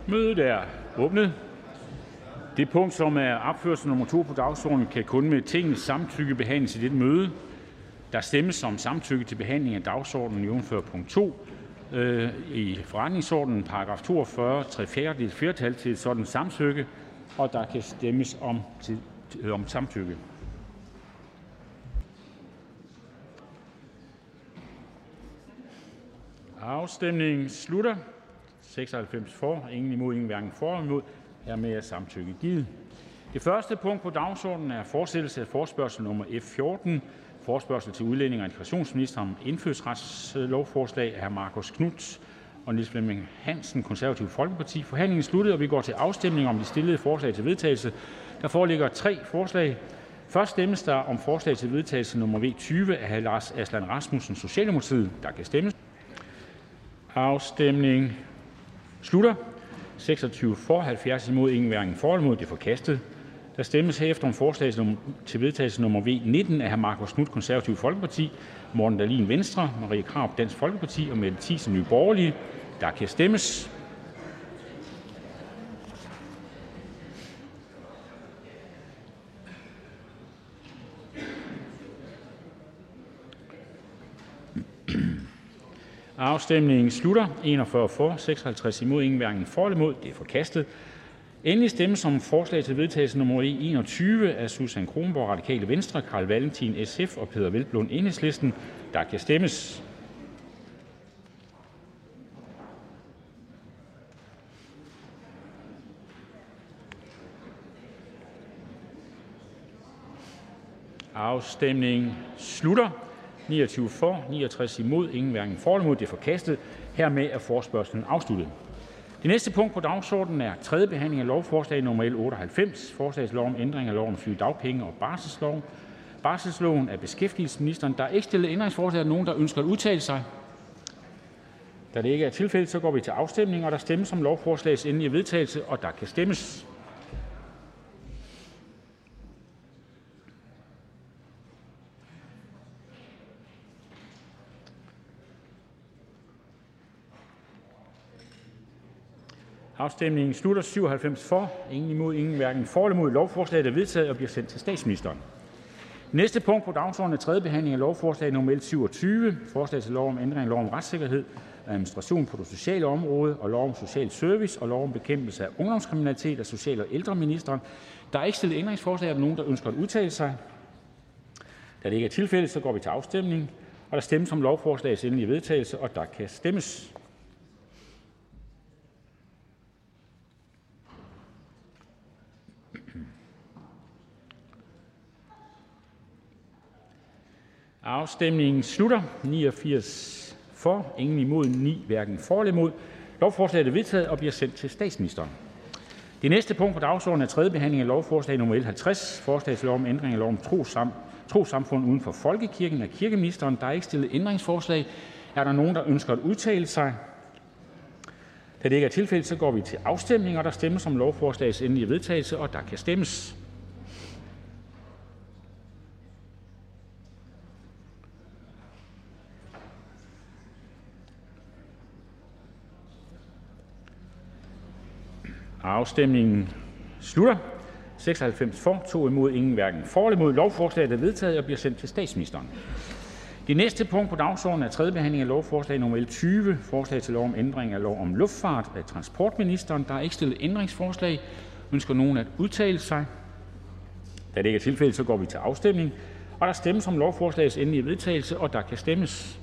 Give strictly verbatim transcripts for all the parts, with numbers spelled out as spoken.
Mødet er åbnet. Det punkt, som er opført som nummer to på dagsordenen, kan kun med Tingets samtykke behandles i dette møde. Der stemmes om samtykke til behandling af dagsordenen jævnfør punkt to øh, i forretningsordenen, paragraf toogfyrre, tre fjerdedels flertal til et sådan samtykke, og der kan stemmes om, til, øh, om samtykke. Afstemningen slutter. seksoghalvfems for, ingen imod, ingen hverken for eller imod. Hermed er samtykke givet. Det første punkt på dagsordenen er fortsættelse af forespørgsel nummer F fjorten. Forespørgsel til udlændinge- og integrationsministeren om indfødsretslovforslag af hr. Marcus Knuth og Niels Flemming Hansen, Konservative Folkeparti. Forhandlingen er sluttet, og vi går til afstemning om de stillede forslag til vedtagelse. Der foreligger tre forslag. Først stemmes der om forslag til vedtagelse nummer V tyve af hr. Lars Aslan Rasmussen, Socialdemokratiet. Der kan stemmes. Afstemningen slutter. seksogtyve for, halvfjerds imod, ingen hverken for eller imod. Det er forkastet. Der stemmes herefter om forslag til vedtagelse nummer V nitten af hr. Marcus Knuth, Konservative Folkeparti, Morten Dahlin, Venstre, Marie Krarup, Dansk Folkeparti og Mette Thiesen, Nye Borgerlige. Der kan stemmes. Afstemningen slutter. enogfyrre for, seksoghalvtreds imod, ingen hverken for eller imod. Det er forkastet. Endelig stemmes om forslag til vedtagelse nummer enogtyve af Susan Kronborg, Radikale Venstre, Carl Valentin, S F og Peder Hvelplund, Enhedslisten. Der kan stemmes. Afstemningen slutter. niogtyve for, niogtres imod, ingen hverken for eller imod. Det er forkastet. Hermed er forespørgslen afsluttet. Det næste punkt på dagsordenen er tredje behandling af lovforslag nummer L otteoghalvfems. Forslag til lov om ændring af lov om sygedagpenge og barselslov. Barselsloven af beskæftigelsesministeren. Der er ikke stillet ændringsforslag. Er der nogen, der ønsker at udtale sig? Da det ikke er tilfældet, så går vi til afstemning, og der stemmes om lovforslagets endelige vedtagelse, og der kan stemmes. Afstemningen slutter. syvoghalvfems for, ingen imod, ingen hverken for eller imod. Lovforslaget er vedtaget og bliver sendt til statsministeren. Næste punkt på dagsordenen er tredje behandling af lovforslag nummer L syvogtyve. Forslag til lov om ændring af lov om retssikkerhed og administration på det sociale område og lov om social service og lov om bekæmpelse af ungdomskriminalitet af social- og ældreministeren. Der er ikke stillet ændringsforslag. Er der nogen, der ønsker at udtale sig? Da det ikke er tilfældet, så går vi til afstemning, og der stemmes om lovforslagets endelige vedtagelse, og der kan stemmes. Afstemningen slutter. niogfirs for, ingen imod, ni hverken for eller imod. Lovforslaget er vedtaget og bliver sendt til statsministeren. Det næste punkt på dagsordenen er tredje behandling af lovforslag nummer L halvtreds. Forslag til lov om ændring af lov om trossamfund uden for folkekirken af kirkeministeren. Der er ikke stillet ændringsforslag. Er der nogen, der ønsker at udtale sig? Da det ikke er tilfældet, så går vi til afstemning, og der stemmes om lovforslagets endelige vedtagelse, og der kan stemmes. Afstemningen slutter. seksoghalvfems for, to imod, ingen hverken for eller imod. Lovforslaget er vedtaget og bliver sendt til statsministeren. Det næste punkt på dagsordenen er tredje behandling af lovforslag nummer L tyve. Forslag til lov om ændring af lov om luftfart af transportministeren. Der er ikke stillet ændringsforslag. Ønsker nogen at udtale sig? Da det ikke er tilfældet, så går vi til afstemning. Og der stemmes om lovforslagets endelige vedtagelse, og der kan stemmes.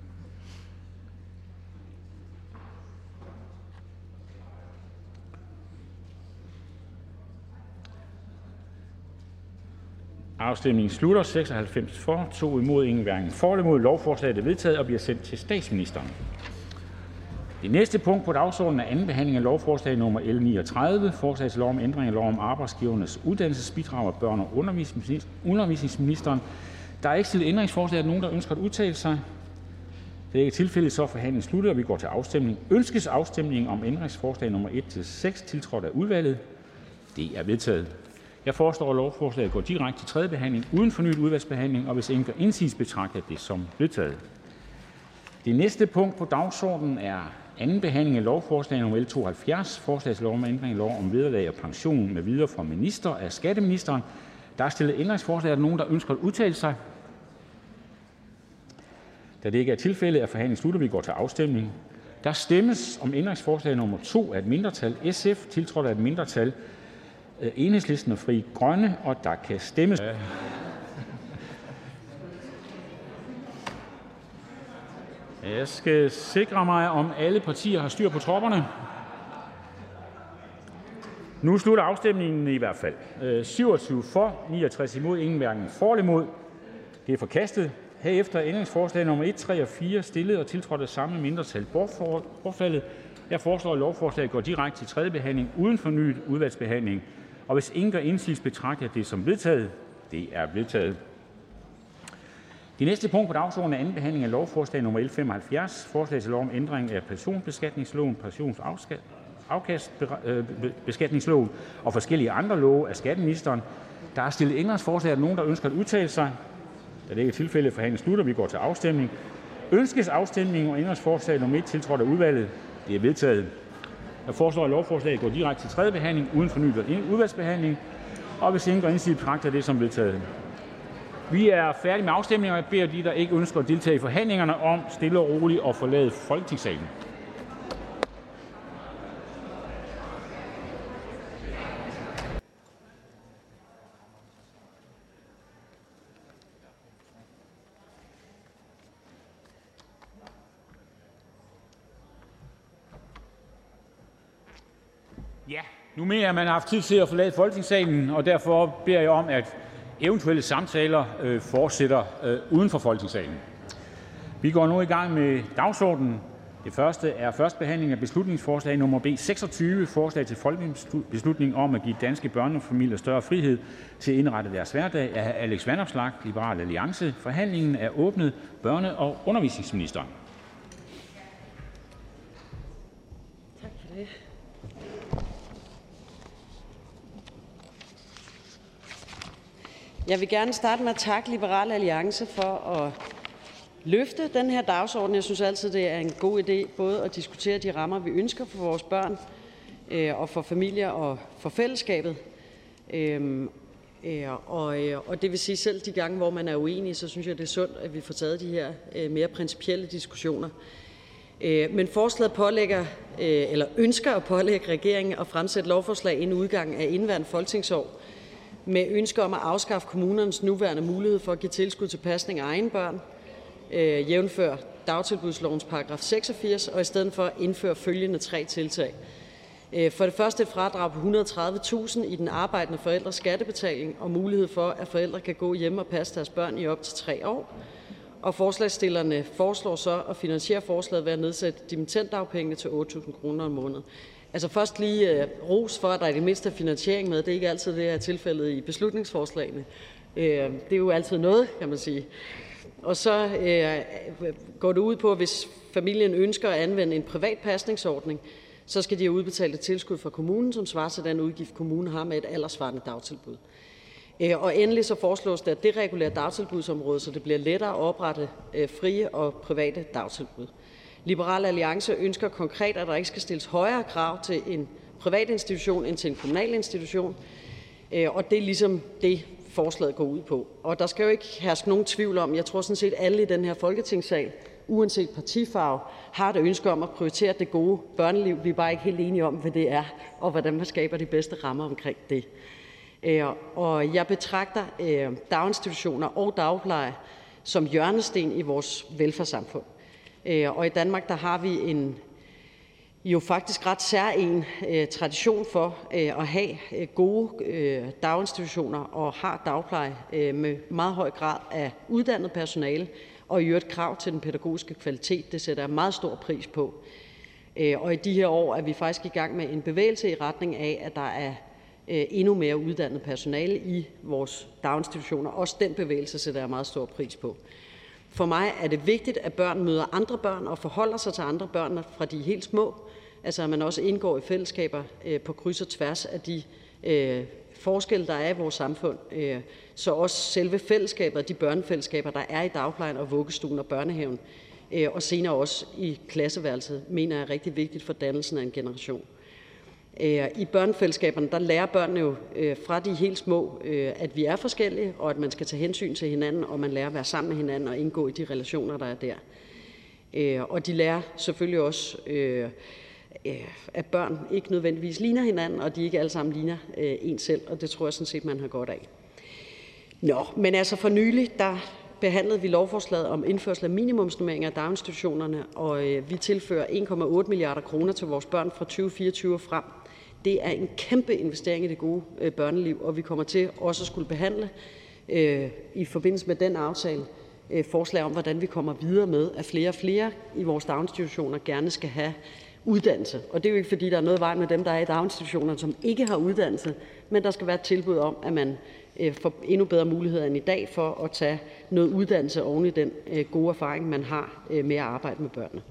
Afstemningen slutter. seksoghalvfems for, to imod, ingen hverken for eller imod. Lovforslaget er vedtaget og bliver sendt til statsministeren. Det næste punkt på dagsordenen er anden behandling af lovforslag nummer L niogtredive. Forslag til lov om ændring af lov om arbejdsgivernes uddannelsesbidrag og børne- og undervisningsministeren. Der er ikke stillet ændringsforslag. Er der nogen, der ønsker at udtale sig? Det er ikke tilfældet, så er forhandlingen sluttet, og vi går til afstemning. Ønskes afstemning om ændringsforslag nummer et til seks, tiltrådt af udvalget? Det er vedtaget. Jeg foreslår, at lovforslaget går direkte til tredje behandling uden fornyet udvalgsbehandling, og hvis ingen gør indsigelse, betragter jeg det som vedtaget. Det næste punkt på dagsordenen er anden behandling af lovforslag nummer L tooghalvfjerds, forslag til lov om ændring af lov om vederlag og pension med videre for minister af skatteministeren. Der er stillet ændringsforslag. Er der nogen, der ønsker at udtale sig? Da det ikke er tilfældet, er forhandlingen sluttet. Vi går til afstemning. Der stemmes om ændringsforslag nummer to af et mindretal S F, tiltrådt af et mindretal Enhedslisten og Frie Grønne, og der kan stemmes. Jeg skal sikre mig, om alle partier har styr på tropperne. Nu slutter afstemningen i hvert fald. syvogtyve for, niogtres imod, ingen hverken for eller imod. Det er forkastet. Herefter ændringsforslag nummer et, tre og fire, stillet og tiltrådt af samme mindretal, bortfaldet. Jeg foreslår, at lovforslaget går direkte til tredje behandling uden fornyet udvalgsbehandling. Og hvis ingen gør indsigelse, betragter jeg det som vedtaget. Det er vedtaget. Det næste punkt på dagsordenen er anden behandling af lovforslag nummer L femoghalvfjerds, forslag til lov om ændring af personbeskatningsloven, pensionsafkastbeskatningsloven og forskellige andre love af skatteministeren. Der er stillet ændringsforslag. Er der nogen, der ønsker at udtale sig? Da det ikke er tilfældet, forhandlingen slutter. Vi går til afstemning. Ønskes afstemning og ændringsforslag nummer et, tiltrådt af udvalget? Det er vedtaget. Jeg foreslår, at lovforslaget går direkte til tredje behandling uden fornyet udvalgsbehandling. Og hvis ingen gør indsigelse, betragter det som vedtaget. Vi er færdige med afstemningen, og jeg beder de, der ikke ønsker at deltage i forhandlingerne, om stille og roligt at forlade Folketingssalen. Ja, nu mener jeg, at man har haft tid til at forlade Folketingssalen, og derfor beder jeg om, at eventuelle samtaler øh, fortsætter øh, uden for Folketingssalen. Vi går nu i gang med dagsordenen. Det første er første behandling af beslutningsforslag nummer B seksogtyve, forslag til folketingsbeslutning om at give danske børnefamilier større frihed til at indrette deres hverdag af Alex Vanopslagh, Liberal Alliance. Forhandlingen er åbnet. Børne- og undervisningsministeren. Tak for det. Jeg vil gerne starte med at takke Liberal Alliance for at løfte den her dagsorden. Jeg synes altid, det er en god idé både at diskutere de rammer, vi ønsker for vores børn øh, og for familier og for fællesskabet. Øh, øh, og, øh, og det vil sige, selv de gange, hvor man er uenig, så synes jeg, det er sundt, at vi får taget de her øh, mere principielle diskussioner. Øh, men forslaget pålægger, øh, eller ønsker at pålægge regeringen at fremsætte lovforslag inden udgangen af indeværende folketingsår, med ønsker om at afskaffe kommunernes nuværende mulighed for at give tilskud til pasning af egne børn, øh, jævnfør dagtilbudslovens paragraf seksogfirs, og i stedet for indføre følgende tre tiltag. Øh, for det første et fradrag på et hundrede og tredive tusind i den arbejdende forældres skattebetaling og mulighed for, at forældre kan gå hjemme og passe deres børn i op til tre år. Og forslagsstillerne foreslår så at finansiere forslaget ved at nedsætte dimittentdagpengene til otte tusind kroner om måneden. Altså først lige uh, ros for, at der i det mindste er finansiering med. Det er ikke altid det, er tilfældet i beslutningsforslagene. Uh, det er jo altid noget, kan man sige. Og så uh, går det ud på, at hvis familien ønsker at anvende en privat pasningsordning, så skal de have udbetalt et tilskud fra kommunen, som svarer til den udgift, kommunen har med et alderssvarende dagtilbud. Uh, og endelig så foreslås det at deregulere dagtilbudsområdet, så det bliver lettere at oprette uh, frie og private dagtilbud. Liberal Alliance ønsker konkret, at der ikke skal stilles højere krav til en privat institution end til en kommunal institution, og det er ligesom det, forslaget går ud på. Og der skal jo ikke herske nogen tvivl om, jeg tror sådan set alle i den her folketingssal, uanset partifarve, har et ønske om at prioritere det gode børneliv. Vi er bare ikke helt enige om, hvad det er, og hvordan man skaber de bedste rammer omkring det. Og jeg betragter daginstitutioner og dagpleje som hjørnesten i vores velfærdssamfund. Og i Danmark, der har vi en jo faktisk ret særegen øh, tradition for øh, at have øh, gode øh, daginstitutioner og har dagpleje øh, med meget høj grad af uddannet personale og i øvrigt krav til den pædagogiske kvalitet. Det sætter jeg meget stor pris på. Øh, og i de her år er vi faktisk i gang med en bevægelse i retning af, at der er øh, endnu mere uddannet personale i vores daginstitutioner. Også den bevægelse sætter jeg meget stor pris på. For mig er det vigtigt, at børn møder andre børn og forholder sig til andre børn fra de er helt små. Altså at man også indgår i fællesskaber øh, på kryds og tværs af de øh, forskelle, der er i vores samfund. Øh, så også selve fællesskabet og de børnefællesskaber, der er i dagplejen og vuggestuen og børnehaven, og senere også i klasseværelset, mener jeg er rigtig vigtigt for dannelsen af en generation. I børnefællesskaberne, der lærer børnene jo fra de helt små, at vi er forskellige, og at man skal tage hensyn til hinanden, og man lærer at være sammen med hinanden og indgå i de relationer, der er der. Og de lærer selvfølgelig også, at børn ikke nødvendigvis ligner hinanden, og de ikke alle sammen ligner en selv, og det tror jeg sådan set, man har godt af. Nå, men altså for nylig, der behandlede vi lovforslaget om indførsel af minimumsnormeringer i daginstitutionerne, og vi tilfører en komma otte milliarder kroner til vores børn fra tyve fireogtyve og frem. Det er en kæmpe investering i det gode børneliv, og vi kommer til også at skulle behandle øh, i forbindelse med den aftale øh, forslag om, hvordan vi kommer videre med, at flere og flere i vores daginstitutioner gerne skal have uddannelse. Og det er jo ikke, fordi der er noget vej med dem, der er i daginstitutionerne, som ikke har uddannelse, men der skal være et tilbud om, at man øh, får endnu bedre muligheder end i dag for at tage noget uddannelse oven i den øh, gode erfaring, man har øh, med at arbejde med børnene.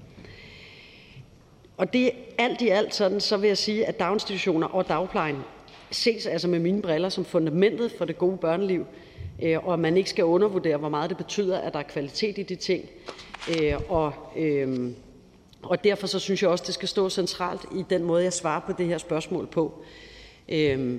Og det alt i alt sådan, så vil jeg sige, at daginstitutioner og dagplejen ses altså med mine briller som fundamentet for det gode børneliv, øh, og at man ikke skal undervurdere, hvor meget det betyder, at der er kvalitet i de ting. Øh, og, øh, og derfor så synes jeg også, det skal stå centralt i den måde, jeg svarer på det her spørgsmål på. Øh,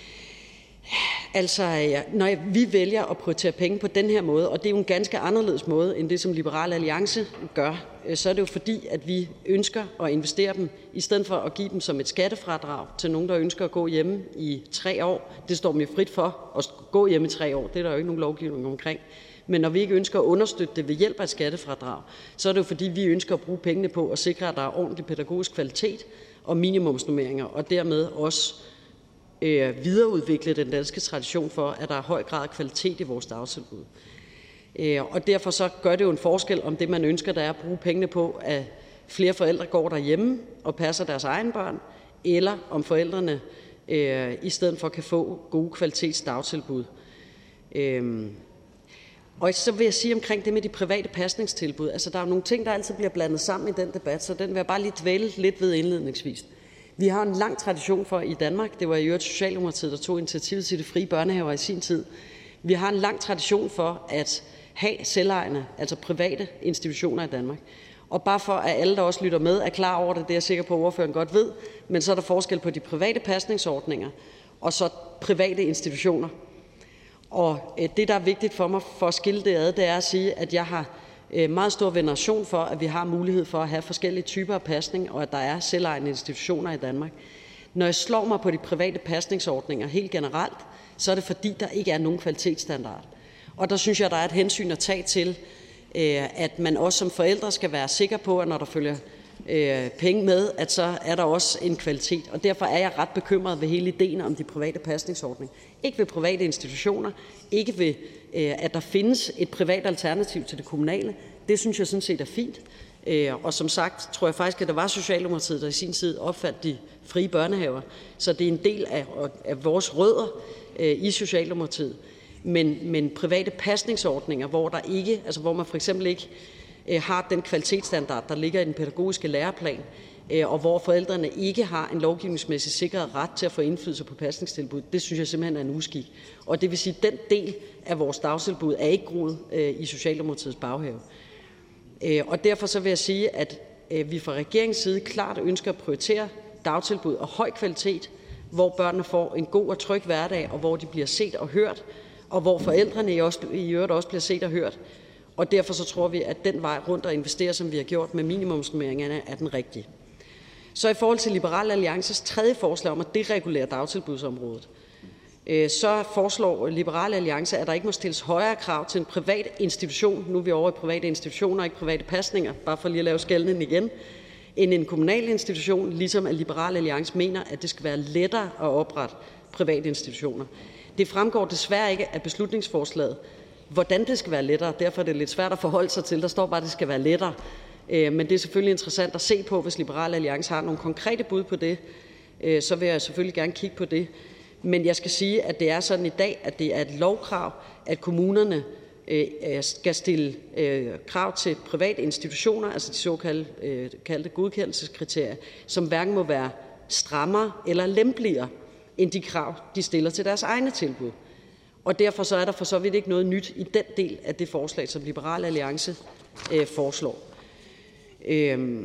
Altså, når vi vælger at prioritere penge på den her måde, og det er jo en ganske anderledes måde end det, som Liberal Alliance gør, så er det jo fordi, at vi ønsker at investere dem, i stedet for at give dem som et skattefradrag til nogen, der ønsker at gå hjemme i tre år. Det står dem jo frit for at gå hjemme i tre år. Det er der jo ikke nogen lovgivning omkring. Men når vi ikke ønsker at understøtte det ved hjælp af et skattefradrag, så er det jo fordi, vi ønsker at bruge pengene på at sikre, at der er ordentlig pædagogisk kvalitet og minimumsnormeringer, og dermed også øh, videreudvikle den danske tradition for, at der er høj grad af kvalitet i vores dagtilbud. Øh, og derfor så gør det jo en forskel, om det man ønsker, der er at bruge pengene på, at flere forældre går derhjemme og passer deres egne børn, eller om forældrene øh, i stedet for kan få gode kvalitets dagtilbud. Øh, Og så vil jeg sige omkring det med de private pasningstilbud. Altså, der er jo nogle ting, der altid bliver blandet sammen i den debat, så den vil jeg bare lige dvæle lidt ved indledningsvis. Vi har en lang tradition for i Danmark, det var i øvrigt Socialdemokratiet, der tog initiativet til de frie børnehaver i sin tid. Vi har en lang tradition for at have selvejende, altså private institutioner i Danmark. Og bare for at alle, der også lytter med, er klar over det, det er jeg sikker på, at ordføreren godt ved, men så er der forskel på de private pasningsordninger og så private institutioner. Og det, der er vigtigt for mig for at skille det ad, det er at sige, at jeg har meget stor veneration for, at vi har mulighed for at have forskellige typer af pasning, og at der er selvejende institutioner i Danmark. Når jeg slår mig på de private pasningsordninger helt generelt, så er det fordi, der ikke er nogen kvalitetsstandard. Og der synes jeg, der er et hensyn at tage til, at man også som forældre skal være sikker på, at når der følger penge med, at så er der også en kvalitet. Og derfor er jeg ret bekymret ved hele ideen om de private pasningsordninger. Ikke ved private institutioner, ikke ved, at der findes et privat alternativ til det kommunale. Det synes jeg sådan set er fint. Og som sagt, tror jeg faktisk, at der var Socialdemokratiet, der i sin tid opfandt de frie børnehaver. Så det er en del af, af vores rødder i Socialdemokratiet. Men, men private pasningsordninger, hvor, der ikke, altså hvor man for eksempel ikke har den kvalitetsstandard, der ligger i den pædagogiske læreplan, og hvor forældrene ikke har en lovgivningsmæssigt sikret ret til at få indflydelse på pasningstilbud, det synes jeg simpelthen er en uskik. Og det vil sige, at den del af vores dagtilbud er ikke groet i Socialdemokratiets baghave. Og derfor så vil jeg sige, at vi fra regeringens side klart ønsker at prioritere dagtilbud og høj kvalitet, hvor børnene får en god og tryg hverdag, og hvor de bliver set og hørt, og hvor forældrene i øvrigt også bliver set og hørt. Og derfor så tror vi, at den vej rundt at investere, som vi har gjort med minimumsnormeringerne, er den rigtige. Så i forhold til Liberal Alliances tredje forslag om at deregulere dagtilbudsområdet, så foreslår Liberal Alliance, at der ikke må stilles højere krav til en privat institution, nu er vi over i private institutioner, ikke private pasninger, bare for lige at lave skelnen igen, end en kommunal institution, ligesom at Liberal Alliance mener, at det skal være lettere at oprette private institutioner. Det fremgår desværre ikke af beslutningsforslaget, hvordan det skal være lettere. Derfor er det lidt svært at forholde sig til. Der står bare, at det skal være lettere. Men det er selvfølgelig interessant at se på, hvis Liberal Alliance har nogle konkrete bud på det, så vil jeg selvfølgelig gerne kigge på det. Men jeg skal sige, at det er sådan i dag, at det er et lovkrav, at kommunerne skal stille krav til private institutioner, altså de såkaldte godkendelseskriterier, som hverken må være strammere eller lempeligere end de krav, de stiller til deres egne tilbud. Og derfor så er der for så vidt ikke noget nyt i den del af det forslag, som Liberal Alliance øh, foreslår. Øhm,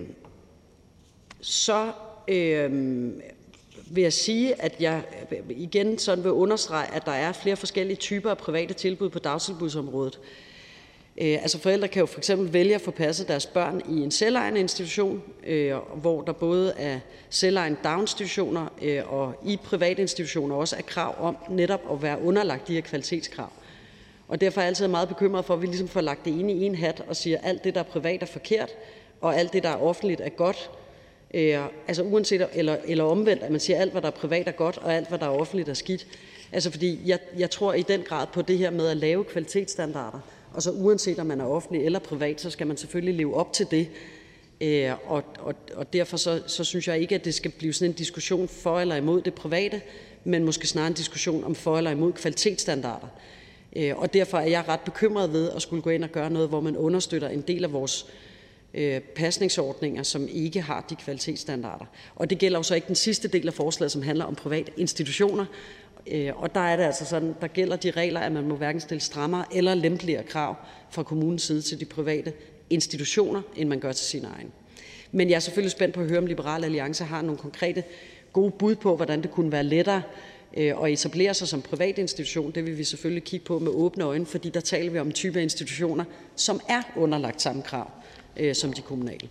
så øhm, vil jeg sige, at jeg igen sådan vil understrege, at der er flere forskellige typer af private tilbud på dagtilbudsområdet. Øh, altså forældre kan jo for eksempel vælge at få passet deres børn i en selvejende institution, øh, hvor der både er selvejende daginstitutioner øh, og i private institutioner også er krav om netop at være underlagt de her kvalitetskrav. Og derfor er jeg altid meget bekymret for, at vi ligesom får lagt det inde i en hat og siger, at alt det, der er privat, er forkert, og alt det, der er offentligt, er godt. Øh, altså uanset, eller, eller omvendt, at man siger, at alt, hvad der er privat, er godt, og alt, hvad der er offentligt, er skidt. Altså fordi jeg, jeg tror i den grad på det her med at lave kvalitetsstandarder, og så uanset om man er offentlig eller privat, så skal man selvfølgelig leve op til det. Øh, og, og, og derfor så, så synes jeg ikke, at det skal blive sådan en diskussion for eller imod det private, men måske snarere en diskussion om for eller imod kvalitetsstandarder. Øh, og derfor er jeg ret bekymret ved at skulle gå ind og gøre noget, hvor man understøtter en del af vores øh, pasningsordninger, som ikke har de kvalitetsstandarder. Og det gælder jo så ikke den sidste del af forslaget, som handler om private institutioner. Og der er det altså sådan, der gælder de regler, at man må hverken stille strammere eller lempeligere krav fra kommunens side til de private institutioner, end man gør til sin egen. Men jeg er selvfølgelig spændt på at høre, om Liberal Alliance har nogle konkrete gode bud på, hvordan det kunne være lettere at etablere sig som privat institution. Det vil vi selvfølgelig kigge på med åbne øjne, fordi der taler vi om en type af institutioner, som er underlagt samme krav som de kommunale.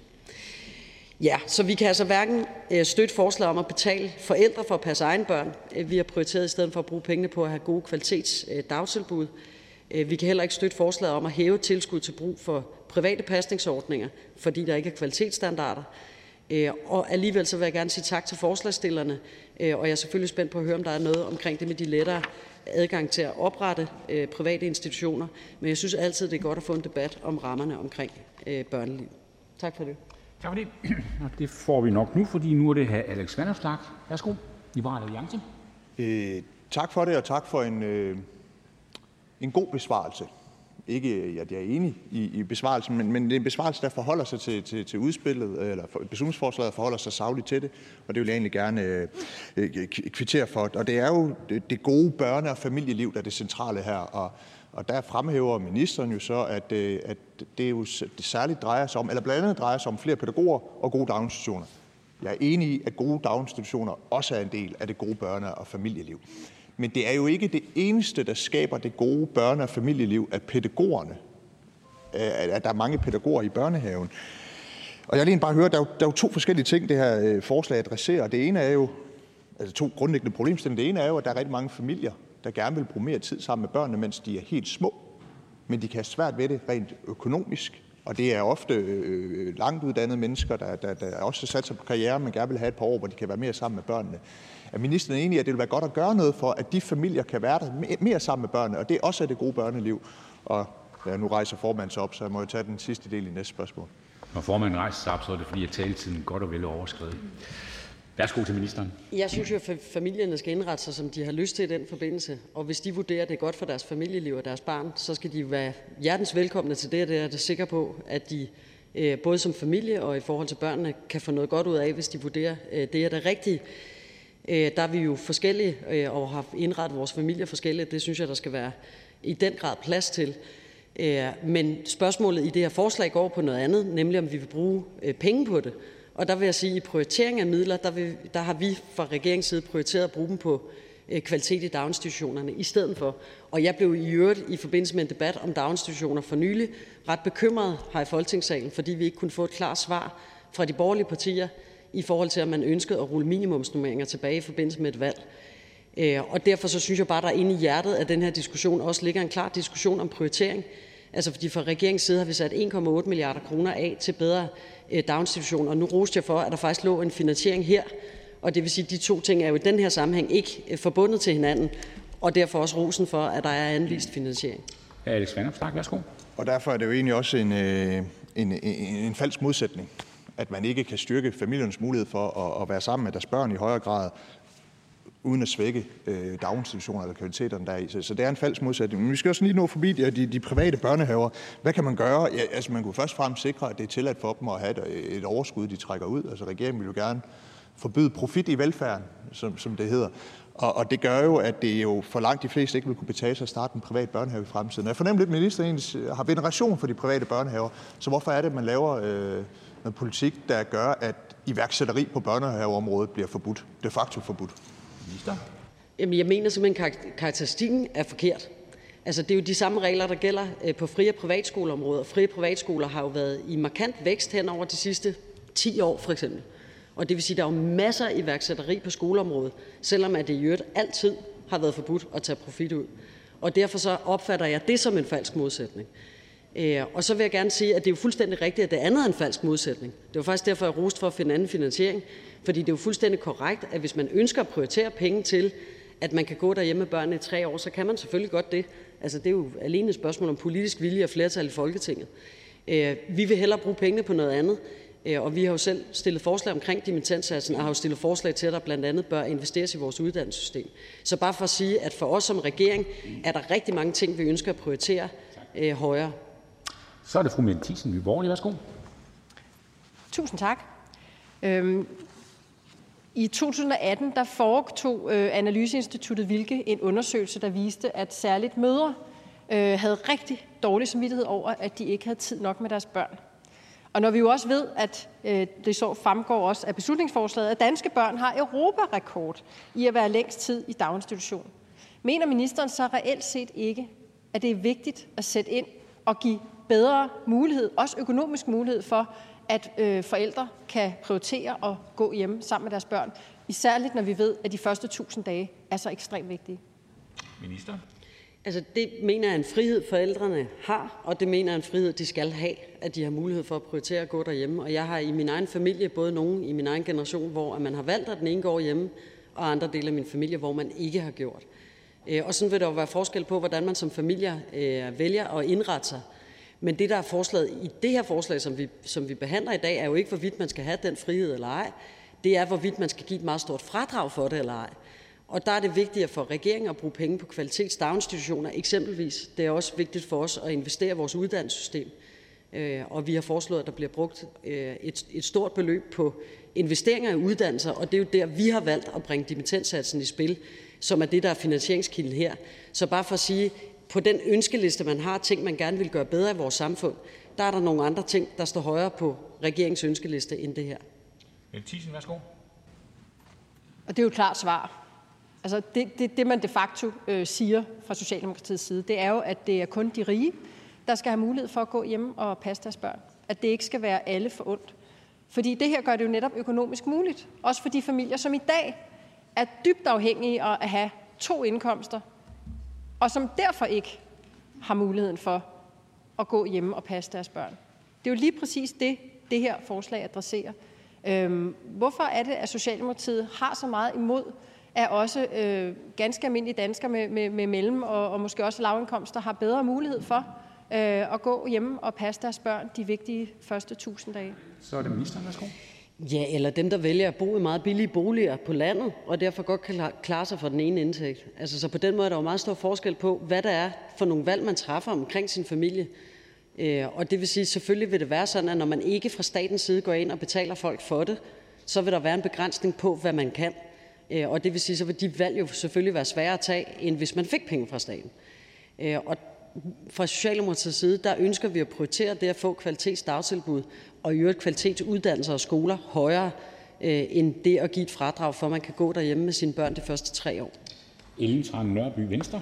Ja, så vi kan altså hverken støtte forslaget om at betale forældre for at passe egen børn. Vi har prioriteret i stedet for at bruge pengene på at have gode kvalitets dagtilbud. Vi kan heller ikke støtte forslaget om at hæve tilskud til brug for private pasningsordninger, fordi der ikke er kvalitetsstandarder. Og alligevel så vil jeg gerne sige tak til forslagsstillerne, og jeg er selvfølgelig spændt på at høre, om der er noget omkring det med de lettere adgang til at oprette private institutioner. Men jeg synes altid, det er godt at få en debat om rammerne omkring børneliv. Tak for det. Tak for det. Og det får vi nok nu, fordi nu er det hr. Alex Vanopslagh. Værsgo, Liberal Alliance. Øh, tak for det, og tak for en, øh, en god besvarelse. Ikke, at jeg er enig i, i besvarelsen, men, men det er en besvarelse, der forholder sig til, til, til udspillet, eller beslutningsforslaget forholder sig sagligt til det, og det vil jeg egentlig gerne øh, kvittere for. Og det er jo det, det gode børne- og familieliv, der er det centrale her, og Og der fremhæver ministeren jo så, at, at det jo det særligt drejer sig om, eller blandt andet drejer sig om flere pædagoger og gode daginstitutioner. Jeg er enig i, at gode daginstitutioner også er en del af det gode børne- og familieliv. Men det er jo ikke det eneste, der skaber det gode børne- og familieliv, at pædagogerne, at der er mange pædagoger i børnehaven. Og jeg vil lige bare høre, der er, jo, der er jo to forskellige ting, det her forslag adresserer. Det ene er jo, altså to grundlæggende problemstillinger. Det ene er jo, at der er rigtig mange familier, der gerne vil bruge mere tid sammen med børnene, mens de er helt små. Men de kan have svært ved det rent økonomisk. Og det er ofte øh, langt uddannede mennesker, der, der, der også satser på karriere, men gerne vil have et par år, hvor de kan være mere sammen med børnene. Er ministeren enig i, at det vil være godt at gøre noget for, at de familier kan være der mere sammen med børnene, og det også er det gode børneliv? Og ja, nu rejser formanden sig op, så jeg må jo tage den sidste del i næste spørgsmål. Når formanden rejser sig op, så er det fordi, at taletiden godt og vel er overskredet. Værsgo til ministeren. Jeg synes jo, at familierne skal indrette sig, som de har lyst til i den forbindelse. Og hvis de vurderer, at det er godt for deres familieliv og deres barn, så skal de være hjertens velkomne til det, og det er jeg sikker på, at de både som familie og i forhold til børnene kan få noget godt ud af, hvis de vurderer, at det er det rigtige. Der er vi jo forskellige og har indrettet vores familier forskellige. Det synes jeg, der skal være i den grad plads til. Men spørgsmålet i det her forslag går på noget andet, nemlig om vi vil bruge penge på det. Og der vil jeg sige, at i prioritering af midler, der, vil, der har vi fra regeringens side prioriteret at bruge dem på øh, kvalitet i daginstitutionerne i stedet for. Og jeg blev i øvrigt i forbindelse med en debat om daginstitutioner for nylig ret bekymret her i Folketingssalen, fordi vi ikke kunne få et klart svar fra de borgerlige partier i forhold til, at man ønskede at rulle minimumsnormeringer tilbage i forbindelse med et valg. Øh, og derfor så synes jeg bare, der inde i hjertet af den her diskussion også ligger en klar diskussion om prioritering. Altså fordi fra regeringens side har vi sat en komma otte milliarder kroner af til bedre øh, daginstitutioner, og nu roste jeg for, at der faktisk lå en finansiering her, og det vil sige, at de to ting er jo i den her sammenhæng ikke øh, forbundet til hinanden, og derfor også rosen for, at der er anvist finansiering. Ja, Alex Vanopslagh, værsgo. Og derfor er det jo egentlig også en, øh, en, en, en falsk modsætning, at man ikke kan styrke familiernes mulighed for at, at være sammen med deres børn i højere grad, uden at svække øh, daginstitutioner eller kvaliteterne deri. Så, så det er en falsk modsætning. Men vi skal også lige nå forbi de, de, de private børnehaver. Hvad kan man gøre? Ja, altså man kunne først og fremmest sikre, at det er tilladt for dem at have et, et overskud, de trækker ud. Altså regeringen vil jo gerne forbyde profit i velfærden, som, som det hedder. Og, og det gør jo, at det jo for langt de fleste ikke vil kunne betale sig at starte en privat børnehave i fremtiden. Jeg fornemmer lidt, at ministeren har veneration for de private børnehaver. Så hvorfor er det, at man laver... Øh, noget politik, der gør, at iværksætteri på børnehaveområdet bliver forbudt, de facto forbudt? Minister? Jamen, jeg mener simpelthen, at karakteristikken er forkert. Altså, det er jo de samme regler, der gælder på fri- og privatskoleområdet. Frie privatskoler har jo været i markant vækst hen over de sidste ti år, for eksempel. Og det vil sige, at der er jo masser af iværksætteri på skoleområdet, selvom at det i øvrigt altid har været forbudt at tage profit ud. Og derfor så opfatter jeg det som en falsk modsætning. Og så vil jeg gerne sige, at det er jo fuldstændig rigtigt, at det andet er en falsk modsætning. Det var faktisk derfor, jeg roste for at finde anden finansiering. Fordi det er jo fuldstændig korrekt, at hvis man ønsker at prioritere penge til, at man kan gå derhjemme med børnene i tre år, så kan man selvfølgelig godt det. Altså, det er jo alene et spørgsmål om politisk vilje og flertal i Folketinget. Vi vil hellere bruge pengene på noget andet, og vi har jo selv stillet forslag omkring dimittendsatsen, og har jo stillet forslag til, at der blandt andet bør investeres i vores uddannelsessystem. Så bare for at sige, at for os som regering er der rigtig mange ting, vi ønsker at prioritere øh, højere. Så er det fru Mette Thiesen, Nye Borgerlige. Værsgo. Tusind tak. Øhm, I to tusind og atten der foretog øh, Analyseinstituttet Wilke en undersøgelse, der viste, at særligt mødre øh, havde rigtig dårlig samvittighed over, at de ikke havde tid nok med deres børn. Og når vi jo også ved, at øh, det så fremgår også af beslutningsforslaget, at danske børn har europarekord i at være længst tid i daginstitution. Mener ministeren så reelt set ikke, at det er vigtigt at sætte ind og give bedre mulighed, også økonomisk mulighed for, at øh, forældre kan prioritere at gå hjemme sammen med deres børn, isærligt når vi ved, at de første tusind dage er så ekstremt vigtige? Minister? Altså, det mener jeg en frihed, forældrene har, og det mener jeg en frihed, de skal have, at de har mulighed for at prioritere at gå derhjemme. Og jeg har i min egen familie både nogen i min egen generation, hvor man har valgt, at den ene går hjemme, og andre dele af min familie, hvor man ikke har gjort. Og sådan vil der jo være forskel på, hvordan man som familie øh, vælger at indrette sig. Men det, der er forslaget i det her forslag, som vi, som vi behandler i dag, er jo ikke, hvorvidt man skal have den frihed eller ej. Det er, hvorvidt man skal give et meget stort fradrag for det eller ej. Og der er det vigtigt for regeringen at bruge penge på kvalitetsdaginstitutioner eksempelvis. Det er også vigtigt for os at investere i vores uddannelsessystem. Og vi har foreslået, at der bliver brugt et, et stort beløb på investeringer i uddannelser, og det er jo der, vi har valgt at bringe dimittendsatsen i spil, som er det, der er finansieringskilden her. Så bare for at sige, på den ønskeliste, man har, ting, man gerne vil gøre bedre i vores samfund, der er der nogle andre ting, der står højere på regeringens ønskeliste end det her. Mette Thiesen, værsgo. Og det er jo et klart svar. Altså det, det, det man de facto øh, siger fra Socialdemokratiets side, det er jo, at det er kun de rige, der skal have mulighed for at gå hjem og passe deres børn. At det ikke skal være alle for ondt. Fordi det her gør det jo netop økonomisk muligt. Også for de familier, som i dag er dybt afhængige af at have to indkomster, og som derfor ikke har muligheden for at gå hjemme og passe deres børn. Det er jo lige præcis det, det her forslag adresserer. Øhm, hvorfor er det, at Socialdemokratiet har så meget imod, at også øh, ganske almindelige danskere med, med, med mellem- og, og måske også lavindkomster har bedre mulighed for øh, at gå hjemme og passe deres børn de vigtige første tusind dage? Så er det ministeren, værsgo. Ja, eller dem, der vælger at bo i meget billige boliger på landet, og derfor godt kan klare sig for den ene indtægt. Altså, så på den måde er der jo meget stor forskel på, hvad der er for nogle valg, man træffer omkring sin familie. Øh, og det vil sige, selvfølgelig vil det være sådan, at når man ikke fra statens side går ind og betaler folk for det, så vil der være en begrænsning på, hvad man kan. Øh, og det vil sige, så vil de valg jo selvfølgelig være sværere at tage, end hvis man fik penge fra staten. Øh, og fra Socialdemokratiets side, der ønsker vi at prioritere det at få kvalitetsdagtilbud og i øvrigt kvalitetsuddannelser og skoler højere, øh, end det at give et fradrag for, at man kan gå derhjemme med sine børn de første tre år. Ellen Trane Nørby, Venstre.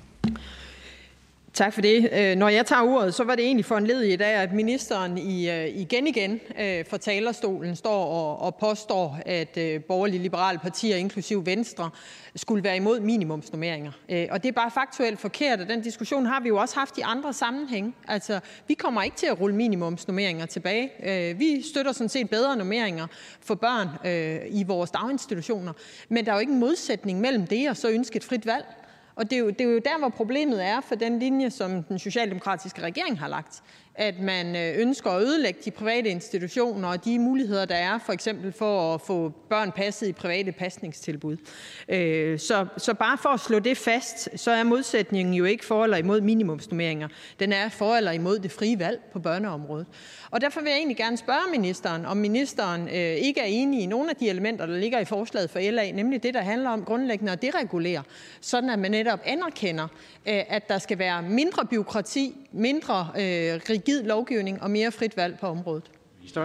Tak for det. Når jeg tager ordet, så var det egentlig foranlediget af, at ministeren igen igen fra talerstolen står og påstår, at borgerlige liberale partier, inklusive Venstre, skulle være imod minimumsnormeringer. Og det er bare faktuelt forkert, og den diskussion har vi jo også haft i andre sammenhænge. Altså, vi kommer ikke til at rulle minimumsnormeringer tilbage. Vi støtter sådan set bedre normeringer for børn i vores daginstitutioner, men der er jo ikke en modsætning mellem det og så ønske et frit valg. Og det er, jo, det er jo der, hvor problemet er for den linje, som den socialdemokratiske regering har lagt. At man ønsker at ødelægge de private institutioner og de muligheder, der er for eksempel for at få børn passet i private pasningstilbud. Så, så bare for at slå det fast, så er modsætningen jo ikke for eller imod minimumsnormeringer. Den er for eller imod det frie valg på børneområdet. Og derfor vil jeg egentlig gerne spørge ministeren, om ministeren øh, ikke er enig i nogle af de elementer, der ligger i forslaget for L A, nemlig det, der handler om grundlæggende at deregulere, sådan at man netop anerkender, øh, at der skal være mindre bureaukrati, mindre øh, rigid lovgivning og mere frit valg på området.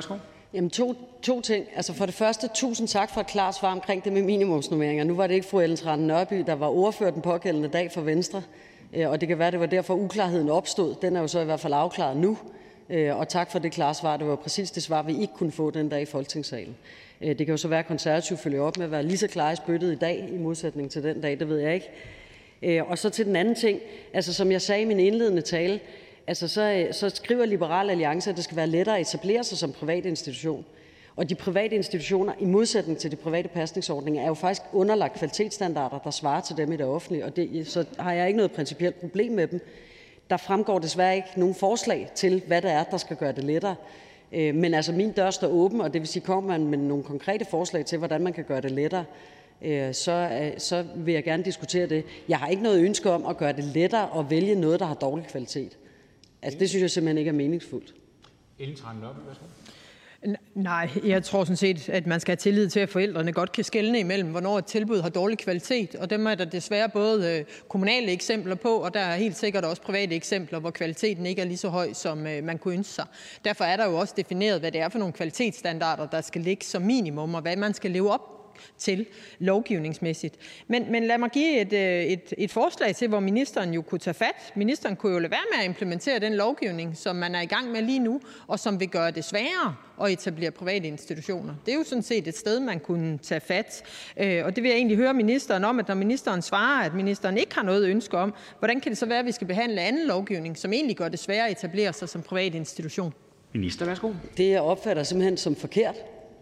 Jamen to, to ting. Altså for det første, tusind tak for et klart svar omkring det med minimumsnormeringer. Nu var det ikke fru Ellen Trane Nørby, der var ordfører den pågældende dag for Venstre, og det kan være, det var derfor uklarheden opstod. Den er jo så i hvert fald afklaret nu, og tak for det klare svar. Det var præcis det svar, vi ikke kunne få den dag i Folketingssalen. Det kan jo så være, at Konservative følger op med at være lige så klar i spyttet i dag, i modsætning til den dag, det ved jeg ikke. Og så til den anden ting, altså som jeg sagde i min indledende tale, altså så, så skriver Liberal Alliance, at det skal være lettere at etablere sig som privat institution. Og de private institutioner, i modsætning til de private pasningsordninger, er jo faktisk underlagt kvalitetsstandarder, der svarer til dem i det offentlige, og det, så har jeg ikke noget principielt problem med dem. Der fremgår desværre ikke nogen forslag til, hvad det er, der skal gøre det lettere. Men altså min dør står åben, og det vil sige, kommer man med nogle konkrete forslag til, hvordan man kan gøre det lettere, så, så vil jeg gerne diskutere det. Jeg har ikke noget ønske om at gøre det lettere at vælge noget, der har dårlig kvalitet. Altså det synes jeg simpelthen ikke er meningsfuldt. Ellen Trane Nørby, værsgo. Nej, jeg tror sådan set, at man skal have tillid til, at forældrene godt kan skelne imellem, hvornår et tilbud har dårlig kvalitet. Og dem er der desværre både kommunale eksempler på, og der er helt sikkert også private eksempler, hvor kvaliteten ikke er lige så høj, som man kunne ønske sig. Derfor er der jo også defineret, hvad det er for nogle kvalitetsstandarder, der skal ligge som minimum, og hvad man skal leve op til lovgivningsmæssigt. Men, men lad mig give et, et, et forslag til, hvor ministeren jo kunne tage fat. Ministeren kunne jo lade være med at implementere den lovgivning, som man er i gang med lige nu, og som vil gøre det sværere at etablere private institutioner. Det er jo sådan set et sted, man kunne tage fat. Og det vil jeg egentlig høre ministeren om, at når ministeren svarer, at ministeren ikke har noget ønske om, hvordan kan det så være, at vi skal behandle anden lovgivning, som egentlig gør det sværere at etablere sig som privat institution? Minister, værsgo. Det jeg opfatter simpelthen som forkert.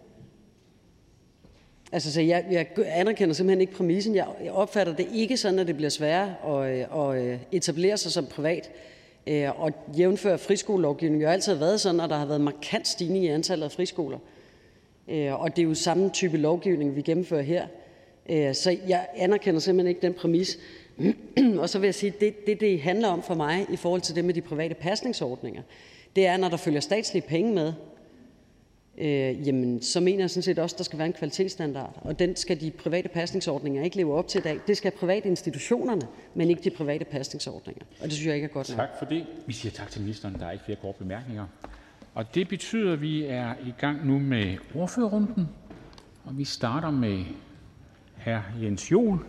Altså, så jeg, jeg anerkender simpelthen ikke præmissen. Jeg opfatter det ikke sådan, at det bliver sværere at, at etablere sig som privat. Og jævnføre friskolelovgivningen har altid været sådan, at der har været markant stigning i antallet af friskoler. Og det er jo samme type lovgivning, vi gennemfører her. Så jeg anerkender simpelthen ikke den præmis. Og så vil jeg sige, at det, det, det handler om for mig i forhold til det med de private pasningsordninger, det er, når der følger statslige penge med, Øh, jamen, så mener jeg sådan set også, at der skal være en kvalitetsstandard, og den skal de private pasningsordninger ikke leve op til i dag. Det skal private institutionerne, men ikke de private pasningsordninger, og det synes jeg ikke er godt nok. Tak for det. Vi siger tak til ministeren. Der er ikke flere korte bemærkninger. Og det betyder, at vi er i gang nu med ordførerrunden, og vi starter med hr. Jens Joel,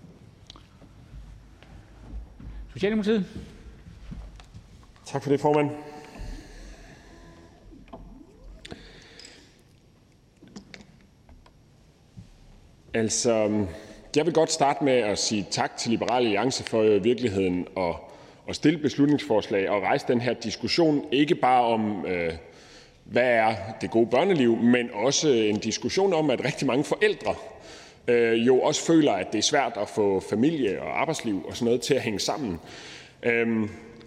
Socialdemokratiet. Tak for det, formand. Altså, jeg vil godt starte med at sige tak til Liberal Alliance for i virkeligheden at, at stille beslutningsforslag og rejse den her diskussion, ikke bare om, øh, hvad er det gode børneliv, men også en diskussion om, at rigtig mange forældre øh, jo også føler, at det er svært at få familie og arbejdsliv og sådan noget til at hænge sammen. Øh,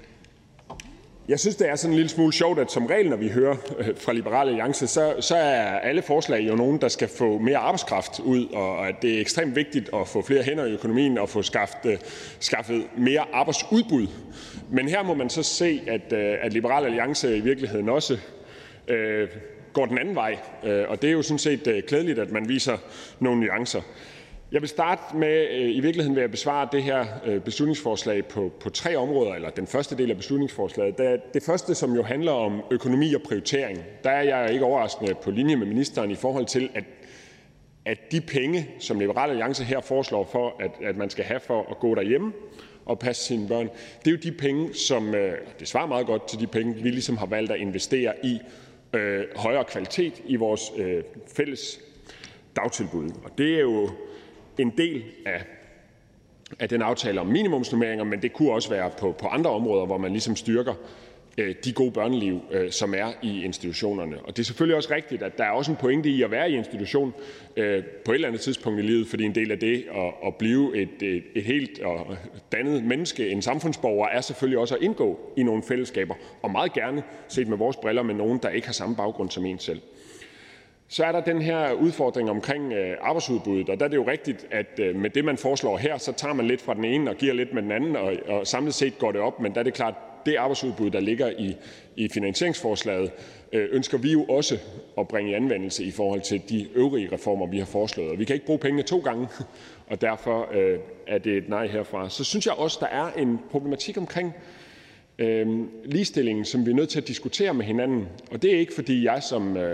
Jeg synes, det er sådan en lille smule sjovt, at som regel, når vi hører fra Liberal Alliance, så, så er alle forslag jo nogen, der skal få mere arbejdskraft ud, og at det er ekstremt vigtigt at få flere hænder i økonomien og få skaffet, skaffet mere arbejdsudbud. Men her må man så se, at, at Liberal Alliance i virkeligheden også øh, går den anden vej, og det er jo sådan set klædeligt, at man viser nogle nuancer. Jeg vil starte med i virkeligheden ved at besvare det her beslutningsforslag på, på tre områder, eller den første del af beslutningsforslaget. Det første, som jo handler om økonomi og prioritering, der er jeg ikke overraskende på linje med ministeren i forhold til, at, at de penge, som Liberal Alliance her foreslår for, at, at man skal have for at gå derhjemme og passe sine børn, det er jo de penge, som, det svarer meget godt til de penge, vi ligesom har valgt at investere i øh, højere kvalitet i vores øh, fælles dagtilbud. Og det er jo en del af, af den aftale om minimumsnormeringer, men det kunne også være på, på andre områder, hvor man ligesom styrker øh, de gode børneliv, øh, som er i institutionerne. Og det er selvfølgelig også rigtigt, at der er også en pointe i at være i institution øh, på et eller andet tidspunkt i livet, fordi en del af det at, at blive et, et, et helt og dannet menneske, en samfundsborger, er selvfølgelig også at indgå i nogle fællesskaber, og meget gerne set med vores briller med nogen, der ikke har samme baggrund som en selv. Så er der den her udfordring omkring arbejdsudbuddet, og der er det jo rigtigt, at med det, man foreslår her, så tager man lidt fra den ene og giver lidt med den anden, og, og samlet set går det op, men der er det klart, det arbejdsudbud, der ligger i, i finansieringsforslaget, ønsker vi jo også at bringe i anvendelse i forhold til de øvrige reformer, vi har foreslået. Og vi kan ikke bruge pengene to gange, og derfor øh, er det et nej herfra. Så synes jeg også, der er en problematik omkring øh, ligestillingen, som vi er nødt til at diskutere med hinanden. Og det er ikke, fordi jeg som øh,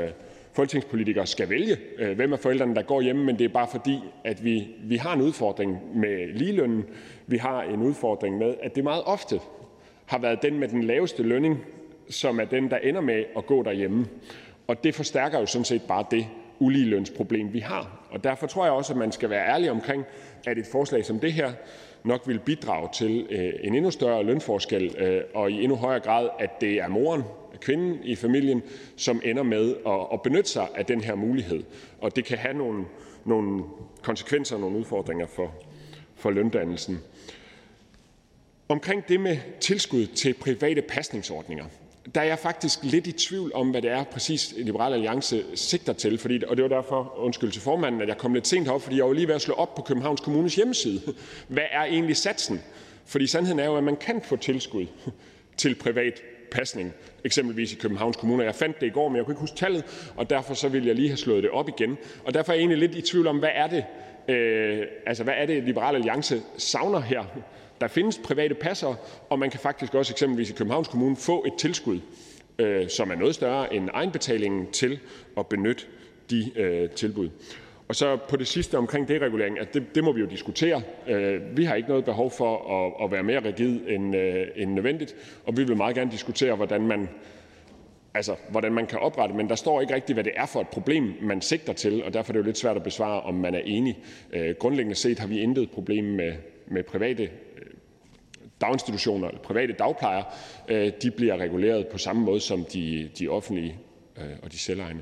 folketingspolitikere skal vælge, hvem af forældrene, der går hjemme, men det er bare fordi, at vi, vi har en udfordring med ligelønnen. Vi har en udfordring med, at det meget ofte har været den med den laveste lønning, som er den, der ender med at gå derhjemme. Og det forstærker jo sådan set bare det uligelønsproblem, vi har. Og derfor tror jeg også, at man skal være ærlig omkring, at et forslag som det her nok vil bidrage til en endnu større lønforskel, og i endnu højere grad, at det er moren, kvinden i familien, som ender med at benytte sig af den her mulighed. Og det kan have nogle, nogle konsekvenser og nogle udfordringer for, for løndannelsen. Omkring det med tilskud til private pasningsordninger, der er jeg faktisk lidt i tvivl om, hvad det er præcis Liberal Alliance sigter til. Fordi, og det var derfor, undskyld til formanden, at jeg kom lidt sent herop, fordi jeg var lige ved at slå op på Københavns Kommunes hjemmeside. Hvad er egentlig satsen? Fordi sandheden er jo, at man kan få tilskud til privat pasning, eksempelvis i Københavns Kommune. Jeg fandt det i går, men jeg kunne ikke huske tallet, og derfor så vil jeg lige have slået det op igen. Og derfor er jeg egentlig lidt i tvivl om, hvad er det, øh, altså hvad er det Liberal Alliance savner her? Der findes private passere, og man kan faktisk også eksempelvis i Københavns Kommune få et tilskud, øh, som er noget større end egenbetalingen til at benytte de øh, tilbud. Og så på det sidste omkring deregulering, at det, det må vi jo diskutere. Øh, vi har ikke noget behov for at, at være mere rigid end, øh, end nødvendigt, og vi vil meget gerne diskutere, hvordan man, altså, hvordan man kan oprette, men der står ikke rigtigt, hvad det er for et problem, man sigter til, og derfor er det jo lidt svært at besvare, om man er enig. Øh, grundlæggende set har vi intet problem med, med private daginstitutioner eller private dagplejere. De bliver reguleret på samme måde som de, de offentlige og de selvejende.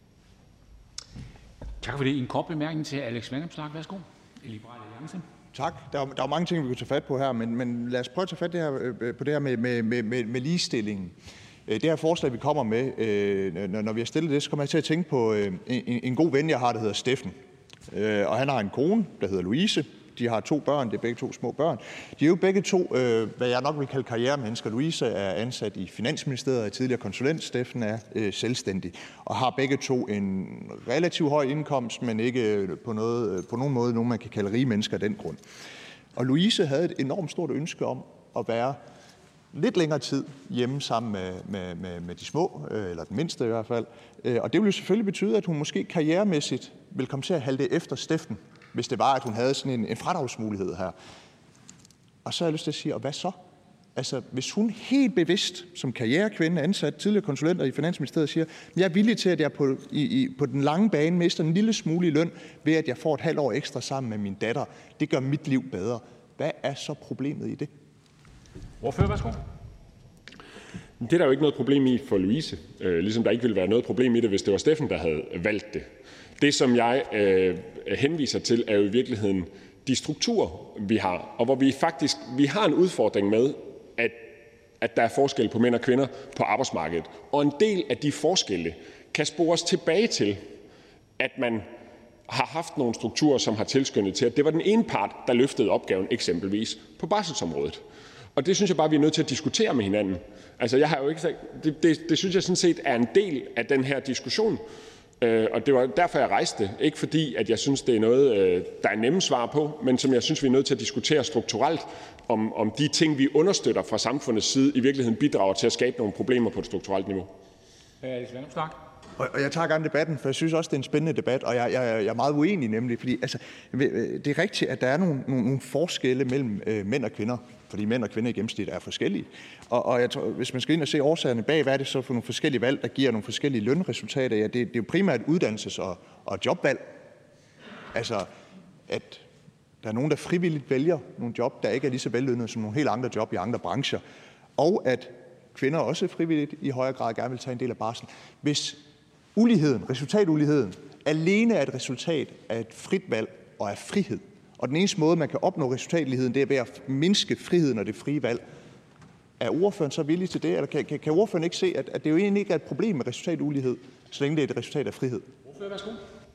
Tak for det. En kort bemærkning til Alex Vanopslagh. Værsgo. Liberal Alliance. Tak. Der er, der er mange ting, vi kan tage fat på her, men, men lad os prøve at tage fat det her, på det her med, med, med, med, med ligestillingen. Det her forslag, vi kommer med, når vi har stillet det, så kommer jeg til at tænke på en, en god ven, jeg har, der hedder Steffen. Og han har en kone, der hedder Louise. De har to børn, det er begge to små børn. De er jo begge to, øh, hvad jeg nok vil kalde karrieremennesker. Louise er ansat i Finansministeriet, er tidligere konsulent. Steffen er øh, selvstændig og har begge to en relativt høj indkomst, men ikke på, noget, på nogen måde nogen, man kan kalde rige mennesker af den grund. Og Louise havde et enormt stort ønske om at være lidt længere tid hjemme sammen med, med, med, med de små, øh, eller den mindste i hvert fald. Øh, og det ville jo selvfølgelig betyde, at hun måske karrieremæssigt ville komme til at halte efter Steffen, hvis det var, at hun havde sådan en, en fradragsmulighed her. Og så har jeg lyst til at sige, og hvad så? Altså, hvis hun helt bevidst som karrierekvinde ansat tidligere konsulenter i Finansministeriet siger, jeg er villig til, at jeg på, i, i, på den lange bane mister en lille smule i løn, ved at jeg får et halvt år ekstra sammen med min datter. Det gør mit liv bedre. Hvad er så problemet i det? Ordfører, værsgo. Det er der jo ikke noget problem i for Louise, øh, ligesom der ikke ville være noget problem i det, hvis det var Steffen, der havde valgt det. Det, som jeg øh, henviser til, er jo i virkeligheden de strukturer, vi har, og hvor vi faktisk vi har en udfordring med, at, at der er forskel på mænd og kvinder på arbejdsmarkedet. Og en del af de forskelle kan spores tilbage til, at man har haft nogle strukturer, som har tilskyndet til, at det var den ene part, der løftede opgaven, eksempelvis på barselsområdet. Og det synes jeg bare, vi er nødt til at diskutere med hinanden. Altså, jeg har jo ikke sagt, det, det, det synes jeg sådan set er en del af den her diskussion. Øh, og det var derfor, jeg rejste. Ikke fordi, at jeg synes, det er noget, øh, der er nemme svar på, men som jeg synes, vi er nødt til at diskutere strukturelt, om, om de ting, vi understøtter fra samfundets side, i virkeligheden bidrager til at skabe nogle problemer på et strukturelt niveau. Alex Vanopslagh. Og jeg tager gerne debatten, for jeg synes også, det er en spændende debat, og jeg, jeg, jeg er meget uenig nemlig, fordi altså, det er rigtigt, at der er nogle, nogle, nogle forskelle mellem øh, mænd og kvinder, fordi mænd og kvinder i gennemsnit er forskellige. Og, og jeg tror, hvis man skal ind og se årsagerne bag, hvad er det så for nogle forskellige valg, der giver nogle forskellige lønresultater, ja, det, det er jo primært uddannelses- og, og jobvalg. Altså, at der er nogen, der frivilligt vælger nogle job, der ikke er lige så vellønnede som nogle helt andre job i andre brancher, og at kvinder også frivilligt i højere grad gerne vil tage en del af barslen. Hvis uligheden, resultatuligheden, alene er et resultat af et frit valg og af frihed, og den eneste måde, man kan opnå resultatligheden, det er ved at mindske friheden og det frie valg. Er ordføreren så villig til det, eller kan, kan, kan ordføreren ikke se, at, at det jo egentlig ikke er et problem med resultatulighed, så længe det er et resultat af frihed? Ordfører, værsgo.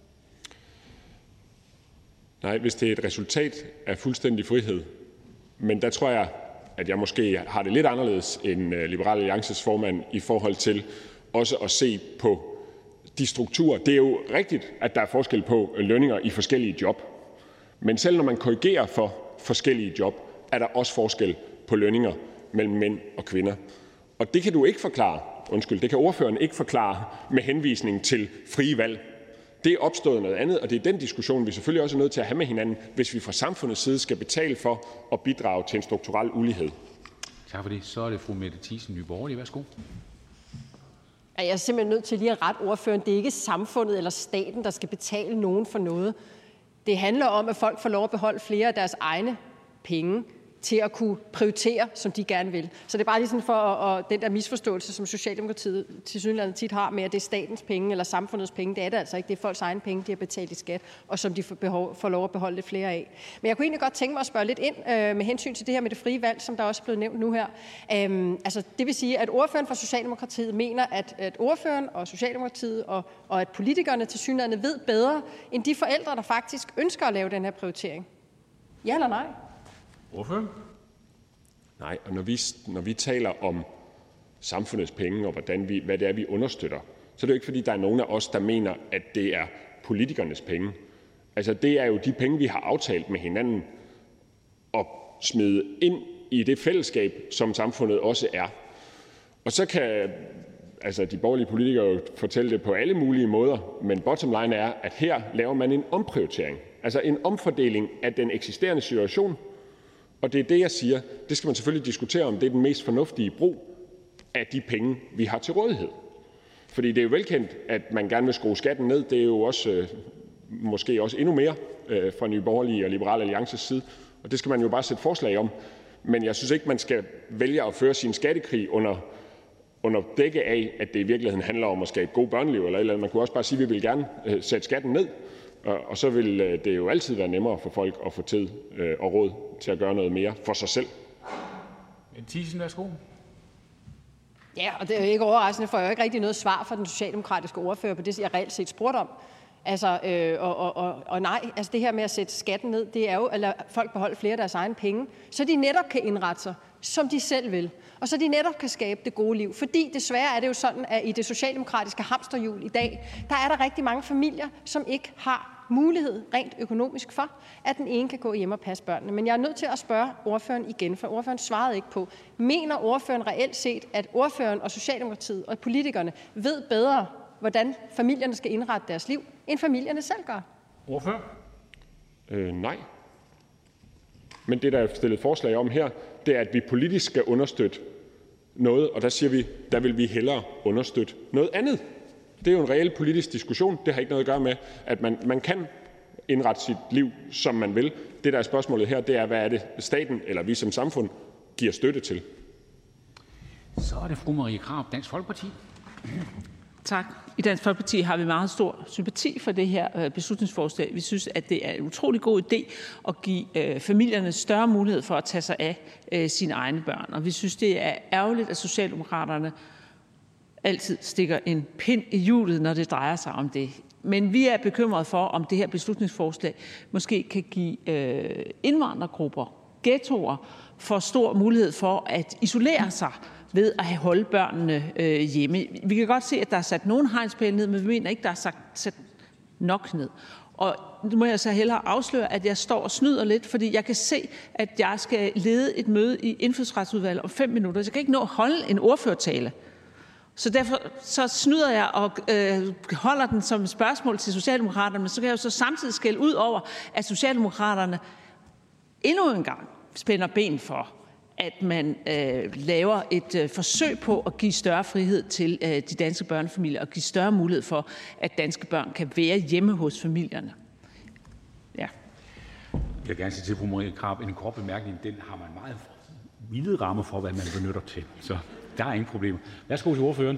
Nej, hvis det er et resultat af fuldstændig frihed, men der tror jeg, at jeg måske har det lidt anderledes end Liberal Alliances formand i forhold til også at se på de strukturer. Det er jo rigtigt, at der er forskel på lønninger i forskellige job. Men selv når man korrigerer for forskellige job, er der også forskel på lønninger mellem mænd og kvinder. Og det kan du ikke forklare undskyld, det kan ordføreren ikke forklare med henvisning til frie valg. Det er opstået noget andet, og det er den diskussion, vi selvfølgelig også er nødt til at have med hinanden, hvis vi fra samfundets side skal betale for at bidrage til en strukturel ulighed. Tak for det. Så er det fru Mette Thiesen, Nye Borgerlige. Værsgo. Jeg er simpelthen nødt til lige at rette ordføreren. Det er ikke samfundet eller staten, der skal betale nogen for noget. Det handler om, at folk får lov at beholde flere af deres egne penge til at kunne prioritere, som de gerne vil. Så det er bare lige sådan for at, den der misforståelse, som Socialdemokratiet tilsyneladende tit har med, at det er statens penge eller samfundets penge. Det er det altså ikke. Det er folks egne penge, de har betalt i skat, og som de får, behov, får lov at beholde lidt flere af. Men jeg kunne egentlig godt tænke mig at spørge lidt ind øh, med hensyn til det her med det frie valg, som der også er blevet nævnt nu her. Øhm, altså, det vil sige, at ordføreren fra Socialdemokratiet mener, at, at ordføreren og Socialdemokratiet og, og at politikerne tilsyneladende ved bedre end de forældre, der faktisk ønsker at lave den her prioritering. Ja eller nej? Ordfører? Nej, og når vi, når vi taler om samfundets penge og hvordan vi, hvad det er, vi understøtter, så er det jo ikke, fordi der er nogen af os, der mener, at det er politikernes penge. Altså, det er jo de penge, vi har aftalt med hinanden at smide ind i det fællesskab, som samfundet også er. Og så kan altså, de borgerlige politikere jo fortælle det på alle mulige måder, men bottom line er, at her laver man en omprioritering, altså en omfordeling af den eksisterende situation. Og det er det, jeg siger. Det skal man selvfølgelig diskutere, om det er den mest fornuftige brug af de penge, vi har til rådighed. Fordi det er jo velkendt, at man gerne vil skrue skatten ned. Det er jo også øh, måske også endnu mere øh, fra Nye Borgerlige og Liberal Alliances side. Og det skal man jo bare sætte forslag om. Men jeg synes ikke, man skal vælge at føre sin skattekrig under, under dække af, at det i virkeligheden handler om at skabe gode børneliv eller et eller andet. Man kunne også bare sige, at vi vil gerne øh, sætte skatten ned. Og så vil det jo altid være nemmere for folk at få tid og råd til at gøre noget mere for sig selv. Thiesen, værsgo. Ja, og det er jo ikke overraskende, for jeg har ikke rigtig noget svar fra den socialdemokratiske ordfører på det, jeg reelt set spurgte om. Altså, øh, og, og, og, og nej, altså det her med at sætte skatten ned, det er jo at lade folk beholde flere af deres egne penge, så de netop kan indrette sig, som de selv vil, og så de netop kan skabe det gode liv. Fordi desværre er det jo sådan, at i det socialdemokratiske hamsterhjul i dag, der er der rigtig mange familier, som ikke har mulighed rent økonomisk for, at den ene kan gå hjem og passe børnene. Men jeg er nødt til at spørge ordføreren igen, for ordføreren svarede ikke på. Mener ordføreren reelt set, at ordføreren og Socialdemokratiet og politikerne ved bedre, hvordan familierne skal indrette deres liv, end familierne selv gør? Ordfører? Øh, nej. Men det, der er stillet forslag om her, det er, at vi politisk skal understøtte noget, og der siger vi, der vil vi hellere understøtte noget andet. Det er jo en reel politisk diskussion. Det har ikke noget at gøre med, at man, man kan indrette sit liv, som man vil. Det, der er spørgsmålet her, det er, hvad er det staten eller vi som samfund giver støtte til. Så er det fru Marie Krarup, Dansk Folkeparti. Tak. I Dansk Folkeparti har vi meget stor sympati for det her beslutningsforslag. Vi synes, at det er en utrolig god idé at give familierne større mulighed for at tage sig af sine egne børn. Og vi synes, det er ærgerligt, at Socialdemokraterne altid stikker en pind i hjulet, når det drejer sig om det. Men vi er bekymrede for, om det her beslutningsforslag måske kan give øh, indvandrergrupper, ghettoer, for stor mulighed for at isolere sig ved at holde børnene øh, hjemme. Vi kan godt se, at der er sat nogle hegnspæle ned, men vi mener ikke, der er sat, sat nok ned. Og nu må jeg så hellere afsløre, at jeg står og snyder lidt, fordi jeg kan se, at jeg skal lede et møde i Indfødsretsudvalget om fem minutter. Så jeg kan ikke nå at holde en ordførertale. Så derfor så snyder jeg og øh, holder den som et spørgsmål til Socialdemokraterne, men så kan jeg jo så samtidig skælde ud over, at Socialdemokraterne endnu en gang spænder ben for, at man øh, laver et øh, forsøg på at give større frihed til øh, de danske børnefamilier og give større mulighed for, at danske børn kan være hjemme hos familierne. Ja. Jeg vil gerne sige til fru Marie Krarup, en kort bemærkning, den har man meget vilde rammer for, hvad man benytter til. Så der er ingen problemer. Værsgo til ordføreren.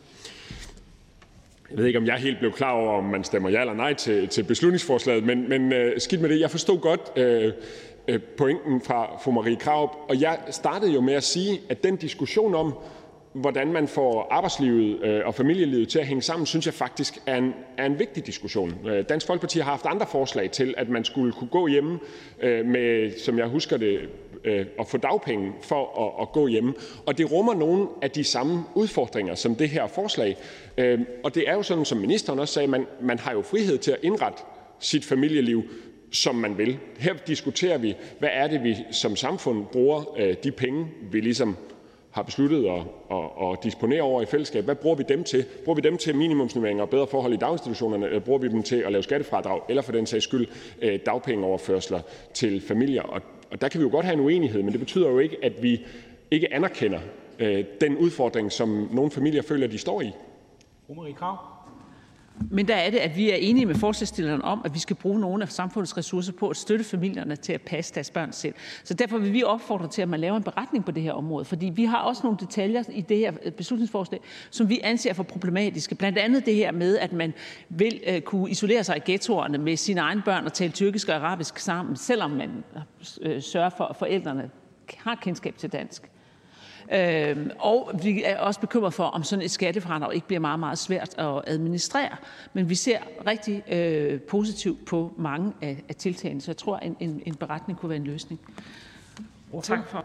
Jeg ved ikke, om jeg helt blev klar over, om man stemmer ja eller nej til, til beslutningsforslaget, men, men uh, skidt med det. Jeg forstod godt uh, uh, pointen fra fru Marie Krarup, og jeg startede jo med at sige, at den diskussion om, hvordan man får arbejdslivet øh, og familielivet til at hænge sammen, synes jeg faktisk er en, er en vigtig diskussion. Øh, Dansk Folkeparti har haft andre forslag til, at man skulle kunne gå hjemme øh, med, som jeg husker det, øh, at få dagpenge for at, at gå hjemme. Og det rummer nogle af de samme udfordringer som det her forslag. Øh, og det er jo sådan, som ministeren også sagde, man, man har jo frihed til at indrette sit familieliv, som man vil. Her diskuterer vi, hvad er det, vi som samfund bruger øh, de penge, vi ligesom har besluttet at, at, at disponere over i fællesskab, hvad bruger vi dem til? Bruger vi dem til minimumsnormeringer og bedre forhold i daginstitutionerne, eller bruger vi dem til at lave skattefradrag, eller for den sags skyld dagpengeoverførsler til familier? Og, og der kan vi jo godt have en uenighed, men det betyder jo ikke, at vi ikke anerkender øh, den udfordring, som nogle familier føler, de står i. Fru Marie Krarup. Men der er det, at vi er enige med forslagsstillerne om, at vi skal bruge nogle af samfundets ressourcer på at støtte familierne til at passe deres børn selv. Så derfor vil vi opfordre til, at man laver en beretning på det her område, fordi vi har også nogle detaljer i det her beslutningsforslag, som vi anser for problematiske. Blandt andet det her med, at man vil uh, kunne isolere sig i ghettoerne med sine egne børn og tale tyrkisk og arabisk sammen, selvom man uh, sørger for, at forældrene har kendskab til dansk. Øhm, og vi er også bekymret for, om sådan et skattefradrag ikke bliver meget, meget svært at administrere. Men vi ser rigtig øh, positivt på mange af, af tiltagene, så jeg tror, at en, en, en beretning kunne være en løsning. Tak for.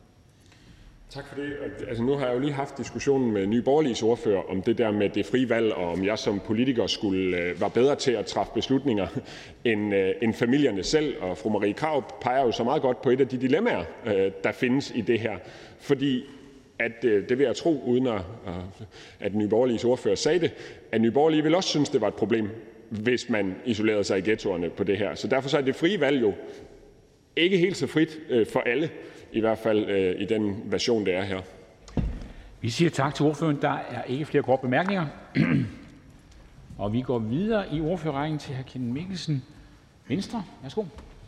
Tak for det. Altså, nu har jeg jo lige haft diskussionen med Nye Borgerliges ordfører om det der med det frie valg, og om jeg som politiker skulle øh, være bedre til at træffe beslutninger end, øh, end familierne selv. Og fru Marie Krarup peger jo så meget godt på et af de dilemmaer, øh, der findes i det her. Fordi at, øh, det vil jeg tro, uden at, at Nye Borgerliges ordfører sagde det, at Nye Borgerlige vil også synes, det var et problem, hvis man isolerede sig i ghettoerne på det her. Så derfor så er det frie valg jo ikke helt så frit øh, for alle, i hvert fald øh, i den version, det er her. Vi siger tak til ordføreren. Der er ikke flere korte bemærkninger. Og vi går videre i ordførerrækken til hr. Kenneth Mikkelsen, Venstre. Værsgo.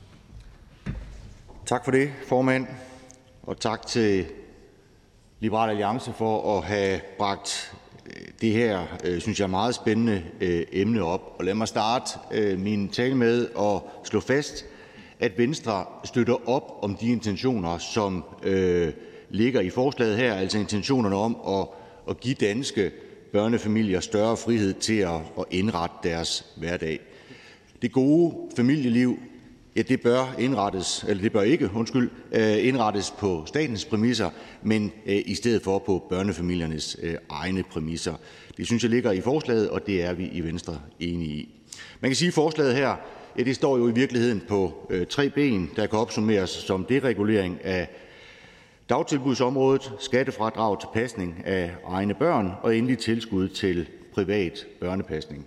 Tak for det, formand. Og tak til Liberal Alliance for at have bragt det her, synes jeg, meget spændende emne op. Og lad mig starte min tale med at slå fast, at Venstre støtter op om de intentioner, som øh, ligger i forslaget her, altså intentionerne om at, at give danske børnefamilier større frihed til at, at indrette deres hverdag. Det gode familieliv, ja, det bør indrettes, eller det bør ikke, undskyld, øh, indrettes på statens præmisser, men øh, i stedet for på børnefamiliernes øh, egne præmisser. Det synes jeg ligger i forslaget, og det er vi i Venstre enige i. Man kan sige, at forslaget her, ja, det står jo i virkeligheden på øh, tre ben, der kan opsummeres som deregulering af dagtilbudsområdet, skattefradrag til pasning af egne børn og endelig tilskud til privat børnepasning.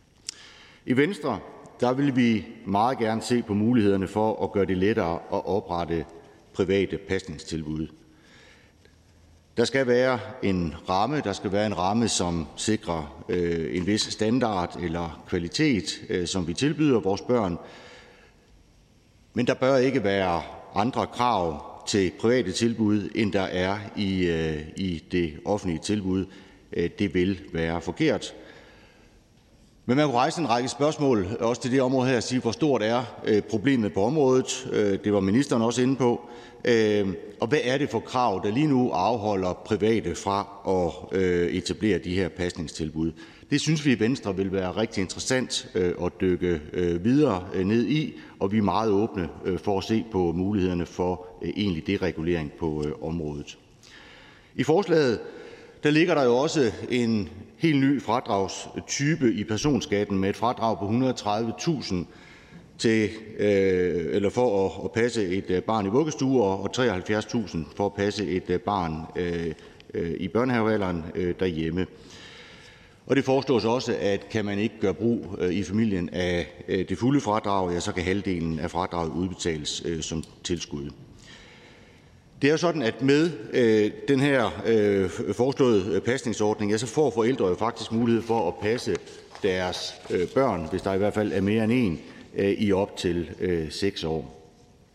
I Venstre der vil vi meget gerne se på mulighederne for at gøre det lettere at oprette private pasningstilbud. Der skal være en ramme, der skal være en ramme, som sikrer øh, en vis standard eller kvalitet, øh, som vi tilbyder vores børn. Men der bør ikke være andre krav til private tilbud, end der er i, øh, i det offentlige tilbud. Øh, det vil være forkert. Men man kunne rejse en række spørgsmål også til det område her og sige, hvor stort er øh, problemet på området. Øh, det var ministeren også inde på. Øh, og hvad er det for krav, der lige nu afholder private fra at øh, etablere de her pasningstilbud? Det synes vi i Venstre vil være rigtig interessant øh, at dykke øh, videre øh, ned i, og vi er meget åbne øh, for at se på mulighederne for øh, egentlig deregulering på øh, området. I forslaget der ligger der jo også en helt ny fradragstype i personskatten med et fradrag på et hundrede og tredive tusind til, øh, eller for at, at passe et barn i vuggestue og treoghalvfjerds tusind for at passe et barn øh, øh, i børnehavealderen øh, derhjemme. Og det foreslås også, at kan man ikke gøre brug øh, i familien af øh, det fulde fradrag, ja, så kan halvdelen af fradraget udbetales øh, som tilskud. Det er jo sådan, at med øh, den her øh, foreslåede pasningsordning, ja, så får forældre jo faktisk mulighed for at passe deres øh, børn, hvis der i hvert fald er mere end en, øh, i op til øh, seks år.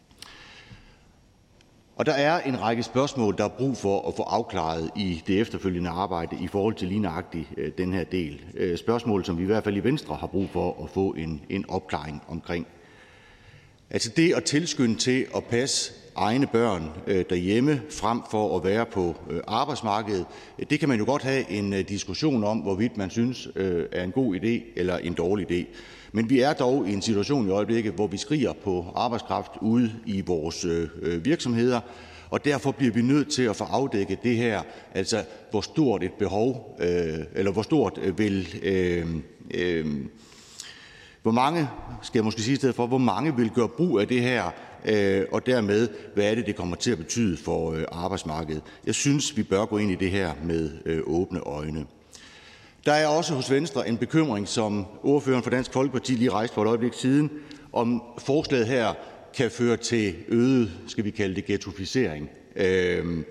Og der er en række spørgsmål, der er brug for at få afklaret i det efterfølgende arbejde i forhold til lige nøjagtigt øh, den her del. Øh, spørgsmål, som vi i hvert fald i Venstre har brug for at få en, en opklaring omkring. Altså det at tilskynde til at passe egne børn øh, derhjemme frem for at være på øh, arbejdsmarkedet, det kan man jo godt have en øh, diskussion om, hvorvidt man synes øh, er en god idé eller en dårlig idé. Men vi er dog i en situation i øjeblikket, hvor vi skriger på arbejdskraft ude i vores øh, virksomheder, og derfor bliver vi nødt til at få afdækket det her, altså hvor stort et behov, øh, eller hvor stort øh, vil... Øh, øh, Hvor mange, skal jeg måske sige i stedet for, hvor mange vil gøre brug af det her og dermed, hvad er det, det kommer til at betyde for arbejdsmarkedet. Jeg synes, vi bør gå ind i det her med åbne øjne. Der er også hos Venstre en bekymring, som ordføreren for Dansk Folkeparti lige rejste for et øjeblik siden, om forslaget her kan føre til øget, skal vi kalde det, ghettoficering. Øh,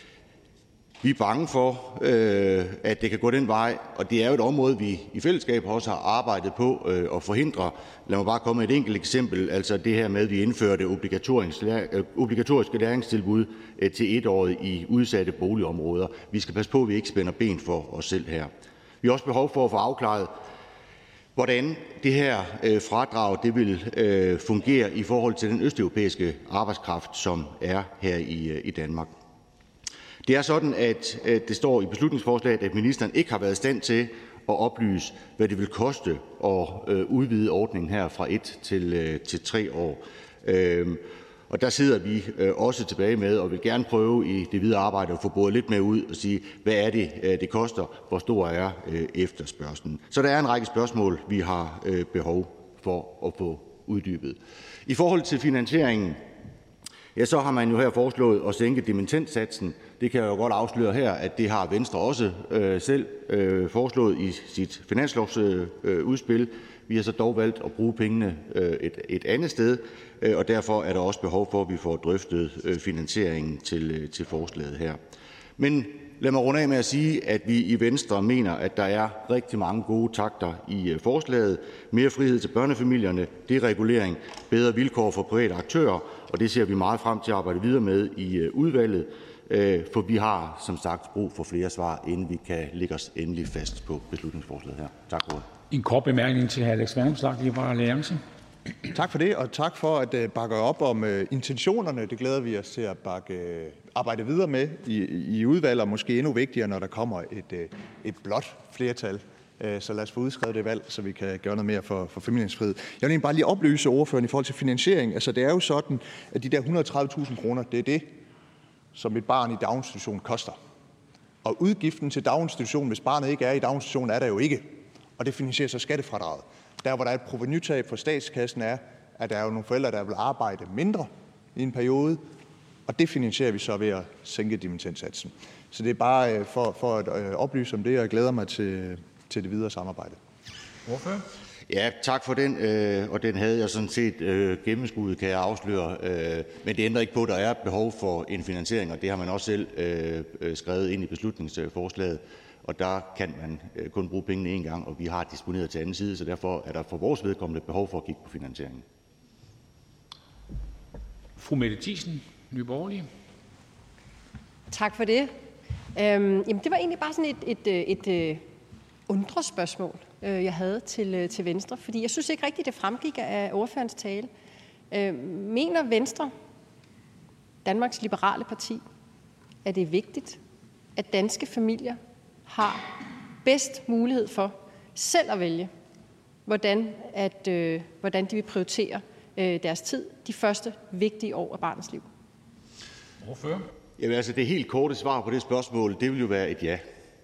vi er bange for, øh, at det kan gå den vej, og det er jo et område, vi i fællesskab også har arbejdet på øh, at forhindre. Lad mig bare komme med et enkelt eksempel, altså det her med, at vi indførte obligatoriske læringstilbud øh, til etårige i udsatte boligområder. Vi skal passe på, at vi ikke spænder ben for os selv her. Vi har også behov for at få afklaret, hvordan det her øh, fradrag det vil øh, fungere i forhold til den østeuropæiske arbejdskraft, som er her i, øh, i Danmark. Det er sådan, at øh, det står i beslutningsforslaget, at ministeren ikke har været i stand til at oplyse, hvad det vil koste at øh, udvide ordningen her fra et til, øh, til tre år. Øh, Og der sidder vi øh, også tilbage med og vil gerne prøve i det videre arbejde at få boret lidt mere ud og sige, hvad er det, øh, det koster, hvor stor er øh, efterspørgslen. Så der er en række spørgsmål, vi har øh, behov for at få uddybet. I forhold til finansieringen, ja, så har man jo her foreslået at sænke dimittendsatsen. Det kan jeg jo godt afsløre her, at det har Venstre også øh, selv øh, foreslået i sit finanslovsudspil. Øh, Vi har så dog valgt at bruge pengene øh, et, et andet sted, øh, og derfor er der også behov for, at vi får drøftet øh, finansieringen til, øh, til forslaget her. Men lad mig runde af med at sige, at vi i Venstre mener, at der er rigtig mange gode takter i øh, forslaget. Mere frihed til børnefamilierne, deregulering, bedre vilkår for private aktører, og det ser vi meget frem til at arbejde videre med i øh, udvalget. For vi har som sagt brug for flere svar, inden vi kan lægge os endelig fast på beslutningsforslaget her. Tak for det. En kort bemærkning til hr. Alex Vanopslagh, Liberal Alliance. Tak for det, og tak for at bakke op om intentionerne. Det glæder vi os til at bakke, arbejde videre med i, i udvalg, og måske endnu vigtigere, når der kommer et, et blåt flertal. Så lad os få udskrevet det valg, så vi kan gøre noget mere for, for familiens frihed. Jeg vil bare lige oplyse ordføreren i forhold til finansiering. Altså det er jo sådan, at de der et hundrede og tredive tusind kroner, det er det, som et barn i daginstitution koster. Og udgiften til daginstitutionen, hvis barnet ikke er i daginstitutionen, er der jo ikke. Og det finansierer så skattefradraget. Der, hvor der er et provenutab for statskassen, er, at der er jo nogle forældre, der vil arbejde mindre i en periode, og det finansierer vi så ved at sænke dimittendsatsen. Så det er bare for, for at oplyse om det, og jeg glæder mig til, til det videre samarbejde. Hvorfor? Ja, tak for den, øh, og den havde jeg sådan set øh, gennemskuddet, kan jeg afsløre. Øh, men det ændrer ikke på, at der er behov for en finansiering, og det har man også selv øh, skrevet ind i beslutningsforslaget. Og der kan man øh, kun bruge pengene én gang, og vi har disponeret til anden side, så derfor er der for vores vedkommende behov for at kigge på finansieringen. Fru Mette Thiesen, Nye Borgerlige. Tak for det. Øhm, jamen, det var egentlig bare sådan et, et, et, et undrespørgsmål, jeg havde til, til Venstre, fordi jeg synes ikke rigtigt, det fremgik af ordførens tale. Øh, mener Venstre, Danmarks Liberale Parti, at det er vigtigt, at danske familier har bedst mulighed for selv at vælge, hvordan, at, øh, hvordan de vil prioritere øh, deres tid de første vigtige år af barnets liv? Hvorfor? Jamen, altså, det helt korte svar på det spørgsmål, det vil jo være et ja.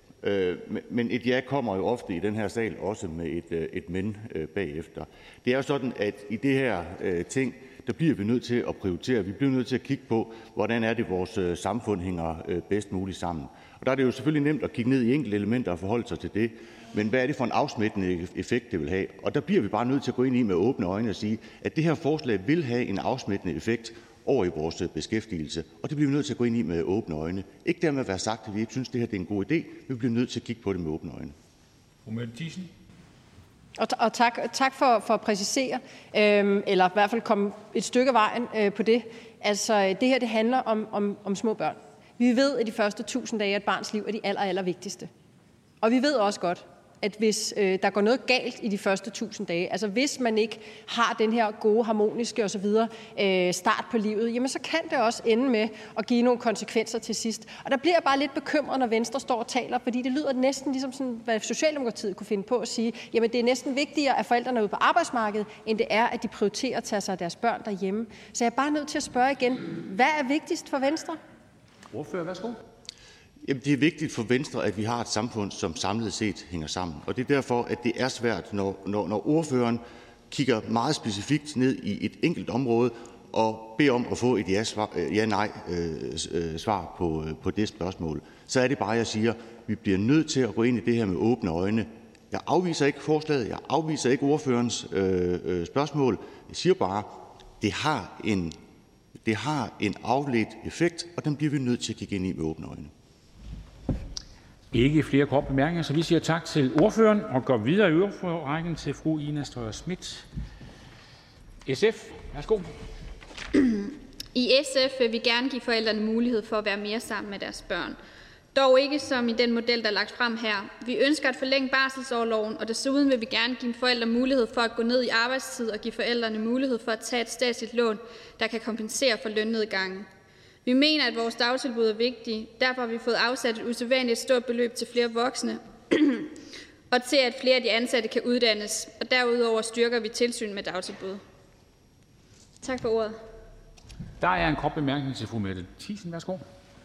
Men et ja kommer jo ofte i den her sal også med et, et men bagefter. Det er jo sådan, at i det her ting, der bliver vi nødt til at prioritere. Vi bliver nødt til at kigge på, hvordan er det, vores samfund hænger bedst muligt sammen. Og der er det jo selvfølgelig nemt at kigge ned i enkelte elementer og forholde sig til det. Men hvad er det for en afsmittende effekt, det vil have? Og der bliver vi bare nødt til at gå ind i med åbne øjne og sige, at det her forslag vil have en afsmittende effekt over i vores beskæftigelse, og det bliver vi nødt til at gå ind i med åbne øjne. Ikke dermed at være sagt, at vi ikke synes, at det her det er en god idé, men vi bliver nødt til at kigge på det med åbne øjne. Fru Mette Thiesen. Og, og tak, tak for, for at præcisere, øhm, eller i hvert fald komme et stykke af vejen øh, på det. Altså, det her det handler om, om, om små børn. Vi ved, at de første tusind dage af et barns liv er de aller, aller vigtigste. Og vi ved også godt, at hvis øh, der går noget galt i de første tusind dage, altså hvis man ikke har den her gode, harmoniske osv. Øh, start på livet, jamen så kan det også ende med at give nogle konsekvenser til sidst. Og der bliver jeg bare lidt bekymret, når Venstre står og taler, fordi det lyder næsten ligesom sådan, hvad Socialdemokratiet kunne finde på at sige, jamen det er næsten vigtigere, at forældrene er ude på arbejdsmarkedet, end det er, at de prioriterer at tage sig af deres børn derhjemme. Så jeg er bare nødt til at spørge igen, hvad er vigtigst for Venstre? Ordfører, værsgo. Jamen, det er vigtigt for Venstre, at vi har et samfund, som samlet set hænger sammen. Og det er derfor, at det er svært, når, når, når ordføreren kigger meget specifikt ned i et enkelt område, og beder om at få et ja-nej-svar på, på det spørgsmål, så er det bare, jeg siger, at vi bliver nødt til at gå ind i det her med åbne øjne. Jeg afviser ikke forslaget, jeg afviser ikke ordførerens øh, øh, spørgsmål. Jeg siger bare, det har en, det har en afledt effekt, og den bliver vi nødt til at kigge ind i med åbne øjne. Ikke flere korte bemærkninger, så vi siger tak til ordføreren og går videre i ordførerrækken til fru Ina Strøjer-Schmidt. S F, værsgo. I S F vil vi gerne give forældrene mulighed for at være mere sammen med deres børn. Dog ikke som i den model, der er lagt frem her. Vi ønsker at forlænge barselsorloven, og desuden vil vi gerne give forældre mulighed for at gå ned i arbejdstid og give forældrene mulighed for at tage et statsligt lån, der kan kompensere for lønnedgangen. Vi mener, at vores dagtilbud er vigtige. Derfor har vi fået afsat et usædvanligt stort beløb til flere voksne, og til at flere af de ansatte kan uddannes. Og derudover styrker vi tilsyn med dagtilbud. Tak for ordet. Der er en kort bemærkning til fru Mette Thiesen. Værsgo.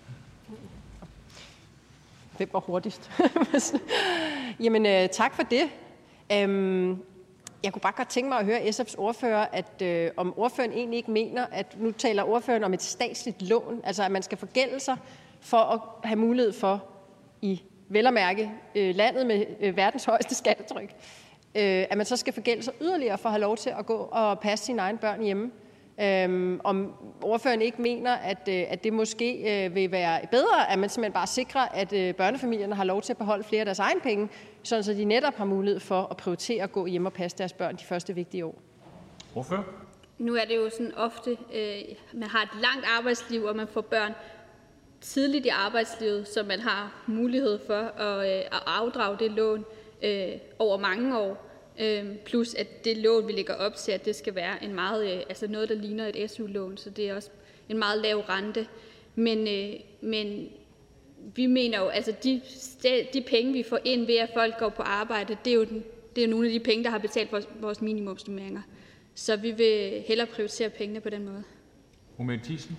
Hvem var hurtigst? Jamen, øh, tak for det. Øhm, jeg kunne bare godt tænke mig at høre S F's ordfører, at øh, om ordføreren egentlig ikke mener, at nu taler ordføreren om et statsligt lån, altså at man skal forgælde sig for at have mulighed for i vel at mærke øh, landet med øh, verdens højeste skattetryk, øh, at man så skal forgælde sig yderligere for at have lov til at gå og passe sine egne børn hjemme. Øhm, om ordføreren ikke mener, at, øh, at det måske øh, vil være bedre, at man simpelthen bare sikrer, at øh, børnefamilierne har lov til at beholde flere af deres egne penge, sådan så de netop har mulighed for at prioritere at gå hjem og passe deres børn de første vigtige år. Ordfører? Nu er det jo sådan ofte, øh, man har et langt arbejdsliv, og man får børn tidligt i arbejdslivet, så man har mulighed for at, øh, at afdrage det lån øh, over mange år. Øhm, plus at det lån, vi lægger op til, at det skal være en meget, øh, altså noget, der ligner et S U-lån, så det er også en meget lav rente. Men, øh, men vi mener jo, altså de, de penge, vi får ind ved, at folk går på arbejde, det er jo, den, det er jo nogle af de penge, der har betalt vores, vores minimumsnormeringer. Så vi vil hellere prioritere pengene på den måde. Fru Mette Thiesen.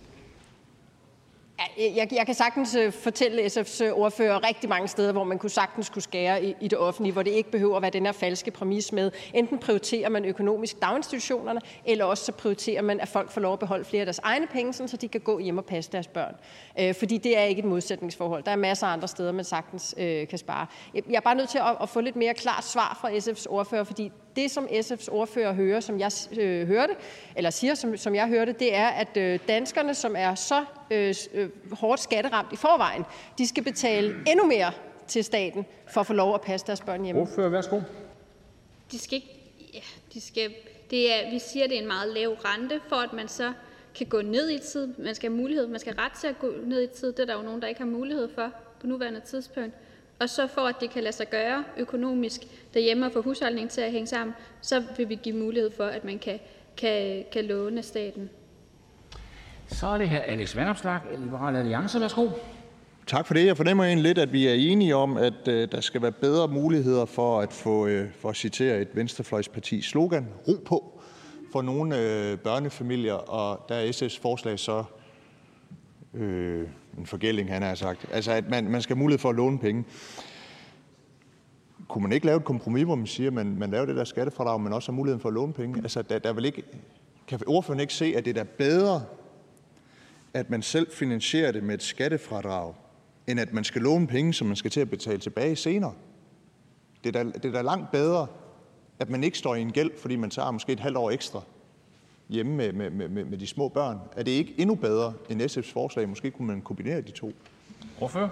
Jeg, jeg kan sagtens fortælle S F's ordfører rigtig mange steder, hvor man kunne sagtens kunne skære i, i det offentlige, hvor det ikke behøver at være den her falske præmis med, enten prioriterer man økonomisk daginstitutionerne, eller også så prioriterer man, at folk får lov at beholde flere af deres egne penge, sådan, så de kan gå hjem og passe deres børn. Øh, fordi det er ikke et modsætningsforhold. Der er masser af andre steder, man sagtens øh, kan spare. Jeg er bare nødt til at, at få lidt mere klart svar fra S F's ordfører, fordi det, som S F's ordfører hører, som jeg øh, hørte, eller siger, som, som jeg hørte, det er, at øh, danskerne, som er så øh, øh, hårdt skatteramt i forvejen, de skal betale endnu mere til staten for at få lov at passe deres børn hjemme. Ordfører, værsgo. De skal ikke, ja, de skal, det er, vi siger, det er en meget lav rente, for at man så kan gå ned i tid. Man skal have mulighed, man skal have ret til at gå ned i tid. Det er der jo nogen, der ikke har mulighed for på nuværende tidspunkt. Og så for at det kan lade sig gøre økonomisk derhjemme og få husholdningen til at hænge sammen, så vil vi give mulighed for, at man kan, kan, kan låne staten. Så er det her Alex Vanopslagh, Liberal Alliance. Værsgo. Tak for det. Jeg fornemmer egentlig lidt, at vi er enige om, at øh, der skal være bedre muligheder for at få, øh, for at citere et venstrefløjspartis slogan, ro på for nogle øh, børnefamilier, og der er S F's forslag så øh, en forgælding, han har sagt. Altså, at man, man skal have mulighed for at låne penge. Kunne man ikke lave et kompromis, hvor man siger, at man, man laver det der skattefradrag, men også har muligheden for at låne penge? Altså, der, der vil ikke, kan ordføreren ikke se, at det er bedre, at man selv finansierer det med et skattefradrag, end at man skal låne penge, som man skal til at betale tilbage senere? Det er da, det er da langt bedre, at man ikke står i en gæld, fordi man tager måske et halvt år ekstra hjemme med, med, med, med de små børn. Er det ikke endnu bedre end S F's forslag? Måske kunne man kombinere de to. Ordfører?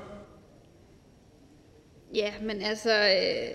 Ja, men altså... Øh...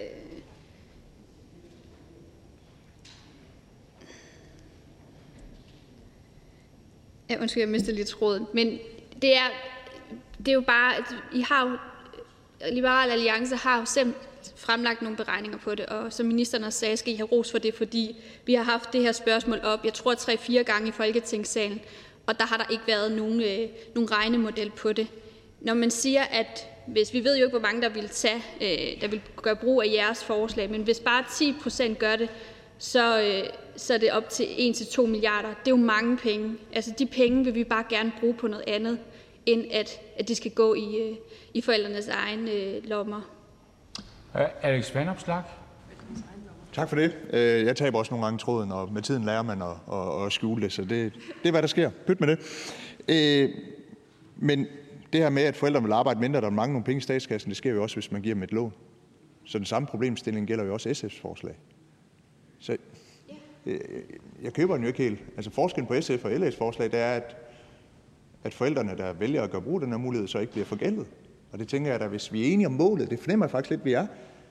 Ja, undskyld, jeg mistede lige tråden. Men det er, det er jo bare... I har jo, Liberal Alliance har jo selv fremlagt nogle beregninger på det, og som ministeren også sagde, skal I have ros for det, fordi vi har haft det her spørgsmål op, jeg tror tre-fire gange i Folketingssalen, og der har der ikke været nogen, øh, nogen regnemodel på det. Når man siger, at hvis vi ved jo ikke, hvor mange der vil tage, øh, der vil gøre brug af jeres forslag, men hvis bare ti procent gør det, så, øh, så er det op til en til to milliarder. Det er jo mange penge. Altså de penge vil vi bare gerne bruge på noget andet, end at, at de skal gå i, øh, i forældrenes egen øh, lommer. Alex Vanopslagh. Tak for det. Jeg taber også nogle gange tråden, og med tiden lærer man at, at, at skjule det, så det, det er, hvad der sker. Pyt med det. Men det her med, at forældrene vil arbejde mindre, der mangler nogle penge i statskassen, det sker jo også, hvis man giver dem et lån. Så den samme problemstilling gælder jo også S F's forslag. Så jeg, jeg køber den jo ikke helt. Altså forskellen på S F og L A's forslag, det er, at, at forældrene, der vælger at gøre brug af den her mulighed, så ikke bliver forgældet. Og det tænker jeg da, hvis vi er enige om målet, det fornemmer jeg faktisk lidt, vi er,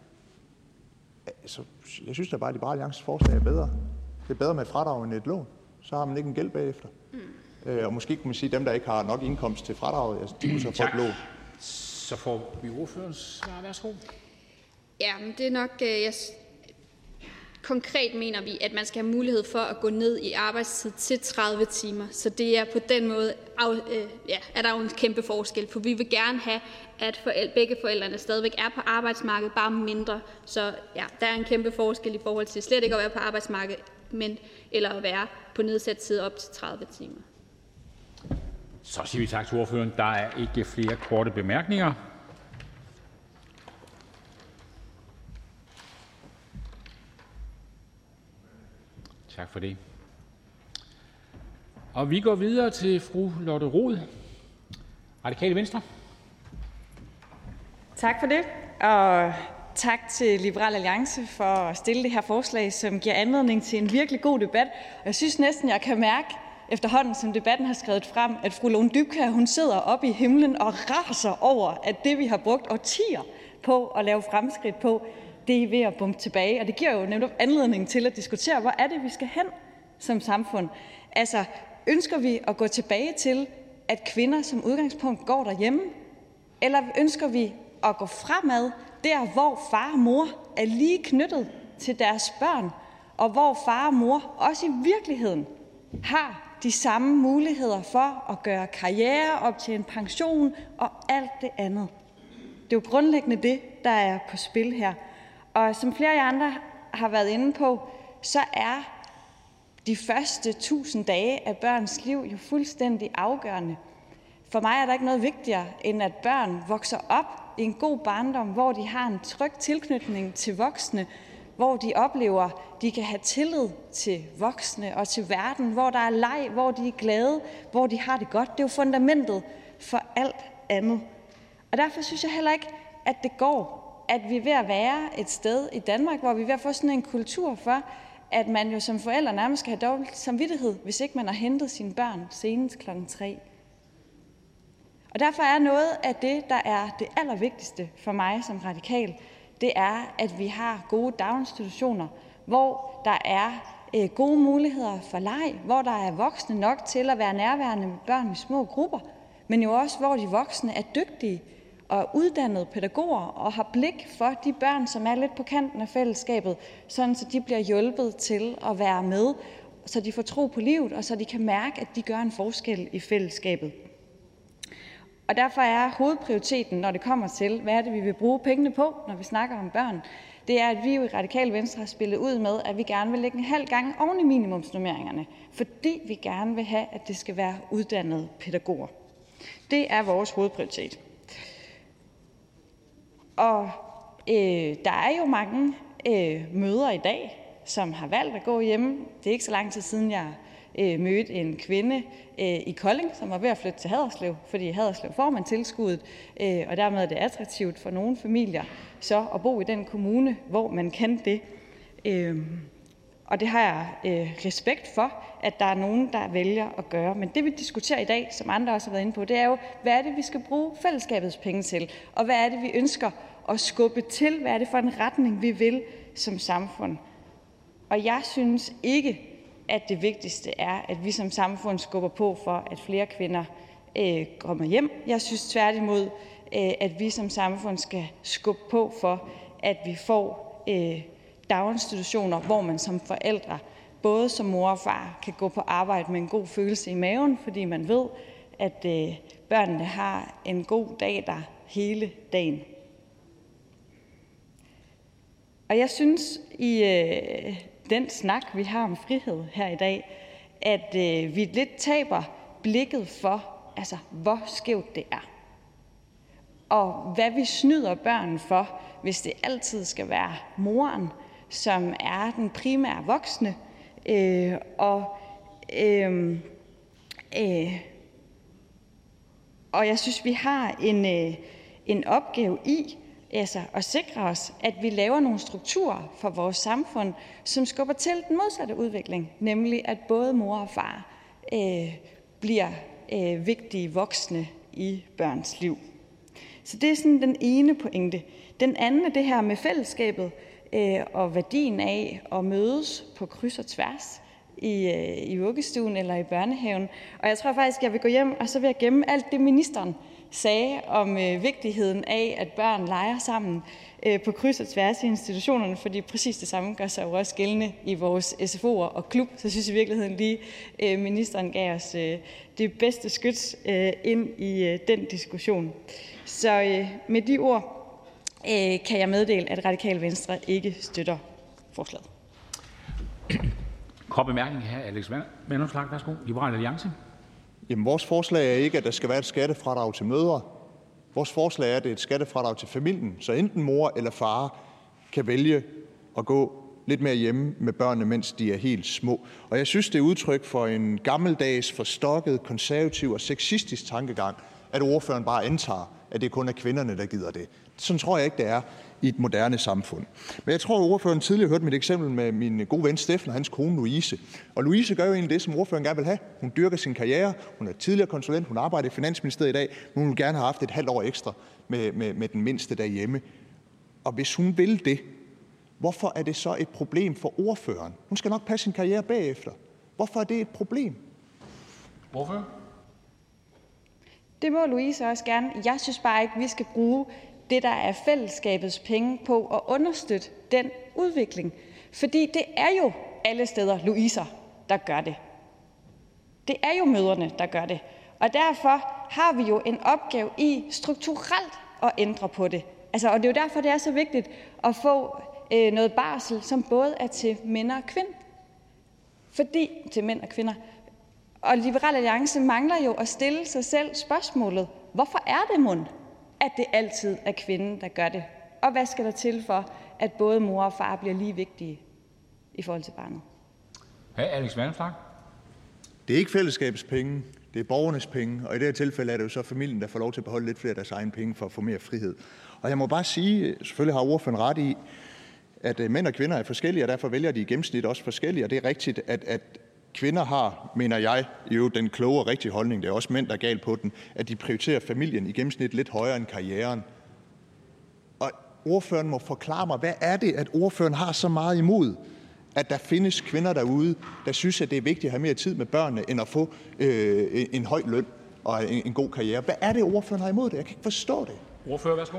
så jeg synes da bare, at Liberal Alliances forslag er bedre. Det er bedre med et fradrag end et lån. Så har man ikke en gæld bagefter. Mm. Øh, og måske kunne man sige, at dem, der ikke har nok indkomst til fradraget, altså, de kunne så få et lån. Så får vi ordførens svar. Værsgo. Ja, men det er nok... Øh, jeg... Konkret mener vi, at man skal have mulighed for at gå ned i arbejdstid til tredive timer. Så det er på den måde, af, øh, ja, er der jo en kæmpe forskel. For vi vil gerne have, at forældre, begge forældrene stadigvæk er på arbejdsmarkedet, bare mindre. Så ja, der er en kæmpe forskel i forhold til slet ikke at være på arbejdsmarkedet, men, eller at være på nedsat tid op til tredive timer. Så siger vi tak til ordføreren. Der er ikke flere korte bemærkninger. Tak for det. Og vi går videre til fru Lotte Rod, Radikale Venstre. Tak for det, og tak til Liberal Alliance for at stille det her forslag, som giver anledning til en virkelig god debat. Og jeg synes næsten, jeg kan mærke, efterhånden som debatten har skrevet frem, at fru Lone Dybkjær, hun sidder oppe i himlen og raser over, at det, vi har brugt årtier på at lave fremskridt på, det er ved at bumpe tilbage. Og det giver jo netop anledning til at diskutere, hvor er det, vi skal hen som samfund. Altså, ønsker vi at gå tilbage til, at kvinder som udgangspunkt går derhjemme? Eller ønsker vi at gå fremad, der hvor far og mor er lige knyttet til deres børn, og hvor far og mor også i virkeligheden har de samme muligheder for at gøre karriere, optjene pension og alt det andet? Det er jo grundlæggende det, der er på spil her. Og som flere af jer andre har været inde på, så er de første tusind dage af børns liv jo fuldstændig afgørende. For mig er der ikke noget vigtigere, end at børn vokser op i en god barndom, hvor de har en tryg tilknytning til voksne, hvor de oplever, at de kan have tillid til voksne og til verden, hvor der er leg, hvor de er glade, hvor de har det godt. Det er jo fundamentet for alt andet. Og derfor synes jeg heller ikke, at det går, at vi er ved at være et sted i Danmark, hvor vi er ved at få sådan en kultur for, at man jo som forældre nærmest skal have dårlig samvittighed, hvis ikke man har hentet sine børn senest klokken tre. Og derfor er noget af det, der er det allervigtigste for mig som radikal, det er, at vi har gode daginstitutioner, hvor der er øh, gode muligheder for leg, hvor der er voksne nok til at være nærværende med børn i små grupper, men jo også, hvor de voksne er dygtige og uddannede pædagoger og har blik for de børn, som er lidt på kanten af fællesskabet, sådan så de bliver hjulpet til at være med, så de får tro på livet, og så de kan mærke, at de gør en forskel i fællesskabet. Og derfor er hovedprioriteten, når det kommer til, hvad er det, vi vil bruge pengene på, når vi snakker om børn, det er, at vi jo i Radikale Venstre har spillet ud med, at vi gerne vil lægge en halv gang oven i minimumsnormeringerne, fordi vi gerne vil have, at det skal være uddannede pædagoger. Det er vores hovedprioritet. Og øh, der er jo mange øh, mødre i dag, som har valgt at gå hjemme. Det er ikke så lang tid siden, jeg øh, mødte en kvinde øh, i Kolding, som var ved at flytte til Haderslev, fordi i Haderslev får man tilskuddet, øh, og dermed er det attraktivt for nogle familier så at bo i den kommune, hvor man kan det. Øh, og det har jeg øh, respekt for, at der er nogen, der vælger at gøre. Men det vi diskuterer i dag, som andre også har været inde på, det er jo, hvad er det, vi skal bruge fællesskabets penge til? Og hvad er det, vi ønsker at skubbe til? Hvad er det for en retning, vi vil som samfund? Og jeg synes ikke, at det vigtigste er, at vi som samfund skubber på for, at flere kvinder øh, kommer hjem. Jeg synes tværtimod, øh, at vi som samfund skal skubbe på for, at vi får øh, daginstitutioner, hvor man som forældre, både som mor og far, kan gå på arbejde med en god følelse i maven, fordi man ved, at øh, børnene har en god dag der hele dagen. Og jeg synes i øh, den snak, vi har om frihed her i dag, at øh, vi lidt taber blikket for, altså hvor skævt det er. Og hvad vi snyder børn for, hvis det altid skal være moren, som er den primære voksne. Øh, og, øh, øh, og jeg synes, vi har en, øh, en opgave i altså at sikre os, at vi laver nogle strukturer for vores samfund, som skubber til den modsatte udvikling, nemlig at både mor og far øh, bliver øh, vigtige voksne i børns liv. Så det er sådan den ene pointe. Den anden er det her med fællesskabet øh, og værdien af at mødes på kryds og tværs i, øh, i vuggestuen eller i børnehaven. Og jeg tror faktisk, jeg vil gå hjem, og så vil jeg gemme alt det, ministeren sagde om øh, vigtigheden af, at børn leger sammen øh, på kryds og tværs i institutionerne, fordi præcis det samme gør sig jo også gældende i vores S F O'er og klub. Så synes jeg i virkeligheden lige, øh, ministeren gav os øh, det bedste skyts øh, ind i øh, den diskussion. Så øh, med de ord øh, kan jeg meddele, at Radikale Venstre ikke støtter forslaget. Kort bemærkning her, Alex Vanopslagh, værsgo, Liberal Alliance. Jamen, vores forslag er ikke, at der skal være et skattefradrag til mødre. Vores forslag er, at det er et skattefradrag til familien, så enten mor eller far kan vælge at gå lidt mere hjemme med børnene, mens de er helt små. Og jeg synes, det er udtryk for en gammeldags, forstokket, konservativ og sexistisk tankegang, at ordføreren bare antager, at det kun er kvinderne, der gider det. Sådan tror jeg ikke, det er i et moderne samfund. Men jeg tror, at ordføreren tidligere hørte mit eksempel med min gode ven Steffen og hans kone Louise. Og Louise gør jo egentlig det, som ordføreren gerne vil have. Hun dyrker sin karriere, hun er tidligere konsulent, hun arbejder i Finansministeriet i dag, men hun vil gerne have haft et halvt år ekstra med, med, med den mindste derhjemme. Og hvis hun vil det, hvorfor er det så et problem for ordføreren? Hun skal nok passe sin karriere bagefter. Hvorfor er det et problem? Ordfører? Det må Louise også gerne. Jeg synes bare ikke, vi skal bruge det, der er fællesskabets penge på at understøtte den udvikling. Fordi det er jo alle steder Louiser, der gør det. Det er jo mødrene, der gør det. Og derfor har vi jo en opgave i strukturelt at ændre på det. Altså, og det er jo derfor, det er så vigtigt at få øh, noget barsel, som både er til mænd og kvinder. Fordi til mænd og kvinder. Og Liberal Alliance mangler jo at stille sig selv spørgsmålet, hvorfor er det mon, at det altid er kvinden, der gør det? Og hvad skal der til for, at både mor og far bliver lige vigtige i forhold til barnet? Hey, Alex Vanopslagh. Det er ikke fællesskabets penge, det er borgernes penge, og i det her tilfælde er det jo så familien, der får lov til at beholde lidt flere af deres egne penge for at få mere frihed. Og jeg må bare sige, selvfølgelig har ordføreren ret i, at mænd og kvinder er forskellige, og derfor vælger de i gennemsnit også forskellige, og det er rigtigt, at, at kvinder har, mener jeg, jo den kloge og rigtige holdning, det er også mænd, der er galt på den, at de prioriterer familien i gennemsnit lidt højere end karrieren. Og ordføreren må forklare mig, hvad er det, at ordføreren har så meget imod, at der findes kvinder derude, der synes, at det er vigtigt at have mere tid med børnene, end at få øh, en høj løn og en, en god karriere. Hvad er det, ordføreren har imod det? Jeg kan ikke forstå det. Ordfører, værsgo.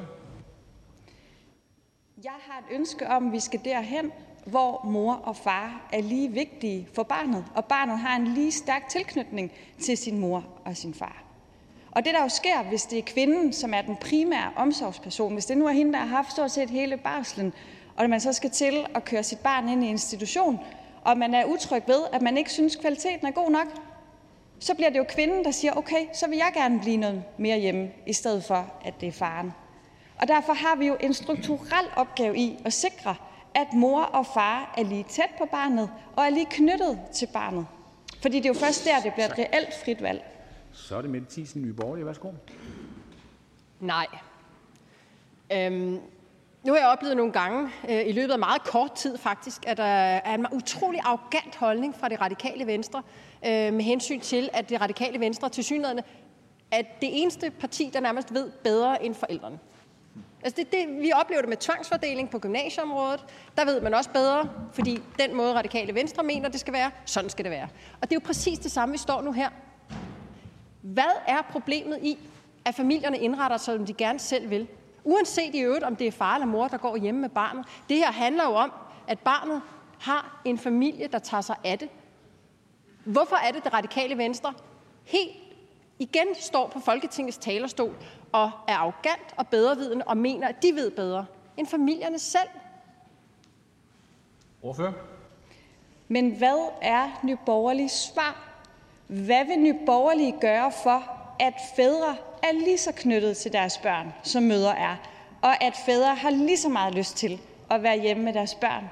Jeg har et ønske om, at vi skal derhen, hvor mor og far er lige vigtige for barnet, og barnet har en lige stærk tilknytning til sin mor og sin far. Og det, der jo sker, hvis det er kvinden, som er den primære omsorgsperson, hvis det nu er hende, der har haft stort set hele barslen, og man så skal til at køre sit barn ind i en institution, og man er utryg ved, at man ikke synes, kvaliteten er god nok, så bliver det jo kvinden, der siger, okay, så vil jeg gerne blive noget mere hjemme, i stedet for, at det er faren. Og derfor har vi jo en strukturel opgave i at sikre, at mor og far er lige tæt på barnet, og er lige knyttet til barnet. Fordi det er jo først der, det bliver et reelt frit valg. Så er det Mette Thiesen, Nye Borgerlige. Værsgo. Nej. Øhm, nu har jeg oplevet nogle gange, øh, i løbet af meget kort tid faktisk, at der er en utrolig arrogant holdning fra det radikale Venstre, øh, med hensyn til, at det radikale Venstre tilsyneladende er det eneste parti, der nærmest ved bedre end forældrene. Altså det, det, vi oplever det med tvangsfordeling på gymnasieområdet. Der ved man også bedre, fordi den måde radikale Venstre mener, det skal være, sådan skal det være. Og det er jo præcis det samme, vi står nu her. Hvad er problemet i, at familierne indretter sig, som de gerne selv vil? Uanset i øvrigt, om det er far eller mor, der går hjemme med barnet. Det her handler jo om, at barnet har en familie, der tager sig af det. Hvorfor er det, det radikale Venstre helt igen står på Folketingets talerstol og er arrogant og bedrevidende og mener, at de ved bedre end familierne selv? Ordfører? Men hvad er Nye Borgerliges svar? Hvad vil Nye Borgerlige gøre for, at fædre er lige så knyttet til deres børn, som mødre er, og at fædre har lige så meget lyst til at være hjemme med deres børn,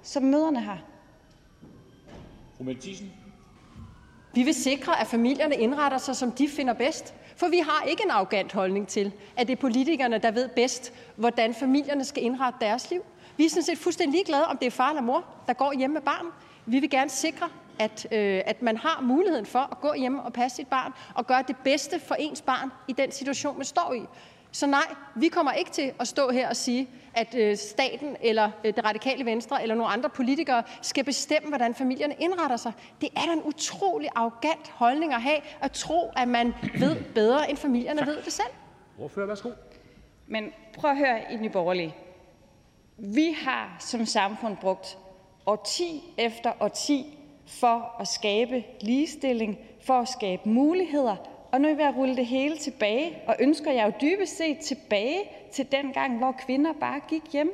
som mødrene har. Fru Mette Thiesen. Vi vil sikre, at familierne indretter sig, som de finder bedst. For vi har ikke en arrogant holdning til, at det er politikerne, der ved bedst, hvordan familierne skal indrette deres liv. Vi er sådan set fuldstændig ligeglade, om det er far eller mor, der går hjemme med barnet. Vi vil gerne sikre, at, øh, at man har muligheden for at gå hjemme og passe sit barn og gøre det bedste for ens barn i den situation, man står i. Så nej, vi kommer ikke til at stå her og sige, at øh, staten eller øh, det radikale venstre eller nogle andre politikere skal bestemme, hvordan familierne indretter sig. Det er da en utrolig arrogant holdning at have, at tro, at man ved bedre, end familierne tak. ved det selv. Ordfører, værsgo. Men prøv at høre i Nye Borgerlige. Vi har som samfund brugt årti efter årti for at skabe ligestilling, for at skabe muligheder, og nu er vi ved at rulle det hele tilbage, og ønsker jeg jo dybest set tilbage til den gang, hvor kvinder bare gik hjem.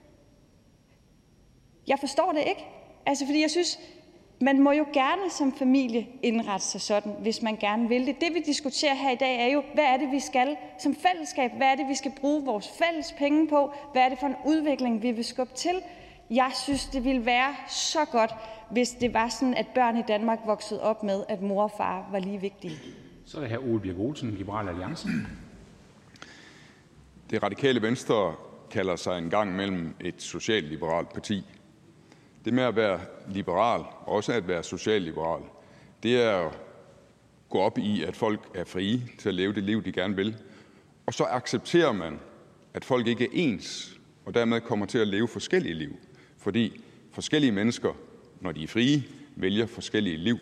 Jeg forstår det ikke. Altså, fordi jeg synes, man må jo gerne som familie indrette sig sådan, hvis man gerne vil det. Det, vi diskuterer her i dag, er jo, hvad er det, vi skal som fællesskab? Hvad er det, vi skal bruge vores fælles penge på? Hvad er det for en udvikling, vi vil skubbe til? Jeg synes, det ville være så godt, hvis det var sådan, at børn i Danmark voksede op med, at mor og far var lige vigtige. Så er det hr. Ole Birk Olesen, Liberal Alliance. Det radikale Venstre kalder sig en gang mellem et socialliberalt parti. Det med at være liberal, også at være socialliberal, det er at gå op i, at folk er frie til at leve det liv, de gerne vil. Og så accepterer man, at folk ikke er ens, og dermed kommer til at leve forskellige liv. Fordi forskellige mennesker, når de er frie, vælger forskellige liv.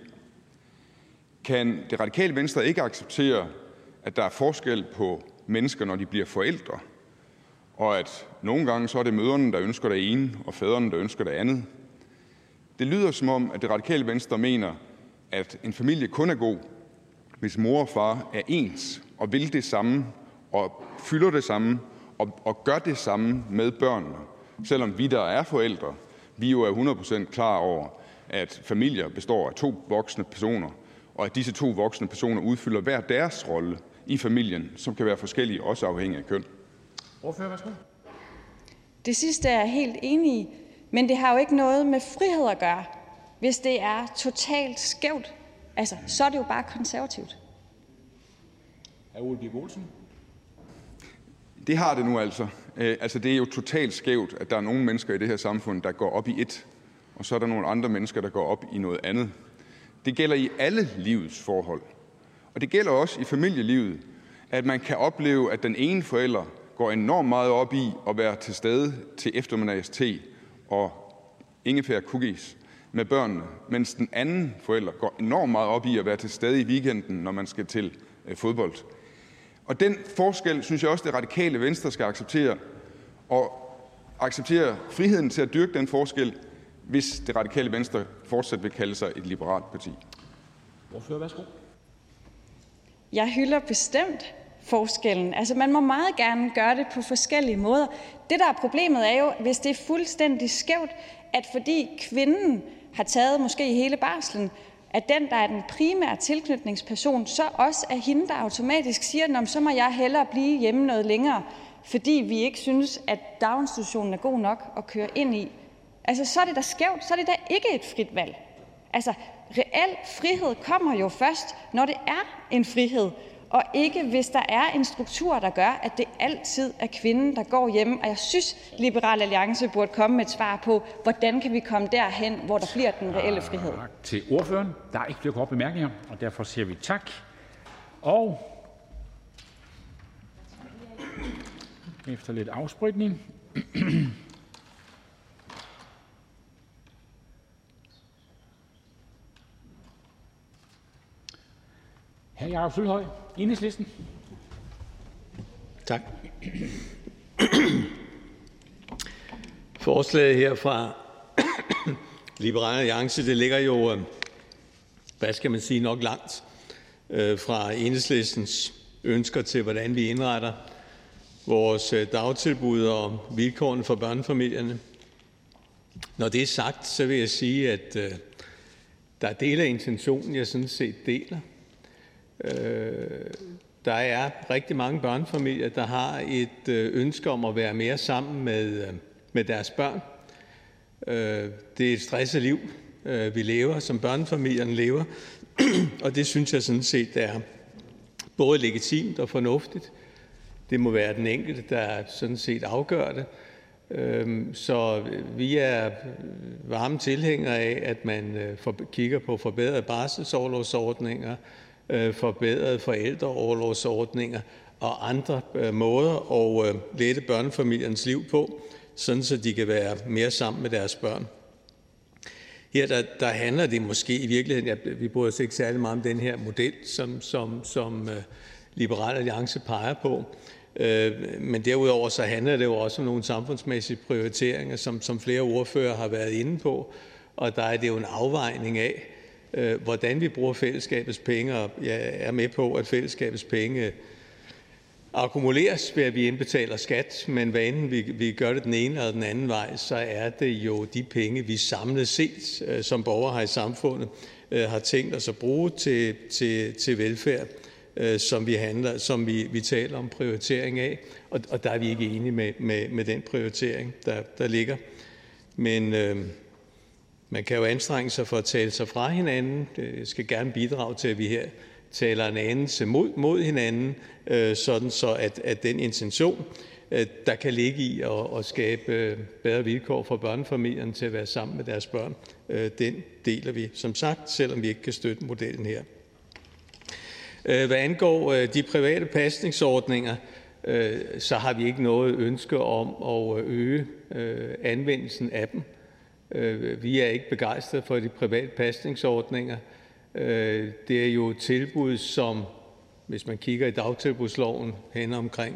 Kan det radikale Venstre ikke acceptere, at der er forskel på mennesker, når de bliver forældre, og at nogle gange så er det mødrene, der ønsker det ene, og fædrene, der ønsker det andet? Det lyder som om, at det radikale Venstre mener, at en familie kun er god, hvis mor og far er ens og vil det samme og fylder det samme og, og gør det samme med børnene. Selvom vi, der er forældre, vi jo er hundrede procent klar over, at familier består af to voksne personer, og at disse to voksne personer udfylder hver deres rolle i familien, som kan være forskellige, også afhængig af køn. Ordfører, værsgo. Det sidste er jeg helt enig i, men det har jo ikke noget med frihed at gøre. Hvis det er totalt skævt, altså, så er det jo bare konservativt. Hr. Ole Birk Olesen. Det har det nu altså. Altså, det er jo totalt skævt, at der er nogle mennesker i det her samfund, der går op i et, og så er der nogle andre mennesker, der går op i noget andet. Det gælder i alle livets forhold. Og det gælder også i familielivet, at man kan opleve, at den ene forælder går enormt meget op i at være til stede til eftermiddags te og ingefær cookies med børnene, mens den anden forælder går enormt meget op i at være til stede i weekenden, når man skal til fodbold. Og den forskel synes jeg også, det radikale Venstre skal acceptere, og acceptere friheden til at dyrke den forskel, hvis det radikale Venstre fortsat vil kalde sig et liberalt parti. Ordfører, værsgo. Jeg hylder bestemt forskellen. Altså, man må meget gerne gøre det på forskellige måder. Det, der er problemet, er jo, hvis det er fuldstændig skævt, at fordi kvinden har taget måske hele barslen, at den, der er den primære tilknytningsperson, så også er hende, der automatisk siger, så må jeg hellere blive hjemme noget længere, fordi vi ikke synes, at daginstitutionen er god nok at køre ind i. Altså, så er det da skævt, så er det da ikke et frit valg. Altså, reel frihed kommer jo først, når det er en frihed, og ikke hvis der er en struktur, der gør, at det altid er kvinden, der går hjemme. Og jeg synes, Liberal Alliance burde komme med et svar på, hvordan kan vi komme derhen, hvor der bliver den reelle frihed. Tak til ordføreren. Der er ikke flere korte bemærkninger, og derfor siger vi tak. Og efter lidt afspritning hr. Jakob Sølvhøj, Enhedslisten. Tak. Forslaget her fra Liberal Alliance, det ligger jo, hvad skal man sige, nok langt fra Enhedslistens ønsker til, hvordan vi indretter vores dagtilbud og vilkårene for børnefamilierne. Når det er sagt, så vil jeg sige, at der er dele af intentionen, jeg sådan set deler. Der er rigtig mange børnefamilier, der har et ønske om at være mere sammen med, med deres børn. Det er et stresset liv, vi lever, som børnefamilierne lever, og det synes jeg sådan set er både legitimt og fornuftigt. Det må være den enkelte, der sådan set afgør det. Så vi er varme tilhængere af, at man kigger på forbedrede barselsorlovsordninger, forbedrede forældreorlovsordninger og andre måder at lette børnefamiliernes liv på, sådan så de kan være mere sammen med deres børn. Her der, der handler det måske i virkeligheden, ja, vi bryder os ikke særlig meget om den her model, som, som, som uh, Liberal Alliance peger på. Uh, men derudover så handler det jo også om nogle samfundsmæssige prioriteringer, som, som flere ordfører har været inde på. Og der er det jo en afvejning af, uh, hvordan vi bruger fællesskabets penge. Og jeg er med på, at fællesskabets penge akkumuleres ved, at vi indbetaler skat, men hvad enten vi, vi gør det den ene eller den anden vej, så er det jo de penge, vi samlet set øh, som borgere her i samfundet øh, har tænkt os at bruge til, til, til velfærd, øh, som, vi, handler, som vi, vi taler om prioritering af, og, og der er vi ikke enige med, med, med den prioritering, der, der ligger. Men øh, man kan jo anstrenge sig for at tale sig fra hinanden. Det skal gerne bidrage til, at vi her taler en anelse mod, mod hinanden, øh, sådan så at, at den intention, øh, der kan ligge i at, at skabe øh, bedre vilkår for børnefamilierne til at være sammen med deres børn, øh, den deler vi som sagt, selvom vi ikke kan støtte modellen her. Øh, hvad angår øh, de private pasningsordninger, øh, så har vi ikke noget ønske om at øge øh, anvendelsen af dem. Øh, vi er ikke begejstrede for de private pasningsordninger. Det er jo tilbud, som, hvis man kigger i dagtilbudsloven hen omkring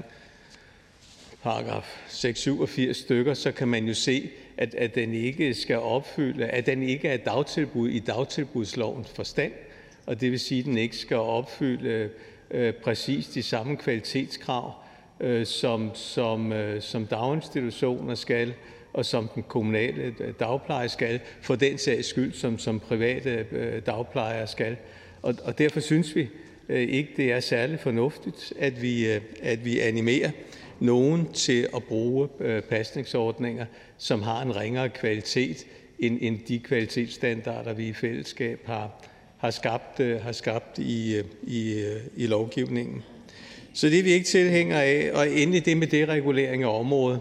paragraf seks syvogfirs stykker, så kan man jo se, at, at den ikke skal opfylde, at den ikke er dagtilbud i dagtilbudslovens forstand, og det vil sige, at den ikke skal opfylde øh, præcis de samme kvalitetskrav, øh, som, som, øh, som daginstitutioner skal, og som den kommunale dagpleje skal, for den sags skyld, som, som private dagplejere skal. Og, og derfor synes vi ikke, det er særlig fornuftigt, at vi, at vi animerer nogen til at bruge pasningsordninger, som har en ringere kvalitet end, end de kvalitetsstandarder, vi i fællesskab har, har skabt, har skabt i, i, i lovgivningen. Så det er vi ikke tilhængere af. Og endelig det med deregulering af området.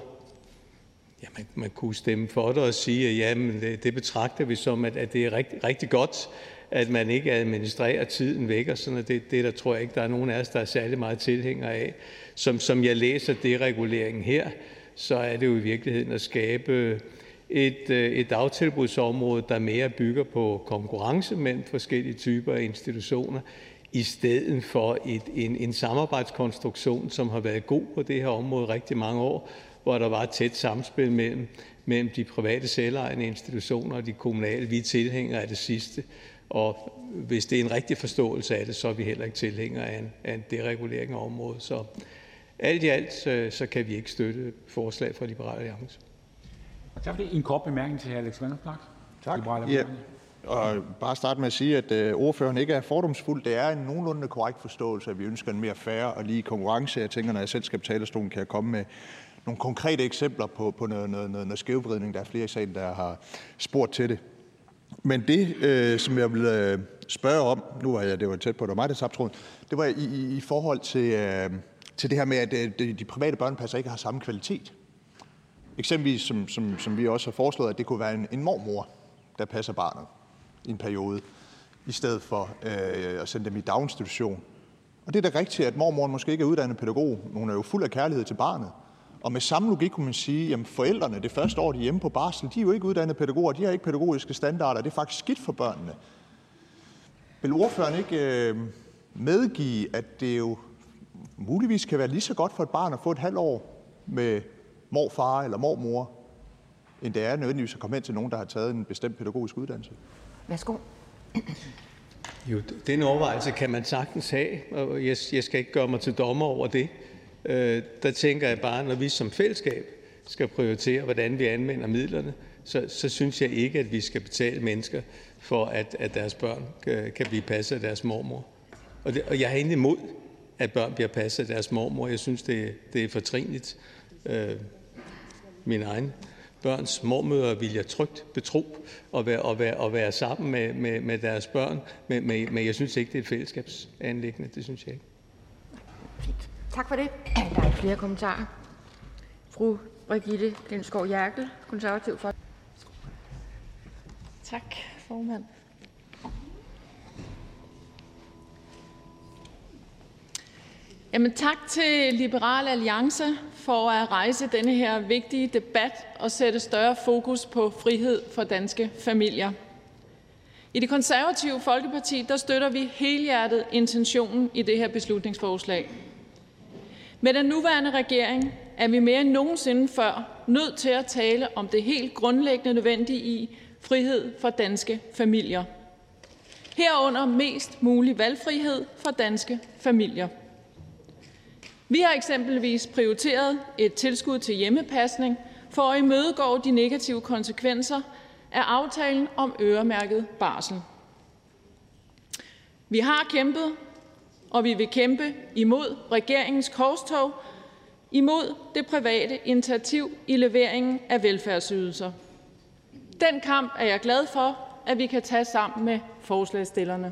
Ja, man, man kunne stemme for det og sige, at jamen, det, det betragter vi som, at, at det er rigtig, rigtig godt, at man ikke administrerer tiden væk. Og sådan, og det, det der tror jeg ikke, der er nogen af os, der er særlig meget tilhænger af. Som, som jeg læser dereguleringen her, så er det jo i virkeligheden at skabe et, et dagtilbudsområde, der mere bygger på konkurrence mellem forskellige typer af institutioner, i stedet for et, en, en samarbejdskonstruktion, som har været god på det her område rigtig mange år, hvor der var et tæt samspil mellem, mellem de private selvejende institutioner og de kommunale. Vi er tilhængere af det sidste, og hvis det er en rigtig forståelse af det, så er vi heller ikke tilhængere af en, af en deregulering af området. Så alt i alt, så, så kan vi ikke støtte forslag fra Liberal Alliance. Tak for det. En kort bemærkning til hr. Alex Vanopslagh. Tak. Ja. Og bare starte med at sige, at øh, ordføreren ikke er fordomsfuld. Det er en nogenlunde korrekt forståelse, at vi ønsker en mere fair og lige konkurrence. Jeg tænker, når jeg selv skal på talerstolen, kan jeg komme med nogle konkrete eksempler på, på noget, noget, noget, noget skævvridning. Der er flere i salen, der har spurgt til det. Men det, øh, som jeg vil øh, spørge om, nu var jeg, det var tæt på, det var mig, der tabte tråden, det var i, i, i forhold til, øh, til det her med, at de, de private børnepasser ikke har samme kvalitet. Eksempelvis, som, som, som vi også har foreslået, at det kunne være en, en mormor, der passer barnet i en periode, i stedet for øh, at sende dem i daginstitution. Og det er da rigtigt, at mormoren måske ikke er uddannet pædagog. Hun er jo fuld af kærlighed til barnet. Og med samme logik kunne man sige, at forældrene det første år, de er hjemme på barsel, de er jo ikke uddannede pædagoger, de har ikke pædagogiske standarder, det er faktisk skidt for børnene. Vil ordføreren ikke øh, medgive, at det jo muligvis kan være lige så godt for et barn at få et halvt år med morfar eller mormor, end det er nødvendigvis at komme hen til nogen, der har taget en bestemt pædagogisk uddannelse? Værsgo. Jo, den overvejelse kan man sagtens have, og jeg, jeg skal ikke gøre mig til dommer over det. Øh, der tænker jeg bare, når vi som fællesskab skal prioritere, hvordan vi anvender midlerne, så, så synes jeg ikke, at vi skal betale mennesker for, at, at deres børn kan, kan blive passet af deres mormor. Og, det, og jeg har egentlig imod, at børn bliver passet af deres mormor. Jeg synes, det, det er fortrinligt. Øh, min egen børns mormødre vil jeg trygt betro og være, og være, og være sammen med, med, med deres børn, men, men, men jeg synes ikke, det er et fællesskabsanliggende. Det synes jeg ikke. Fint. Tak for det. Der er flere kommentarer. Fru Brigitte Klintskov Jerkel, Konservativ Folkeparti. Tak, formand. Jamen, tak til Liberal Alliance for at rejse denne her vigtige debat og sætte større fokus på frihed for danske familier. I Det Konservative Folkeparti der støtter vi helhjertet intentionen i det her beslutningsforslag. Med den nuværende regering er vi mere end nogensinde før nødt til at tale om det helt grundlæggende nødvendige i frihed for danske familier. Herunder mest mulig valgfrihed for danske familier. Vi har eksempelvis prioriteret et tilskud til hjemmepasning for at imødegå de negative konsekvenser af aftalen om øremærket barsel. Vi har kæmpet, og vi vil kæmpe imod regeringens korstog, imod det private initiativ i leveringen af velfærdsydelser. Den kamp er jeg glad for, at vi kan tage sammen med forslagsstillerne.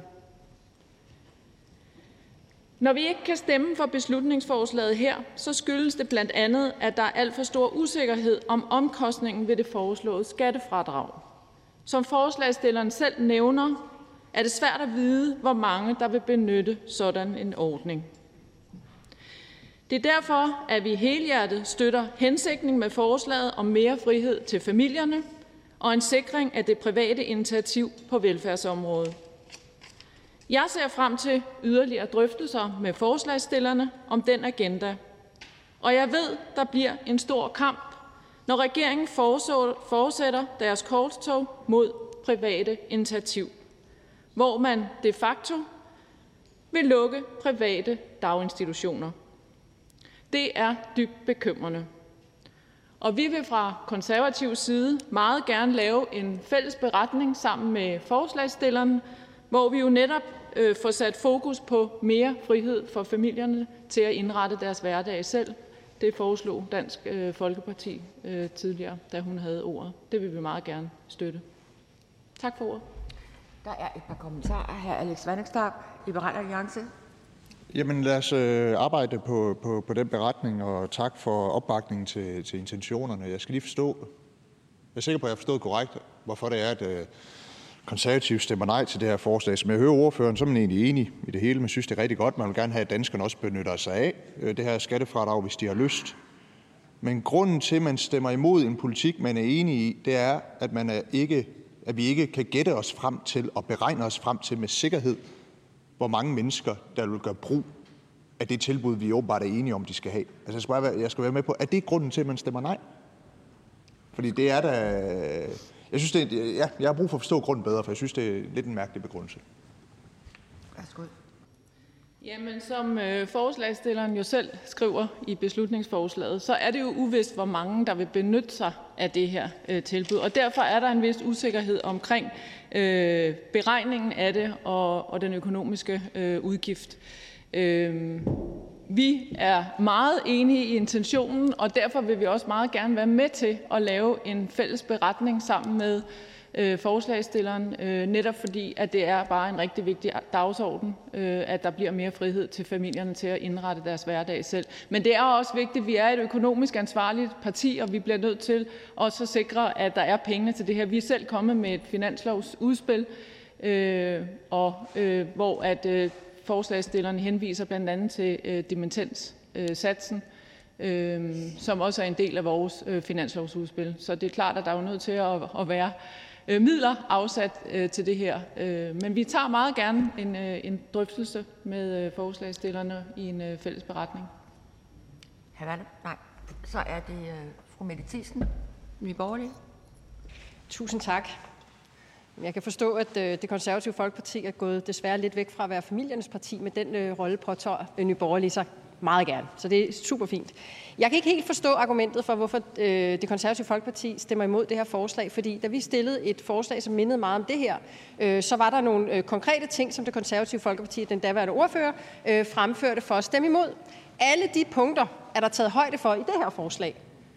Når vi ikke kan stemme for beslutningsforslaget her, så skyldes det blandt andet, at der er alt for stor usikkerhed om omkostningen ved det foreslåede skattefradrag. Som forslagsstilleren selv nævner, er det svært at vide, hvor mange der vil benytte sådan en ordning. Det er derfor, at vi helhjertet støtter hensigten med forslaget om mere frihed til familierne og en sikring af det private initiativ på velfærdsområdet. Jeg ser frem til yderligere drøftelser med forslagsstillerne om den agenda. Og jeg ved, der bliver en stor kamp, når regeringen fortsætter deres korstog mod private initiativ, hvor man de facto vil lukke private daginstitutioner. Det er dybt bekymrende. Og vi vil fra konservativ side meget gerne lave en fælles beretning sammen med forslagsstillerne, hvor vi jo netop øh, får sat fokus på mere frihed for familierne til at indrette deres hverdag selv. Det foreslog Dansk øh, Folkeparti øh, tidligere, da hun havde ordet. Det vil vi meget gerne støtte. Tak for ordet. Der er et par kommentarer. Hr. Alex Vanopslagh, Liberal Alliance. Jamen lad os øh, arbejde på, på, på den beretning, og tak for opbakningen til, til intentionerne. Jeg skal lige forstå, jeg er sikker på, at jeg har forstået korrekt, hvorfor det er, at øh, konservative stemmer nej til det her forslag. Som jeg hører ordføreren, så er man egentlig enig i det hele. Man synes, det er rigtig godt. Man vil gerne have, at danskerne også benytter sig af øh, det her skattefradrag, hvis de har lyst. Men grunden til, at man stemmer imod en politik, man er enig i, det er, at, man er ikke, at vi ikke kan gætte os frem til og beregne os frem til med sikkerhed, hvor mange mennesker, der vil gøre brug af det tilbud, vi åbenbart er enige om, de skal have. Altså, jeg skal, bare være, jeg skal være med på, er det grunden til, at man stemmer nej? Fordi det er da... Jeg synes, det er, ja, jeg har brug for at forstå grunden bedre, for jeg synes, det er lidt en mærkelig begrundelse. Værsgo. Jamen, som øh, forslagsstilleren jo selv skriver i beslutningsforslaget, så er det jo uvist, hvor mange der vil benytte sig af det her øh, tilbud. Og derfor er der en vis usikkerhed omkring øh, beregningen af det og, og den økonomiske øh, udgift. Øh, vi er meget enige i intentionen, og derfor vil vi også meget gerne være med til at lave en fælles beretning sammen med øh, forslagsstilleren, øh, netop fordi, at det er bare en rigtig vigtig dagsorden, øh, at der bliver mere frihed til familierne til at indrette deres hverdag selv. Men det er også vigtigt, at vi er et økonomisk ansvarligt parti, og vi bliver nødt til også at sikre, at der er penge til det her. Vi er selv kommet med et finanslovsudspil, øh, og, øh, hvor at, øh, forslagsstillerne henviser blandt andet til øh, dimittenssatsen, øh, som også er en del af vores øh, finanslovsudspil. Så det er klart, at der er jo nødt til at, at være øh, midler afsat øh, til det her. Øh, men vi tager meget gerne en, øh, en drøftelse med øh, forslagsstillerne i en øh, fælles beretning. Hr. Valle? Nej. Så er det øh, fru Mette Thiesen, Nye Borgerlige. Tusind tak. Jeg kan forstå, at øh, Det Konservative Folkeparti er gået desværre lidt væk fra at være familiernes parti, med den øh, rolle påtager øh, Nye Borgerlige sig meget gerne. Så det er super fint. Jeg kan ikke helt forstå argumentet for, hvorfor øh, Det Konservative Folkeparti stemmer imod det her forslag, fordi da vi stillede et forslag, som mindede meget om det her, øh, så var der nogle øh, konkrete ting, som Det Konservative Folkeparti, den daværende ordfører, øh, fremførte for at stemme imod. Alle de punkter er der taget højde for i det her forslag.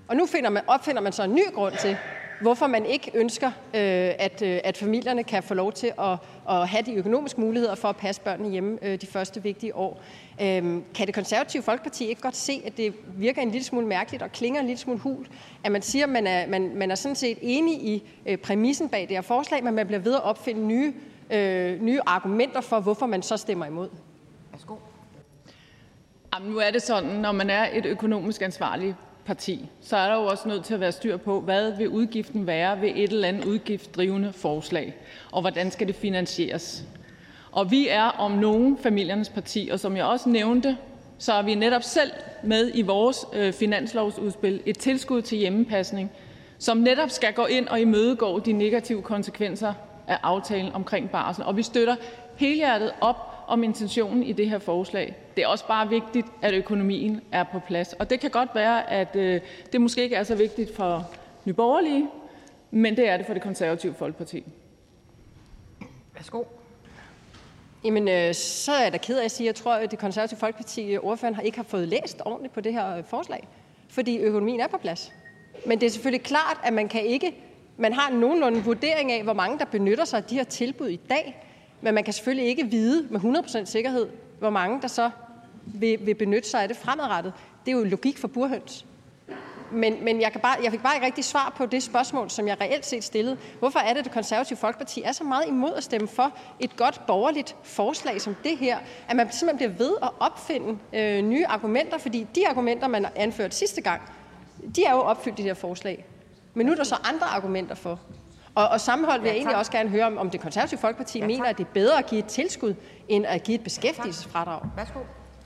Og nu finder man, opfinder man så en ny grund til, hvorfor man ikke ønsker, øh, at, øh, at familierne kan få lov til at, at have de økonomiske muligheder for at passe børnene hjemme øh, de første vigtige år. Øhm, kan det konservative Folkeparti ikke godt se, at det virker en lille smule mærkeligt og klinger en lille smule hult, at man siger, at man er, man, man er sådan set enig i øh, præmissen bag det her forslag, men man bliver ved at opfinde nye, øh, nye argumenter for, hvorfor man så stemmer imod? Værsgo. Jamen, nu er det sådan, når man er et økonomisk ansvarligt parti, så er der jo også nødt til at være styr på, hvad vil udgiften være ved et eller andet udgiftsdrivende forslag, og hvordan skal det finansieres. Og vi er om nogen familiernes parti, og som jeg også nævnte, så er vi netop selv med i vores øh, finanslovsudspil et tilskud til hjemmepasning, som netop skal gå ind og imødegå de negative konsekvenser af aftalen omkring barsel. Og vi støtter helhjertet op om intentionen i det her forslag. Det er også bare vigtigt, at økonomien er på plads. Og det kan godt være, at øh, det måske ikke er så vigtigt for Nye Borgerlige, men det er det for det konservative Folkeparti. Værsgo. Jamen, øh, så er jeg da ked af at sige, at jeg tror, at det konservative Folkeparti, ordføreren, har ikke har fået læst ordentligt på det her forslag, fordi økonomien er på plads. Men det er selvfølgelig klart, at man kan ikke, man har nogenlunde vurdering af, hvor mange der benytter sig af de her tilbud i dag, men man kan selvfølgelig ikke vide med hundrede procent sikkerhed, hvor mange der så vil, vil benytte sig af det fremadrettet. Det er jo logik for burhøns. Men, men jeg, kan bare, jeg fik bare ikke rigtig svar på det spørgsmål, som jeg reelt set stillede. Hvorfor er det, at det konservative Folkeparti er så meget imod at stemme for et godt borgerligt forslag som det her? At man simpelthen bliver ved at opfinde øh, nye argumenter, fordi de argumenter, man anførte sidste gang, de er jo opfyldt i det her forslag. Men nu er der så andre argumenter for. Og, og sammenhold vil jeg egentlig også gerne høre, om, om det konservative Folkeparti ja, mener, at det er bedre at give et tilskud, end at give et beskæftigelsesfradrag. Værsgo.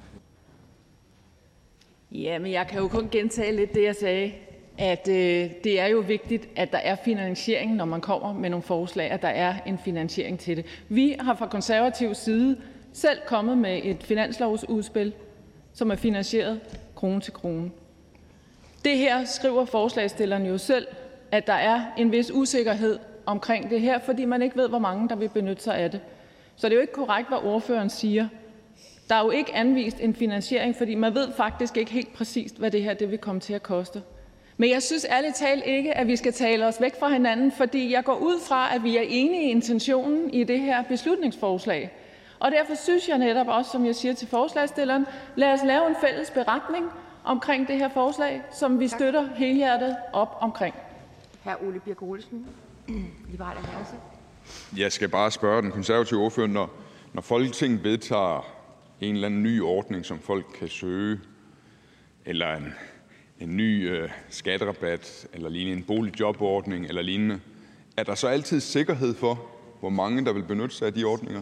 Ja, men jeg kan jo kun gentage lidt det, jeg sagde, at øh, det er jo vigtigt, at der er finansiering, når man kommer med nogle forslag, at der er en finansiering til det. Vi har fra konservativ side selv kommet med et finanslovsudspil, som er finansieret krone til krone. Det her skriver forslagsstillerne jo selv, at der er en vis usikkerhed omkring det her, fordi man ikke ved, hvor mange der vil benytte sig af det. Så det er jo ikke korrekt, hvad ordføreren siger. Der er jo ikke anvist en finansiering, fordi man ved faktisk ikke helt præcist, hvad det her det vil komme til at koste. Men jeg synes ærligt talt ikke, at vi skal tale os væk fra hinanden, fordi jeg går ud fra, at vi er enige i intentionen i det her beslutningsforslag. Og derfor synes jeg netop også, som jeg siger til forslagsstilleren, lad os lave en fælles beretning omkring det her forslag, som vi støtter helhjertet op omkring. Hr. Ole Birk Olesen, Liberal Alliance. Jeg skal bare spørge den konservative ordfører, når, når Folketinget vedtager en eller anden ny ordning, som folk kan søge, eller en, en ny øh, skatterabat, eller lignende en boligjobordning, eller lignende, er der så altid sikkerhed for, hvor mange der vil benytte sig af de ordninger?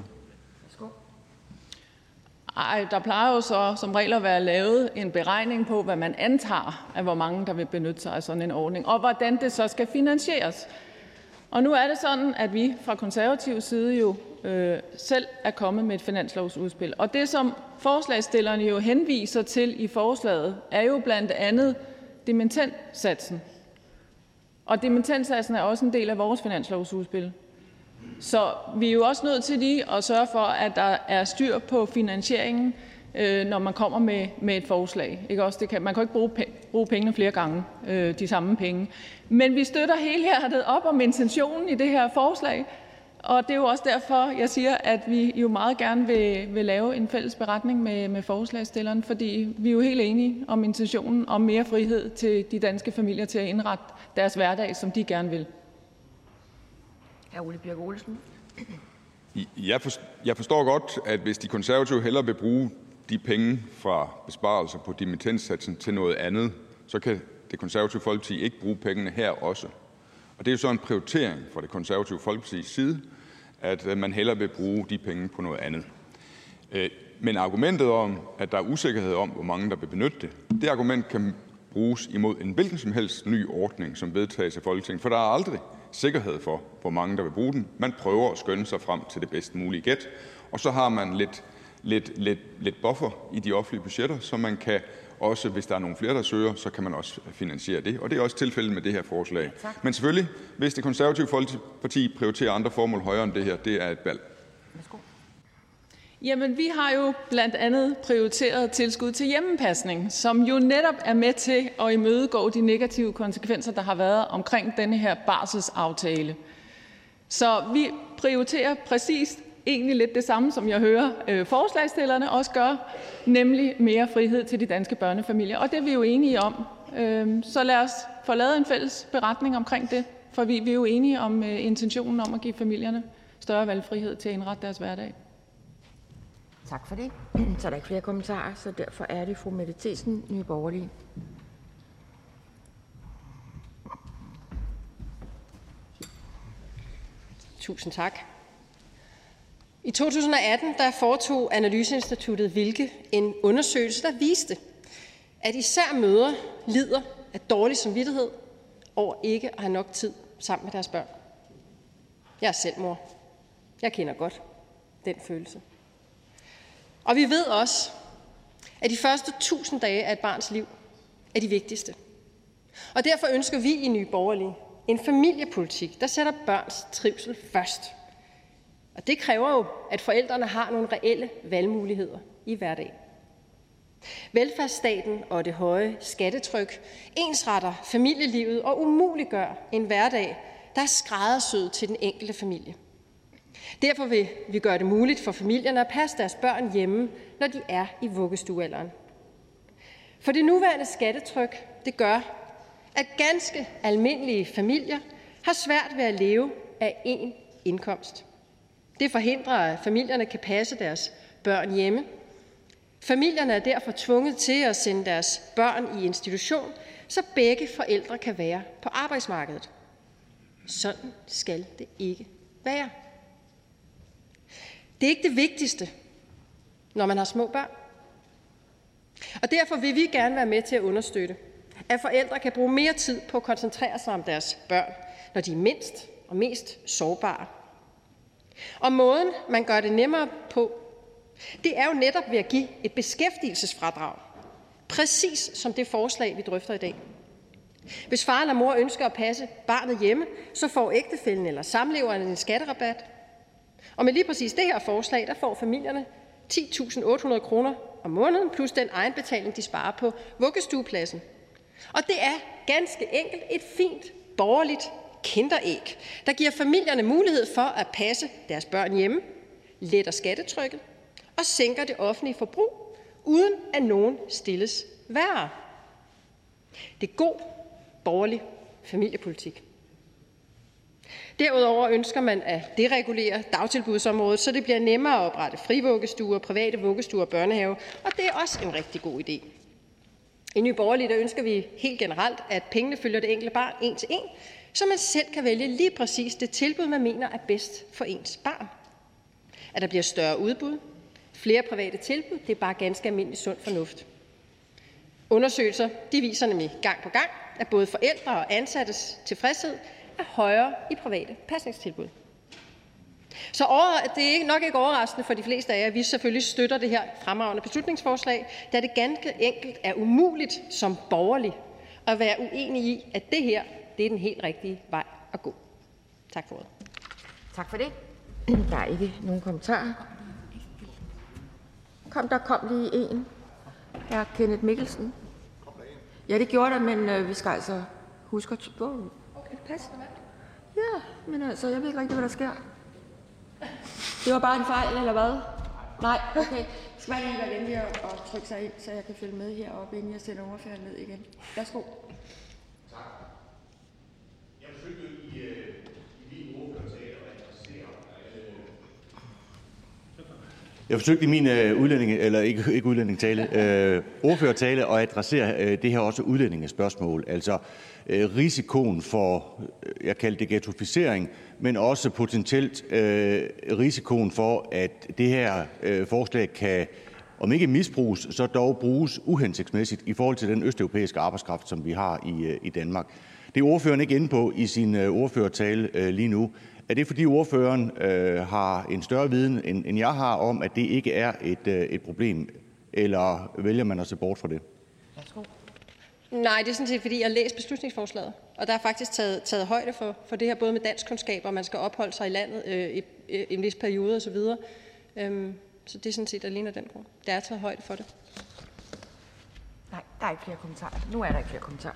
Ej, der plejer jo så som regel at være lavet en beregning på, hvad man antager af, hvor mange der vil benytte sig af sådan en ordning, og hvordan det så skal finansieres. Og nu er det sådan, at vi fra konservativ side jo øh, selv er kommet med et finanslovsudspil. Og det, som forslagsstillerne jo henviser til i forslaget, er jo blandt andet dimittendsatsen. Og dimittendsatsen er også en del af vores finanslovsudspil. Så vi er jo også nødt til lige at sørge for, at der er styr på finansieringen, øh, når man kommer med, med et forslag. Ikke også? Det kan, man kan ikke bruge, bruge pengene flere gange, øh, de samme penge. Men vi støtter helhjertet op om intentionen i det her forslag, og det er jo også derfor, jeg siger, at vi jo meget gerne vil, vil lave en fælles beretning med, med forslagsstilleren, fordi vi er jo helt enige om intentionen om mere frihed til de danske familier til at indrette deres hverdag, som de gerne vil. Hr. Ole Birk Olesen. Jeg forstår godt, at hvis de konservative hellere vil bruge de penge fra besparelser på dimittendsatsen til noget andet, så kan det konservative Folkeparti ikke bruge pengene her også. Og det er jo så en prioritering fra det konservative Folkepartis side, at man hellere vil bruge de penge på noget andet. Men argumentet om, at der er usikkerhed om, hvor mange der vil benytte det, det argument kan bruges imod en hvilken som helst ny ordning, som vedtages af Folketinget, for der er aldrig sikkerhed for, hvor mange der vil bruge den. Man prøver at skønne sig frem til det bedst mulige gæt, og så har man lidt, lidt, lidt, lidt buffer i de offentlige budgetter, så man kan også, hvis der er nogle flere, der søger, så kan man også finansiere det. Og det er også tilfældet med det her forslag. Ja, men selvfølgelig, hvis det konservative Folkeparti prioriterer andre formål højere end det her, det er et valg. Jamen, vi har jo blandt andet prioriteret tilskud til hjemmepasning, som jo netop er med til at imødegå de negative konsekvenser, der har været omkring denne her barselsaftale. Så vi prioriterer præcis egentlig lidt det samme, som jeg hører øh, forslagsstillerne også gør, nemlig mere frihed til de danske børnefamilier. Og det er vi jo enige om. Øh, så lad os få lavet en fælles beretning omkring det, for vi, vi er jo enige om øh, intentionen om at give familierne større valgfrihed til at indrette deres hverdag. Tak for det. Så er der ikke flere kommentarer, så derfor er det fru Mette Thiesen, Nye Borgerlige. Tusind tak. I to tusind og atten der foretog Analyseinstituttet Wilke en undersøgelse, der viste, at især mødre lider af dårlig samvittighed over ikke at have nok tid sammen med deres børn. Jeg er selv mor. Jeg kender godt den følelse. Og vi ved også, at de første tusind dage af et barns liv er de vigtigste. Og derfor ønsker vi i Nye Borgerlige en familiepolitik, der sætter børns trivsel først. Og det kræver jo, at forældrene har nogle reelle valgmuligheder i hverdagen. Velfærdsstaten og det høje skattetryk ensretter familielivet og umuliggør en hverdag, der er skræddersyet til den enkelte familie. Derfor vil vi gøre det muligt for familierne at passe deres børn hjemme, når de er i vuggestuealderen. For det nuværende skattetryk, det gør, at ganske almindelige familier har svært ved at leve af én indkomst. Det forhindrer, at familierne kan passe deres børn hjemme. Familierne er derfor tvunget til at sende deres børn i institution, så begge forældre kan være på arbejdsmarkedet. Sådan skal det ikke være. Det er ikke det vigtigste, når man har små børn. Og derfor vil vi gerne være med til at understøtte, at forældre kan bruge mere tid på at koncentrere sig om deres børn, når de er mindst og mest sårbare. Og måden, man gør det nemmere på, det er jo netop ved at give et beskæftigelsesfradrag. Præcis som det forslag, vi drøfter i dag. Hvis far eller mor ønsker at passe barnet hjemme, så får ægtefællen eller samleveren en skatterabat. Og med lige præcis det her forslag, der får familierne ti tusind otte hundrede kroner om måneden, plus den egenbetaling, de sparer på vuggestuepladsen. Og det er ganske enkelt et fint borgerligt kinderæg, der giver familierne mulighed for at passe deres børn hjemme, letter skattetrykket og sænker det offentlige forbrug, uden at nogen stilles værre. Det er god borgerlig familiepolitik. Derudover ønsker man at deregulere dagtilbudsområdet, så det bliver nemmere at oprette frivuggestuer, private vuggestuer og børnehave, og det er også en rigtig god idé. I Nye Borgerlige der ønsker vi helt generelt, at pengene følger det enkelte barn en til en, så man selv kan vælge lige præcis det tilbud, man mener er bedst for ens barn. At der bliver større udbud, flere private tilbud, det er bare ganske almindelig sund fornuft. Undersøgelser de viser nemlig gang på gang, at både forældre og ansattes tilfredshed er højere i private pasningstilbud. Så over, det er nok ikke overraskende for de fleste af jer, at vi selvfølgelig støtter det her fremragende beslutningsforslag, da det ganske enkelt er umuligt som borgerlig at være uenig i, at det her det er den helt rigtige vej at gå. Tak for ordet. Tak for det. Der er ikke nogen kommentarer. Kom, der kom lige en. Hr. Kenneth Mikkelsen. Ja, det gjorde der, men øh, vi skal altså huske at gå. Okay, pas. Ja, men altså, jeg ved ikke rigtig, hvad der sker. Det var bare en fejl, eller hvad? Nej, okay. Skal man lige være venlig at trykke sig ind, så jeg kan følge med heroppe, inden jeg sender ordføreren ned igen. Værsgo. Tak. Jeg forsøgte i, i min ordførertale at adressere... Jeg forsøgte i min øh, udlændinge, eller ikke, ikke udlændingetale, øh, ordførertale at adressere øh, det her også udlændingespørgsmål. Altså øh, risikoen for, jeg kalder det ghettoficering, men også potentielt øh, risikoen for, at det her øh, forslag kan, om ikke misbruges, så dog bruges uhensigtsmæssigt i forhold til den østeuropæiske arbejdskraft, som vi har i, øh, i Danmark. Det er ordføreren ikke inde på i sin øh, ordførertale øh, lige nu. Er det, fordi ordføreren øh, har en større viden, end, end jeg har, om, at det ikke er et, øh, et problem, eller vælger man at se bort fra det? Værsgo. Nej, det er sådan set, fordi jeg har læst beslutningsforslaget, og der er faktisk taget, taget højde for, for det her, både med danskkundskaber, man skal opholde sig i landet øh, i, i en vis periode osv. Øhm, Så det er sådan set alene af den grund. Der er taget højde for det. Nej, der er ikke flere kommentarer. Nu er der ikke flere kommentarer.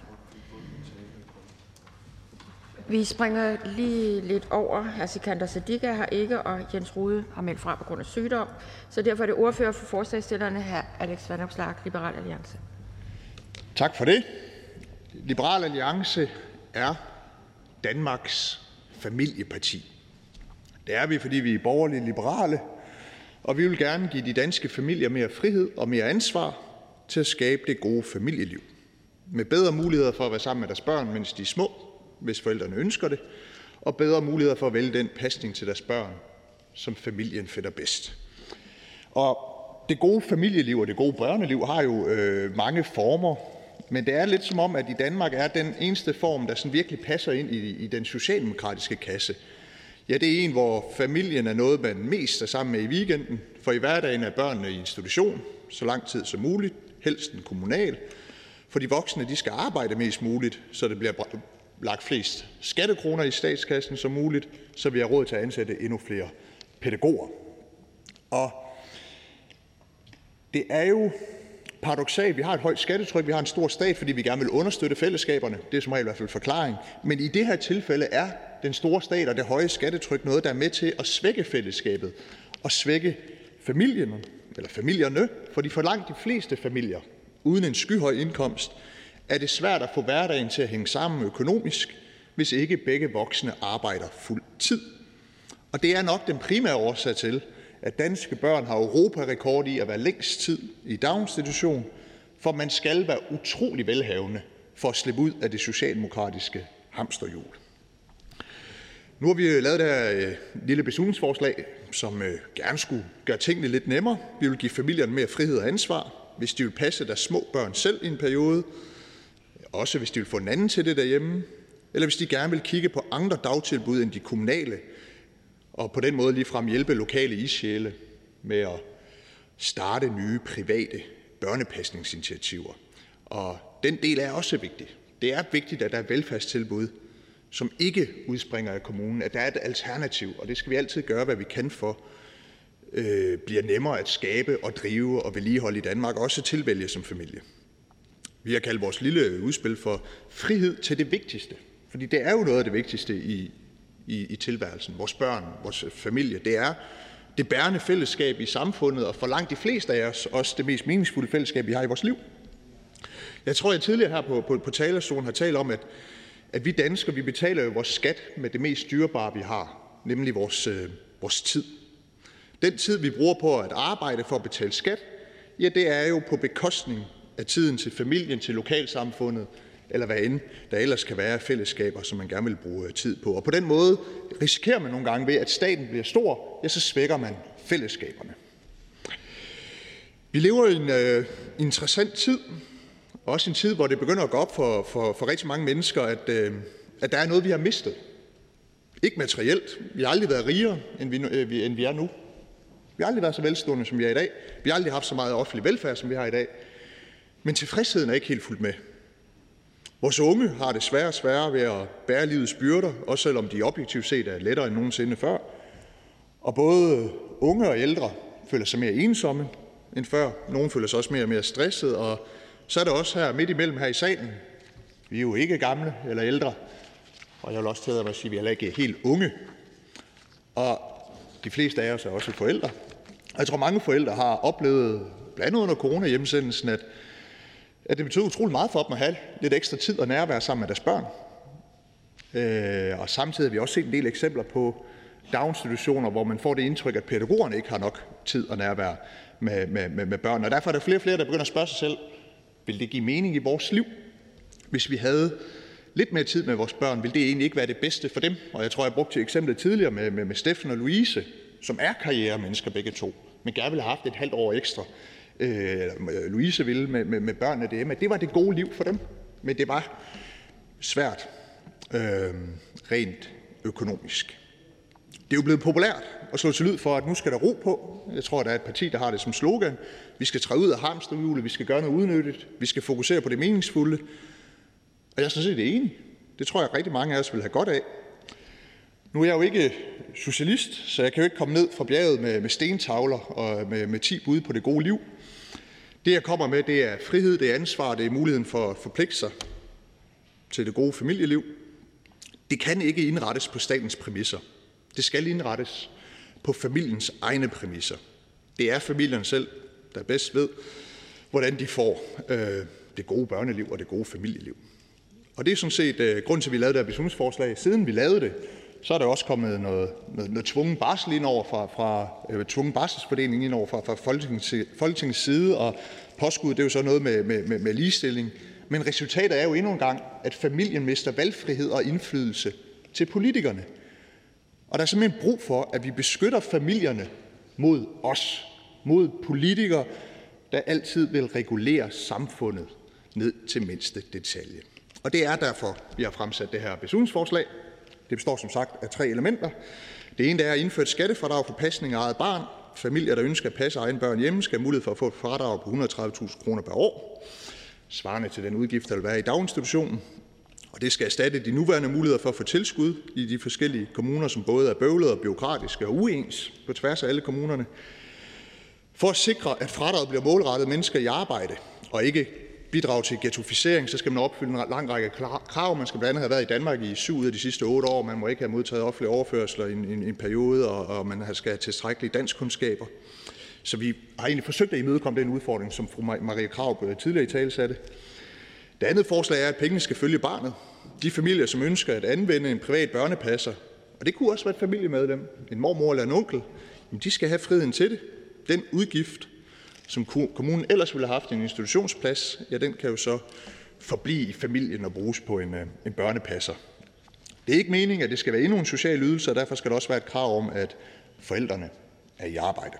Vi springer lige lidt over. Hr. Sikander Siddique har ikke, og Jens Rohde har meldt fra på grund af sygdom. Så derfor er det ordfører for forslagsstillerne, hr. Alex Vanopslagh, Liberal Alliance. Tak for det. Liberal Alliance er Danmarks familieparti. Det er vi, fordi vi er borgerlige liberale, og vi vil gerne give de danske familier mere frihed og mere ansvar til at skabe det gode familieliv. Med bedre muligheder for at være sammen med deres børn, mens de er små, hvis forældrene ønsker det, og bedre muligheder for at vælge den pasning til deres børn, som familien finder bedst. Og det gode familieliv og det gode børneliv har jo øh, mange former, men det er lidt som om, at i Danmark er den eneste form, der sådan virkelig passer ind i, i den socialdemokratiske kasse. Ja, det er en, hvor familien er noget, man mest er sammen med i weekenden, for i hverdagen er børnene i institution så lang tid som muligt, helst en kommunal. For de voksne, de skal arbejde mest muligt, så det bliver lagt flest skattekroner i statskassen som muligt, så vi har råd til at ansætte endnu flere pædagoger. Og det er jo paradoksalt, vi har et højt skattetryk, vi har en stor stat, fordi vi gerne vil understøtte fællesskaberne. Det er som regel i hvert fald forklaring. Men i det her tilfælde er den store stat og det høje skattetryk noget, der er med til at svække fællesskabet og svække familierne, eller familierne, fordi for langt de fleste familier uden en skyhøj indkomst er det svært at få hverdagen til at hænge sammen økonomisk, hvis ikke begge voksne arbejder fuld tid. Og det er nok den primære årsag til, at danske børn har europarekord i at være længst tid i daginstitution, for man skal være utrolig velhavende for at slippe ud af det socialdemokratiske hamsterhjul. Nu har vi lavet det her øh, lille beslutningsforslag, som øh, gerne skulle gøre tingene lidt nemmere. Vi vil give familierne mere frihed og ansvar, hvis de vil passe deres små børn selv i en periode, også hvis de vil få en anden til det derhjemme, eller hvis de gerne vil kigge på andre dagtilbud end de kommunale, og på den måde ligefrem hjælpe lokale ildsjæle med at starte nye private børnepasningsinitiativer. Og den del er også vigtig. Det er vigtigt, at der er velfærdstilbud, som ikke udspringer af kommunen, at der er et alternativ, og det skal vi altid gøre, hvad vi kan for, øh, bliver nemmere at skabe og drive og vedligeholde i Danmark, også tilvælge som familie. Vi har kaldt vores lille udspil for frihed til det vigtigste, fordi det er jo noget af det vigtigste i, i, i tilværelsen. Vores børn, vores familie, det er det bærende fællesskab i samfundet, og for langt de fleste af os også det mest meningsfulde fællesskab, vi har i vores liv. Jeg tror, jeg tidligere her på, på, på talerstolen har talt om, at, at vi danskere, vi betaler jo vores skat med det mest dyrebare, vi har, nemlig vores, øh, vores tid. Den tid, vi bruger på at arbejde for at betale skat, ja, det er jo på bekostning af tiden til familien, til lokalsamfundet, eller hvad end der ellers kan være fællesskaber, som man gerne vil bruge tid på. Og på den måde risikerer man nogle gange ved, at staten bliver stor, ja, så svækker man fællesskaberne. Vi lever i en øh, interessant tid, også en tid, hvor det begynder at gå op for, for, for rigtig mange mennesker, at, øh, at der er noget, vi har mistet. Ikke materielt. Vi har aldrig været rigere, end vi, øh, end vi er nu. Vi har aldrig været så velstående, som vi er i dag. Vi har aldrig haft så meget offentlig velfærd, som vi har i dag. Men tilfredsheden er ikke helt fuldt med. Vores unge har det sværere og sværere ved at bære livets byrder, også selvom de objektivt set er lettere end nogensinde før. Og både unge og ældre føler sig mere ensomme end før. Nogle føler sig også mere og mere stresset, og så er der også her midt imellem her i salen. Vi er jo ikke gamle eller ældre, og jeg vil også tillade mig at sige, at vi er heller ikke helt unge. Og de fleste af os er også forældre. Og jeg tror, mange forældre har oplevet, blandt andet under corona-hjemsendelsen, at, at det betyder utrolig meget for dem at have lidt ekstra tid og nærvær sammen med deres børn. Øh, og samtidig har vi også set en del eksempler på daginstitutioner, hvor man får det indtryk, at pædagogerne ikke har nok tid og nærvær med, med, med, med børn. Og derfor er der flere og flere, der begynder at spørge sig selv, vil det give mening i vores liv, hvis vi havde lidt mere tid med vores børn? Vil det egentlig ikke være det bedste for dem? Og jeg tror, jeg brugte eksemplet tidligere med, med, med Steffen og Louise, som er karrieremennesker begge to, men gerne ville have haft et halvt år ekstra. Øh, Louise ville med, med, med børnene derhjemme. Det var det gode liv for dem, men det var svært øh, rent økonomisk. Det er jo blevet populært at slå til lyd for, at nu skal der ro på. Jeg tror, der er et parti, der har det som slogan. Vi skal træde ud af hamsterhjulet, vi skal gøre noget udnyttigt, vi skal fokusere på det meningsfulde. Og jeg er sådan set enig. Det tror jeg, rigtig mange af os vil have godt af. Nu er jeg jo ikke socialist, så jeg kan jo ikke komme ned fra bjerget med, med stentavler og med, med ti bud på det gode liv. Det, jeg kommer med, det er frihed, det er ansvar, det er muligheden for at forpligte sig til det gode familieliv. Det kan ikke indrettes på statens præmisser. Det skal indrettes på familiens egne præmisser. Det er familien selv, der bedst ved, hvordan de får øh, det gode børneliv og det gode familieliv. Og det er sådan set øh, grund til, at vi lavede det her beslutningsforslag. Siden vi lavede det, så er der også kommet noget, noget, noget tvungen barsel ind over fra, fra øh, tvungen barselsfordeling ind over fra, fra Folketingets, Folketingets side, og påskud, det er jo så noget med, med, med, med ligestilling. Men resultatet er jo endnu en gang, at familien mister valgfrihed og indflydelse til politikerne. Og der er simpelthen brug for, at vi beskytter familierne mod os, mod politikere, der altid vil regulere samfundet ned til mindste detalje. Og det er derfor, vi har fremsat det her beslutningsforslag. Det består som sagt af tre elementer. Det ene er at indføre et skattefradrag for pasning af eget barn. Familier, der ønsker at passe egen børn hjemme, skal have mulighed for at få et fradrag på et hundrede og tredive tusind kroner per år, svarende til den udgift, der vil være i daginstitutionen. Og det skal erstatte de nuværende muligheder for at få tilskud i de forskellige kommuner, som både er bøvlede og byråkratiske og uens på tværs af alle kommunerne. For at sikre, at fradraget bliver målrettet mennesker i arbejde og ikke bidrage til ghettoficering, så skal man opfylde en lang række krav. Man skal blandt andet have været i Danmark i syv ud af de sidste otte år. Man må ikke have modtaget offentlige overførsler i en, en, en periode, og, og man skal have tilstrækkelige danskkundskaber. Så vi har egentlig forsøgt at imødekomme den udfordring, som fru Marie Krarup tidligere i tale satte. Det andet forslag er, at pengene skal følge barnet. De familier, som ønsker at anvende en privat børnepasser, og det kunne også være et familiemedlem, en mormor eller en onkel, de skal have friheden til det. Den udgift, som kommunen ellers ville have haft en institutionsplads, ja, den kan jo så forblive i familien og bruges på en, en børnepasser. Det er ikke meningen, at det skal være endnu en social ydelse, og derfor skal der også være et krav om, at forældrene er i arbejde.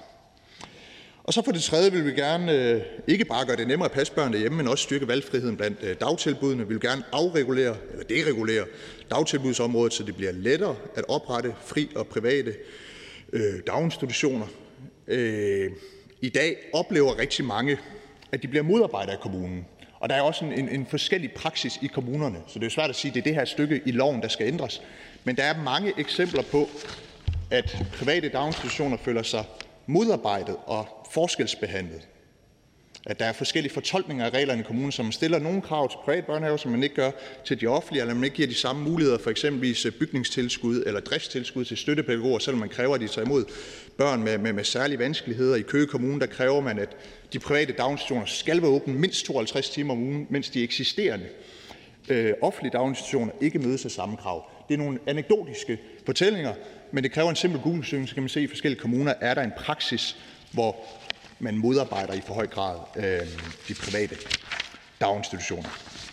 Og så for det tredje vil vi gerne øh, ikke bare gøre det nemmere at passe børn derhjemme, men også styrke valgfriheden blandt øh, dagtilbudene. Vi vil gerne afregulere eller deregulere dagtilbudsområdet, så det bliver lettere at oprette fri og private øh, daginstitutioner. Øh, I dag oplever rigtig mange, at de bliver modarbejdet af kommunen. Og der er også en, en, en forskellig praksis i kommunerne, så det er jo svært at sige, at det er det her stykke i loven, der skal ændres. Men der er mange eksempler på, at private daginstitutioner føler sig modarbejdet og forskelsbehandlet. At der er forskellige fortolkninger af reglerne i kommunen, som stiller nogle krav til private børnehaver, som man ikke gør til de offentlige, eller man ikke giver de samme muligheder for eksempelvis bygningstilskud eller driftstilskud til støttepædagoger, selvom man kræver, at de tager imod børn med, med, med særlige vanskeligheder. I Køge Kommune, der kræver man, at de private daginstitutioner skal være åbne mindst tooghalvtreds timer om ugen, mens de eksisterende øh, offentlige daginstitutioner ikke mødes af samme krav. Det er nogle anekdotiske fortællinger, men det kræver en simpel Google-søgning, så kan man se, at i forskellige kommuner er der en praksis, hvor man modarbejder i for høj grad øh, de private daginstitutioner.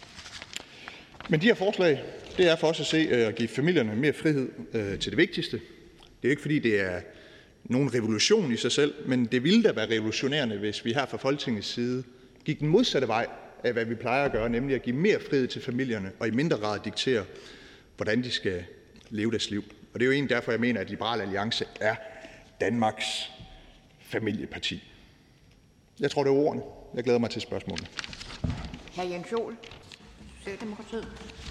Men de her forslag, det er for os at se øh, at give familierne mere frihed øh, til det vigtigste. Det er jo ikke, fordi det er nogen revolution i sig selv, men det ville da være revolutionerende, hvis vi her fra Folketingets side gik den modsatte vej af, hvad vi plejer at gøre, nemlig at give mere frihed til familierne og i mindre grad diktere, hvordan de skal leve deres liv. Og det er jo egentlig derfor, jeg mener, at Liberal Alliance er Danmarks familieparti. Jeg tror, det er ordene. Jeg glæder mig til spørgsmålene. Hr. Jens Joel, Socialdemokratiet.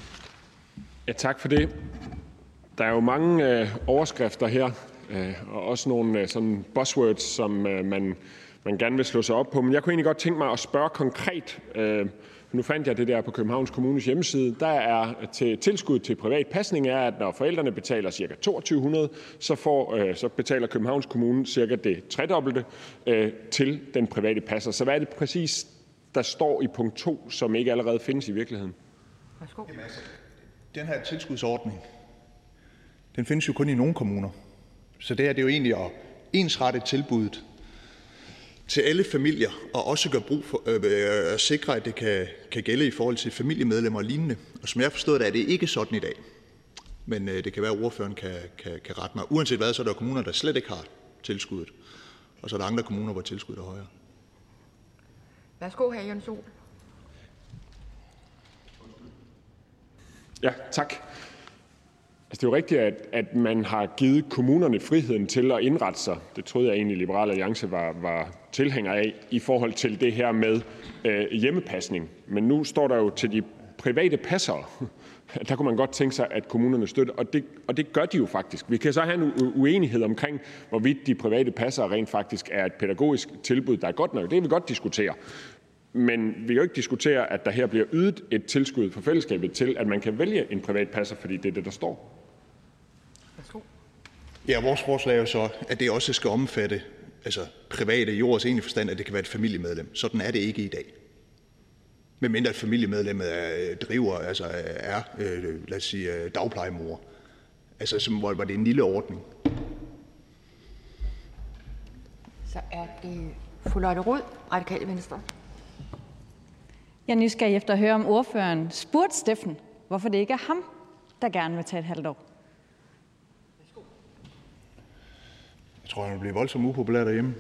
Ja, tak for det. Der er jo mange øh, overskrifter her, øh, og også nogle øh, sådan buzzwords, som øh, man, man gerne vil slå sig op på. Men jeg kunne egentlig godt tænke mig at spørge konkret. Øh, nu fandt jeg det der på Københavns Kommunes hjemmeside. Der er til tilskud til privat pasning er, at når forældrene betaler ca. toogtyve hundrede, så, får, øh, så betaler Københavns Kommune cirka det tredobbelte øh, til den private passer. Så hvad er det præcis, der står i punkt to, som ikke allerede findes i virkeligheden? Værsgo. Den her tilskudsordning, den findes jo kun i nogle kommuner. Så det her det er jo egentlig at ensrette tilbuddet til alle familier, og også gøre brug for øh, at sikre, at det kan, kan gælde i forhold til familiemedlemmer og lignende. Og som jeg har forstået det, er det ikke sådan i dag. Men øh, det kan være, at ordføreren kan, kan, kan rette mig. Uanset hvad, så er der kommuner, der slet ikke har tilskuddet. Og så er der andre kommuner, hvor tilskuddet er højere. Værsgo, hr. Jens Joel. Ja, tak. Altså, det er jo rigtigt, at, at man har givet kommunerne friheden til at indrette sig. Det troede jeg egentlig, Liberal Alliance var, var tilhænger af i forhold til det her med øh, hjemmepasning. Men nu står der jo til de private passere, Der kunne man godt tænke sig, at kommunerne støtter, og det, og det gør de jo faktisk. Vi kan så have en uenighed omkring, hvorvidt de private passere rent faktisk er et pædagogisk tilbud, der er godt nok. Det kan vi godt diskutere. Men vi kan jo ikke diskutere, at der her bliver ydet et tilskud fra fællesskabet til, at man kan vælge en privat passer, fordi det er det, der står. Ja, vores forslag er jo så, at det også skal omfatte altså private i ordets egentlige forstand, at det kan være et familiemedlem. Sådan er det ikke i dag. Medmindre et familiemedlemmet er, driver, altså er, øh, lad os sige, dagplejemor. Altså, som, hvor, hvor det er en lille ordning. Så er det fru Lotte Rod, Radikale Venstre. Jeg er nysgerrig efter at høre, om ordføreren spurgte Steffen, hvorfor det ikke er ham, der gerne vil tage et halvt år. Jeg tror, han vil blive voldsomt upopulær derhjemme.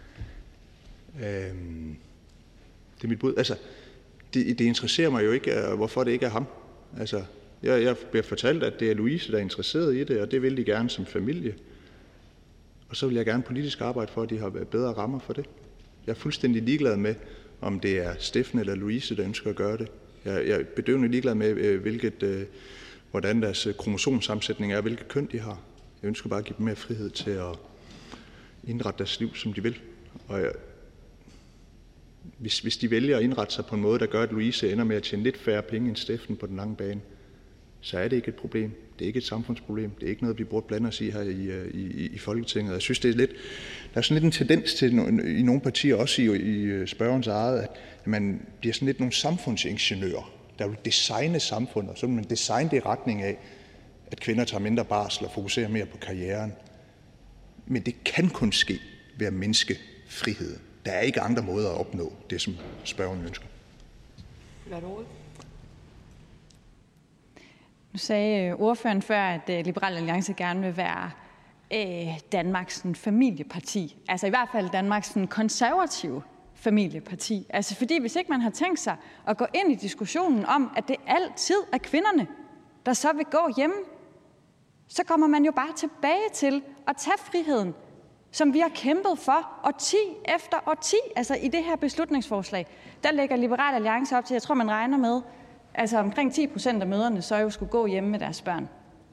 Øhm, det er mit bud. Altså, det, det interesserer mig jo ikke, hvorfor det ikke er ham. Altså, jeg, jeg bliver fortalt, at det er Louise, der er interesseret i det, og det vil de gerne som familie. Og så vil jeg gerne politisk arbejde for, at de har bedre rammer for det. Jeg er fuldstændig ligeglad med, om det er Steffen eller Louise, der ønsker at gøre det. Jeg, jeg er bedøvende ligeglad med, hvilket, hvordan deres kromosomsammensætning er, hvilket køn de har. Jeg ønsker bare at give dem mere frihed til at indrette deres liv, som de vil. Og jeg, hvis, hvis de vælger at indrette sig på en måde, der gør, at Louise ender med at tjene lidt færre penge end Steffen på den lange bane, så er det ikke et problem. Det er ikke et samfundsproblem. Det er ikke noget, vi burde blande os i her i, i, i Folketinget. Jeg synes, det er lidt, der er sådan lidt en tendens til i nogle partier, også i, i spørgerens eget, at man bliver sådan lidt nogle samfundsingeniører, der vil designe samfundet, så vil man designe det i retning af, at kvinder tager mindre barsel og fokuserer mere på karrieren. Men det kan kun ske ved at mindske friheden. Der er ikke andre måder at opnå det, som spørgeren ønsker. Nu sagde ordføreren før, at Liberal Alliance gerne vil være øh, Danmarks familieparti. Altså i hvert fald Danmarks konservative familieparti. Altså fordi hvis ikke man har tænkt sig at gå ind i diskussionen om, at det altid er kvinderne, der så vil gå hjemme, så kommer man jo bare tilbage til at tage friheden, som vi har kæmpet for årti efter årti. Altså i det her beslutningsforslag, der lægger Liberal Alliance op til, jeg tror man regner med, altså omkring ti procent af mødrene så jo skulle gå hjemme med deres børn.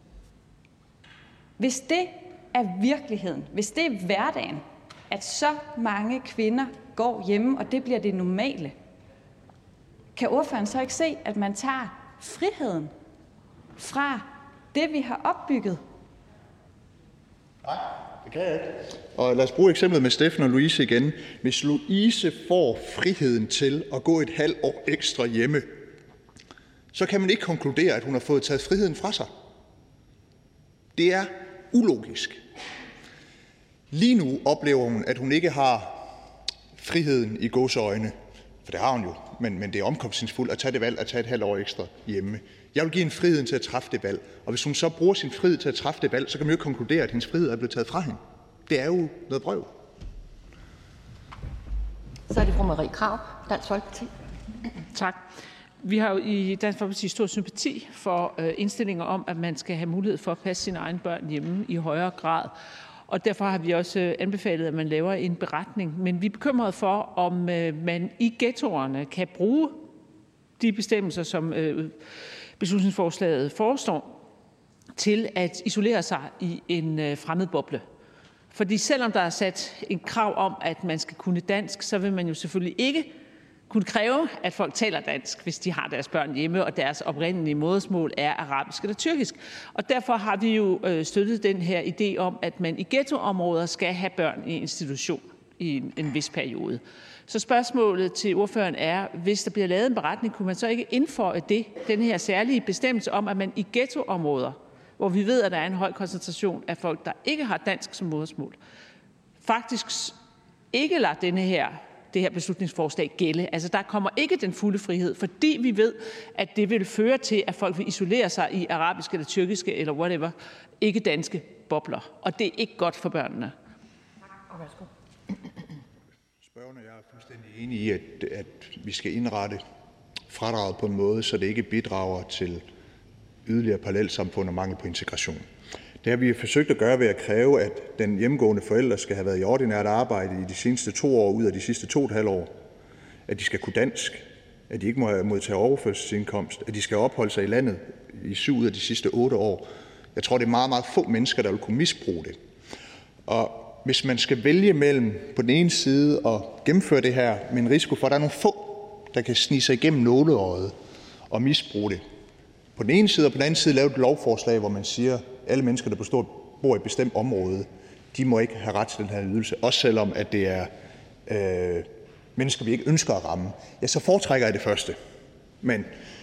Hvis det er virkeligheden, hvis det er hverdagen, at så mange kvinder går hjemme, og det bliver det normale, kan ordføreren så ikke se, at man tager friheden fra det, vi har opbygget? Nej, det kan jeg ikke. Og lad os bruge eksemplet med Steffen og Louise igen. Hvis Louise får friheden til at gå et halvt år ekstra hjemme, så kan man ikke konkludere, at hun har fået taget friheden fra sig. Det er ulogisk. Lige nu oplever hun, at hun ikke har friheden i gåseøjne, for det har hun jo, men, men det er omkostningsfuldt at tage det valg at tage et halvt år ekstra hjemme. Jeg vil give hende friheden til at træffe det valg, og hvis hun så bruger sin frihed til at træffe det valg, så kan man jo ikke konkludere, at hendes frihed er blevet taget fra hende. Det er jo noget brøv. Så er det fru Marie Krarup, Dansk Folkeparti. Tak. Vi har jo i Dansk Folkeparti stor sympati for øh, indstillinger om, at man skal have mulighed for at passe sine egne børn hjemme i højere grad. Og derfor har vi også anbefalet, at man laver en beretning. Men vi er bekymrede for, om man i ghettoerne kan bruge de bestemmelser, som beslutningsforslaget foreslår, til at isolere sig i en fremmed boble. Fordi selvom der er sat en krav om, at man skal kunne dansk, så vil man jo selvfølgelig ikke kunne kræve, at folk taler dansk, hvis de har deres børn hjemme, og deres oprindelige modersmål er arabisk eller tyrkisk. Og derfor har vi jo støttet den her idé om, at man i ghettoområder skal have børn i institution i en, en vis periode. Så spørgsmålet til ordføreren er, hvis der bliver lavet en beretning, kunne man så ikke indføje det, den her særlige bestemmelse om, at man i ghettoområder, hvor vi ved, at der er en høj koncentration af folk, der ikke har dansk som modersmål, faktisk ikke lader denne her det her beslutningsforslag gælde. Altså, der kommer ikke den fulde frihed, fordi vi ved, at det vil føre til, at folk vil isolere sig i arabiske eller tyrkiske eller whatever, ikke danske bobler. Og det er ikke godt for børnene. Spørgerne og jeg er fuldstændig enige i, at, at vi skal indrette fradraget på en måde, så det ikke bidrager til yderligere parallelsamfund og mangel på integration. Det har vi forsøgt at gøre ved at kræve, at den hjemmegående forælder skal have været i ordinært arbejde i de seneste to år ud af de sidste to og et halvt år. At de skal kunne dansk. at de ikke må modtage overførselsindkomst, at de skal opholde sig i landet i syv ud af de sidste otte år. Jeg tror, det er meget, meget få mennesker, der vil kunne misbruge det. Og hvis man skal vælge mellem på den ene side at gennemføre det her med en risiko for, at der er nogle få, der kan snige sig igennem nåleøjet og misbruge det, på den ene side, og på den anden side lave et lovforslag, hvor man siger, at alle mennesker, der bor i et bestemt område, de må ikke have ret til den her ydelse, også selvom at det er øh, mennesker, vi ikke ønsker at ramme, ja, så foretrækker jeg det første. Men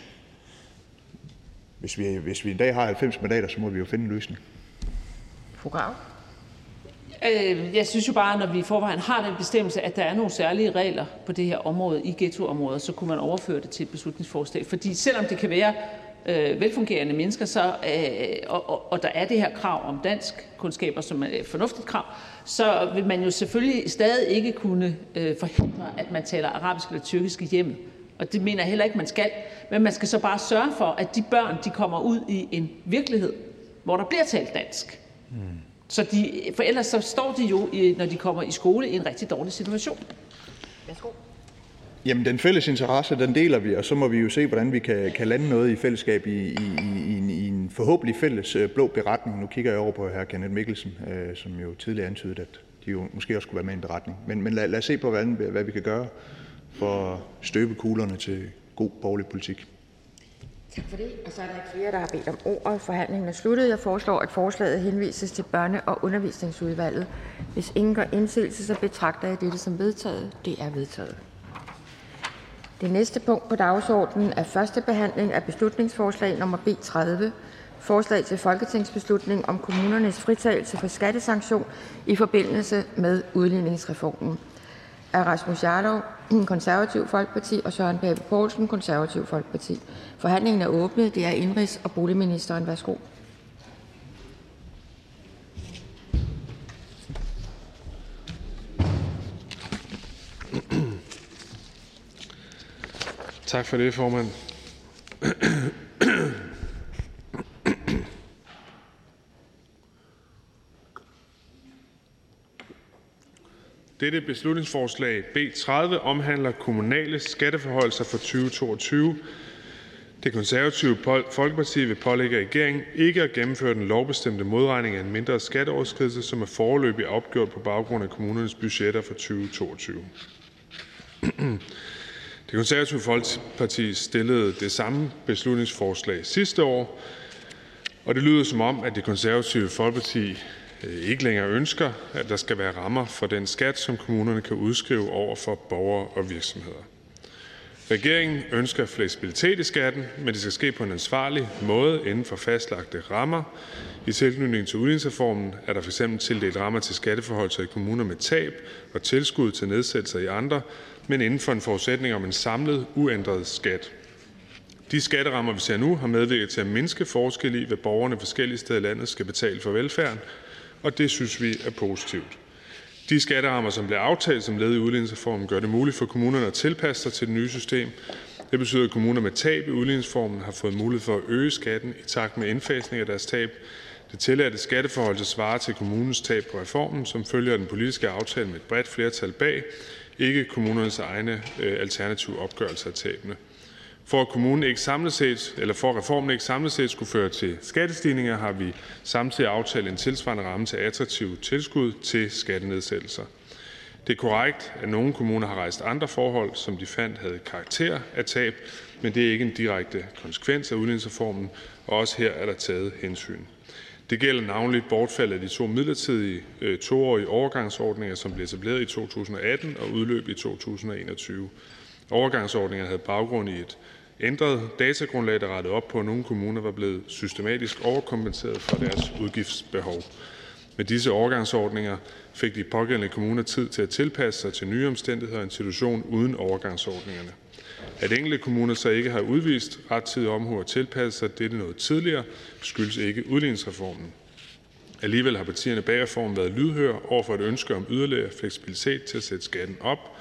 hvis vi, hvis vi en dag har halvfems mandater, så må vi jo finde en løsning. Fru Grav? Jeg synes jo bare, når vi i forvejen har den bestemmelse, at der er nogle særlige regler på det her område i ghettoområder, så kunne man overføre det til et beslutningsforslag. Fordi selvom det kan være øh, velfungerende mennesker, så, øh, og, og, og der er det her krav om dansk kundskaber, som er et fornuftigt krav, så vil man jo selvfølgelig stadig ikke kunne øh, forhindre, at man taler arabisk eller tyrkisk i hjemmet. Og det mener jeg heller ikke, man skal. Men man skal så bare sørge for, at de børn, de kommer ud i en virkelighed, hvor der bliver talt dansk. Mm. Så de, for ellers så står de jo, når de kommer i skole, i en rigtig dårlig situation. Værsgo. Jamen, den fælles interesse, den deler vi, og så må vi jo se, hvordan vi kan, kan lande noget i fællesskab i, i, i, en, i en forhåbentlig fælles blå beretning. Nu kigger jeg over på hr. Kenneth Mikkelsen, øh, som jo tidligere antydede, at de jo måske også skulle være med i en beretning. Men, men lad, lad os se på, hvad, hvad vi kan gøre for at støbe kuglerne til god borgerlig politik. Tak for det. Og så er der ikke flere, der har bedt om ordet. Forhandlingen er sluttet. Jeg foreslår, at forslaget henvises til børne- og undervisningsudvalget. Hvis ingen gør indsigelse, så betragter jeg dette som vedtaget. Det er vedtaget. Det næste punkt på dagsordenen er første behandling af beslutningsforslag nummer B tredive. Forslag til folketingsbeslutning om kommunernes fritagelse for skattesanktion i forbindelse med udligningsreformen. Af Rasmus Jarlov, Konservativ Folkeparti, og Søren Pape Poulsen, Konservativ Folkeparti. Forhandlingen er åbnet. Det er indrigs- og boligministeren. Værsgo. Tak for det, formand. Dette beslutningsforslag B tredive omhandler kommunale skatteforhøjelser for tyve toogtyve. Det Konservative Folkeparti vil pålægge regeringen ikke at gennemføre den lovbestemte modregning af en mindre skatteoverskridelse, som er foreløbig opgjort på baggrund af kommunernes budgetter for tyve toogtyve. Det Konservative Folkeparti stillede det samme beslutningsforslag sidste år, og det lyder som om, at Det Konservative Folkeparti ikke længere ønsker, at der skal være rammer for den skat, som kommunerne kan udskrive over for borgere og virksomheder. Regeringen ønsker fleksibilitet i skatten, men det skal ske på en ansvarlig måde inden for fastlagte rammer. I tilknytning til udligningsreformen er der f.eks. tildelt rammer til skatteforholdelser i kommuner med tab og tilskud til nedsættelser i andre, men inden for en forudsætning om en samlet uændret skat. De skatterammer, vi ser nu, har medvirket til at mindske forskel i, hvad borgerne forskellige steder i landet skal betale for velfærden, og det synes vi er positivt. De skatterammer, som blev aftalt som led i udligningsreformen, gør det muligt for kommunerne at tilpasse sig til det nye system. Det betyder, at kommuner med tab i udligningsreformen har fået mulighed for at øge skatten i takt med indfasning af deres tab. Det tilladte skatteforhold svarer til kommunens tab på reformen, som følger den politiske aftale med et bredt flertal bag, ikke kommunernes egne øh, alternative opgørelser af tabene. For at, kommunen ikke samlet set, eller for at reformen ikke samlet set skulle føre til skattestigninger, har vi samtidig aftalt en tilsvarende ramme til attraktive tilskud til skattenedsættelser. Det er korrekt, at nogle kommuner har rejst andre forhold, som de fandt havde karakter af tab, men det er ikke en direkte konsekvens af udligningsreformen, og også her er der taget hensyn. Det gælder navnligt bortfaldet af de to midlertidige øh, toårige overgangsordninger, som blev etableret i to tusind og atten og udløb i to tusind og enogtyve. Overgangsordningerne havde baggrund i et ændret datagrundlag, der rettede op på, at nogle kommuner var blevet systematisk overkompenseret for deres udgiftsbehov. Med disse overgangsordninger fik de pågældende kommuner tid til at tilpasse sig til nye omstændigheder og en situation uden overgangsordningerne. At enkelte kommuner så ikke har udvist rettidig omhu og tilpasset sig dette noget tidligere, skyldes ikke udligningsreformen. Alligevel har partierne bag reformen været lydhøre over for et ønske om yderligere fleksibilitet til at sætte skatten op,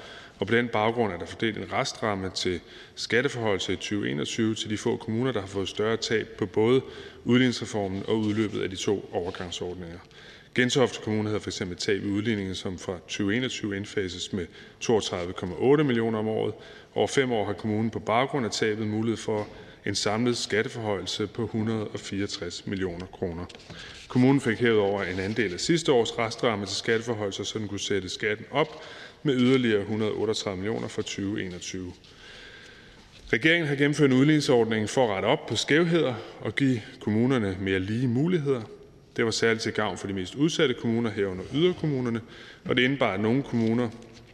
og på den baggrund er der fordelt en restramme til skatteforhøjelse i tyve enogtyve til de få kommuner, der har fået større tab på både udligningsreformen og udløbet af de to overgangsordninger. Gentofte Kommune havde f.eks. et tab i udligningen, som fra tyve enogtyve indfases med toogtredive komma otte millioner om året. Over fem år har kommunen på baggrund af tabet mulighed for en samlet skatteforhøjelse på et hundrede og fireogtres millioner kroner. Kommunen fik herudover en andel af sidste års restramme til skatteforhøjelser, så den kunne sætte skatten op med yderligere et hundrede og otteogtredive millioner fra tyve enogtyve. Regeringen har gennemført en udligningsordning for at rette op på skævheder og give kommunerne mere lige muligheder. Det var særligt til gavn for de mest udsatte kommuner herunder yderkommunerne, og det indebar, at nogle kommuner,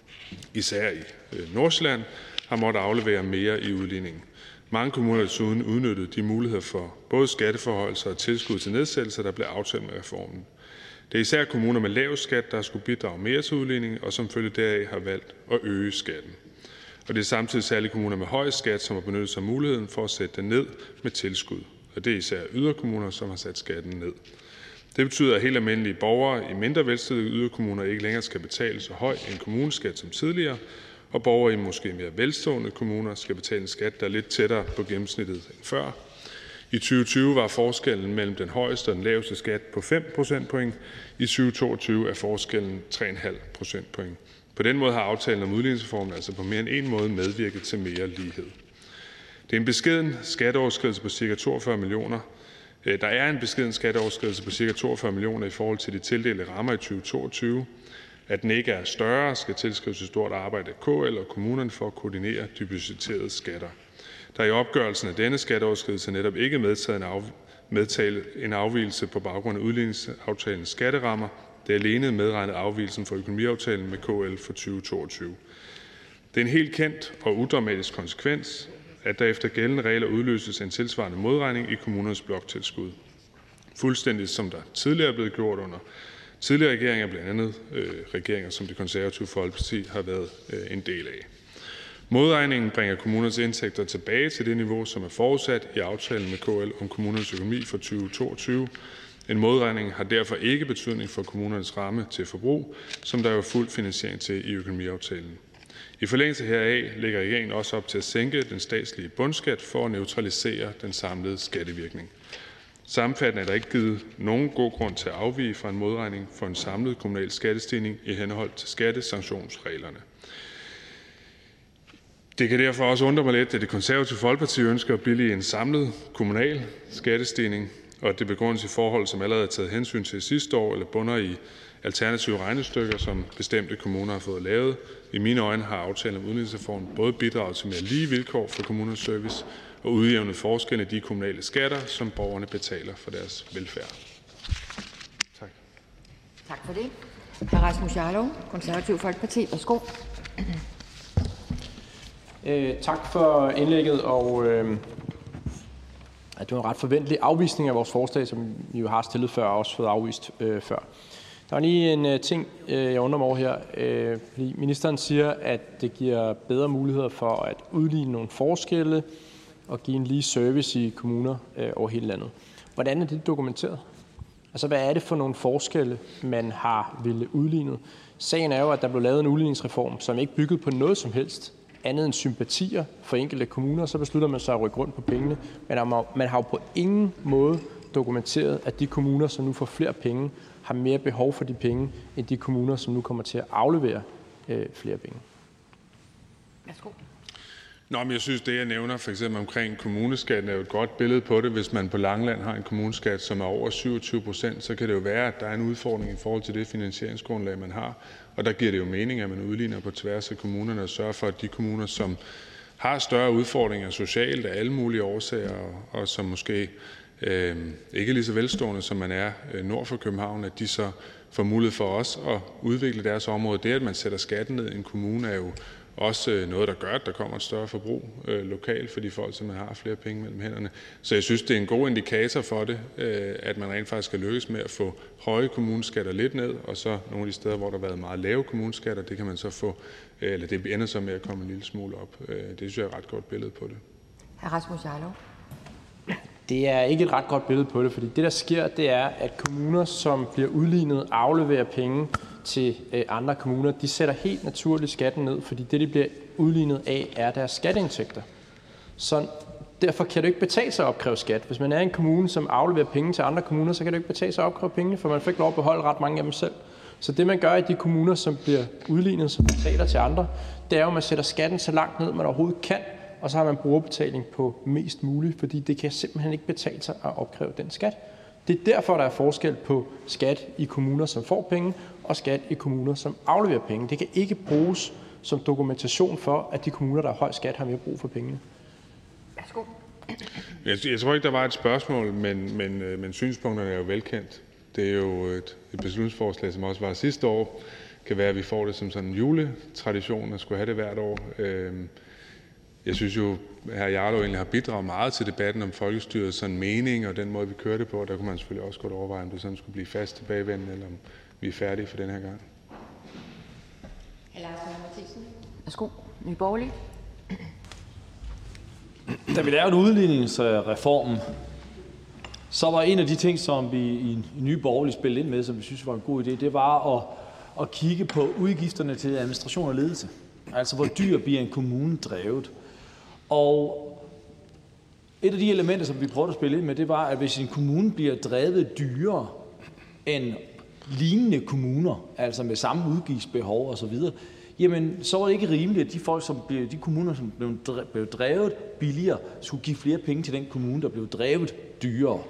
især i Nordsjælland, har måttet aflevere mere i udligningen. Mange kommuner har desuden udnyttet de muligheder for både skatteforhøjelser og tilskud til nedsættelser, der blev aftalt med reformen. Det er især kommuner med lav skat, der skulle bidrage mere til udligningen, og som følge deraf har valgt at øge skatten. Og det er samtidig særligt kommuner med høj skat, som har benyttet sig af muligheden for at sætte den ned med tilskud. Og det er især yderkommuner, som har sat skatten ned. Det betyder, at helt almindelige borgere i mindre velstillede yderkommuner ikke længere skal betale så høj en kommuneskat som tidligere, og borgere i måske mere velstående kommuner skal betale en skat, der er lidt tættere på gennemsnittet end før. I tyve tyve var forskellen mellem den højeste og den laveste skat på fem procentpoint. I tyve toogtyve er forskellen tre komma fem procentpoint. På den måde har aftalen om udligningsreformen altså på mere end en måde medvirket til mere lighed. Det er en beskeden skatteoverskridelse på ca. toogfyrre millioner. Der er en beskeden skatteoverskridelse på ca. toogfyrre millioner i forhold til de tildelte rammer i tyve toogtyve. At den ikke er større, skal tilskrives et stort arbejde af K L og kommunerne for at koordinere de budgetterede skatter. Der er i opgørelsen af denne skatteoverskridelse netop ikke medtaget en, af, medtaget en afvigelse på baggrund af udligningsaftalens skatterammer. Det er alene medregnet afvigelsen for økonomiaftalen med K L for tyve toogtyve. Det er en helt kendt og udramatisk konsekvens, at der efter gældende regler udløses en tilsvarende modregning i kommunernes bloktilskud. Fuldstændig som der tidligere er blevet gjort under tidligere regeringer, blandt andet øh, regeringer, som Det Konservative Folkeparti har været øh, en del af. Modregningen bringer kommunernes indtægter tilbage til det niveau, som er forudsat i aftalen med K L om kommunernes økonomi for tyve toogtyve. En modregning har derfor ikke betydning for kommunernes ramme til forbrug, som der er fuld finansiering til i økonomiaftalen. I forlængelse heraf lægger regeringen også op til at sænke den statslige bundskat for at neutralisere den samlede skattevirkning. Sammenfattende er der ikke givet nogen god grund til at afvige fra en modregning for en samlet kommunal skattestigning i henhold til skattesanktionsreglerne. Det kan derfor også undre mig lidt, at Det Konservative Folkeparti ønsker at billige en samlet kommunal skattestigning, og at det begrundes i forhold, som allerede er taget hensyn til sidste år, eller bunder i alternative regnestykker, som bestemte kommuner har fået lavet. I mine øjne har aftalen om udligningsreformen både bidraget til mere lige vilkår for kommunernes service og udjævnet forskelle i de kommunale skatter, som borgerne betaler for deres velfærd. Tak. Tak for det. Hr. Rasmus Jarlov, Konservative Folkeparti. Værsgo. Øh, tak for indlægget, og øh, det var en ret forventelig afvisning af vores forslag, som vi jo har stillet før og også fået afvist øh, før. Der er lige en uh, ting, uh, jeg undrer mig over her. Uh, fordi ministeren siger, at det giver bedre muligheder for at udligne nogle forskelle og give en lige service i kommuner uh, over hele landet. Hvordan er det dokumenteret? Altså, hvad er det for nogle forskelle, man har ville udligne? Sagen er jo, at der blev lavet en udligningsreform, som ikke byggede på noget som helst andet end sympatier for enkelte kommuner. Så beslutter man sig at rykke rundt på pengene. Men man har jo på ingen måde dokumenteret, at de kommuner, som nu får flere penge, har mere behov for de penge, end de kommuner, som nu kommer til at aflevere øh, flere penge. Værsgo. Nå, men jeg synes, det jeg nævner for eksempel omkring kommuneskatten er jo et godt billede på det. Hvis man på Langeland har en kommuneskat, som er over syvogtyve procent, så kan det jo være, at der er en udfordring i forhold til det finansieringsgrundlag, man har. Og der giver det jo mening, at man udligner på tværs af kommunerne og sørger for, at de kommuner, som har større udfordringer socialt af alle mulige årsager, og, og som måske øh, ikke er lige så velstående, som man er øh, nord for København, at de så får mulighed for også at udvikle deres område. Det, at man sætter skatten ned i en kommune, er jo også noget, der gør, at der kommer et større forbrug øh, lokalt for de folk, som har flere penge mellem hænderne. Så jeg synes, det er en god indikator for det, øh, at man rent faktisk skal lykkes med at få høje kommuneskatter lidt ned, og så nogle af de steder, hvor der har været meget lave kommuneskatter, det kan man så få, øh, eller det ender så med at komme en lille smule op. Øh, det synes jeg er et ret godt billede på det. Hr. Rasmus Jarlov. Det er ikke et ret godt billede på det, fordi det, der sker, det er, at kommuner, som bliver udlignet, afleverer penge til øh, andre kommuner. De sætter helt naturligt skatten ned, fordi det, de bliver udlignet af, er deres skatteindtægter. Så derfor kan det ikke betale sig at opkræve skat. Hvis man er en kommune, som afleverer penge til andre kommuner, så kan det ikke betale sig at opkræve pengene, for man får ikke lov at beholde ret mange af dem selv. Så det, man gør i de kommuner, som bliver udlignet, som betaler til andre, det er jo, at man sætter skatten så langt ned, man overhovedet kan, og så har man brugerbetaling på mest muligt, fordi det kan simpelthen ikke betale sig at opkræve den skat. Det er derfor, der er forskel på skat i kommuner, som får penge, og skat i kommuner, som afleverer penge. Det kan ikke bruges som dokumentation for, at de kommuner, der har høj skat, har mere brug for pengene. Værsgo. Jeg, jeg tror ikke, der var et spørgsmål, men, men, men synspunkterne er jo velkendt. Det er jo et, et beslutningsforslag, som også var sidste år. Det kan være, at vi får det som sådan en juletradition, at skulle have det hvert år. Jeg synes jo, at hr. Jarlov egentlig har bidraget meget til debatten om folkestyret, sådan mening og den måde, vi kører det på. Der kunne man selvfølgelig også godt overveje, om det sådan skulle blive fast tilbagevendende, eller om vi er færdige for den her gang. Hr. Lars Boje Mathiesen. Værsgo. Nye Borgerlige. Da vi lavede udligningsreformen, så var en af de ting, som vi i Nye Borgerlige spillede ind med, som vi synes var en god idé, det var at, at kigge på udgifterne til administration og ledelse. Altså, hvor dyr bliver en kommune drevet. Og et af de elementer, som vi prøvede at spille ind med, det var, at hvis en kommune bliver drevet dyrere end lignende kommuner, altså med samme udgiftsbehov osv., jamen, så var det ikke rimeligt, at de folk, som blev, de kommuner, som blev drevet billigere, skulle give flere penge til den kommune, der blev drevet dyrere.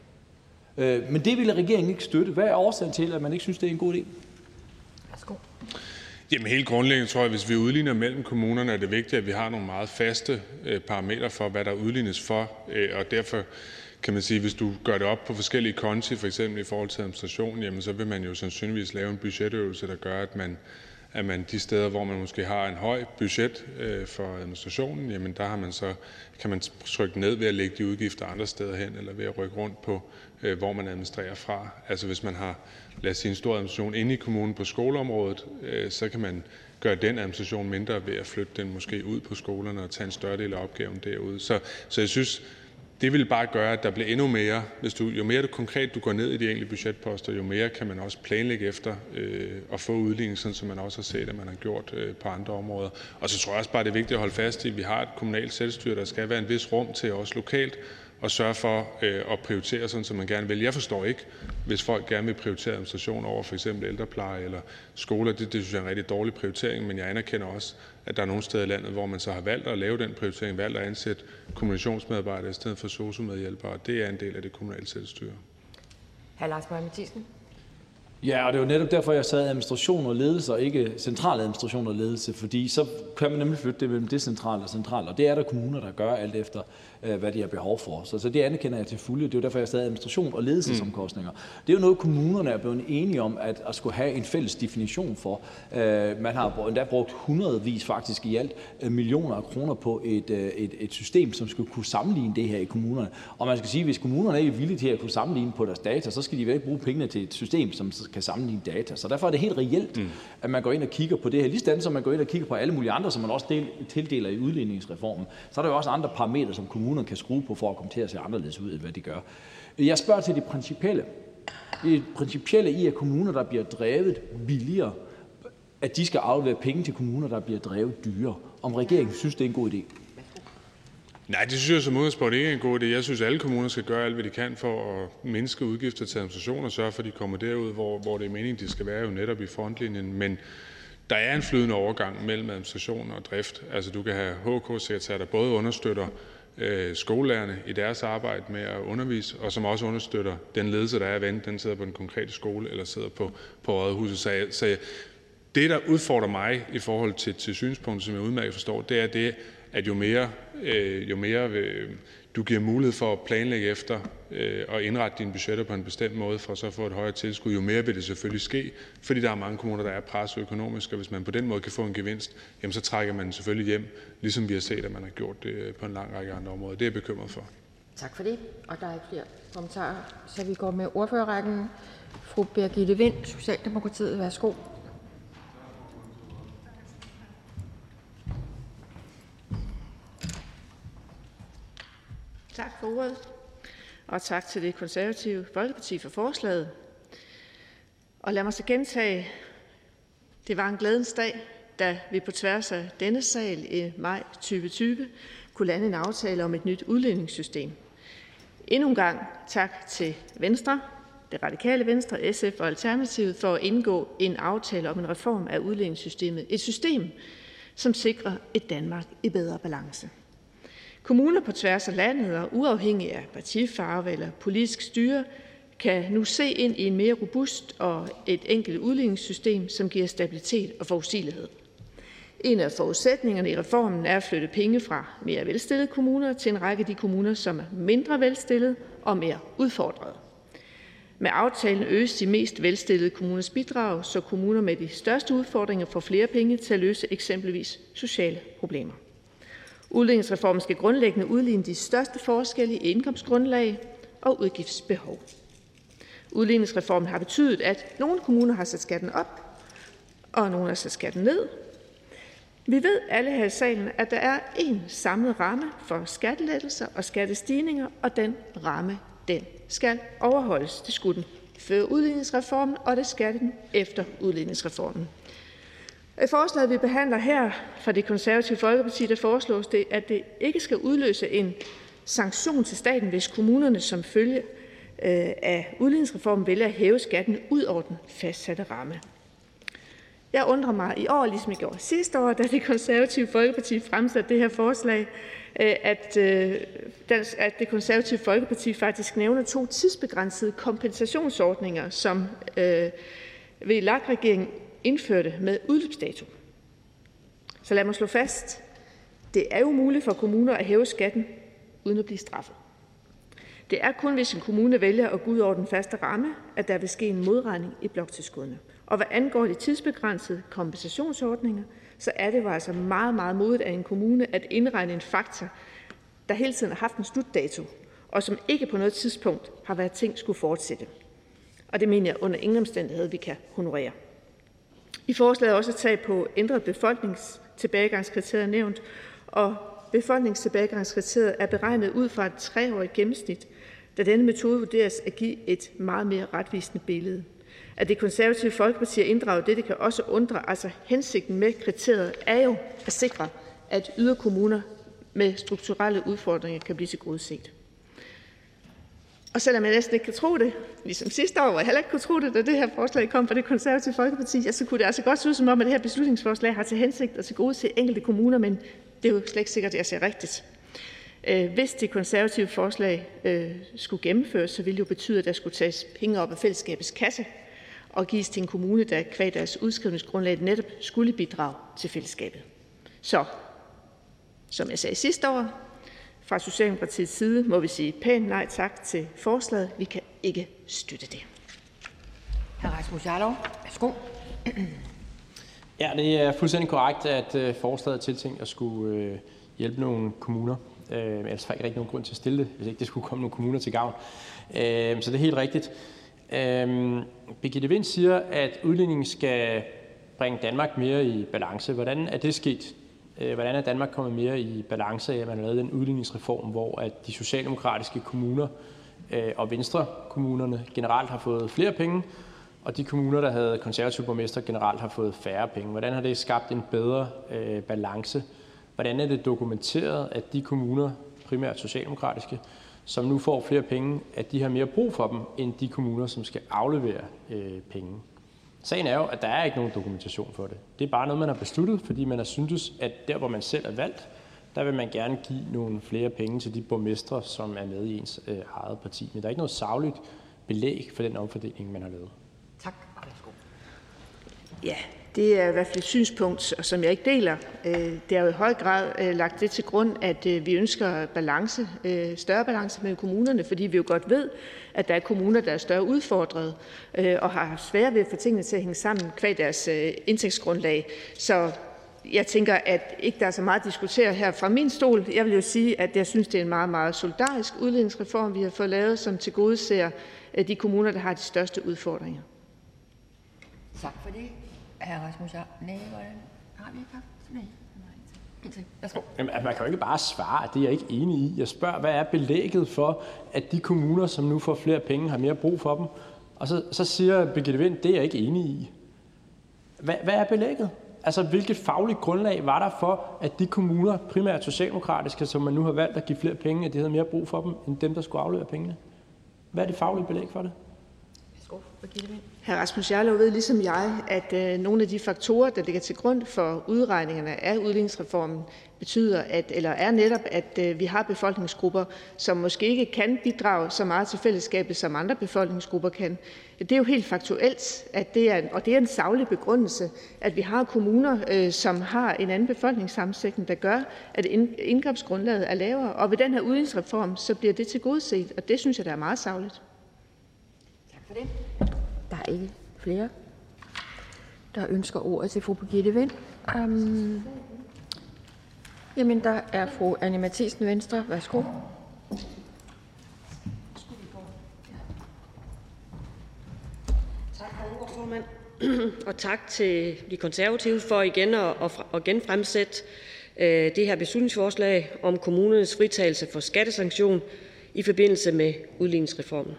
Men det ville regeringen ikke støtte. Hvad er årsagen til, at man ikke synes, det er en god idé? Værsgo. Jamen helt grundlæggende tror jeg, at hvis vi udligner mellem kommunerne, er det vigtigt, at vi har nogle meget faste øh, parametre for, hvad der udlignes for. Øh, og derfor kan man sige, at hvis du gør det op på forskellige konti, for eksempel i forhold til administration, jamen så vil man jo sandsynligvis lave en budgetøvelse, der gør, at man, at man de steder, hvor man måske har en høj budget øh, for administrationen, jamen der har man så, kan man trykke ned ved at lægge de udgifter andre steder hen, eller ved at rykke rundt på, øh, hvor man administrerer fra. Altså hvis man har, lad os sige, en stor administration inde i kommunen på skoleområdet, øh, så kan man gøre den administration mindre ved at flytte den måske ud på skolerne og tage en større del af opgaven derude. Så, så jeg synes, det vil bare gøre, at der bliver endnu mere, hvis du, jo mere du konkret du går ned i de enkelte budgetposter, jo mere kan man også planlægge efter øh, at få udligning, sådan som man også har set, at man har gjort øh, på andre områder. Og så tror jeg også bare, det er vigtigt at holde fast i, at vi har et kommunalt selvstyre, der skal være en vis rum til også lokalt og sørge for øh, at prioritere sådan, som man gerne vil. Jeg forstår ikke, hvis folk gerne vil prioritere administration over for eksempel ældrepleje eller skoler. Det, det synes jeg er en rigtig dårlig prioritering, men jeg anerkender også, at der er nogle steder i landet, hvor man så har valgt at lave den prioritering, valgt at ansætte kommunikationsmedarbejdere i stedet for sosu-medhjælpere, og det er en del af det kommunale selvstyre. Hr. Lars Boje Mathiesen. Ja, og det er jo netop derfor, jeg sagde administration og ledelse, og ikke central administration og ledelse, fordi så kan man nemlig flytte det mellem decentralt og centralt, og det er der kommuner, der gør alt efter, hvad de har behov for. Så, så det anerkender jeg til fulde. Det er jo derfor, jeg sagde administration og ledelsesomkostninger. Mm. Det er jo noget, kommunerne er blevet enige om at, at skulle have en fælles definition for. Uh, man har endda brugt hundredvis faktisk i alt uh, millioner af kroner på et, uh, et, et system, som skulle kunne sammenligne det her i kommunerne. Og man skal sige, at hvis kommunerne ikke er villige til at kunne sammenligne på deres data, så skal de vel ikke bruge pengene til et system, som kan sammenligne data. Så derfor er det helt reelt, mm. at man går ind og kigger på det her. Lige sådan, som man går ind og kigger på alle mulige andre, som man også del, tildeler i udligningsreformen. Så er der jo også andre parametre, som kommunerne kan skrue på for at komme til at se anderledes ud, end hvad de gør. Jeg spørger til det principielle. Det principielle i, at kommuner, der bliver drevet billigere, at de skal aflevere penge til kommuner, der bliver drevet dyrere. Om regeringen synes, det er en god idé? Nej, det synes jeg som udgangspunkt ikke er en god idé. Jeg synes, at alle kommuner skal gøre alt, hvad de kan for at mindske udgifter til administration og sørge for, at de kommer derud, hvor, hvor det er meningen, de skal være jo netop i frontlinjen. Men der er en flydende overgang mellem administration og drift. Altså du kan have H K-sekretærer, der både understøtter øh, skolelærerne i deres arbejde med at undervise, og som også understøtter den ledelse, der er ved den sidder på den konkrete skole eller sidder på, på rådhuset. Så, så det, der udfordrer mig i forhold til, til synspunktet, som jeg udmærket forstår, det er det, at jo mere, øh, jo mere øh, du giver mulighed for at planlægge efter øh, og indrette dine budgetter på en bestemt måde for at så få et højere tilskud, jo mere vil det selvfølgelig ske, fordi der er mange kommuner, der er presset økonomisk, og hvis man på den måde kan få en gevinst, jamen så trækker man selvfølgelig hjem, ligesom vi har set, at man har gjort det på en lang række andre områder. Det er jeg bekymret for. Tak for det, og der er ikke flere kommentarer, så vi går med ordførerrækken. Fru Birgitte Vind, Socialdemokratiet, værsgo. Tak for ordet, og tak til Det Konservative Folkeparti for forslaget. Og lad mig så gentage, Det var en glædens dag, da vi på tværs af denne sal i maj tyve tyve kunne lande en aftale om et nyt udligningssystem. Endnu en gang tak til Venstre, Det Radikale Venstre, S F og Alternativet for at indgå en aftale om en reform af udligningssystemet. Et system, som sikrer et Danmark i bedre balance. Kommuner på tværs af landet og uafhængig af partifarve eller politisk styre kan nu se ind i en mere robust og et enkelt udligningssystem, som giver stabilitet og forudsigelighed. En af forudsætningerne i reformen er at flytte penge fra mere velstillede kommuner til en række af de kommuner, som er mindre velstillede og mere udfordrede. Med aftalen øges de mest velstillede kommuners bidrag, så kommuner med de største udfordringer får flere penge til at løse eksempelvis sociale problemer. Udligningsreformen skal grundlæggende udligne de største forskelle i indkomstgrundlag og udgiftsbehov. Udligningsreformen har betydet, at nogle kommuner har sat skatten op, og nogle har sat skatten ned. Vi ved alle her i salen, at der er en samlet ramme for skattelettelser og skattestigninger, og den ramme, den skal overholdes. Det skulle den før udligningsreformen, og det skal den efter udligningsreformen. I forslaget, vi behandler her fra Det Konservative Folkeparti, der foreslås det, at det ikke skal udløse en sanktion til staten, hvis kommunerne som følge af udligningsreformen vælger at hæve skatten ud over den fastsatte ramme. Jeg undrer mig i år, ligesom jeg gjorde sidste år, da Det Konservative Folkeparti fremsatte det her forslag, at, at Det Konservative Folkeparti faktisk nævner to tidsbegrænsede kompensationsordninger, som øh, V L A K-regeringen indførte med udløbsdato. Så lad mig slå fast, det er jo muligt for kommuner at hæve skatten uden at blive straffet. Det er kun, hvis en kommune vælger at gå ud over den faste ramme, at der vil ske en modregning i bloktilskuddene. Og hvad angår de tidsbegrænsede kompensationsordninger, så er det jo altså meget, meget modigt af en kommune at indregne en faktor, der hele tiden har haft en slutdato, og som ikke på noget tidspunkt har været tænkt skulle fortsætte. Og det mener jeg under ingen omstændighed, vi kan honorere. I forslaget er også et tag på ændret befolkningstilbagegangskriterier nævnt, og befolkningstilbagegangskriteriet er beregnet ud fra et treårigt gennemsnit, da denne metode vurderes at give et meget mere retvisende billede. At Det Konservative Folkeparti har inddraget dette kan også undre, altså hensigten med kriteriet er jo at sikre, at yderkommuner med strukturelle udfordringer kan blive tilgodeset. Og selvom jeg næsten ikke kan tro det, ligesom sidste år, hvor jeg heller ikke kunne tro det, da det her forslag kom fra Det Konservative Folkeparti, ja, så kunne det altså godt se ud som om, at det her beslutningsforslag har til hensigt at tilgodese enkelte kommuner, men det er jo slet ikke sikkert, at jeg ser rigtigt. Hvis det konservative forslag øh, skulle gennemføres, så ville det jo betyde, at der skulle tages penge op af fællesskabets kasse og gives til en kommune, der kvad deres udskrivningsgrundlag netop skulle bidrage til fællesskabet. Så, som jeg sagde sidste år, fra Socialdemokratiets side må vi sige pænt nej tak til forslaget. Vi kan ikke støtte det. Hr. Rasmus Jarlov, værsgo. Ja, det er fuldstændig korrekt, at forslaget er tiltænkt at skulle hjælpe nogle kommuner. Ellers har jeg ikke rigtig nogen grund til at stille det, hvis ikke det skulle komme nogle kommuner til gavn. Så det er helt rigtigt. Birgitte Vind siger, at udligningen skal bringe Danmark mere i balance. Hvordan er det sket? Hvordan er Danmark kommet mere i balance af, at man har lavet en udligningsreform, hvor at de socialdemokratiske kommuner og venstrekommunerne generelt har fået flere penge, og de kommuner, der havde konservative borgmester, generelt har fået færre penge? Hvordan har det skabt en bedre balance? Hvordan er det dokumenteret, at de kommuner, primært socialdemokratiske, som nu får flere penge, at de har mere brug for dem, end de kommuner, som skal aflevere øh, penge? Sagen er jo, at der er ikke nogen dokumentation for det. Det er bare noget, man har besluttet, fordi man har syntes, at der, hvor man selv er valgt, der vil man gerne give nogle flere penge til de borgmestre, som er med i ens øh, eget parti. Men der er ikke noget sagligt belæg for den omfordeling, man har lavet. Tak. Ja, det er i hvert fald et synspunkt, som jeg ikke deler. Det er jo i høj grad lagt det til grund, at vi ønsker balance, større balance mellem kommunerne, fordi vi jo godt ved, at der er kommuner, der er større udfordret og har svært ved at få tingene til at hænge sammen qua deres indtægtsgrundlag. Så jeg tænker, at ikke der er så meget at diskutere her fra min stol. Jeg vil jo sige, at jeg synes, det er en meget, meget solidarisk udligningsreform, vi har fået lavet, som tilgodeser de kommuner, der har de største udfordringer. Tak for det. Hr. Rasmus Jarlov. Nej, hvordan? Har vi ikke haft? Nej. Værsgo. Jamen, man kan jo ikke bare svare, at det er jeg ikke enig i. Jeg spørger, hvad er belægget for, at de kommuner, som nu får flere penge, har mere brug for dem? Og så, så siger Birgitte Vind, det er jeg ikke enig i. Hvad, hvad er belægget? Altså, hvilket fagligt grundlag var der for, at de kommuner, primært socialdemokratiske, som man nu har valgt at give flere penge, at de havde mere brug for dem, end dem, der skulle aflevere pengene? Hvad er det faglige belæg for det? Hr. Rasmus Jarlov ved ligesom jeg, at øh, nogle af de faktorer, der ligger til grund for udregningerne af udligningsreformen, betyder, at, eller er netop, at øh, vi har befolkningsgrupper, som måske ikke kan bidrage så meget til fællesskabet, som andre befolkningsgrupper kan. Det er jo helt faktuelt, at det er, og det er en saglig begrundelse, at vi har kommuner, øh, som har en anden befolkningssammensætning, der gør, at indkomstgrundlaget er lavere. Og ved den her udligningsreform, så bliver det tilgodeset, og det synes jeg, der er meget sagligt. Tak for det. Der er ikke flere, der ønsker ordet til fru Birgitte Vind. Um, jamen, der er fru Anni Matthiesen, Venstre. Værsgo. Tak for ordet, formand. Og tak til de konservative for igen at, at genfremsætte øh, det her beslutningsforslag om kommunernes fritagelse for skattesanktion i forbindelse med udligningsreformen.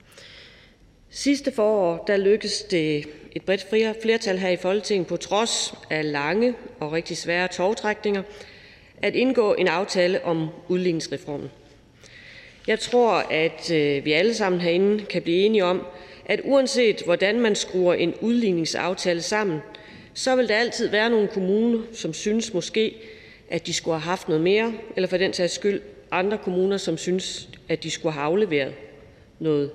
Sidste forår der lykkedes det et bredt flertal her i Folketinget på trods af lange og rigtig svære tovtrækninger at indgå en aftale om udligningsreformen. Jeg tror, at vi alle sammen herinde kan blive enige om, at uanset hvordan man skruer en udligningsaftale sammen, så vil der altid være nogle kommuner, som synes måske, at de skulle have haft noget mere, eller for den sags skyld andre kommuner, som synes, at de skulle have afleveret noget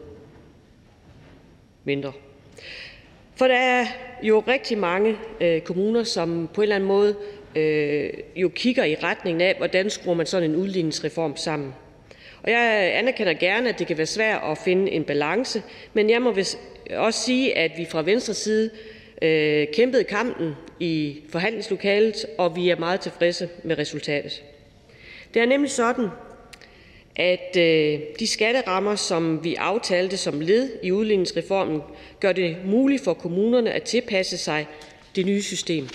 mindre. For der er jo rigtig mange øh, kommuner, som på en eller anden måde øh, jo kigger i retningen af, hvordan skruer man sådan en udligningsreform sammen. Og jeg anerkender gerne, at det kan være svært at finde en balance, men jeg må også sige, at vi fra Venstres side øh, kæmpede kampen i forhandlingslokalet, og vi er meget tilfredse med resultatet. Det er nemlig sådan, at øh, de skatterammer, som vi aftalte som led i udligningsreformen, gør det muligt for kommunerne at tilpasse sig det nye system.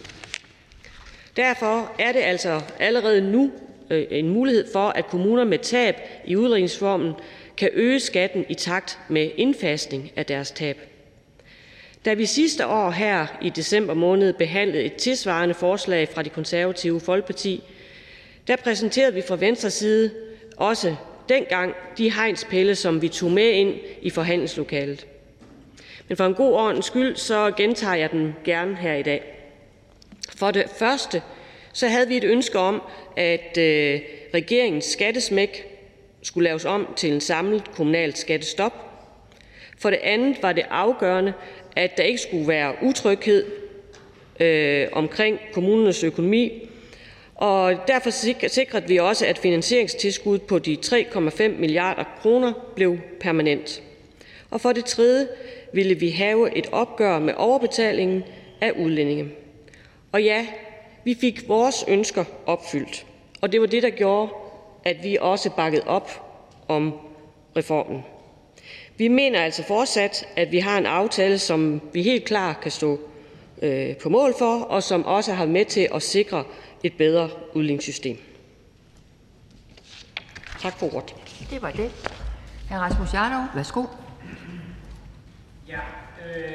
Derfor er det altså allerede nu øh, en mulighed for, at kommuner med tab i udligningsreformen kan øge skatten i takt med indfasning af deres tab. Da vi sidste år her i december måned behandlede et tilsvarende forslag fra Det Konservative Folkeparti, der præsenterede vi fra Venstres side også dengang de hegnspæle, som vi tog med ind i forhandlingslokalet. Men for en god ordens skyld, så gentager jeg den gerne her i dag. For det første, så havde vi et ønske om, at øh, regeringens skattesmæk skulle laves om til en samlet kommunalt skattestop. For det andet var det afgørende, at der ikke skulle være utryghed øh, omkring kommunernes økonomi, og derfor sikrede vi også, at finansieringstilskuddet på de tre komma fem milliarder kroner blev permanent. Og for det tredje ville vi have et opgør med overbetalingen af udlændinge. Og ja, vi fik vores ønsker opfyldt, og det var det, der gjorde, at vi også bakkede op om reformen. Vi mener altså fortsat, at vi har en aftale, som vi helt klart kan stå øh, på mål for, og som også har med til at sikre et bedre udligningssystem. Tak for ordet. Det var det. Hr. Rasmus Jarlov, værsgo. Ja, øh...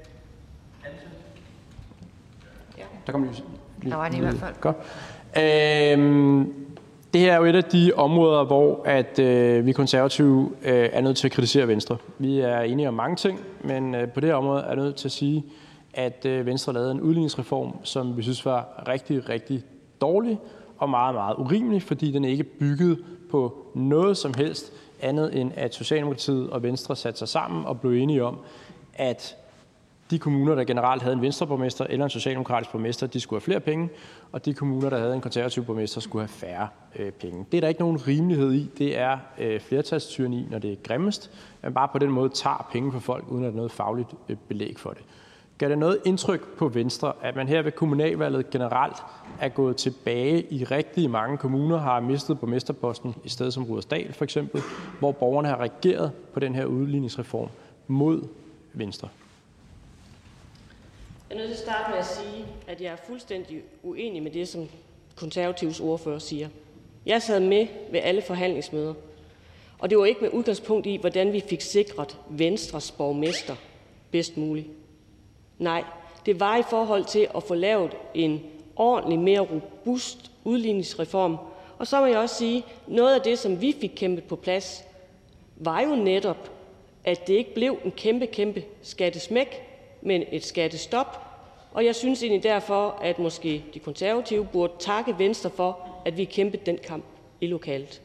Der kom lige... Der var det i hvert fald. Godt. Øhm, det her er jo et af de områder, hvor at, øh, vi konservative øh, er nødt til at kritisere Venstre. Vi er enige om mange ting, men øh, på det her område er jeg nødt til at sige, at øh, Venstre lavede en udligningsreform, som vi synes var rigtig, rigtig dårlig og meget, meget urimelig, fordi den ikke byggede på noget som helst andet end, at Socialdemokratiet og Venstre satte sig sammen og blev enige om, at de kommuner, der generelt havde en venstreborgmester eller en socialdemokratisk borgmester, de skulle have flere penge, og de kommuner, der havde en konservativ borgmester, skulle have færre øh, penge. Det er der ikke nogen rimelighed i. Det er øh, flertalstyranni, når det er grimmest. Man bare på den måde tager penge fra folk, uden at der er noget fagligt øh, belæg for det. Gør det noget indtryk på Venstre, at man her ved kommunalvalget generelt er gået tilbage i rigtig mange kommuner, har mistet borgmesterposten i stedet som Rudersdal for eksempel, hvor borgerne har reageret på den her udligningsreform mod Venstre? Jeg er nødt til at starte med at sige, at jeg er fuldstændig uenig med det, som konservativs ordfører siger. Jeg sad med ved alle forhandlingsmøder, og det var ikke med udgangspunkt i, hvordan vi fik sikret Venstres borgmester bedst muligt. Nej, det var i forhold til at få lavet en ordentlig, mere robust udligningsreform. Og så må jeg også sige, at noget af det, som vi fik kæmpet på plads, var jo netop, at det ikke blev en kæmpe, kæmpe skattesmæk, men et skattestop. Og jeg synes egentlig derfor, at måske de konservative burde takke Venstre for, at vi kæmpede den kamp i lokalet.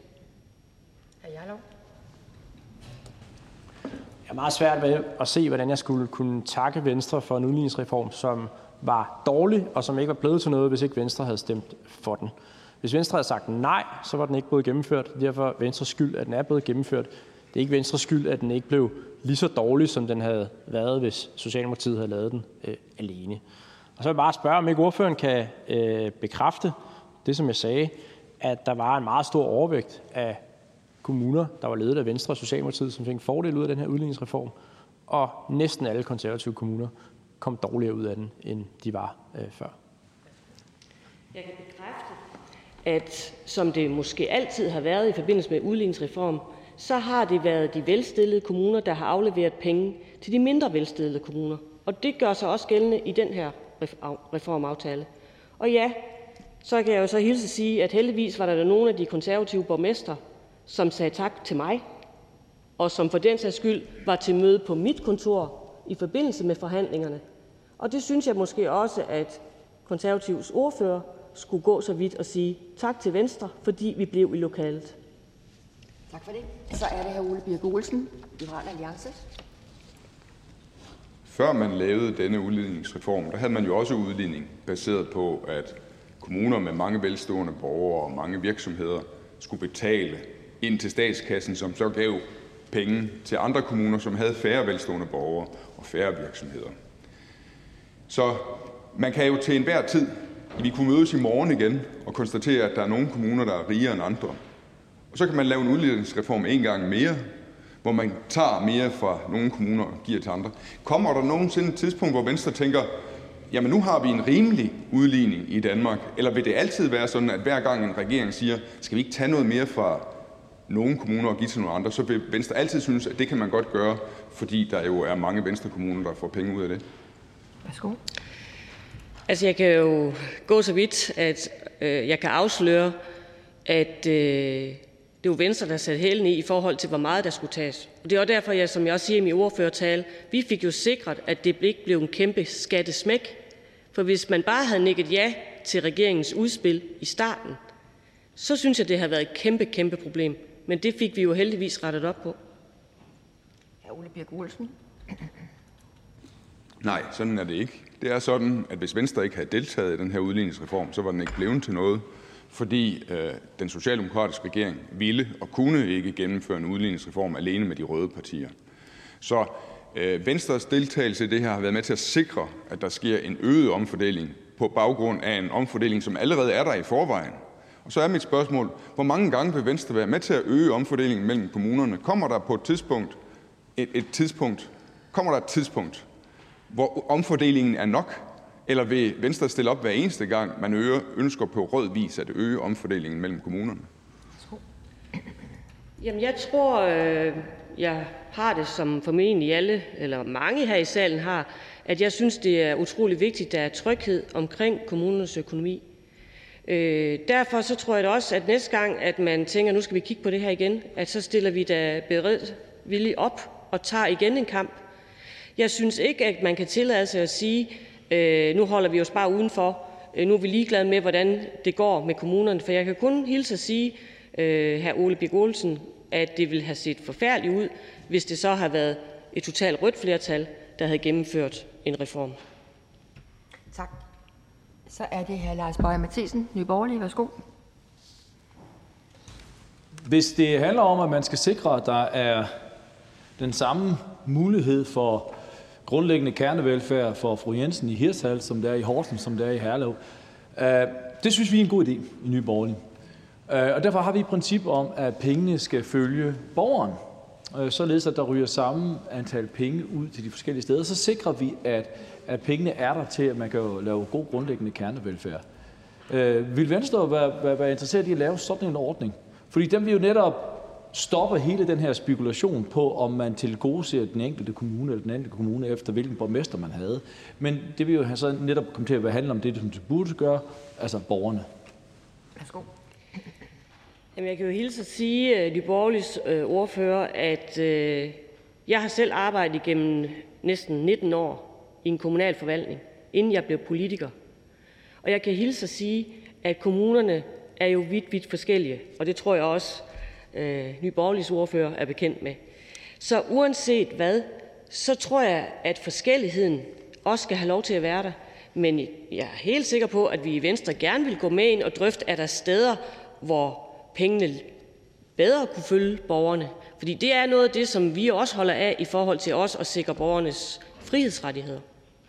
Jeg er meget svært ved at se, hvordan jeg skulle kunne takke Venstre for en udligningsreform, som var dårlig, og som ikke var blevet til noget, hvis ikke Venstre havde stemt for den. Hvis Venstre havde sagt nej, så var den ikke blevet gennemført. Derfor er Venstres skyld, at den er blevet gennemført. Det er ikke Venstres skyld, at den ikke blev lige så dårlig, som den havde været, hvis Socialdemokratiet havde lavet den øh, alene. Og så vil jeg bare spørge, om ikke ordføreren kan øh, bekræfte det, som jeg sagde, at der var en meget stor overvægt af kommuner, der var ledet af Venstre og Socialdemokratiet, som fik en fordel ud af den her udligningsreform, og næsten alle konservative kommuner kom dårligere ud af den, end de var øh, før. Jeg kan bekræfte, at som det måske altid har været i forbindelse med udligningsreform, så har det været de velstillede kommuner, der har afleveret penge til de mindre velstillede kommuner. Og det gør sig også gældende i den her reformaftale. Og ja, så kan jeg jo så hilse at sige, at heldigvis var der nogle af de konservative borgmestre, som sagde tak til mig, og som for den sags skyld var til møde på mit kontor i forbindelse med forhandlingerne. Og det synes jeg måske også, at konservativs ordfører skulle gå så vidt og sige tak til Venstre, fordi vi blev i lokalet. Tak for det. Så er det hr. Ole Birk Olesen, Liberal Alliance. Før man lavede denne udligningsreform, der havde man jo også udligning baseret på, at kommuner med mange velstående borgere og mange virksomheder skulle betale ind til statskassen, som så gav penge til andre kommuner, som havde færre velstående borgere og færre virksomheder. Så man kan jo til enhver tid, vi kunne mødes i morgen igen og konstatere, at der er nogle kommuner, der er rigere end andre. Og så kan man lave en udligningsreform en gang mere, hvor man tager mere fra nogle kommuner og giver til andre. Kommer der nogensinde et tidspunkt, hvor Venstre tænker, jamen nu har vi en rimelig udligning i Danmark, eller vil det altid være sådan, at hver gang en regering siger, skal vi ikke tage noget mere fra nogle kommuner og give til nogle andre, så vil Venstre altid synes, at det kan man godt gøre, fordi der jo er mange Venstre-kommuner, der får penge ud af det? Værsgo. Altså, jeg kan jo gå så vidt, at øh, jeg kan afsløre, at øh, det er jo Venstre, der satte hælen i, i forhold til, hvor meget der skulle tages. Og det er også derfor, jeg, som jeg også siger i min ordførertale, vi fik jo sikret, at det ikke blev en kæmpe skattesmæk. For hvis man bare havde nikket ja til regeringens udspil i starten, så synes jeg, det har været et kæmpe, kæmpe problem. Men det fik vi jo heldigvis rettet op på. Hr. Ole Birk Olesen. Nej, sådan er det ikke. Det er sådan, at hvis Venstre ikke havde deltaget i den her udligningsreform, så var den ikke blevet til noget, fordi øh, den socialdemokratiske regering ville og kunne ikke gennemføre en udligningsreform alene med de røde partier. Så øh, Venstres deltagelse i det her har været med til at sikre, at der sker en øget omfordeling på baggrund af en omfordeling, som allerede er der i forvejen. Og så er mit spørgsmål, hvor mange gange vil Venstre være med til at øge omfordelingen mellem kommunerne? Kommer der på et tidspunkt, et, et tidspunkt, kommer der et tidspunkt, hvor omfordelingen er nok? Eller vil Venstre stille op hver eneste gang, man øger, ønsker på rød vis at øge omfordelingen mellem kommunerne? Jamen, jeg tror, øh, jeg har det som formentlig alle, eller mange her i salen har, at jeg synes, det er utrolig vigtigt, at der er tryghed omkring kommunernes økonomi. Øh, derfor så tror jeg da også, at næste gang, at man tænker, nu skal vi kigge på det her igen, at så stiller vi da beredvilligt op og tager igen en kamp. Jeg synes ikke, at man kan tillade sig at sige, øh, nu holder vi os bare udenfor, øh, nu er vi ligeglade med, hvordan det går med kommunerne. For jeg kan kun hilse at sige, øh, hr. Ole Birk Olesen, at det ville have set forfærdeligt ud, hvis det så har været et totalt rødt flertal, der havde gennemført en reform. Tak. Så er det hr. Lars Boje Mathiesen, Nye Borgerlige. Værsgo. Hvis det handler om, at man skal sikre, at der er den samme mulighed for grundlæggende kernevelfærd for fru Jensen i Hirtshals, som der er i Horsens, som der er i Herlev, det synes vi er en god idé i Nye Borgerlige. Og derfor har vi et princip om, at pengene skal følge borgeren, således at der ryger samme antal penge ud til de forskellige steder. Så sikrer vi, at, at pengene er der til, at man kan lave god grundlæggende kernevelfærd. Vil Venstre være, være, være interesseret i at lave sådan en ordning? Fordi den vil jo netop stopper hele den her spekulation på, om man tilgodeser den enkelte kommune eller den enkelte kommune efter, hvilken borgmester man havde. Men det vil jo have så netop komme til at handle om det, som det burde gøre, altså borgerne. Værsgo. Jamen, jeg kan jo hilse at sige, Nye Borgerliges øh, ordfører, at øh, jeg har selv arbejdet igennem næsten nitten år i en kommunal forvaltning, inden jeg blev politiker. Og jeg kan hilse at sige, at kommunerne er jo vidt, vidt forskellige, og det tror jeg også, øh, Nye Borgerliges ordfører er bekendt med. Så uanset hvad, så tror jeg, at forskelligheden også skal have lov til at være der. Men jeg er helt sikker på, at vi i Venstre gerne vil gå med ind og drøfte, at der er steder, hvor pengene bedre kunne følge borgerne. Fordi det er noget af det, som vi også holder af i forhold til os at sikre borgernes frihedsrettigheder.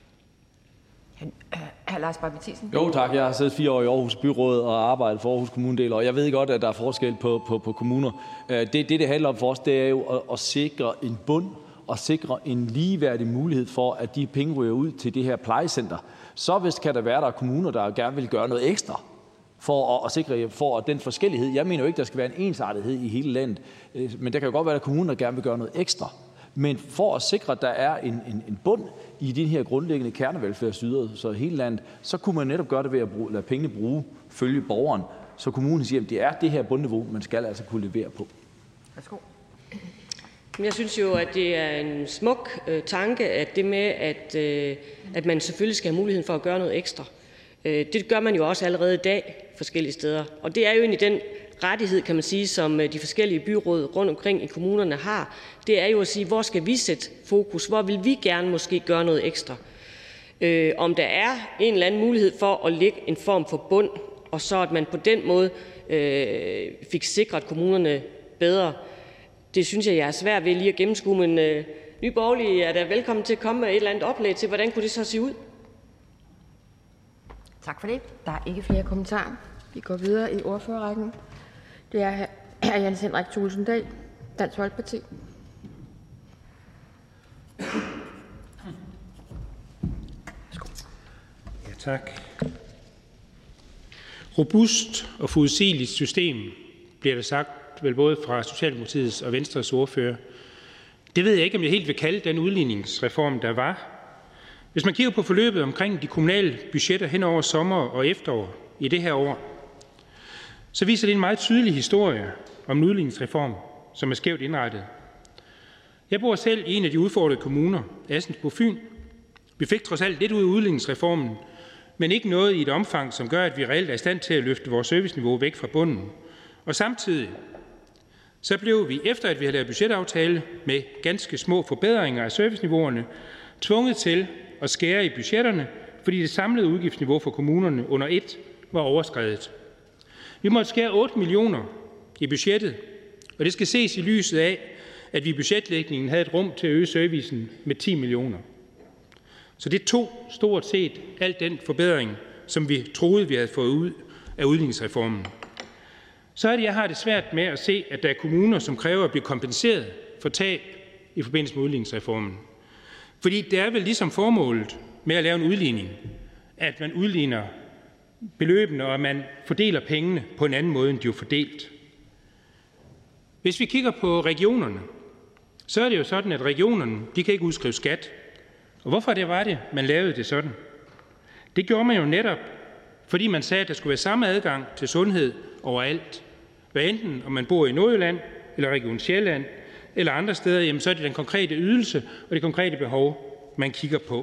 Hr. Lars Boje Mathiesen. Jo tak, jeg har siddet fire år i Aarhus Byråd og arbejdet for Aarhus Kommunedel, og jeg ved godt, at der er forskel på, på, på kommuner. Det, det, det handler om for os, det er jo at, at sikre en bund og sikre en ligeværdig mulighed for, at de penge ryger ud til det her plejecenter. Så hvis kan der være, der er kommuner, der gerne vil gøre noget ekstra for at, at sikre for at den forskellighed. Jeg mener jo ikke, der skal være en ensartethed i hele landet, men der kan jo godt være, at der er kommuner, der gerne vil gøre noget ekstra. Men for at sikre, at der er en, en, en bund i de her grundlæggende kernevelfærdsydelser så hele landet, så kunne man netop gøre det ved at bruge, lade pengene bruge, følge borgeren, så kommunen siger, at det er det her bundniveau, man skal altså kunne levere på. Værsgo. Jeg synes jo, at det er en smuk øh, tanke, at det med, at, øh, at man selvfølgelig skal have muligheden for at gøre noget ekstra. Øh, det gør man jo også allerede i dag forskellige steder. Og det er jo egentlig den rettighed, kan man sige, som de forskellige byråd rundt omkring i kommunerne har. Det er jo at sige, hvor skal vi sætte fokus? Hvor vil vi gerne måske gøre noget ekstra? Øh, om der er en eller anden mulighed for at lægge en form for bund, og så at man på den måde øh, fik sikret kommunerne bedre. Det synes jeg, jeg er svært ved lige at gennemskue, men øh, Nye Borgerlige er da velkommen til at komme med et eller andet oplæg til, hvordan kunne det så se ud? Tak for det. Der er ikke flere kommentarer. Vi går videre i ordførerrækken. Det er hr. Jens Henrik Thulesen Dahl, Dansk Folkeparti. Ja, tak. Robust og forudsigeligt system, bliver der sagt, vel både fra Socialdemokratiets og Venstres ordfører. Det ved jeg ikke, om jeg helt vil kalde den udligningsreform, der var. Hvis man kigger på forløbet omkring de kommunale budgetter hen over sommer og efterår i det her år, så viser det en meget tydelig historie om en udligningsreform, som er skævt indrettet. Jeg bor selv i en af de udfordrede kommuner, Assens på Fyn. Vi fik trods alt lidt ud af udligningsreformen, men ikke noget i et omfang, som gør, at vi reelt er i stand til at løfte vores serviceniveau væk fra bunden. Og samtidig så blev vi, efter at vi havde lavet budgetaftale med ganske små forbedringer af serviceniveauerne, tvunget til at skære i budgetterne, fordi det samlede udgiftsniveau for kommunerne under et var overskredet. Vi måtte skære otte millioner i budgettet, og det skal ses i lyset af, at vi i budgetlægningen havde et rum til at øge servicen med ti millioner. Så det tog stort set alt den forbedring, som vi troede, vi havde fået ud af udligningsreformen. Så er det, jeg har det svært med at se, at der er kommuner, som kræver at blive kompenseret for tab i forbindelse med udligningsreformen. Fordi det er vel ligesom formålet med at lave en udligning, at man udligner beløbene, og at man fordeler pengene på en anden måde, end de er fordelt. Hvis vi kigger på regionerne, så er det jo sådan, at regionerne de kan ikke udskrive skat. Og hvorfor det var det, man lavede det sådan? Det gjorde man jo netop, fordi man sagde, at der skulle være samme adgang til sundhed overalt. Hvad enten om man bor i Nordjylland, eller Region Sjælland, eller andre steder, jamen så er det den konkrete ydelse og det konkrete behov, man kigger på.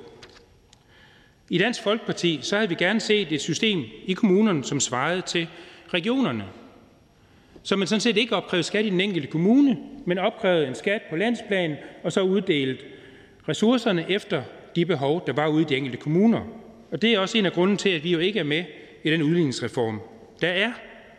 I Dansk Folkeparti så havde vi gerne set et system i kommunerne, som svarede til regionerne. Så man sådan set ikke opkrævede skat i den enkelte kommune, men opkrævede en skat på landsplan, og så uddelt ressourcerne efter de behov, der var ude i de enkelte kommuner. Og det er også en af grunden til, at vi jo ikke er med i den udligningsreform, der er.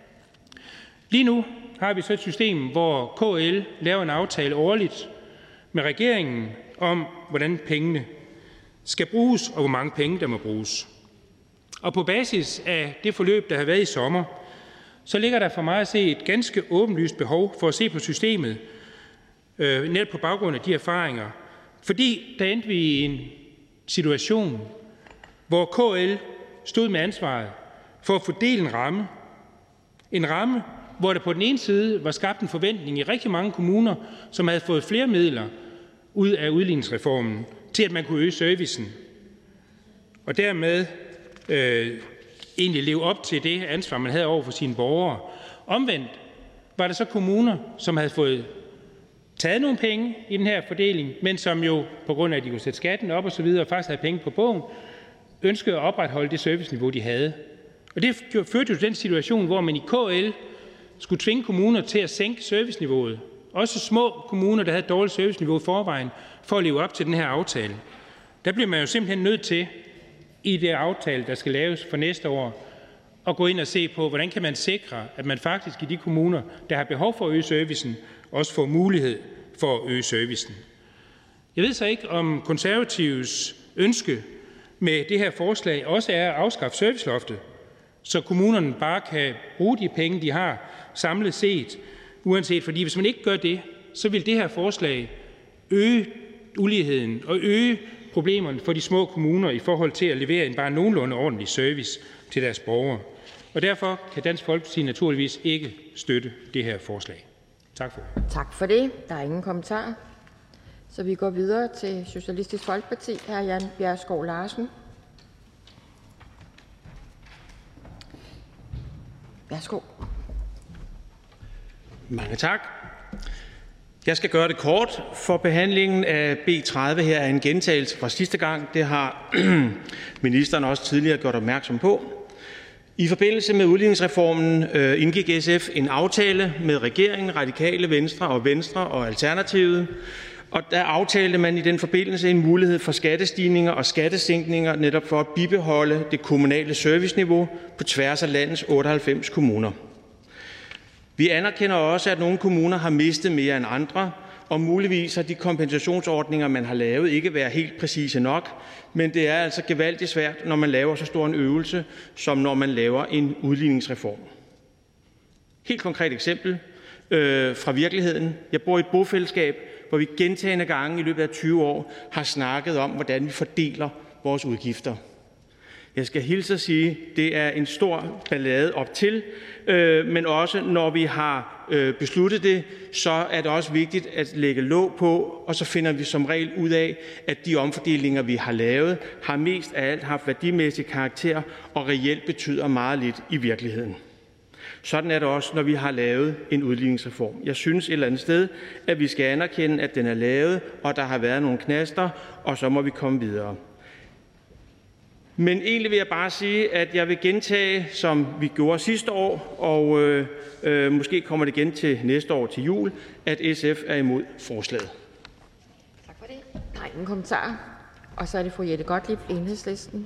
Lige nu har vi så et system, hvor K L laver en aftale årligt med regeringen om, hvordan pengene skal bruges, og hvor mange penge, der må bruges. Og på basis af det forløb, der har været i sommer, så ligger der for mig at se et ganske åbenlyst behov for at se på systemet, øh, netop på baggrund af de erfaringer. Fordi der endte vi i en situation, hvor K L stod med ansvaret for at fordele en ramme. En ramme, hvor der på den ene side var skabt en forventning i rigtig mange kommuner, som havde fået flere midler ud af udligningsreformen, til at man kunne øge servicen, og dermed øh, egentlig leve op til det ansvar, man havde over for sine borgere. Omvendt var der så kommuner, som havde fået taget nogle penge i den her fordeling, men som jo på grund af, at de kunne sætte skatten op og så videre, og faktisk havde penge på bogen, ønskede at opretholde det serviceniveau, de havde. Og det førte jo til den situation, hvor man i K L skulle tvinge kommuner til at sænke serviceniveauet. Også små kommuner, der havde et dårligt serviceniveau i forvejen, for at leve op til den her aftale. Der bliver man jo simpelthen nødt til, i det aftale, der skal laves for næste år, at gå ind og se på, hvordan kan man sikre, at man faktisk i de kommuner, der har behov for at øge servicen, også får mulighed for at øge servicen. Jeg ved så ikke, om Konservatives ønske med det her forslag også er at afskaffe serviceloftet, så kommunerne bare kan bruge de penge, de har samlet set, uanset, fordi hvis man ikke gør det, så vil det her forslag øge uligheden og øge problemerne for de små kommuner i forhold til at levere en bare nogenlunde ordentlig service til deres borgere. Og derfor kan Dansk Folkeparti naturligvis ikke støtte det her forslag. Tak for det. Tak for det. Der er ingen kommentarer. Så vi går videre til Socialistisk Folkeparti. Hr. Jan Bjergskov Larsen. Værsgo. Mange tak. Jeg skal gøre det kort, for behandlingen af B tredive her er en gentagelse fra sidste gang. Det har ministeren også tidligere gjort opmærksom på. I forbindelse med udligningsreformen øh, indgik S F en aftale med regeringen, Radikale Venstre og Venstre og Alternativet. Og der aftalte man i den forbindelse en mulighed for skattestigninger og skattesænkninger netop for at bibeholde det kommunale serviceniveau på tværs af landets otteoghalvfems kommuner. Vi anerkender også, at nogle kommuner har mistet mere end andre, og muligvis har de kompensationsordninger, man har lavet, ikke været helt præcise nok, men det er altså gevaldigt svært, når man laver så stor en øvelse, som når man laver en udligningsreform. Helt konkret eksempel øh, fra virkeligheden. Jeg bor i et bofællesskab, hvor vi gentagne gange i løbet af tyve år har snakket om, hvordan vi fordeler vores udgifter. Jeg skal hilse at sige, at det er en stor ballade op til, øh, men også når vi har øh, besluttet det, så er det også vigtigt at lægge låg på, og så finder vi som regel ud af, at de omfordelinger, vi har lavet, har mest af alt haft værdimæssig karakter og reelt betyder meget lidt i virkeligheden. Sådan er det også, når vi har lavet en udligningsreform. Jeg synes et eller andet sted, at vi skal anerkende, at den er lavet, og der har været nogle knaster, og så må vi komme videre. Men egentlig vil jeg bare sige, at jeg vil gentage, som vi gjorde sidste år, og øh, øh, måske kommer det igen til næste år til jul, at S F er imod forslaget. Tak for det. Der er ingen kommentarer. Og så er det fru Jette Gottlieb, Enhedslisten.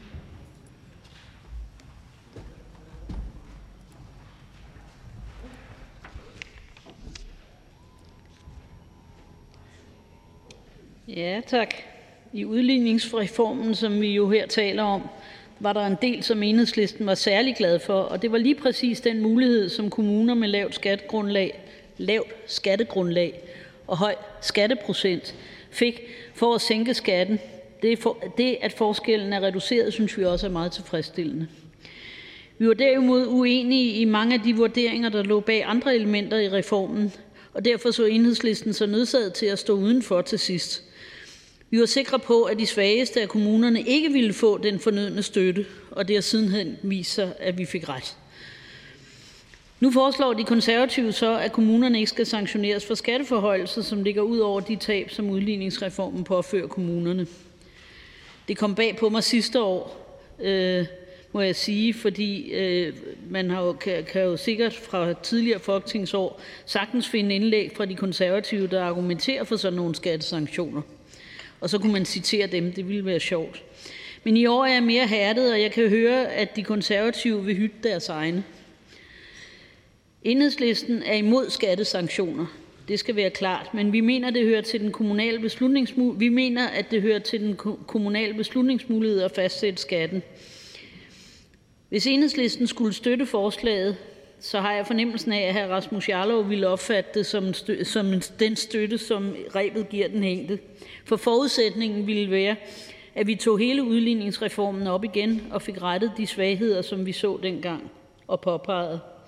Ja, tak. I udligningsreformen, som vi jo her taler om, var der en del, som Enhedslisten var særlig glad for, og det var lige præcis den mulighed, som kommuner med lavt skattegrundlag, lavt skattegrundlag og høj skatteprocent fik for at sænke skatten. Det, for, det, at forskellen er reduceret, synes vi også er meget tilfredsstillende. Vi var derimod uenige i mange af de vurderinger, der lå bag andre elementer i reformen, og derfor så Enhedslisten sig nødsaget til at stå udenfor til sidst. Vi var sikre på, at de svageste af kommunerne ikke ville få den fornødne støtte, og det har sidenhen vist sig, at vi fik ret. Nu foreslår de konservative så, at kommunerne ikke skal sanktioneres for skatteforhøjelser, som ligger ud over de tab, som udligningsreformen påfører kommunerne. Det kom bag på mig sidste år, øh, må jeg sige, fordi øh, man har jo, kan, kan jo sikkert fra tidligere folketingsår sagtens finde indlæg fra de konservative, der argumenterer for sådan nogle skattesanktioner. Og så kunne man citere dem, det ville være sjovt. Men i år er jeg mere hærdet, og jeg kan høre, at de konservative vil hytte deres egne. Enhedslisten er imod skattesanktioner. Det skal være klart, men vi mener, det hører til den kommunale beslutningsmulighed. Vi mener, at det hører til den kommunale beslutningsmulighed at fastsætte skatten. Hvis Enhedslisten skulle støtte forslaget, så har jeg fornemmelsen af, at hr. Rasmus Jarlov ville opfatte det som, stø- som den støtte, som rebet giver den enkelte. For forudsætningen ville være, at vi tog hele udligningsreformen op igen og fik rettet de svagheder, som vi så dengang og påpegede.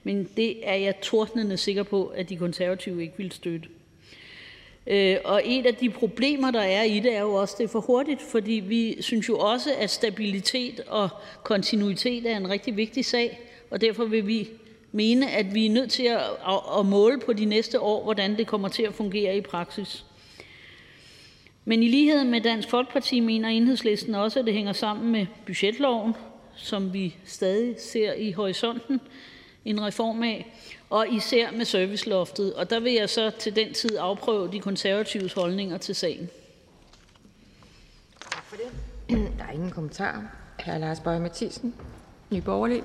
Men det er jeg tordnende sikker på, at de konservative ikke vil støtte. Øh, og et af de problemer, der er i det, er jo også, at det er for hurtigt, fordi vi synes jo også, at stabilitet og kontinuitet er en rigtig vigtig sag, og derfor vil vi mene, at vi er nødt til at, at, at måle på de næste år, hvordan det kommer til at fungere i praksis. Men i lighed med Dansk Folkeparti mener Enhedslisten også, at det hænger sammen med budgetloven, som vi stadig ser i horisonten en reform af, og især med serviceloftet. Og der vil jeg så til den tid afprøve de konservatives holdninger til sagen. Tak for det. Der er ingen kommentarer. Hr. Lars Boje Mathiesen, Nye Borgerlige.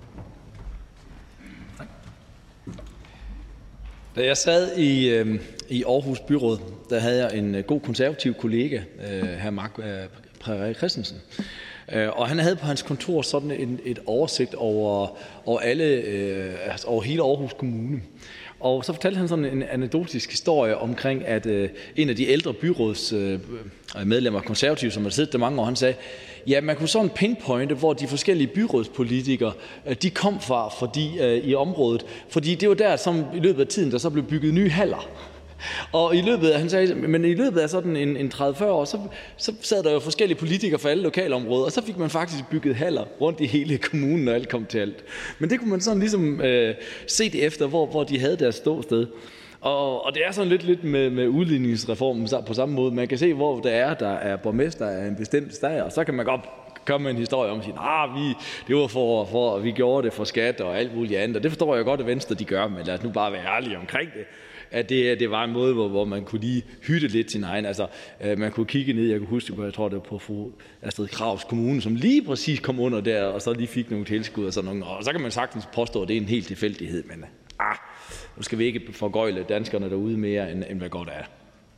Da jeg sad i, øh, i Aarhus Byråd, der havde jeg en god konservativ kollega, øh, hr. Mark øh, Christensen. Og han havde på hans kontor sådan en, et oversigt over, over, alle, øh, over hele Aarhus Kommune. Og så fortalte han sådan en anekdotisk historie omkring, at øh, en af de ældre byrådsmedlemmer, øh, konservative, som havde siddet der mange år, han sagde, ja, man kunne sådan pinpointe, hvor de forskellige byrådspolitikere, øh, de kom fra fordi, øh, i området. Fordi det var der, som i løbet af tiden, der så blev bygget nye haller. Og i løbet af, han sagde, men i løbet af sådan en, en tredive til fyrre år, så, så sad der jo forskellige politikere fra alle lokalområder, og så fik man faktisk bygget haller rundt i hele kommunen, når alt kom til alt. Men det kunne man sådan ligesom øh, se det efter, hvor, hvor de havde deres ståsted. Og, og det er sådan lidt, lidt med, med udligningsreformen på samme måde. Man kan se, hvor der er, der er borgmester af en bestemt stad, og så kan man godt komme med en historie om at sige, nah, vi, det var for, for, vi gjorde det for skat og alt muligt andet. Og det forstår jeg godt, at Venstre de gør, men lad os nu bare være ærlige omkring det. At det, det var en måde, hvor, hvor man kunne lige hytte lidt sin egen. Altså, øh, man kunne kigge ned, jeg kunne huske, jeg tror, det var på fru Astrid Krags Kommune, som lige præcis kom under der, og så lige fik nogle tilskud og sådan noget. Og så kan man sagtens påstå, at det er en helt tilfældighed, men ah, nu skal vi ikke forgøjle danskerne derude mere, end, end hvad godt er.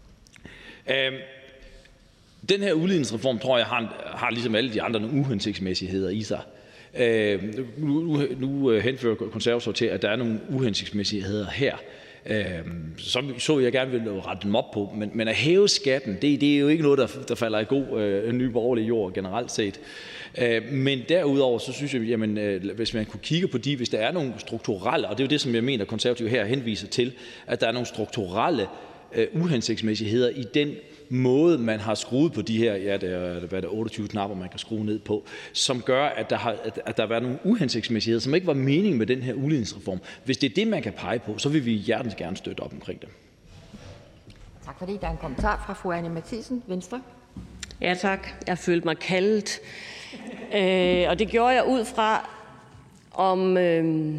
Øh, den her udligningsreform, tror jeg, har, har ligesom alle de andre nogle uhensigtsmæssigheder i sig. Øh, nu, nu, nu henfører konservative til, at der er nogle uhensigtsmæssigheder her. Så så jeg gerne ville rette dem op på, men, men at hæve skatten, det, det er jo ikke noget, der, der falder i god øh, ny borgerlig jord generelt set. Øh, men derudover, så synes jeg, jamen, øh, hvis man kunne kigge på de, hvis der er nogle strukturelle, og det er jo det, som jeg mener, konservative her henviser til, at der er nogle strukturelle øh, uhensigtsmæssigheder i den måde, man har skruet på de her, ja, der er, hvad der er otteogtyve knapper, man kan skrue ned på, som gør, at der har, at der har været nogle uhensigtsmæssigheder, som ikke var meningen med den her udligningsreform. Hvis det er det, man kan pege på, så vil vi hjertens gerne støtte op omkring det. Tak for det. Der er en kommentar fra fru Anne Matthiesen, Venstre. Ja, tak. Jeg følte mig kaldet. Øh, og det gjorde jeg ud fra, om, øh,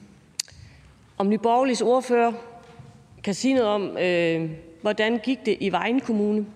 om Nye Borgerliges ordfører kan sige noget om, øh, hvordan gik det i Vejen Kommune?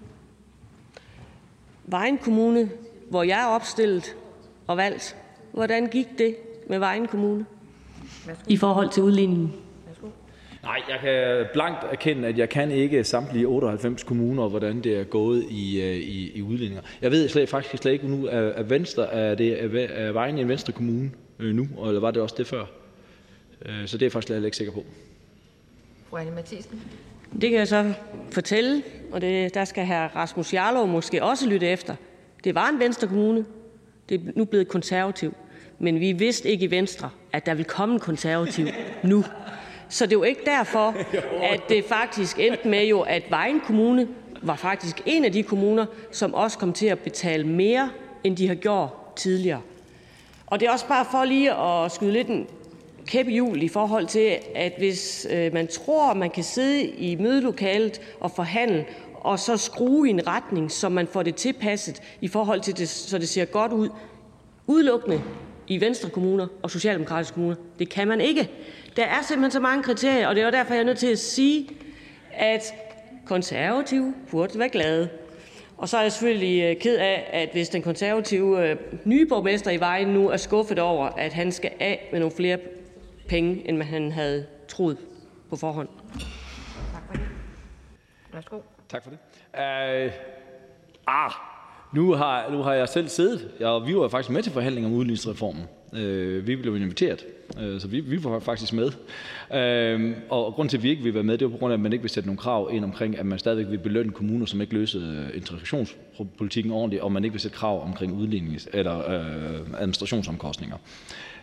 Vejen Kommune, hvor jeg er opstillet og valgt. Hvordan gik det med Vejen Kommune i forhold til udligningen? Nej, jeg kan blankt erkende, at jeg kan ikke samtlige otteoghalvfems kommuner, hvordan det er gået i, i, i udligninger. Jeg ved slet, faktisk slet ikke nu, er Venstre, er det er Vejen en Venstre kommune nu, eller var det også det før? Så det er jeg faktisk slet ikke sikker på. Fru Anne Matthiesen. Det kan jeg så fortælle, og det, der skal hr. Rasmus Jarlov måske også lytte efter. Det var en Venstre kommune. Det er nu blevet konservativ. Men vi vidste ikke i Venstre, at der vil komme en konservativ nu. Så det er jo ikke derfor, at det faktisk endte med, jo, at Vejen Kommune var faktisk en af de kommuner, som også kom til at betale mere, end de har gjort tidligere. Og det er også bare for lige at skyde lidt en kæppe hjul i forhold til, at hvis øh, man tror, man kan sidde i mødelokalet og forhandle, og så skrue i en retning, så man får det tilpasset i forhold til det, så det ser godt ud, udelukkende i Venstre kommuner og socialdemokratiske kommuner. Det kan man ikke. Der er simpelthen så mange kriterier, og det er derfor, jeg er nødt til at sige, at konservative burde være glade. Og så er jeg selvfølgelig ked af, at hvis den konservative øh, nye borgmester i Vejen nu er skuffet over, at han skal af med nogle flere penge, end han havde troet på forhånd. Tak for det. Værsgo. Tak for det. Uh, ah, nu har, nu har jeg selv siddet, og vi var faktisk med til forhandlinger om udligningsreformen. Uh, vi blev inviteret, uh, så vi, vi var faktisk med. Uh, og grunden til, at vi ikke ville være med, det var på grund af, at man ikke ville sætte nogle krav ind omkring, at man stadigvæk vil belønne kommuner, som ikke løser integrationspolitikken ordentligt, og man ikke vil sætte krav omkring udlignings- eller uh, administrationsomkostninger.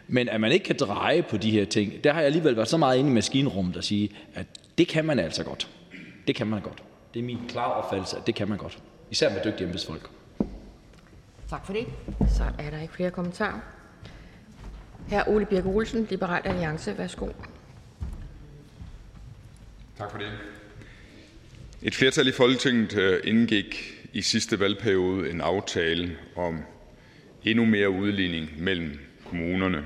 Men at man ikke kan dreje på de her ting, der har jeg alligevel været så meget inde i maskinrummet at sige, at det kan man altså godt. Det kan man godt. Det er min klare opfattelse, at det kan man godt. Især med dygtige embedsfolk. Tak for det. Så er der ikke flere kommentarer. Hr. Ole Birk Olesen, Liberal Alliance. Værsgo. Tak for det. Et flertal i Folketinget indgik i sidste valgperiode en aftale om endnu mere udligning mellem kommunerne.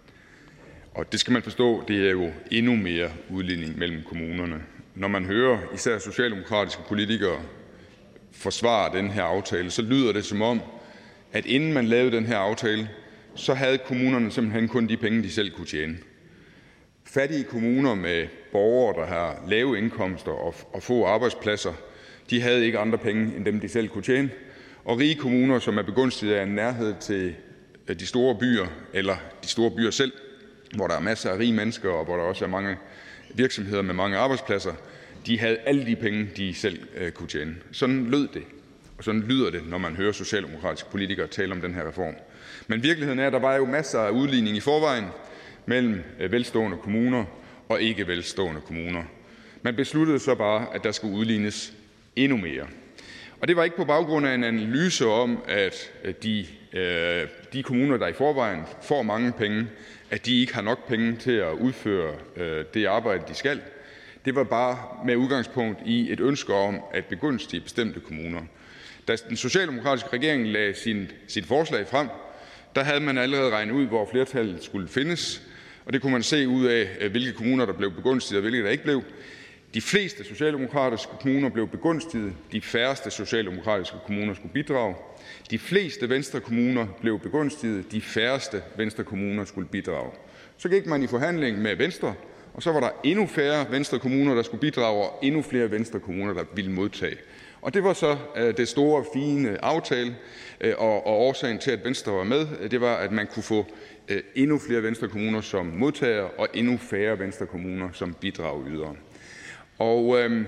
Og det skal man forstå, det er jo endnu mere udligning mellem kommunerne. Når man hører især socialdemokratiske politikere forsvare den her aftale, så lyder det som om, at inden man lavede den her aftale, så havde kommunerne simpelthen kun de penge, de selv kunne tjene. Fattige kommuner med borgere, der har lave indkomster og få arbejdspladser, de havde ikke andre penge end dem, de selv kunne tjene. Og rige kommuner, som er begunstiget af en nærhed til de store byer, eller de store byer selv, hvor der er masser af rige mennesker, og hvor der også er mange virksomheder med mange arbejdspladser, de havde alle de penge, de selv øh, kunne tjene. Sådan lød det, og sådan lyder det, når man hører socialdemokratiske politikere tale om den her reform. Men virkeligheden er, at der var jo masser af udligning i forvejen mellem øh, velstående kommuner og ikke velstående kommuner. Man besluttede så bare, at der skulle udlignes endnu mere. Og det var ikke på baggrund af en analyse om, at de, øh, de kommuner, der i forvejen får mange penge, at de ikke har nok penge til at udføre øh, det arbejde, de skal. Det var bare med udgangspunkt i et ønske om at begunstige bestemte kommuner. Da den socialdemokratiske regering lagde sin, sit forslag frem, der havde man allerede regnet ud, hvor flertallet skulle findes, og det kunne man se ud af, hvilke kommuner, der blev begunstiget og hvilke, der ikke blev. De fleste socialdemokratiske kommuner blev begunstiget, de færreste socialdemokratiske kommuner skulle bidrage. De fleste venstre kommuner blev begunstiget, de færreste venstre kommuner skulle bidrage. Så gik man i forhandling med Venstre, og så var der endnu færre venstre kommuner, der skulle bidrage, og endnu flere venstre kommuner, der ville modtage. Og det var så øh, det store, fine aftale, øh, og, og årsagen til, at Venstre var med, det var, at man kunne få øh, endnu flere venstre kommuner som modtager, og endnu færre venstre kommuner som bidragydere. Og øh,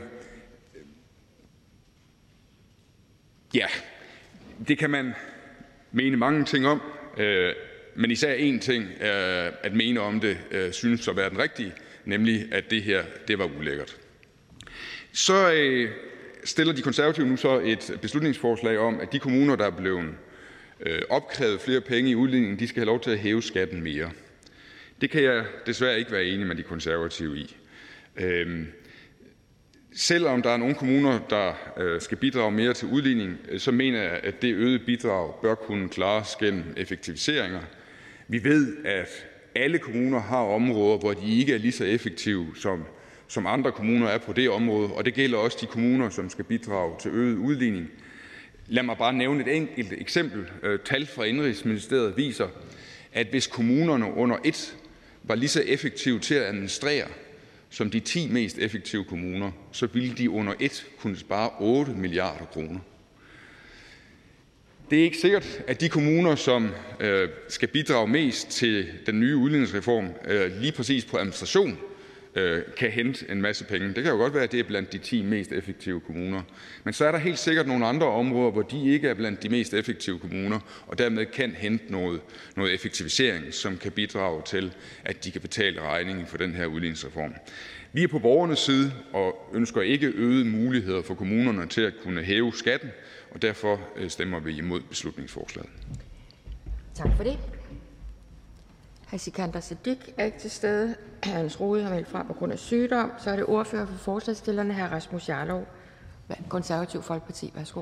ja, det kan man mene mange ting om, øh, men især én ting øh, at mene om det, øh, synes at være den rigtige, nemlig at det her, det var ulækkert. Så øh, stiller de konservative nu så et beslutningsforslag om, at de kommuner, der er blevet øh, opkrævet flere penge i udligningen, de skal have lov til at hæve skatten mere. Det kan jeg desværre ikke være enig med de konservative i. Øh, Selvom der er nogle kommuner, der øh, skal bidrage mere til udligning, så mener jeg, at det øgede bidrag bør kunne klares gennem effektiviseringer. Vi ved, at alle kommuner har områder, hvor de ikke er lige så effektive, som, som andre kommuner er på det område, og det gælder også de kommuner, som skal bidrage til øget udligning. Lad mig bare nævne et enkelt eksempel. Tal fra Indenrigsministeriet viser, at hvis kommunerne under et var lige så effektive til at administrere, som de ti mest effektive kommuner, så ville de under et kunne spare otte milliarder kroner. Det er ikke sikkert, at de kommuner, som øh, skal bidrage mest til den nye udligningsreform, øh, lige præcis på administration, øh, kan hente en masse penge. Det kan jo godt være, at det er blandt de ti mest effektive kommuner. Men så er der helt sikkert nogle andre områder, hvor de ikke er blandt de mest effektive kommuner, og dermed kan hente noget, noget effektivisering, som kan bidrage til, at de kan betale regningen for den her udligningsreform. Vi er på borgernes side og ønsker ikke øgede muligheder for kommunerne til at kunne hæve skatten, og derfor stemmer vi imod beslutningsforslaget. Tak for det. Hr. Sikander Siddique er ikke til stede. Hans Rohde har meldt fra på grund af sygdom. Så er det ordfører for forslagsstillerne, hr. Rasmus Jarlov, Konservativ Folkeparti. Værsgo.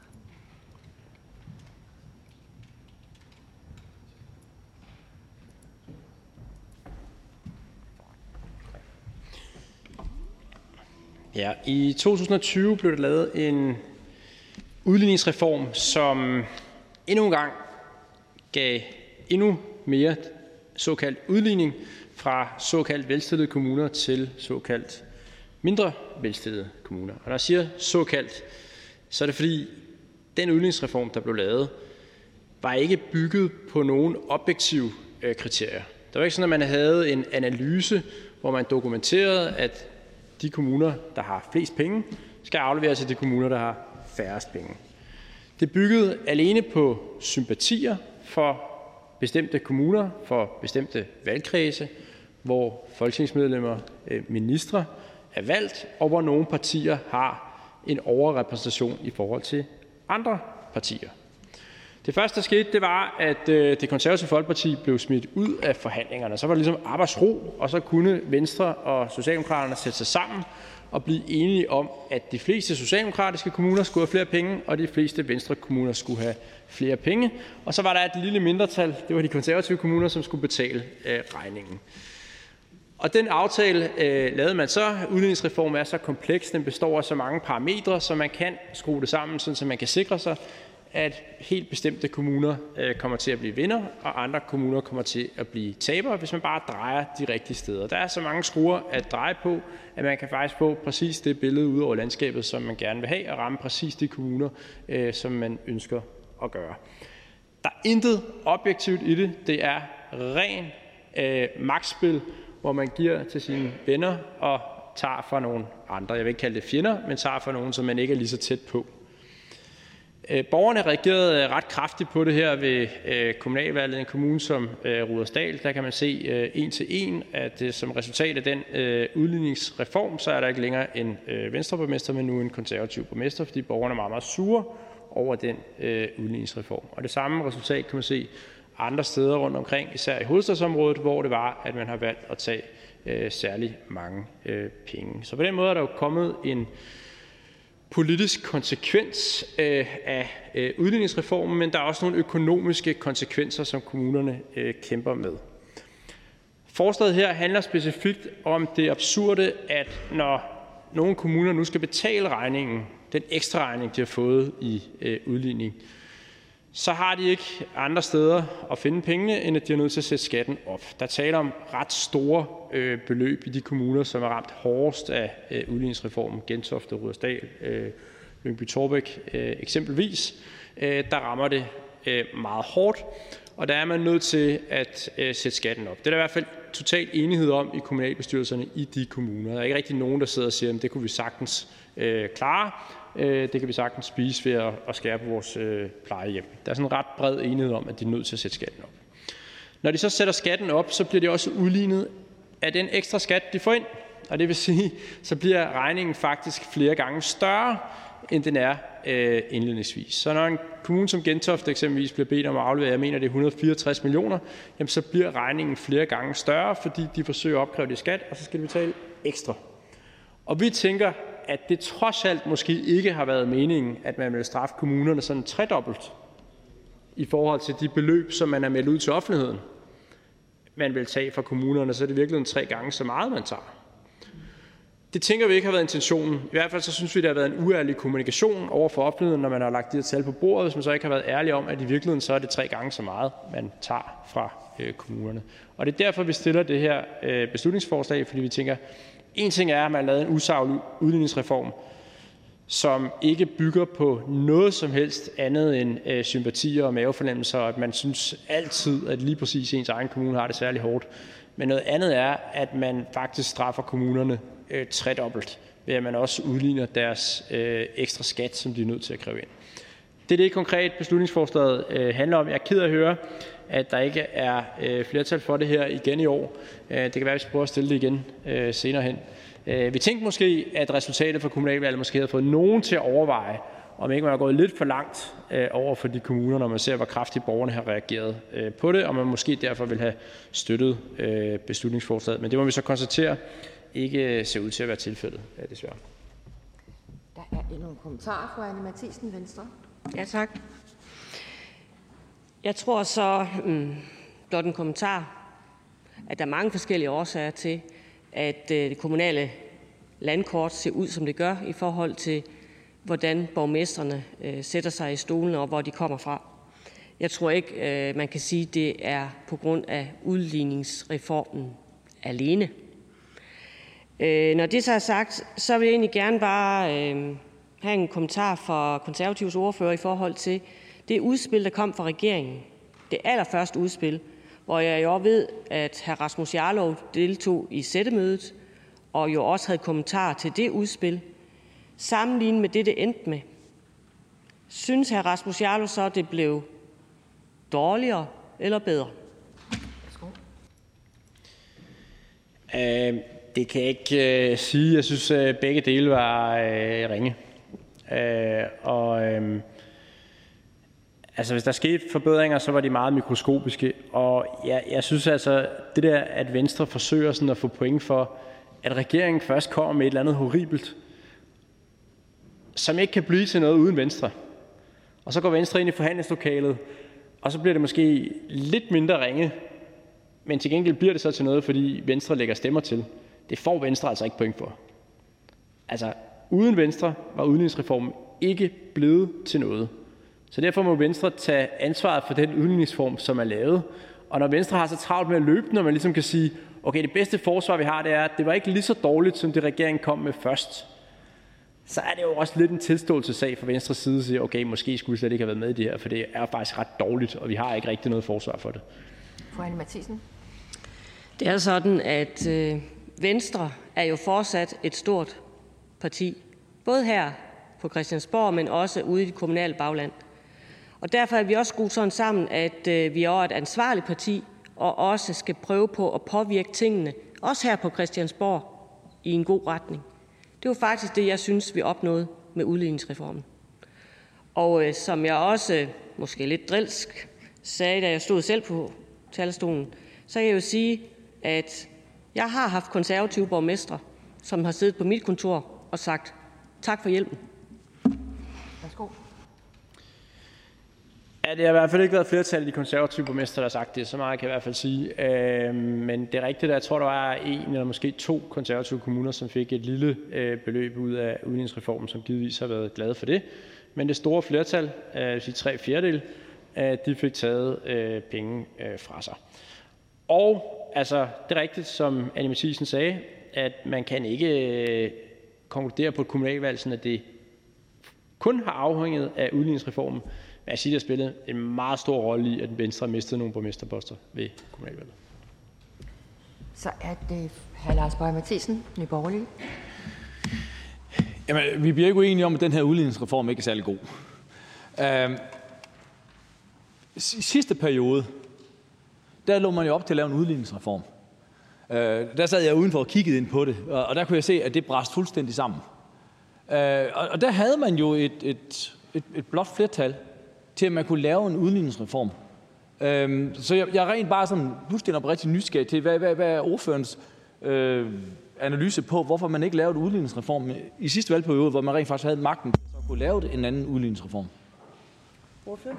Ja, i to tusind og tyve blev der lavet en udligningsreform, som endnu en gang gav endnu mere såkaldt udligning fra såkaldt velstillede kommuner til såkaldt mindre velstillede kommuner. Og når jeg siger såkaldt, så er det fordi, den udligningsreform, der blev lavet, var ikke bygget på nogen objektive øh, kriterier. Der var ikke sådan, at man havde en analyse, hvor man dokumenterede, at de kommuner, der har flest penge, skal aflevere til de kommuner, der har færrest penge. Det byggede alene på sympatier for bestemte kommuner, for bestemte valgkredse, hvor folketingsmedlemmer, ministre er valgt, og hvor nogle partier har en overrepræsentation i forhold til andre partier. Det første, der skete, det var, at Det Konservative Folkeparti blev smidt ud af forhandlingerne. Så var det ligesom arbejdsro, og så kunne Venstre og Socialdemokraterne sætte sig sammen og blive enige om, at de fleste socialdemokratiske kommuner skulle have flere penge, og de fleste Venstre kommuner skulle have flere penge. Og så var der et lille mindretal, det var de konservative kommuner, som skulle betale øh, regningen. Og den aftale øh, lavede man så. Udligningsreformen er så kompleks, den består af så mange parametre, så man kan skrue det sammen, så man kan sikre sig, at helt bestemte kommuner øh, kommer til at blive vinder, og andre kommuner kommer til at blive tabere, hvis man bare drejer de rigtige steder. Der er så mange skruer at dreje på, at man kan faktisk få præcis det billede ud over landskabet, som man gerne vil have, og ramme præcis de kommuner, øh, som man ønsker at gøre. Der er intet objektivt i det. Det er ren øh, magtspil, hvor man giver til sine venner og tager fra nogle andre. Jeg vil ikke kalde det fjender, men tager fra nogen, som man ikke er lige så tæt på. Borgerne reagerede ret kraftigt på det her ved kommunalvalget i en kommune som Rudersdal. Der kan man se en til en, at som resultat af den udligningsreform, så er der ikke længere en venstreborgmester, men nu en konservativ borgmester, fordi borgerne er meget, meget sure over den udligningsreform. Og det samme resultat kan man se andre steder rundt omkring, især i hovedstadsområdet, hvor det var, at man har valgt at tage særlig mange penge. Så på den måde er der jo kommet en politisk konsekvens øh, af øh, udligningsreformen, men der er også nogle økonomiske konsekvenser, som kommunerne øh, kæmper med. Forslaget her handler specifikt om det absurde, at når nogle kommuner nu skal betale regningen, den ekstra regning, de har fået i øh, udligning, så har de ikke andre steder at finde pengene, end at de er nødt til at sætte skatten op. Der taler om ret store øh, beløb i de kommuner, som er ramt hårdest af øh, udligningsreformen. Gentofte, Rudersdal, øh, Lyngby-Taarbæk øh, eksempelvis. Øh, der rammer det øh, meget hårdt, og der er man nødt til at øh, sætte skatten op. Det er der i hvert fald total enighed om i kommunalbestyrelserne i de kommuner. Der er ikke rigtig nogen, der sidder og siger, at det kunne vi sagtens øh, klare. Det kan vi sagtens spise ved at skære på vores plejehjem. Der er sådan en ret bred enighed om, at de er nødt til at sætte skatten op. Når de så sætter skatten op, så bliver det også udlignet af den ekstra skat, de får ind. Og det vil sige, så bliver regningen faktisk flere gange større, end den er øh, indledningsvis. Så når en kommune som Gentofte eksempelvis bliver bedt om at aflevere, jeg mener det er et hundrede og fireogtres millioner, jamen så bliver regningen flere gange større, fordi de forsøger at opkræve det skat, og så skal de betale ekstra. Og vi tænker, at det trods alt måske ikke har været meningen, at man vil straffe kommunerne sådan tredobbelt i forhold til de beløb, som man er meldt ud til offentligheden. Man vil tage fra kommunerne, så er det virkelig tre gange så meget, man tager. Det tænker vi ikke har været intentionen. I hvert fald så synes vi, det har været en uærlig kommunikation over for offentligheden, når man har lagt de her tal på bordet, hvis man så ikke har været ærlig om, at i virkeligheden så er det tre gange så meget, man tager fra øh, kommunerne. Og det er derfor, vi stiller det her øh, beslutningsforslag, fordi vi tænker, en ting er, at man har lavet en usaglig udligningsreform, som ikke bygger på noget som helst andet end øh, sympatier og mavefornemmelser, og at man synes altid, at lige præcis ens egen kommune har det særlig hårdt. Men noget andet er, at man faktisk straffer kommunerne øh, tredobbelt, ved at man også udligner deres øh, ekstra skat, som de er nødt til at kræve ind. Det er det konkret beslutningsforslaget øh, handler om. Jeg er ked af at høre, at der ikke er øh, flertal for det her igen i år. Øh, det kan være, at vi skal prøve at stille det igen øh, senere hen. Øh, vi tænkte måske, at resultatet fra kommunalvalget måske havde fået nogen til at overveje, om ikke man har gået lidt for langt øh, over for de kommuner, når man ser, hvor kraftigt borgerne har reageret øh, på det, og man måske derfor vil have støttet øh, beslutningsforslaget. Men det må vi så konstatere ikke ser ud til at være tilfældet, ja, desværre. Der er endnu en kommentar fra Anne Matthiesen, Venstre. Ja, tak. Jeg tror så, mm, blot en kommentar, at der er mange forskellige årsager til, at øh, det kommunale landkort ser ud, som det gør, i forhold til, hvordan borgmestrene øh, sætter sig i stolene og hvor de kommer fra. Jeg tror ikke, øh, man kan sige, at det er på grund af udligningsreformen alene. Øh, når det så er sagt, så vil jeg egentlig gerne bare øh, have en kommentar fra konservativs ordfører i forhold til det udspil, der kom fra regeringen. Det allerførste udspil, hvor jeg jo ved, at hr. Rasmus Jarlov deltog i sættemødet, og jo også havde kommentarer til det udspil. Sammenlignet med det, det endte med. Synes hr. Rasmus Jarlov så, det blev dårligere, eller bedre? Uh, det kan jeg ikke uh, sige. Jeg synes, uh, begge dele var uh, ringe. Uh, og uh, altså, hvis der skete forbedringer, så var de meget mikroskopiske. Og jeg, jeg synes altså, det der, at Venstre forsøger sådan at få point for, at regeringen først kommer med et eller andet horribelt, som ikke kan blive til noget uden Venstre. Og så går Venstre ind i forhandlingslokalet, og så bliver det måske lidt mindre ringe, men til gengæld bliver det så til noget, fordi Venstre lægger stemmer til. Det får Venstre altså ikke point for. Altså, uden Venstre var udligningsreformen ikke blevet til noget. Så derfor må Venstre tage ansvaret for den udligningsreform, som er lavet. Og når Venstre har så travlt med at løbe, når man ligesom kan sige, okay, det bedste forsvar, vi har, det er, at det var ikke lige så dårligt, som det regeringen kom med først, så er det jo også lidt en tilståelsessag fra Venstres side at sige, okay, måske skulle vi slet ikke have været med i det her, for det er faktisk ret dårligt, og vi har ikke rigtig noget forsvar for det. Fru Anne Matthiesen. Det er sådan, at øh, Venstre er jo fortsat et stort parti, både her på Christiansborg, men også ude i det kommunale bagland. Og derfor er vi også skruet sådan sammen, at øh, vi er et ansvarligt parti, og også skal prøve på at påvirke tingene, også her på Christiansborg, i en god retning. Det var faktisk det, jeg synes, vi opnåede med udligningsreformen. Og øh, som jeg også, måske lidt drilsk, sagde, da jeg stod selv på talerstolen, så kan jeg jo sige, at jeg har haft konservative borgmestre, som har siddet på mit kontor og sagt, tak for hjælpen. Værsgo. Ja, det har i hvert fald ikke været flertal af de konservative borgmestre, der har sagt det. Så meget kan jeg i hvert fald sige. Øh, men det er rigtigt, at jeg tror, der var en eller måske to konservative kommuner, som fik et lille øh, beløb ud af udligningsreformen, som givetvis har været glade for det. Men det store flertal, øh, de tre fjerdedel, øh, de fik taget øh, penge øh, fra sig. Og altså, det er rigtigt, som Anne Matthiesen sagde, at man kan ikke øh, konkludere på et kommunalvalg, sådan at det kun har afhænget af udligningsreformen. Men jeg siger, at det har spillet en meget stor rolle i, at Venstre mistede nogle borgmesterposter ved kommunalvalget. Så er det hr. Lars Boje Mathiesen, Nye Borgerlige. Jamen, vi bliver ikke uenige om, at den her udligningsreform ikke er særlig god. Uh, sidste periode, der lå man jo op til at lave en udligningsreform. Uh, der sad jeg udenfor og kiggede ind på det, og, og der kunne jeg se, at det brast fuldstændig sammen. Uh, og, og der havde man jo et, et, et, et blot flertal til, at man kunne lave en udligningsreform. Uh, så jeg, jeg er rent bare sådan pludselig oprigtigt nysgerrig til, hvad, hvad, hvad er ordførens uh, analyse på, hvorfor man ikke lavede en udligningsreform i sidste valgperiode, hvor man rent faktisk havde magten til at kunne lave en anden udligningsreform. Ordfører?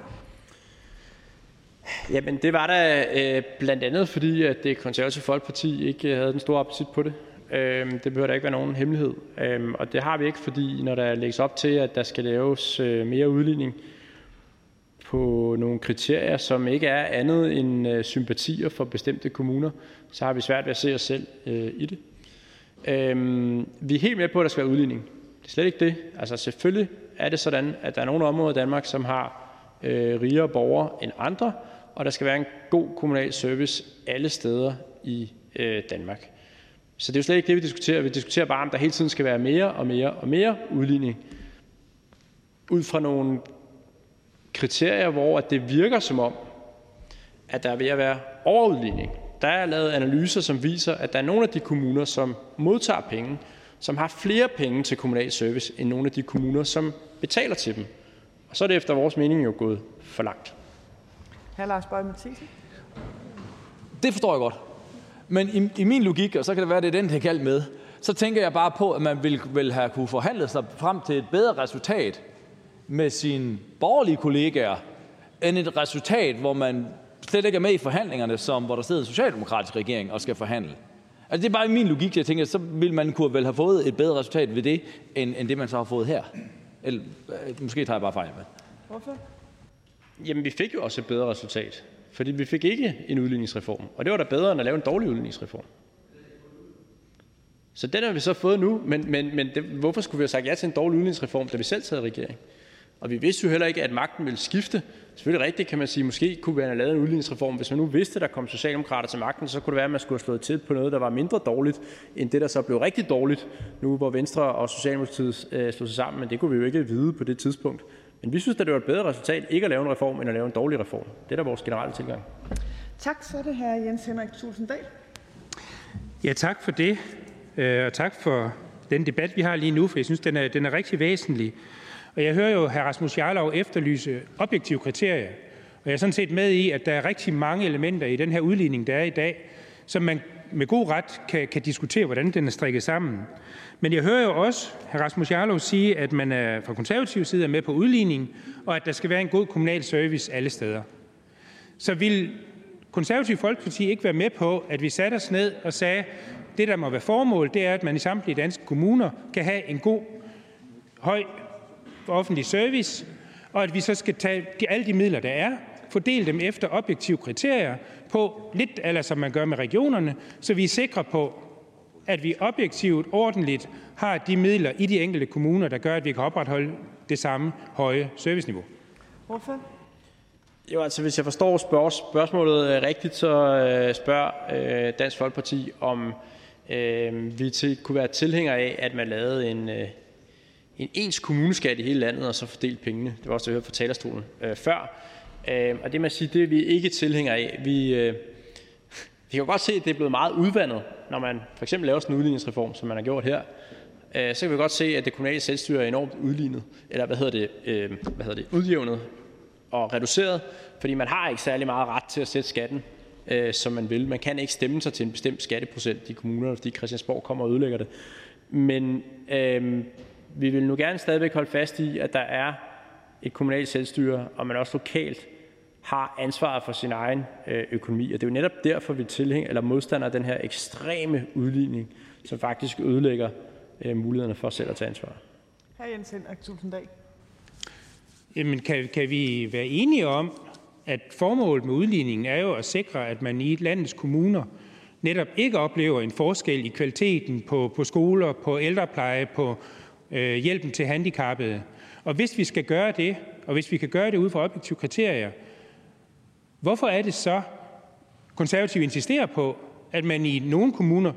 Jamen, det var der øh, blandt andet, fordi at det konservative Folkeparti ikke havde den store appetit på det. Øh, det behøver der ikke være nogen hemmelighed. Øh, og det har vi ikke, fordi når der lægges op til, at der skal laves øh, mere udligning på nogle kriterier, som ikke er andet end øh, sympatier for bestemte kommuner, så har vi svært ved at se os selv øh, i det. Øh, vi er helt med på, at der skal være udligning. Det er slet ikke det. Altså selvfølgelig er det sådan, at der er nogle områder i Danmark, som har øh, rigere borgere end andre, og der skal være en god kommunal service alle steder i øh, Danmark. Så det er jo slet ikke det, vi diskuterer. Vi diskuterer bare, om der hele tiden skal være mere og mere og mere udligning, ud fra nogle kriterier, hvor det virker som om, at der er ved at være overudligning. Der er lavet analyser, som viser, at der er nogle af de kommuner, som modtager penge, som har flere penge til kommunal service, end nogle af de kommuner, som betaler til dem. Og så er det efter vores mening jo gået for langt. Hr. Lars Boje Mathiesen. Det forstår jeg godt. Men i, i min logik, og så kan det være, det er den, der er galt med, så tænker jeg bare på, at man vil, vil have kunne forhandle sig frem til et bedre resultat med sine borgerlige kollegaer, end et resultat, hvor man slet ikke er med i forhandlingerne, som, hvor der sidder en socialdemokratisk regering og skal forhandle. Altså det er bare i min logik, jeg tænker, så vil man kunne vel have fået et bedre resultat ved det, end, end det man så har fået her. Eller måske tager jeg bare fejl med. Hvorfor? Jamen, vi fik jo også et bedre resultat, fordi vi fik ikke en udligningsreform, og det var da bedre end at lave en dårlig udligningsreform. Så den har vi så fået nu, men, men, men det, hvorfor skulle vi have sagt ja til en dårlig udligningsreform, da vi selv sad i regering? Og vi vidste jo heller ikke, at magten ville skifte. Selvfølgelig rigtigt, kan man sige, måske kunne vi have lavet en udligningsreform. Hvis man nu vidste, at der kom socialdemokrater til magten, så kunne det være, at man skulle have slået til på noget, der var mindre dårligt, end det, der så blev rigtig dårligt, nu hvor Venstre og Socialdemokratiet øh, stod sig sammen. Men det kunne vi jo ikke vide på det tidspunkt. Men vi synes, at det var et bedre resultat ikke at lave en reform, end at lave en dårlig reform. Det er da vores generelle tilgang. Tak, så er det hr. Jens Henrik Thulesen Dahl. Ja, tak for det, og tak for den debat, vi har lige nu, for jeg synes, den er, den er rigtig væsentlig. Og jeg hører jo hr. Rasmus Jarlov efterlyse objektive kriterier, og jeg er sådan set med i, at der er rigtig mange elementer i den her udligning, der er i dag, som man med god ret kan, kan diskutere, hvordan den er strikket sammen. Men jeg hører jo også hr. Rasmus Jarlov sige, at man er fra konservativ side er med på udligning, og at der skal være en god kommunal service alle steder. Så vil Konservative Folkeparti ikke være med på, at vi satte os ned og sagde, at det, der må være formål, det er, at man i samtlige danske kommuner kan have en god, høj offentlig service, og at vi så skal tage de, alle de midler, der er, fordele dem efter objektive kriterier på lidt, eller som man gør med regionerne, så vi er sikre på, at vi objektivt, ordentligt har de midler i de enkelte kommuner, der gør, at vi kan opretholde det samme høje serviceniveau. Hvorfor? Jo, altså hvis jeg forstår spørg- spørgsmålet rigtigt, så øh, spørger øh, Dansk Folkeparti, om øh, vi til, kunne være tilhængere af, at man lavede en, øh, en ens kommuneskat i hele landet, og så fordelte pengene. Det var også det, jeg hørte fra talerstolen øh, før. Øh, og det man siger, det er vi ikke tilhængere af. Vi, øh, vi kan godt se, at det er blevet meget udvandet, når man for eksempel laver sådan en udligningsreform, som man har gjort her. Øh, så kan vi godt se, at det kommunale selvstyre er enormt udlignet, eller hvad hedder det, øh, hvad hedder det, udjævnet og reduceret, fordi man har ikke særlig meget ret til at sætte skatten, øh, som man vil. Man kan ikke stemme sig til en bestemt skatteprocent i kommunerne, fordi Christiansborg kommer og ødelægger det. Men øh, vi vil nu gerne stadigvæk holde fast i, at der er et kommunalt selvstyre, og man også lokalt har ansvaret for sin egen øh, økonomi. Og det er jo netop derfor, vi tilhænger eller modstander den her ekstreme udligning, som faktisk ødelægger øh, mulighederne for selv at tage ansvar. Hr. Jens Henrik Thulesen Dahl. Jamen, kan, kan vi være enige om, at formålet med udligningen er jo at sikre, at man i landets kommuner netop ikke oplever en forskel i kvaliteten på, på skoler, på ældrepleje, på øh, hjælpen til handicappede. Og hvis vi skal gøre det, og hvis vi kan gøre det ud fra objektive kriterier, hvorfor er det så, konservative insisterer på, at man i nogle kommuner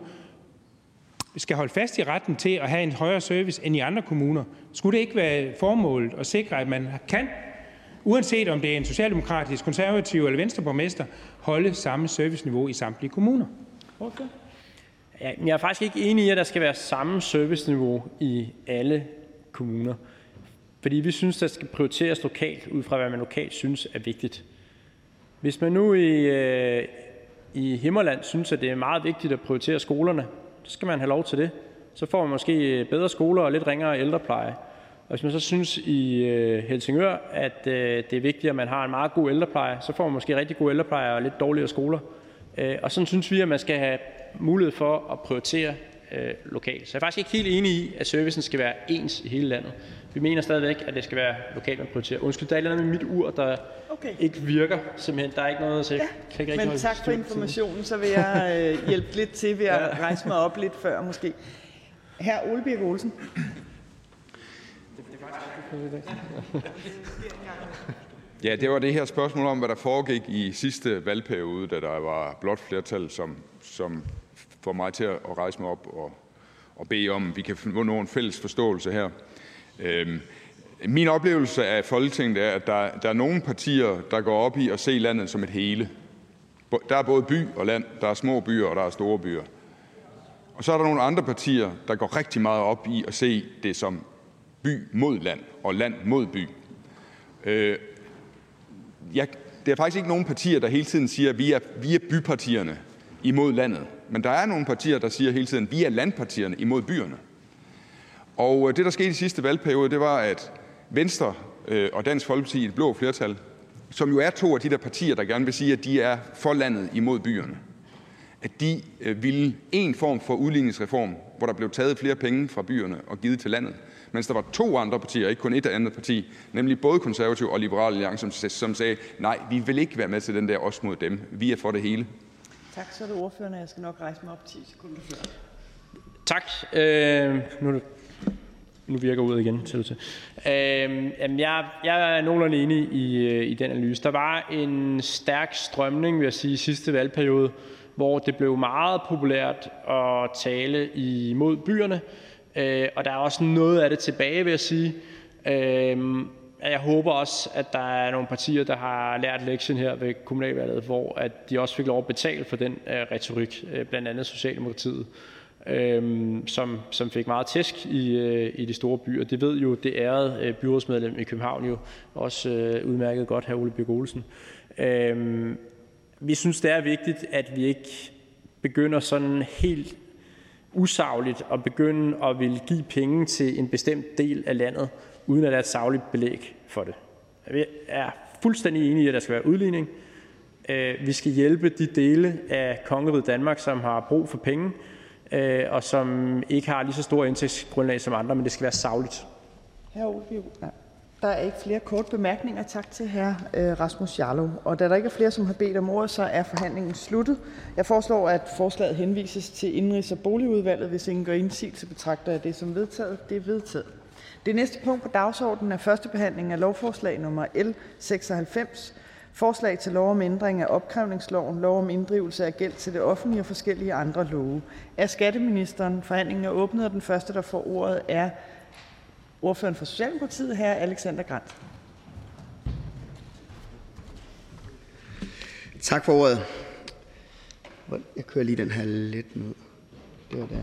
skal holde fast i retten til at have en højere service end i andre kommuner? Skulle det ikke være formålet at sikre, at man kan, uanset om det er en socialdemokratisk, konservativ eller venstreborgmester, holde samme serviceniveau i samtlige kommuner? Okay. Ja, jeg er faktisk ikke enig i, at der skal være samme serviceniveau i alle kommuner. Fordi vi synes, der skal prioriteres lokalt, ud fra hvad man lokalt synes er vigtigt. Hvis man nu i, øh, i Himmerland synes, at det er meget vigtigt at prioritere skolerne, så skal man have lov til det. Så får man måske bedre skoler og lidt ringere ældrepleje. Og hvis man så synes i øh, Helsingør, at øh, det er vigtigt, at man har en meget god ældrepleje, så får man måske rigtig god ældrepleje og lidt dårligere skoler. Øh, og sådan synes vi, at man skal have mulighed for at prioritere øh, lokalt. Så jeg er faktisk ikke helt enig i, at servicen skal være ens i hele landet. Vi mener stadigvæk, at det skal være lokalt, man prioriterer. Undskyld, der er noget med mit ur, der okay. ikke virker simpelthen. Der er ikke noget, så jeg ja, kan ikke rigtig men tak for informationen, så vil jeg øh, hjælpe lidt til ved at ja. rejse mig op lidt før måske. Hr. Ole Birk Olesen. Ja, det var det her spørgsmål om, hvad der foregik i sidste valgperiode, da der var blot flertal, som, som får mig til at rejse mig op og, og bede om, vi kan nå en fælles forståelse her. Øhm, min oplevelse af Folketinget er, at der, der er nogle partier, der går op i at se landet som et hele. Der er både by og land, der er små byer og der er store byer. Og så er der nogle andre partier, der går rigtig meget op i at se det som by mod land og land mod by. Øh, jeg, det er faktisk ikke nogen partier, der hele tiden siger, at vi er, vi er bypartierne imod landet. Men der er nogle partier, der siger hele tiden, at vi er landpartierne imod byerne. Og det, der skete i sidste valgperiode, det var, at Venstre øh, og Dansk Folkeparti, et blå flertal, som jo er to af de der partier, der gerne vil sige, at de er for landet imod byerne, at de øh, ville en form for udligningsreform, hvor der blev taget flere penge fra byerne og givet til landet, mens der var to andre partier, ikke kun et andet parti, nemlig både Konservative og Liberal Alliance, som, som sagde, nej, vi vil ikke være med til den der os mod dem. Vi er for det hele. Tak, så er det ordførende. Jeg skal nok rejse mig op ti sekunder før. Tak. Øh, nu er det Nu virker ud igen, ser det til. Øh, jamen jeg, jeg er nogenlunde enig i, i den analyse. Der var en stærk strømning, vil jeg sige, i sidste valgperiode, hvor det blev meget populært at tale imod byerne. Øh, og der er også noget af det tilbage, vil jeg sige. Øh, jeg håber også, at der er nogle partier, der har lært lektien her ved kommunalvalget, hvor at de også fik lov at betale for den øh, retorik, øh, blandt andet Socialdemokratiet, øh, som, som fik meget tæsk i, øh, i de store byer. Det ved jo det ærede øh, byrådsmedlem i København jo også øh, udmærket godt, hr. Ole Birk Olesen. Øh, vi synes, det er vigtigt, at vi ikke begynder sådan helt usagligt at begynde at ville give penge til en bestemt del af landet, uden at der er et sagligt belæg for det. Vi er fuldstændig enige i, at der skal være udligning. Vi skal hjælpe de dele af kongeriget Danmark, som har brug for penge, og som ikke har lige så store indtægtsgrundlag som andre, men det skal være sagligt. Hr. Ole Birk Olesen. Der er ikke flere korte bemærkninger. Tak til hr. Rasmus Jarlov. Og da der ikke er flere, som har bedt om ordet, så er forhandlingen sluttet. Jeg foreslår, at forslaget henvises til Indenrigs- og Boligudvalget. Hvis ingen gør indsigelse, betragter jeg det som vedtaget. Det er vedtaget. Det næste punkt på dagsordenen er første behandling af lovforslag nummer L seksoghalvfems. Forslag til lov om ændring af opkrævningsloven, lov om inddrivelse af gæld til det offentlige og forskellige andre love. Af skatteministeren. Forhandlingen er åbnet, og den første, der får ordet, er ordføreren for Socialdemokratiet, hr. Alexander Grandt. Tak for ordet. Jeg kører lige den her lidt ned. Det var der.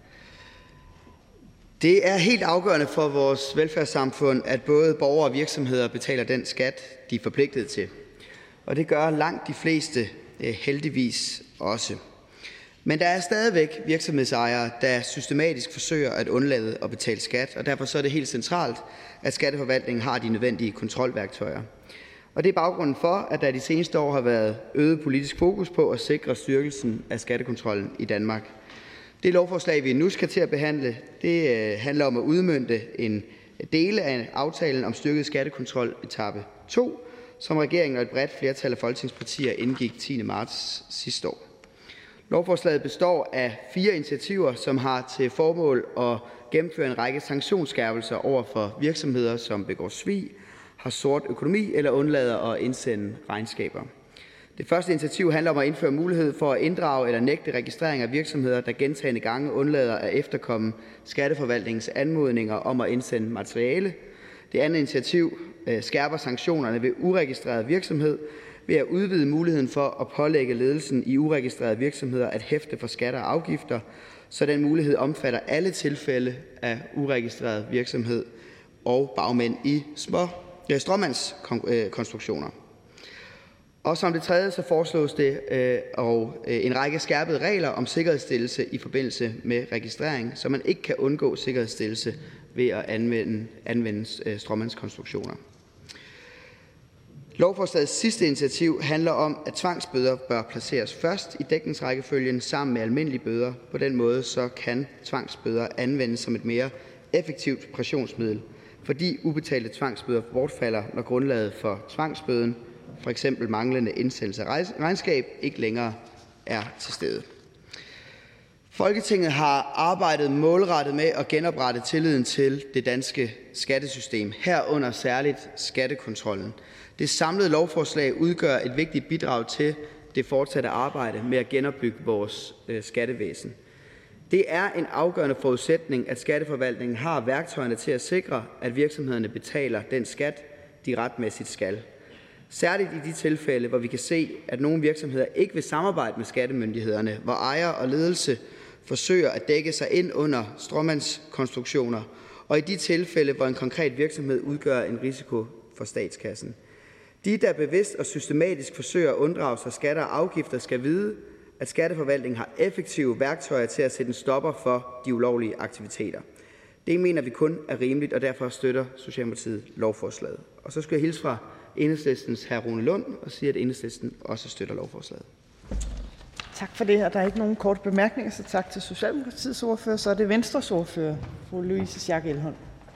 Det er helt afgørende for vores velfærdssamfund, at både borgere og virksomheder betaler den skat, de er forpligtet til. Og det gør langt de fleste heldigvis også. Men der er stadigvæk virksomhedsejere, der systematisk forsøger at undlade at betale skat, og derfor så er det helt centralt, at skatteforvaltningen har de nødvendige kontrolværktøjer. Og det er baggrunden for, at der de seneste år har været øget politisk fokus på at sikre styrkelsen af skattekontrollen i Danmark. Det lovforslag, vi nu skal til at behandle, det handler om at udmønte en del af aftalen om styrket skattekontrol etape to, som regeringen og et bredt flertal af folketingspartier indgik tiende marts sidste år. Lovforslaget består af fire initiativer, som har til formål at gennemføre en række sanktionsskærpelser over for virksomheder, som begår svig, har sort økonomi eller undlader at indsende regnskaber. Det første initiativ handler om at indføre mulighed for at inddrage eller nægte registrering af virksomheder, der gentagne gange undlader at efterkomme skatteforvaltningens anmodninger om at indsende materiale. Det andet initiativ skærper sanktionerne ved uregistreret virksomhed ved at udvide muligheden for at pålægge ledelsen i uregistrerede virksomheder at hæfte for skatter og afgifter, så den mulighed omfatter alle tilfælde af uregistreret virksomhed og bagmænd i små ja, stråmandskonstruktioner. Og som det tredje, så foreslås det øh, og øh, en række skærpede regler om sikkerhedsstillelse i forbindelse med registrering, så man ikke kan undgå sikkerhedsstillelse ved at anvende, anvende øh, stråmandskonstruktioner. Lovforslagets sidste initiativ handler om, at tvangsbøder bør placeres først i dækningsrækkefølgen sammen med almindelige bøder. På den måde så kan tvangsbøder anvendes som et mere effektivt pressionsmiddel, fordi ubetalte tvangsbøder bortfalder, når grundlaget for tvangsbøden, for eksempel manglende indsendelse af regnskab, ikke længere er til stede. Folketinget har arbejdet målrettet med at genoprette tilliden til det danske skattesystem, herunder særligt skattekontrollen. Det samlede lovforslag udgør et vigtigt bidrag til det fortsatte arbejde med at genopbygge vores øh, skattevæsen. Det er en afgørende forudsætning, at skatteforvaltningen har værktøjerne til at sikre, at virksomhederne betaler den skat, de retmæssigt skal. Særligt i de tilfælde, hvor vi kan se, at nogle virksomheder ikke vil samarbejde med skattemyndighederne, hvor ejer og ledelse forsøger at dække sig ind under stråmandskonstruktioner, og i de tilfælde, hvor en konkret virksomhed udgør en risiko for statskassen. De, der bevidst og systematisk forsøger at unddrage sig skatter og afgifter, skal vide, at skatteforvaltningen har effektive værktøjer til at sætte en stopper for de ulovlige aktiviteter. Det mener vi kun er rimeligt, og derfor støtter Socialdemokratiet lovforslaget. Og så skal jeg hilse fra Enhedslistens hr. Rune Lund og sige, at Enhedslisten også støtter lovforslaget. Tak for det, og der er ikke nogen korte bemærkninger, så tak til Socialdemokratiets ordfører. Så er det Venstres ordfører, fru Louise Schack Elholm.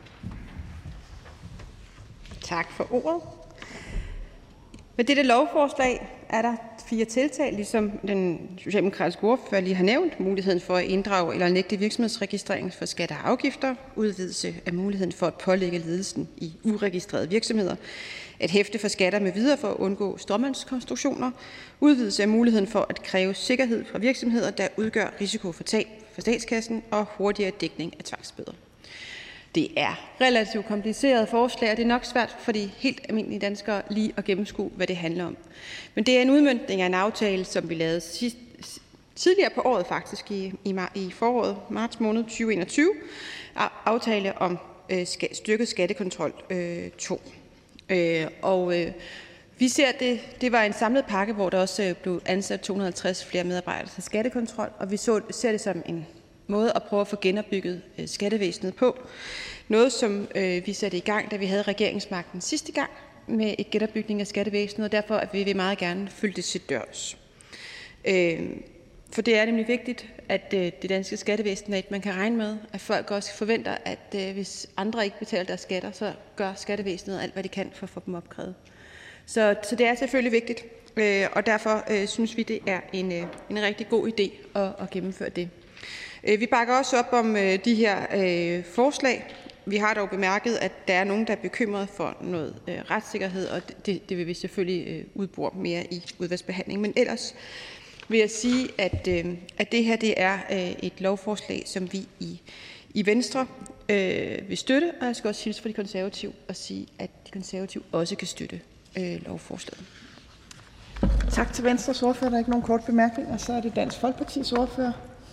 Tak for ordet. Med dette lovforslag er der fire tiltag, ligesom den socialdemokratiske ordfører lige har nævnt. Muligheden for at inddrage eller nægte virksomhedsregistrering for skatter og afgifter, udvidelse af muligheden for at pålægge ledelsen i uregistrerede virksomheder, at hæfte for skatter med videre for at undgå stråmandskonstruktioner, udvidelse af muligheden for at kræve sikkerhed fra virksomheder, der udgør risiko for tab for statskassen og hurtigere dækning af tvangsbøder. Det er relativt kompliceret forslag, og det er nok svært for de helt almindelige danskere lige at gennemskue, hvad det handler om. Men det er en udmøntning af en aftale, som vi lavede sidst, tidligere på året faktisk, i, i, i foråret, marts måned tyve enogtyve, aftale om øh, styrket skattekontrol øh, to. Øh, og øh, vi ser, at det, det var en samlet pakke, hvor der også øh, blev ansat to hundrede og halvtreds flere medarbejdere til skattekontrol, og vi så, ser det som en måde at prøve at få genopbygget øh, skattevæsenet på. Noget, som øh, vi satte i gang, da vi havde regeringsmagten sidste gang, med et genopbygning af skattevæsenet, og derfor vil vi meget gerne følge det til dørs. Øh, For det er nemlig vigtigt, at øh, det danske skattevæsen er et, man kan regne med, at folk også forventer, at øh, hvis andre ikke betaler deres skatter, så gør skattevæsenet alt, hvad de kan for at få dem opkrævet. Så, så det er selvfølgelig vigtigt, øh, og derfor øh, synes vi, det er en, øh, en rigtig god idé at, at gennemføre det. Øh, vi bakker også op om øh, de her øh, forslag. Vi har dog bemærket, at der er nogen, der er bekymret for noget øh, retssikkerhed, og det, det vil vi selvfølgelig øh, udbore mere i udvalgsbehandling. Men ellers vil jeg sige, at, øh, at det her det er øh, et lovforslag, som vi i, i Venstre øh, vil støtte, og jeg skal også hilse fra de konservative og sige, at de konservative også kan støtte øh, lovforslaget. Tak til Venstres ordfører. Der er ikke nogen korte bemærkninger. Så er det Dansk Folkepartis ordfører.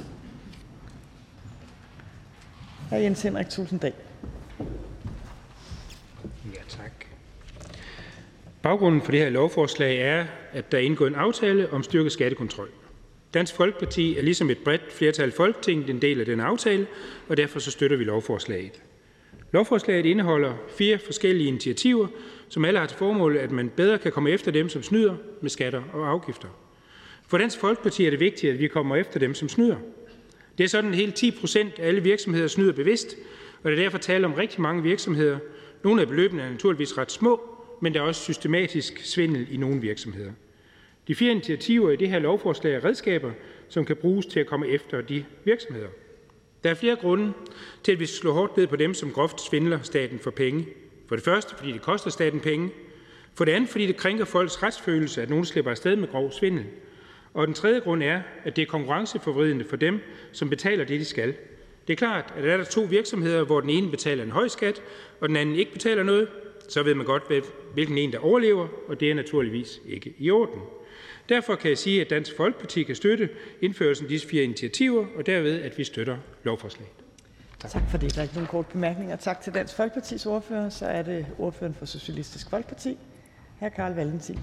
Hr. Jens Henrik Thulesen Dahl. Ja, tak. Baggrunden for det her lovforslag er, at der er indgået en aftale om styrket skattekontrol. Dansk Folkeparti er ligesom et bredt flertal i Folketinget en del af den aftale, og derfor så støtter vi lovforslaget. Lovforslaget indeholder fire forskellige initiativer, som alle har til formål, at man bedre kan komme efter dem, som snyder med skatter og afgifter. For Dansk Folkeparti er det vigtigt, at vi kommer efter dem, som snyder. Det er sådan, at hele ti procent af alle virksomheder snyder bevidst, og det er derfor tale om rigtig mange virksomheder. Nogle af beløbene er naturligvis ret små, men der er også systematisk svindel i nogle virksomheder. De fire initiativer i det her lovforslag er redskaber, som kan bruges til at komme efter de virksomheder. Der er flere grunde til, at vi skal slå hårdt ned på dem, som groft svindler staten for penge. For det første, fordi det koster staten penge. For det andet, fordi det krænker folks retsfølelse, at nogen slipper afsted med grov svindel. Og den tredje grund er, at det er konkurrenceforvridende for dem, som betaler det, de skal. Det er klart, at er der to virksomheder, hvor den ene betaler en høj skat, og den anden ikke betaler noget, så ved man godt, hvilken en, der overlever, og det er naturligvis ikke i orden. Derfor kan jeg sige, at Dansk Folkeparti kan støtte indførelsen af disse fire initiativer, og derved, at vi støtter lovforslaget. Tak. Tak for det. Der er ikke nogen korte bemærkninger. Tak til Dansk Folkepartis ordfører. Så er det ordføreren for Socialistisk Folkeparti, hr. Carl Valentin.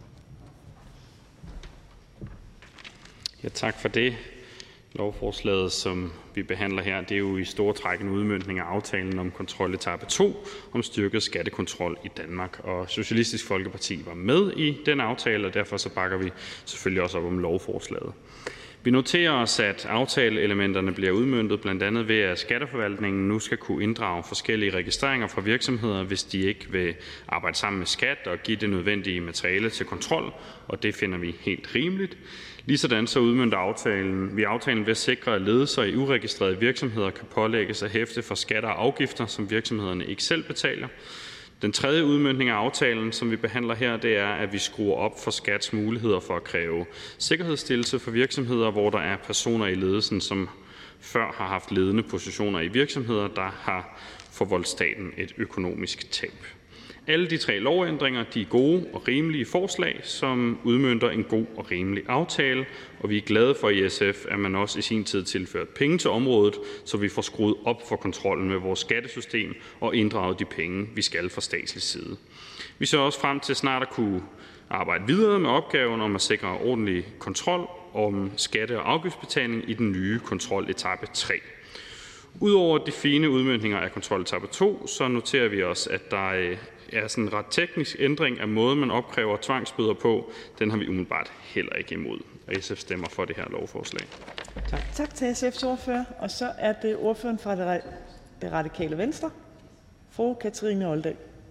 Ja, tak for det. Lovforslaget, som vi behandler her, det er jo i store træk en udmøntning af aftalen om kontroletape to om styrket skattekontrol i Danmark. Og Socialistisk Folkeparti var med i den aftale, og derfor så bakker vi selvfølgelig også op om lovforslaget. Vi noterer os, at aftaleelementerne bliver udmøntet, blandt andet ved, at Skatteforvaltningen nu skal kunne inddrage forskellige registreringer fra virksomheder, hvis de ikke vil arbejde sammen med skat og give det nødvendige materiale til kontrol, og det finder vi helt rimeligt. Ligesådan så udmønter aftalen, vi aftalen ved at sikre, at ledelser i uregistrerede virksomheder kan pålægges at hæfte for skatter og afgifter, som virksomhederne ikke selv betaler. Den tredje udmøntning af aftalen, som vi behandler her, det er, at vi skruer op for Skats muligheder for at kræve sikkerhedsstillelse for virksomheder, hvor der er personer i ledelsen, som før har haft ledende positioner i virksomheder, der har forvoldt staten et økonomisk tab. Alle de tre lovændringer de er gode og rimelige forslag, som udmønter en god og rimelig aftale, og vi er glade for i S F, at man også i sin tid tilført penge til området, så vi får skruet op for kontrollen med vores skattesystem og inddraget de penge, vi skal fra statslig side. Vi ser også frem til snart at kunne arbejde videre med opgaven om at sikre ordentlig kontrol om skatte- og afgiftsbetaling i den nye kontroletape tre. Udover de fine udmøntninger af kontroletape to, så noterer vi os, at der er sådan en ret teknisk ændring af måden, man opkræver tvangsbøder på. Den har vi umiddelbart heller ikke imod, og S F stemmer for det her lovforslag. Tak, tak til S F's ordfører, og så er det ordføreren fra det, det radikale Venstre, fru Kathrine Olldag.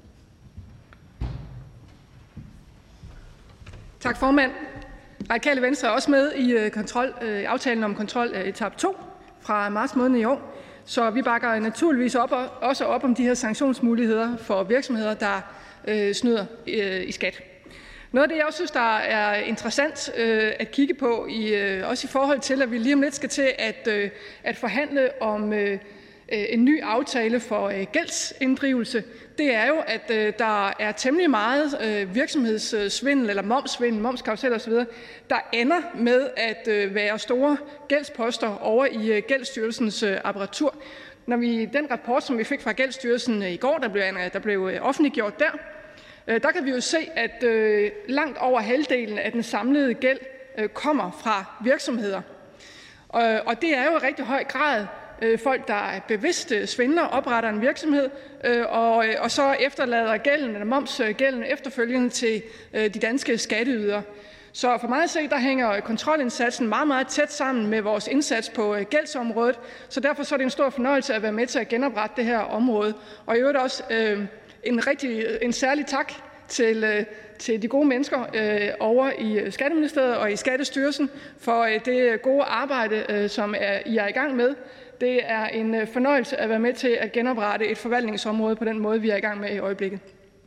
Tak formand. Radikale Venstre er også med i kontrol, øh, aftalen om kontrol øh, etape to fra marts måned i år. Så vi bakker naturligvis op, også op om de her sanktionsmuligheder for virksomheder, der øh, snyder øh, i skat. Noget af det, jeg også synes, der er interessant øh, at kigge på, i, øh, også i forhold til, at vi lige om lidt skal til at, øh, at forhandle om øh, en ny aftale for gældsinddrivelse, det er jo, at der er temmelig meget virksomhedssvindel eller momssvindel, momskarruseller osv., der ender med at være store gældsposter over i Gældsstyrelsens apparatur. Når vi den rapport, som vi fik fra Gældsstyrelsen i går, der blev, der blev offentliggjort der, der kan vi jo se, at langt over halvdelen af den samlede gæld kommer fra virksomheder. Og det er jo i rigtig høj grad folk, der er bevidste svindlere, opretter en virksomhed, og, og så efterlader gælden, eller momsgælden efterfølgende til de danske skatteydere. Så for mig at se, der hænger kontrolindsatsen meget, meget tæt sammen med vores indsats på gældsområdet, så derfor så er det en stor fornøjelse at være med til at genoprette det her område. Og i øvrigt også øh, en, rigtig, en særlig tak til, øh, til de gode mennesker øh, over i Skatteministeriet og i Skattestyrelsen for øh, det gode arbejde, øh, som er, I er i gang med. Det er en fornøjelse at være med til at genoprette et forvaltningsområde på den måde, vi er i gang med i øjeblikket.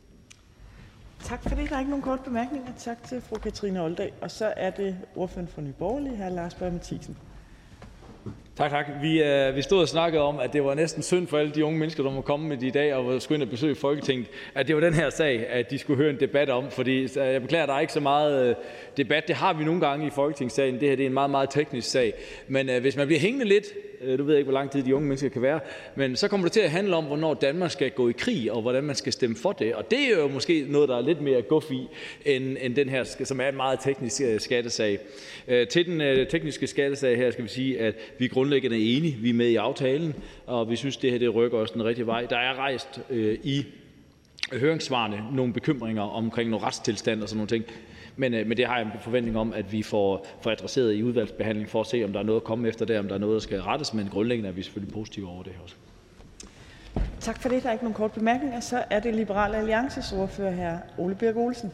Tak for det. Der er ikke nogen korte bemærkninger. Tak til fru Kathrine Olldag. Og så er det ordføreren for Nye Borgerlige, hr. Lars Boje Mathiesen. Tak, tak. Vi, øh, vi stod og snakkede om, at det var næsten synd for alle de unge mennesker, der må komme med i dag og skulle ind og besøge Folketinget, at det var den her sag, at de skulle høre en debat om. Fordi jeg beklager, der er ikke så meget øh, debat. Det har vi nogle gange i Folketingssalen. Det her det er en meget, meget teknisk sag. Men øh, hvis man bliver hængende lidt, øh, du ved ikke, hvor lang tid de unge mennesker kan være, men så kommer det til at handle om, hvornår Danmark skal gå i krig, og hvordan man skal stemme for det. Og det er jo måske noget, der er lidt mere guf i, end, end den her, som er en meget teknisk øh, skattesag. Øh, til den øh, tekniske skattesag her skal vi sige, at vi grundlæggende er enige. Vi er med i aftalen, og vi synes, det her det rykker os den rigtige vej. Der er rejst øh, i høringssvarene nogle bekymringer omkring nogle retstilstand og sådan nogle ting. Men, øh, men det har jeg en forventning om, at vi får, får adresseret i udvalgsbehandling for at se, om der er noget at komme efter det, om der er noget, der skal rettes. Men grundlæggende er vi selvfølgelig positive over det her også. Tak for det. Der er ikke nogen kort bemærkninger. Så er det Liberal Alliances ordfører, hr. Ole Birk Olesen.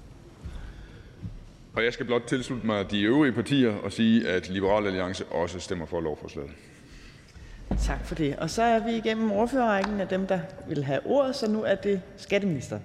Og jeg skal blot tilslutte mig de øvrige partier og sige, at Liberal Alliance også stemmer for lovforslaget. Tak for det. Og så er vi igennem ordførerrækken af dem, der vil have ordet, så nu er det skatteministeren.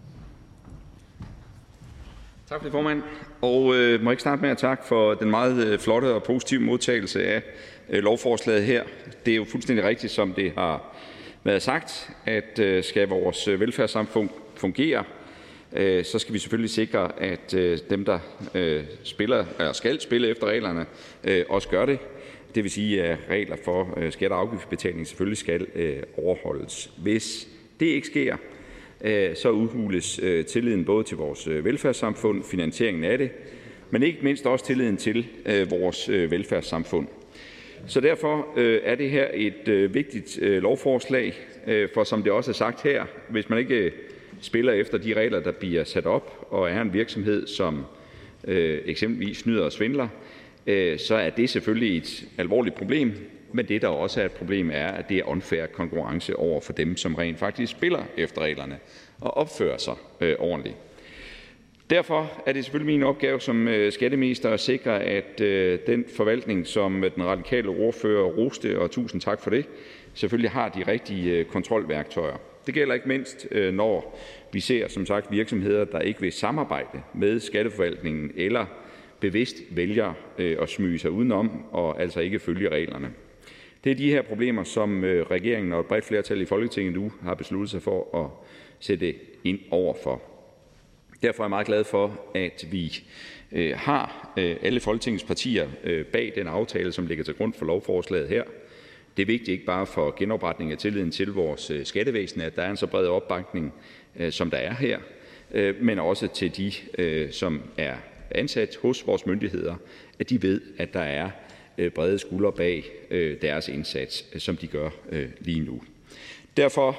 Tak for det, formand. Og øh, må jeg ikke starte med at takke for den meget øh, flotte og positive modtagelse af øh, lovforslaget her. Det er jo fuldstændig rigtigt, som det har været sagt, at øh, skal vores velfærdssamfund fungere, så skal vi selvfølgelig sikre, at dem, der spiller, eller skal spille efter reglerne, også gør det. Det vil sige, at regler for skat- og afgiftsbetaling selvfølgelig skal overholdes. Hvis det ikke sker, så udhules tilliden både til vores velfærdssamfund, finansieringen af det, men ikke mindst også tilliden til vores velfærdssamfund. Så derfor er det her et vigtigt lovforslag, for som det også er sagt her, hvis man ikke spiller efter de regler, der bliver sat op, og er en virksomhed, som øh, eksempelvis snyder og svindler, øh, så er det selvfølgelig et alvorligt problem. Men det, der også er et problem, er, at det er unfair konkurrence over for dem, som rent faktisk spiller efter reglerne og opfører sig øh, ordentligt. Derfor er det selvfølgelig min opgave som øh, skatteminister at sikre, at øh, den forvaltning, som den radikale ordfører roste, og tusind tak for det, selvfølgelig har de rigtige øh, kontrolværktøjer. Det gælder ikke mindst, når vi ser, som sagt, virksomheder, der ikke vil samarbejde med skatteforvaltningen eller bevidst vælger at smyge sig udenom og altså ikke følge reglerne. Det er de her problemer, som regeringen og et bredt flertal i Folketinget nu har besluttet sig for at sætte ind over for. Derfor er jeg meget glad for, at vi har alle Folketingets partier bag den aftale, som ligger til grund for lovforslaget her. Det er vigtigt ikke bare for genopretning af tilliden til vores skattevæsen, at der er en så bred opbakning, som der er her, men også til de, som er ansat hos vores myndigheder, at de ved, at der er brede skuldre bag deres indsats, som de gør lige nu. Derfor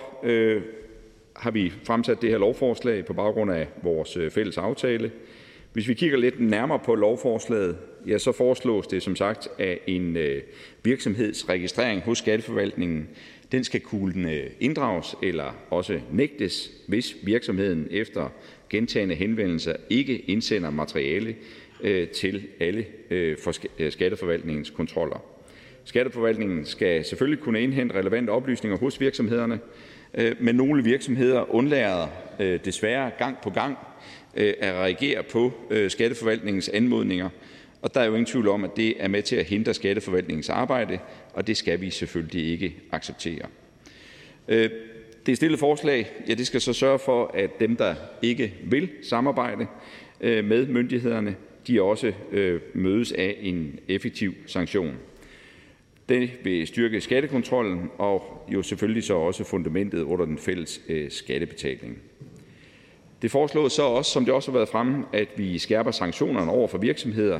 har vi fremsat det her lovforslag på baggrund af vores fælles aftale. Hvis vi kigger lidt nærmere på lovforslaget, ja, så foreslås det som sagt, at en øh, virksomhedsregistrering hos Skatteforvaltningen, den skal kunne inddrages eller også nægtes, hvis virksomheden efter gentagne henvendelser ikke indsender materiale øh, til alle øh, for Skatteforvaltningens kontroller. Skatteforvaltningen skal selvfølgelig kunne indhente relevante oplysninger hos virksomhederne, øh, men nogle virksomheder undlader øh, desværre gang på gang at reagere på Skatteforvaltningens anmodninger, Og der er jo ingen tvivl om, at det er med til at hindre skatteforvaltningens arbejde, og det skal vi selvfølgelig ikke acceptere. Det stillede forslag, ja, det skal så sørge for, at dem, der ikke vil samarbejde med myndighederne, de også mødes af en effektiv sanktion. Det vil styrke skattekontrollen og jo selvfølgelig så også fundamentet under den fælles skattebetaling. Det foreslås så også, som det også har været fremme, at vi skærper sanktionerne over for virksomheder,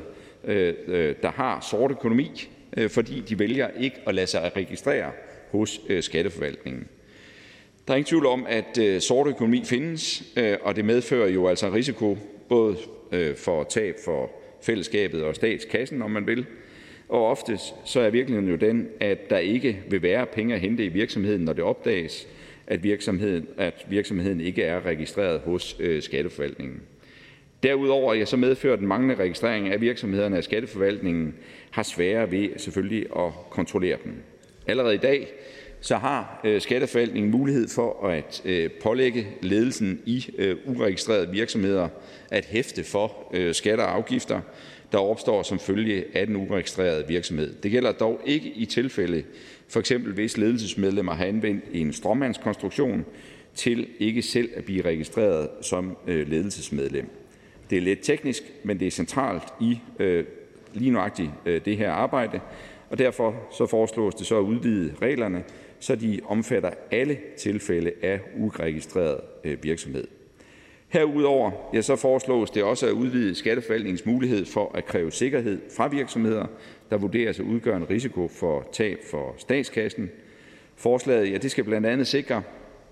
der har sort økonomi, fordi de vælger ikke at lade sig registrere hos skatteforvaltningen. Der er ingen tvivl om, at sort økonomi findes, og det medfører jo altså en risiko både for tab for fællesskabet og statskassen, om man vil. Og oftest så er virkeligheden jo den, at der ikke vil være penge at hente i virksomheden, når det opdages, at virksomheden, at virksomheden ikke er registreret hos øh, skatteforvaltningen. Derudover ja, så medfører den manglende registrering af virksomhederne af skatteforvaltningen har sværere ved selvfølgelig at kontrollere dem. Allerede i dag så har øh, skatteforvaltningen mulighed for at øh, pålægge ledelsen i øh, uregistrerede virksomheder at hæfte for øh, skatter og afgifter, der opstår som følge af den uregistrerede virksomhed. Det gælder dog ikke i tilfælde, for eksempel hvis ledelsesmedlemmer har anvendt en stråmandskonstruktion til ikke selv at blive registreret som øh, ledelsesmedlem. Det er lidt teknisk, men det er centralt i øh, lige nøjagtigt øh, det her arbejde, og derfor så foreslås det så at udvide reglerne, så de omfatter alle tilfælde af uregistreret øh, virksomhed. Herudover ja, så foreslås det også at udvide skatteforvaltningens mulighed for at kræve sikkerhed fra virksomheder, der vurderes at udgøre en risiko for tab for statskassen. Forslaget ja, det skal blandt andet sikre,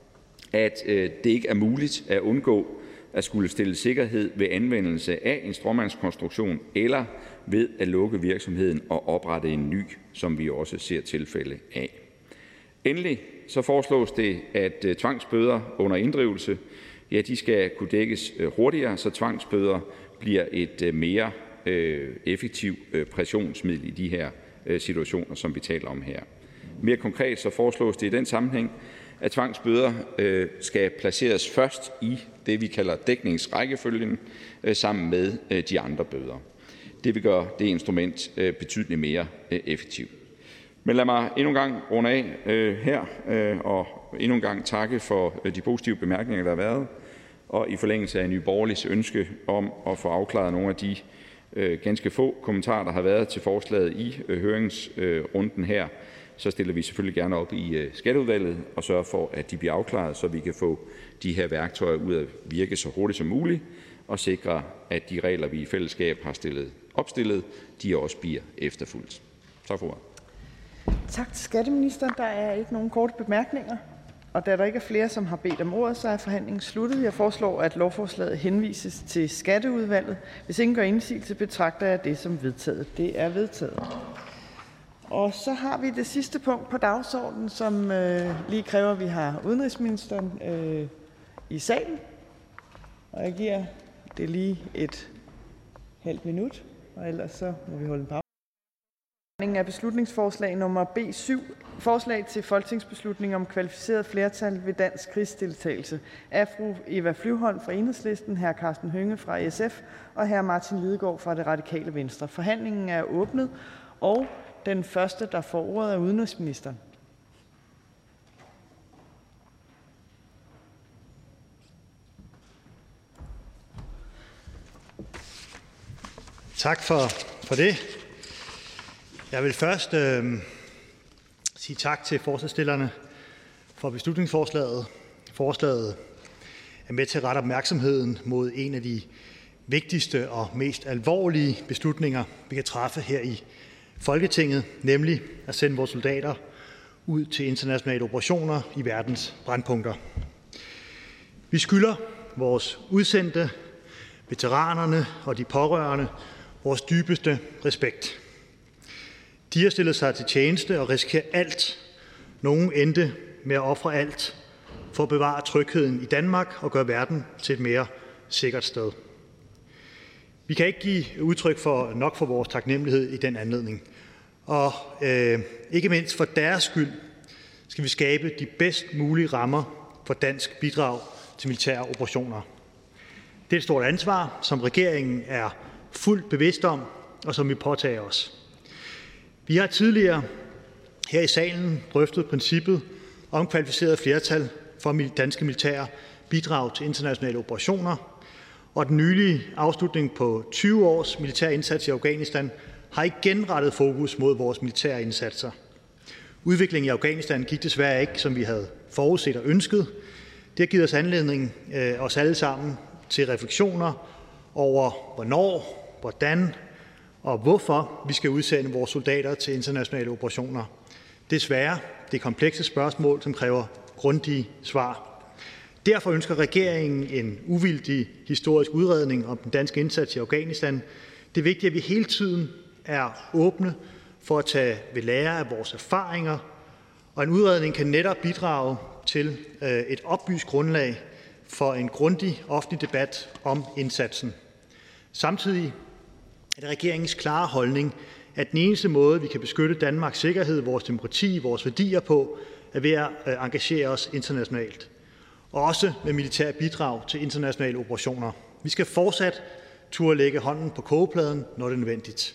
at øh, det ikke er muligt at undgå at skulle stille sikkerhed ved anvendelse af en stråmandskonstruktion eller ved at lukke virksomheden og oprette en ny, som vi også ser tilfælde af. Endelig så foreslås det, at øh, tvangsbøder under inddrivelse ja, de skal kunne dækkes hurtigere, så tvangsbøder bliver et mere øh, effektivt øh, pressionsmiddel i de her øh, situationer, som vi taler om her. Mere konkret så foreslås det i den sammenhæng, at tvangsbøder øh, skal placeres først i det, vi kalder dækningsrækkefølgen, øh, sammen med øh, de andre bøder. Det vil gøre det instrument øh, betydeligt mere øh, effektivt. Men lad mig endnu en gang runde af øh, her, øh, og endnu en gang takke for øh, de positive bemærkninger, der har været, og i forlængelse af Nye Borgerliges ønske om at få afklaret nogle af de øh, ganske få kommentarer, der har været til forslaget i øh, høringsrunden øh, her, så stiller vi selvfølgelig gerne op i øh, Skatteudvalget og sørger for, at de bliver afklaret, så vi kan få de her værktøjer ud at virke så hurtigt som muligt, og sikre, at de regler, vi i fællesskab har stillet, opstillet, de også bliver efterfulgt. Tak for ordet. Tak til skatteministeren. Der er ikke nogen korte bemærkninger. Og da der ikke er flere, som har bedt om ordet, så er forhandlingen sluttet. Jeg foreslår, at lovforslaget henvises til Skatteudvalget. Hvis ingen gør indsigelse, betragter jeg det som vedtaget. Det er vedtaget. Og så har vi det sidste punkt på dagsordenen, som øh, lige kræver, at vi har udenrigsministeren øh, i salen. Og jeg giver det lige et halvt minut, og ellers så må vi holde en pause. Af beslutningsforslag nummer B syv, forslag til folketingsbeslutning om kvalificeret flertal ved dansk krigsdeltagelse af fru Eva Flyvholm fra Enhedslisten, hr. Karsten Hønge fra S F og hr. Martin Lidegaard fra Det Radikale Venstre. Forhandlingen er åbnet, og den første, der får ordet, er udenrigsministeren. Tak for, for det. Jeg vil først øh, sige tak til forslagsstillerne for beslutningsforslaget. Forslaget er med til at rette opmærksomheden mod en af de vigtigste og mest alvorlige beslutninger, vi kan træffe her i Folketinget, nemlig at sende vores soldater ud til internationale operationer i verdens brændpunkter. Vi skylder vores udsendte, veteranerne og de pårørende vores dybeste respekt. De har stillet sig til tjeneste og risikerer alt. Nogle endte med at ofre alt for at bevare trygheden i Danmark og gøre verden til et mere sikkert sted. Vi kan ikke give udtryk for nok for vores taknemmelighed i den anledning. Og øh, ikke mindst for deres skyld skal vi skabe de bedst mulige rammer for dansk bidrag til militære operationer. Det er et stort ansvar, som regeringen er fuldt bevidst om. og som vi påtager os. Vi har tidligere her i salen drøftet princippet om kvalificeret flertal for danske militære bidrag til internationale operationer, og den nylige afslutning på tyve års militær indsats i Afghanistan har igen rettet fokus mod vores militære indsatser. Udviklingen i Afghanistan gik desværre ikke, som vi havde forudset og ønsket. Det har givet os anledning, øh, os alle sammen, til refleksioner over, hvornår, hvordan og hvorfor vi skal udsende vores soldater til internationale operationer. Desværre, det er komplekse spørgsmål, som kræver grundige svar. Derfor ønsker regeringen en uvildig historisk udredning om den danske indsats i Afghanistan. Det er vigtigt, at vi hele tiden er åbne for at tage ved lære af vores erfaringer, og en udredning kan netop bidrage til et oplyst grundlag for en grundig offentlig debat om indsatsen. Samtidig er det regeringens klare holdning, at den eneste måde, vi kan beskytte Danmarks sikkerhed, vores demokrati, vores værdier på, er ved at engagere os internationalt. Og også med militære bidrag til internationale operationer. Vi skal fortsat turde lægge hånden på kogepladen, når det er nødvendigt.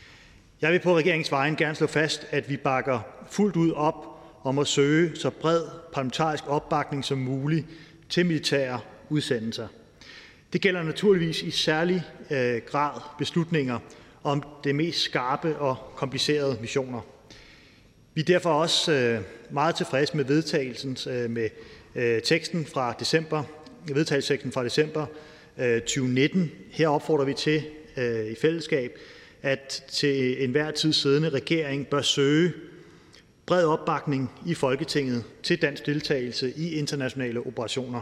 Jeg vil på regeringens vegne gerne slå fast, at vi bakker fuldt ud op om at søge så bred parlamentarisk opbakning som muligt til militære udsendelser. Det gælder naturligvis i særlig øh, grad beslutninger om det mest skarpe og komplicerede missioner. Vi er derfor også øh, meget tilfredse med vedtagelsen øh, med øh, teksten fra december, vedtagelsesteksten fra december øh, tyve nitten. Her opfordrer vi til øh, i fællesskab, at til enhver tid siddende regering bør søge bred opbakning i Folketinget til dansk deltagelse i internationale operationer.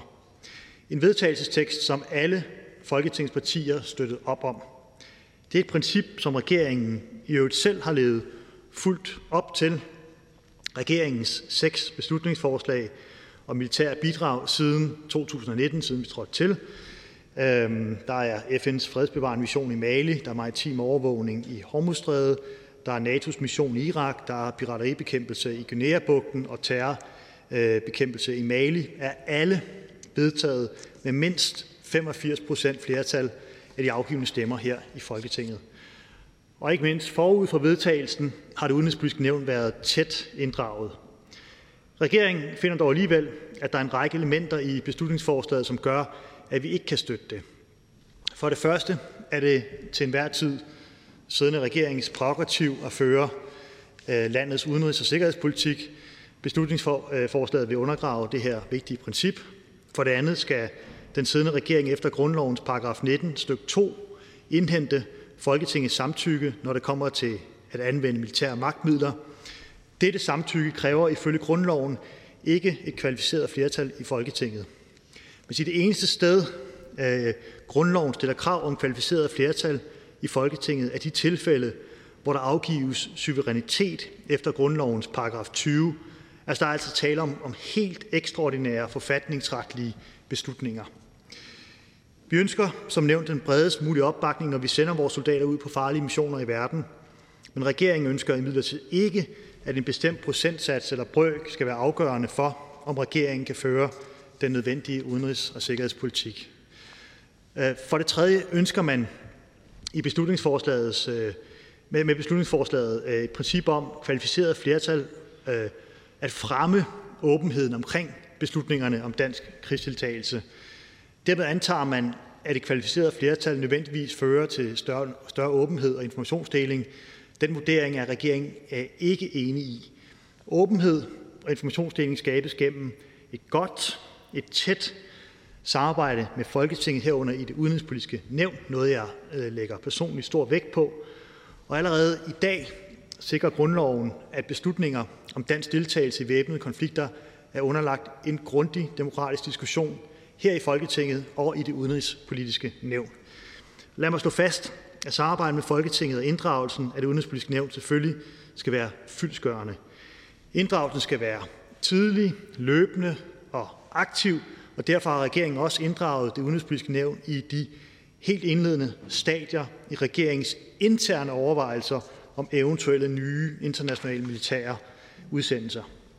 En vedtagelsestekst, som alle Folketingets partier støttede op om. Det er et princip, som regeringen i øvrigt selv har levet fuldt op til. Regeringens seks beslutningsforslag om militære bidrag siden to tusind nitten, siden vi trådte til. Der er F N's fredsbevarende mission i Mali, der er maritim overvågning i Hormuzstrædet, der er N A T O's mission i Irak, der er pirateribekæmpelse i Guinea-bugten og terrorbekæmpelse i Mali, er alle vedtaget med mindst femogfirs procent flertal af de afgivne stemmer her i Folketinget. Og ikke mindst forud for vedtagelsen har det udenrigspolitiske nævn været tæt inddraget. Regeringen finder dog alligevel, at der er en række elementer i beslutningsforslaget, som gør, at vi ikke kan støtte det. For det første er det til enhver tid siddende regerings prærogativ at føre landets udenrigs- og sikkerhedspolitik. Beslutningsforslaget vil undergrave det her vigtige princip. For det andet skal den siddende regering efter grundlovens paragraf nitten stykke to indhente Folketingets samtykke, når det kommer til at anvende militære magtmidler. Dette samtykke kræver ifølge grundloven ikke et kvalificeret flertal i Folketinget. Men det eneste sted, øh, grundloven stiller krav om kvalificeret flertal i Folketinget, er de tilfælde, hvor der afgives suverænitet efter grundlovens paragraf tyve. Altså der er altså tale om, om helt ekstraordinære forfatningsretlige beslutninger. Vi ønsker som nævnt den bredest mulige opbakning, når vi sender vores soldater ud på farlige missioner i verden. Men regeringen ønsker imidlertid ikke, at en bestemt procentsats eller brøk skal være afgørende for, om regeringen kan føre den nødvendige udenrigs- og sikkerhedspolitik. For det tredje ønsker man i beslutningsforslagets, med beslutningsforslaget et princip om kvalificeret flertal at fremme åbenheden omkring beslutningerne om dansk krigsdeltagelse. Dermed antager man, at et kvalificeret flertal nødvendigvis fører til større, større åbenhed og informationsdeling. Den vurdering er regeringen ikke enig i. Åbenhed og informationsdeling skabes gennem et godt, et tæt samarbejde med Folketinget herunder i det udenrigspolitiske nævn, noget jeg lægger personligt stor vægt på. Og allerede i dag sikrer grundloven, at beslutninger om dansk deltagelse i væbnede konflikter er underlagt en grundig demokratisk diskussion her i Folketinget og i det udenrigspolitiske nævn. Lad mig slå fast, at samarbejdet med Folketinget og inddragelsen af det udenrigspolitiske nævn selvfølgelig skal være fyldestgørende. Inddragelsen skal være tidlig, løbende og aktiv, og derfor har regeringen også inddraget det udenrigspolitiske nævn i de helt indledende stadier i regeringens interne overvejelser om eventuelle nye internationale militære udsendelser.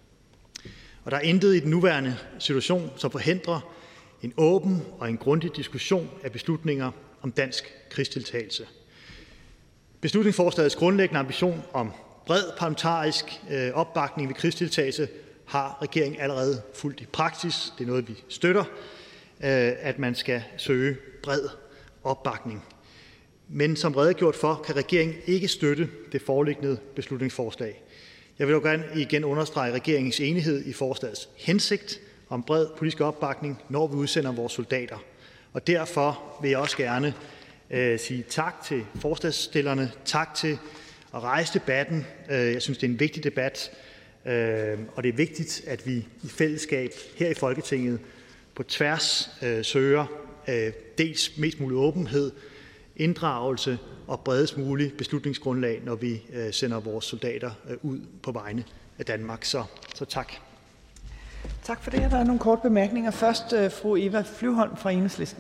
Og der er intet i den nuværende situation, som forhindrer en åben og en grundig diskussion af beslutninger om dansk krigsdeltagelse. Beslutningsforslagets grundlæggende ambition om bred parlamentarisk øh, opbakning ved krigsdeltagelse har regeringen allerede fulgt i praksis. Det er noget, vi støtter, øh, at man skal søge bred opbakning. Men som redegjort for, kan regeringen ikke støtte det foreliggende beslutningsforslag. Jeg vil dog gerne igen understrege regeringens enighed i forslagets hensigt om bred politisk opbakning, når vi udsender vores soldater. Og derfor vil jeg også gerne øh, sige tak til forslagsstillerne, tak til at rejse debatten. Jeg synes, det er en vigtig debat, øh, og det er vigtigt, at vi i fællesskab her i Folketinget på tværs øh, søger øh, dels mest mulig åbenhed, inddragelse og bredest mulig beslutningsgrundlag, når vi øh, sender vores soldater øh, ud på vegne af Danmark. Så, så tak. Tak for det. Der er nogle korte bemærkninger. Først øh, fru Eva Flyvholm fra Enhedslisten.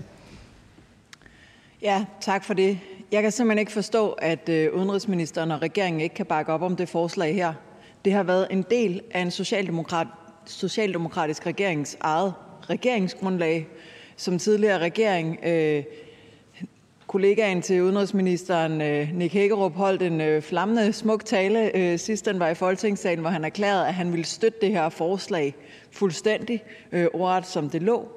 Ja, tak for det. Jeg kan simpelthen ikke forstå, at øh, udenrigsministeren og regeringen ikke kan bakke op om det forslag her. Det har været en del af en socialdemokrat, socialdemokratisk regerings eget regeringsgrundlag. Som tidligere regering, øh, kollegaen til udenrigsministeren, øh, Nick Hækkerup, holdt en øh, flammende smuk tale øh, sidst den var i Folketingssalen, hvor han erklærede, at han ville støtte det her forslag fuldstændig, øh, ordret som det lå.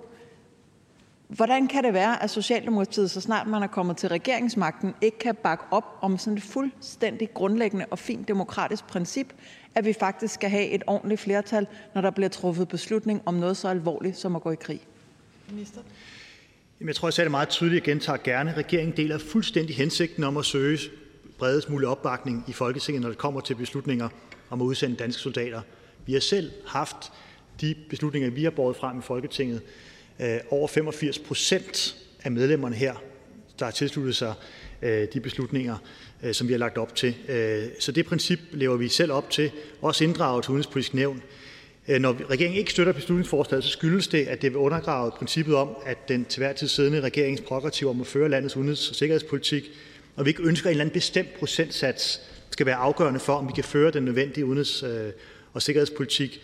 Hvordan kan det være, at Socialdemokratiet, så snart man er kommet til regeringsmagten, ikke kan bakke op om sådan et fuldstændig grundlæggende og fint demokratisk princip, at vi faktisk skal have et ordentligt flertal, når der bliver truffet beslutning om noget så alvorligt som at gå i krig? Minister? Jamen, jeg tror, jeg sagde det meget tydeligt og gentager gerne. Regeringen deler fuldstændig hensigten om at søge bredest mulig opbakning i Folketinget, når det kommer til beslutninger om at udsende danske soldater. Vi har selv haft de beslutninger, vi har båret frem i Folketinget. Øh, over femogfirs procent af medlemmerne her, der har tilsluttet sig øh, de beslutninger, øh, som vi har lagt op til. Øh, så det princip lever vi selv op til, også inddraget til Udenrigspolitisk Nævn. Øh, når regeringen ikke støtter beslutningsforslaget, så skyldes det, at det vil undergrave princippet om, at den til hver tid siddende regerings prærogativ om at føre landets udenrigs- og sikkerhedspolitik, og vi ikke ønsker, at en eller anden bestemt procentsats skal være afgørende for, om vi kan føre den nødvendige udenrigs- og sikkerhedspolitik.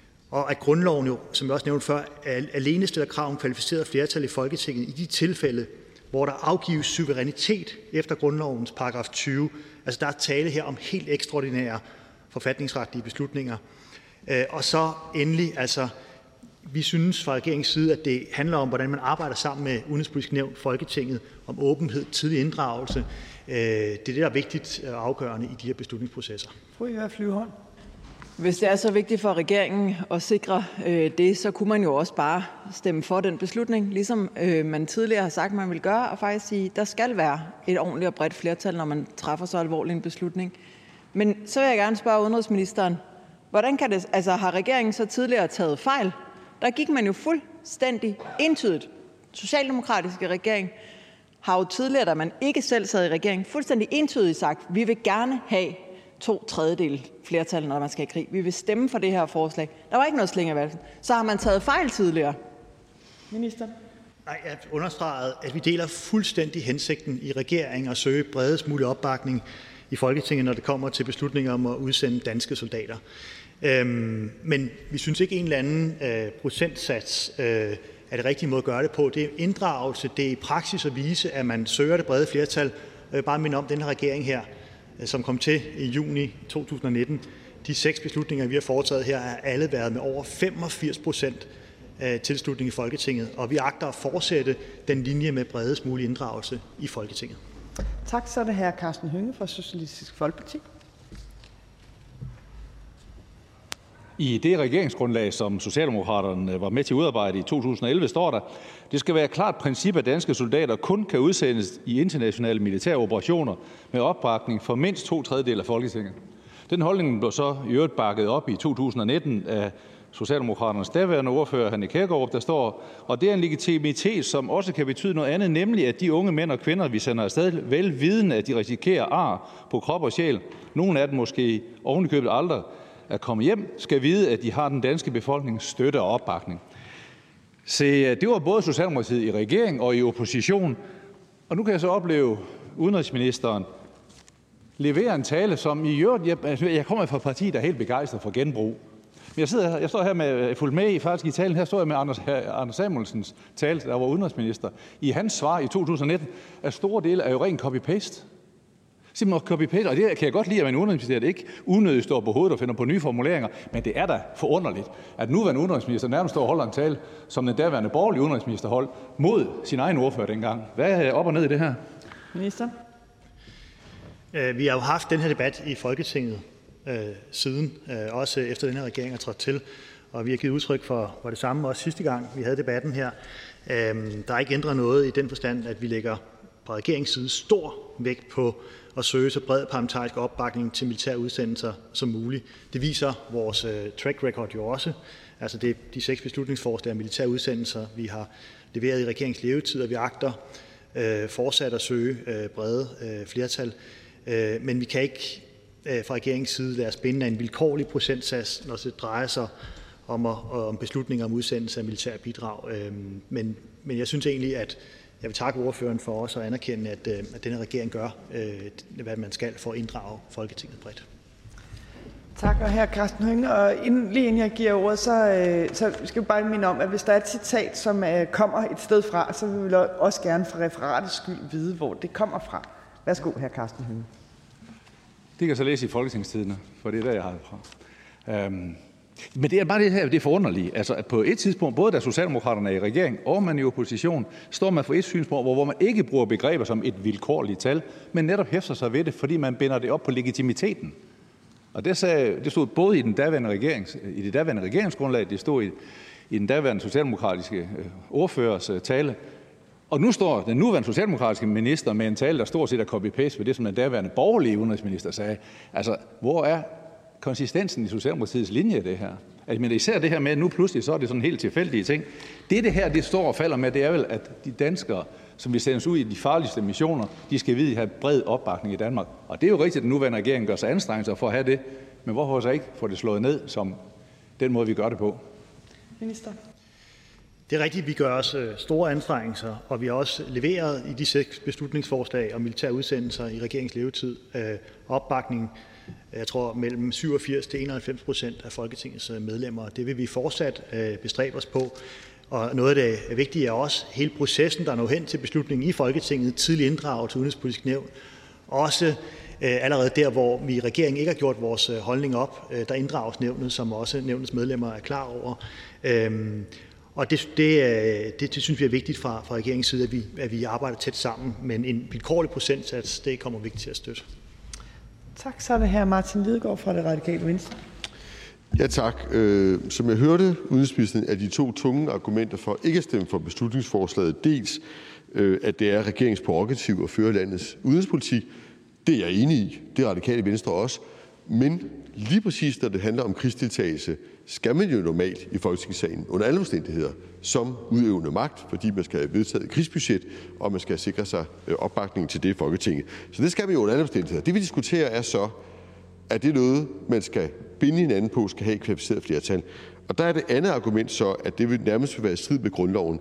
Og at grundloven jo, som jeg også nævnte før, alene stiller krav om kvalificeret flertal i Folketinget i de tilfælde, hvor der afgives suverænitet efter grundlovens paragraf tyve. Altså der er tale her om helt ekstraordinære forfatningsretlige beslutninger. Og så endelig, altså vi synes fra regeringens side, at det handler om, hvordan man arbejder sammen med Udenrigspolitisk Nævn, Folketinget, om åbenhed, tidlig inddragelse. Det er det, der er vigtigt og afgørende i de her beslutningsprocesser. Fru Eva Flyvholm. Hvis det er så vigtigt for regeringen at sikre øh, det, så kunne man jo også bare stemme for den beslutning, ligesom øh, man tidligere har sagt, man vil gøre, og faktisk sige, at der skal være et ordentligt og bredt flertal, når man træffer så alvorlig en beslutning. Men så vil jeg gerne spørge udenrigsministeren, hvordan kan det, altså har regeringen så tidligere taget fejl? Der gik man jo fuldstændig entydigt. Socialdemokratiske regering har jo tidligere, da man ikke selv sad i regering, fuldstændig entydigt sagt, vi vil gerne have to tredjedel flertal, når man skal i krig. Vi vil stemme for det her forslag. Der var ikke noget slingervalsen. Så har man taget fejl tidligere. Minister? Nej, jeg understregede, at vi deler fuldstændig hensigten i regeringen at søge bredest mulig opbakning i Folketinget, når det kommer til beslutninger om at udsende danske soldater. Øhm, men vi synes ikke, en eller anden øh, procentsats øh, er det rigtige måde at gøre det på. Det er inddragelse, det er i praksis at vise, at man søger det brede flertal. Jeg vil bare minde om, den her regering her, som kom til i juni to tusind og nitten. De seks beslutninger, vi har foretaget her, har alle været med over femogfirs procent tilslutning i Folketinget, og vi agter at fortsætte den linje med bredest mulig inddragelse i Folketinget. Tak, så er det hr. Karsten Hønge fra Socialistisk Folkeparti. I det regeringsgrundlag, som Socialdemokraterne var med til at udarbejde i to tusind og elleve, står der, det skal være et klart princip, at danske soldater kun kan udsendes i internationale militære operationer med opbakning for mindst to tredjedele af Folketinget. Den holdning blev så i øvrigt bakket op i to tusind og nitten af Socialdemokraternes daværende ordfører, Nick Hækkerup, der står, og det er en legitimitet, som også kan betyde noget andet, nemlig at de unge mænd og kvinder, vi sender afsted, vel vidende, at de risikerer ar på krop og sjæl, nogle af dem måske ovenikøbet aldrig at komme hjem, skal vide, at de har den danske befolknings støtte og opbakning. Se, det var både Socialdemokratiet i regering og i opposition, og nu kan jeg så opleve udenrigsministeren levere en tale, som i øvrigt, jeg, jeg kommer fra et parti, der er helt begejstret for genbrug. Men jeg, sidder, jeg står her med, fuldt med i faktisk i talen, her står jeg med Anders, Anders Samuelsens tale, der var udenrigsminister. I hans svar i to tusind og nitten er store dele af jo ren copy-paste. Simpelthen copy-paste, og det kan jeg godt lide, at man i Udenrigsministeriet ikke unødigt står på hovedet og finder på nye formuleringer, men det er da forunderligt, at nuværende udenrigsminister nærmest står og holder en tale, som den daværende borgerlige udenrigsminister holdt mod sin egen ordfører dengang. Hvad er op og ned i det her? Minister? Vi har jo haft den her debat i Folketinget øh, siden, øh, også efter den her regering er trådt til, og vi har givet udtryk for, for det samme også sidste gang, vi havde debatten her. Øh, der er ikke ændret noget i den forstand, at vi lægger på regeringens side stor vægt på at søge så bred parlamentarisk opbakning til militære udsendelser som muligt. Det viser vores øh, track record jo også. Altså det er de seks beslutningsforslag om militære udsendelser, vi har leveret i regeringens levetid, og vi agter øh, fortsat at søge øh, brede øh, flertal. Øh, men vi kan ikke øh, fra regeringens side lade os binde af en vilkårlig procentsats, når det drejer sig om, at, om beslutninger om udsendelse af militære bidrag. Øh, men, men jeg synes egentlig, at jeg vil takke ordføreren for også at anerkende, at, at denne regering gør, øh, hvad man skal for at inddrage Folketinget bredt. Tak, og her Karsten Hønge. Og inden, lige inden jeg giver ordet, så, øh, så skal jeg bare minde om, at hvis der er et citat, som øh, kommer et sted fra, så vil vi også gerne for referatets skyld vide, hvor det kommer fra. Værsgo, her Karsten Hønge. Det kan jeg så læse i Folketingstidene, for det er der, jeg har det fra. Um Men det er bare det her, det er forunderligt. Altså, at på et tidspunkt, både da Socialdemokraterne er i regering og man er i opposition, står man for et synspunkt, hvor man ikke bruger begreber som et vilkårligt tal, men netop hæfter sig ved det, fordi man binder det op på legitimiteten. Og det, sagde, det stod både i, den daværende regerings, i det daværende regeringsgrundlag, det stod i, i den daværende socialdemokratiske øh, ordførers øh, tale. Og nu står den nuværende socialdemokratiske minister med en tale, der stort set er copy-paste ved det, som den daværende borgerlige udenrigsminister sagde. Altså, hvor er konsistensen i Socialdemokratiets linje i det her? Altså, men især det her med, at nu pludselig så er det sådan helt tilfældige ting. Det, det her det står og falder med, det er vel, at de danskere, som vi sendes ud i de farligste missioner, de skal vide, at have bred opbakning i Danmark. Og det er jo rigtigt, at den nuværende regering gør sig anstrengelser for at have det. Men hvorfor så ikke få det slået ned som den måde, vi gør det på? Minister. Det er rigtigt, at vi gør os store anstrengelser, og vi har også leveret i de seks beslutningsforslag om militære udsendelser i regeringens levetid opbakning, jeg tror, mellem syvogfirs til enoghalvfems procent af Folketingets medlemmer. Det vil vi fortsat bestræbe os på. Og noget af det vigtige er også hele processen, der når hen til beslutningen i Folketinget, tidlig inddraget til Udenrigspolitisk Nævn. Også allerede der, hvor vi i regeringen ikke har gjort vores holdning op, der inddrages nævnet, som også nævnets medlemmer er klar over. Og det, det, det, det synes vi er vigtigt fra, fra regeringens side, at vi, at vi arbejder tæt sammen, men en vilkårlig procentsats, det kommer vi til at støtte. Tak. Så er det her Martin Lidegaard fra Det Radikale Venstre. Ja, tak. Øh, som jeg hørte udenrigsministeren, er de to tunge argumenter for ikke at stemme for beslutningsforslaget dels, øh, at det er regeringens prærogativ at føre landets udenrigspolitik. Det er jeg enig i. Det er Radikale Venstre også. Men lige præcis når det handler om krigsdeltagelse, skal man jo normalt i Folketingssalen under alle omstændigheder som udøvende magt, fordi man skal have vedtaget et krigsbudget, og man skal sikre sig opbakning til det i Folketinget. Så det skal man jo under alle omstændigheder. Det vi diskuterer er så, er det noget, man skal binde hinanden på, skal have et kvalificeret flertal. Og der er det andet argument så, at det vil nærmest være i strid med grundloven.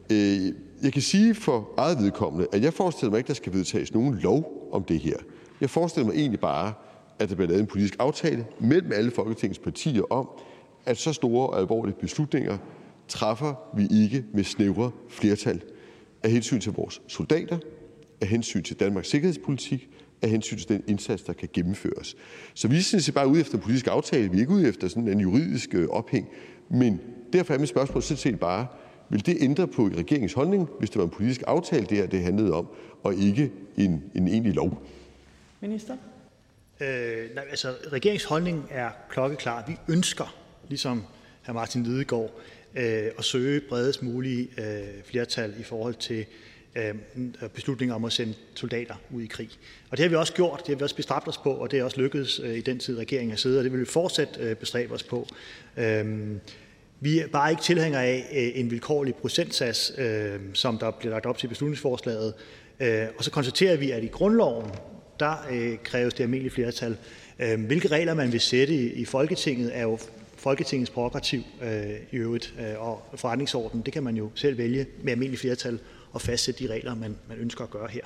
Jeg kan sige for eget vedkommende, at jeg forestiller mig ikke, at der skal vedtages nogen lov om det her. Jeg forestiller mig egentlig bare, at der bliver lavet en politisk aftale mellem alle Folketingets partier om, at så store og alvorlige beslutninger træffer vi ikke med snævre flertal af hensyn til vores soldater, af hensyn til Danmarks sikkerhedspolitik, af hensyn til den indsats, der kan gennemføres. Så vi er sådan set bare ude efter en politisk aftale. Vi er ikke ude efter sådan en juridisk ophæng. Men derfor er mit spørgsmål sådan set bare, vil det ændre på regeringens holdning, hvis det var en politisk aftale, det her det handlede om, og ikke en, en egentlig lov? Minister? Øh, nej, altså, regeringens holdning er klokkeklar. Vi ønsker, ligesom hr. Martin Lidegaard, øh, at søge bredest mulige øh, flertal i forhold til øh, beslutninger om at sende soldater ud i krig. Og det har vi også gjort, det har vi også bestræbt os på, og det er også lykkedes øh, i den tid, regeringen har siddet, og det vil vi fortsat øh, bestræbe os på. Øh, vi er bare ikke tilhængere af øh, en vilkårlig procentsats, øh, som der bliver lagt op til beslutningsforslaget. Øh, og så konstaterer vi, at i grundloven, der øh, kræves det almindelige flertal. Øh, hvilke regler man vil sætte i, i Folketinget, er jo Folketingets prærogativ øh, i øvrigt, øh, og forretningsorden, det kan man jo selv vælge med almindelig flertal og fastsætte de regler, man, man ønsker at gøre her.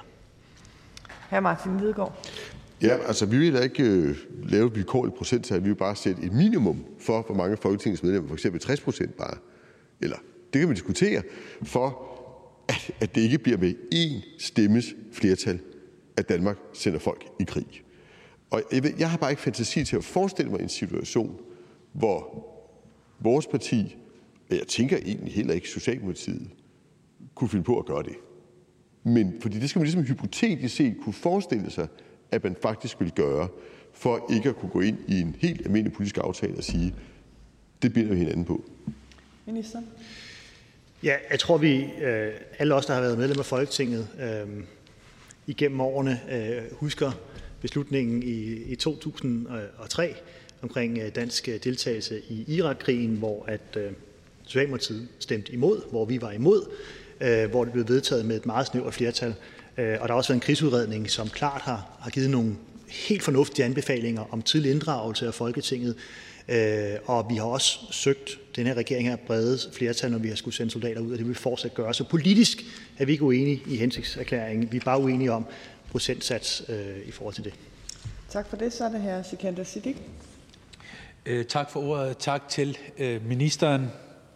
Hr. Martin Lidegaard. Ja, altså vi vil da ikke øh, lave et vilkårligt procenttal, vi vil bare sætte et minimum for, hvor mange Folketingets medlemmer, for eksempel tres procent bare, eller det kan man diskutere, for at, at det ikke bliver med én stemmes flertal at Danmark sender folk i krig. Og jeg, ved, jeg har bare ikke fantasi til at forestille mig en situation, hvor vores parti, og jeg tænker egentlig heller ikke Socialdemokratiet, kunne finde på at gøre det. Men fordi det skal man ligesom hypotetisk set kunne forestille sig, at man faktisk vil gøre, for ikke at kunne gå ind i en helt almindelig politisk aftale og sige, det binder vi hinanden på. Minister? Ja, jeg tror, vi øh, alle os, der har været medlem af Folketinget øh, igennem årene, øh, husker beslutningen i, i to tusind og tre omkring øh, dansk deltagelse i Irakkrigen, hvor at øh, Socialdemokratiet stemte imod, hvor vi var imod, øh, hvor det blev vedtaget med et meget snævert flertal. Øh, og der har også været en krigsudredning, som klart har, har givet nogle helt fornuftige anbefalinger om tidlig inddragelse af Folketinget. Øh, og vi har også søgt, den her regering her, brede flertal, når vi har skulle sende soldater ud, og det vil vi fortsat gøre. Så politisk er vi ikke uenige i hensigtserklæringen. Vi er bare uenige om procentsats øh, i forhold til det. Tak for det. Så er det her Sikandar Siddique. Øh, tak for ordet. Tak til øh, ministeren.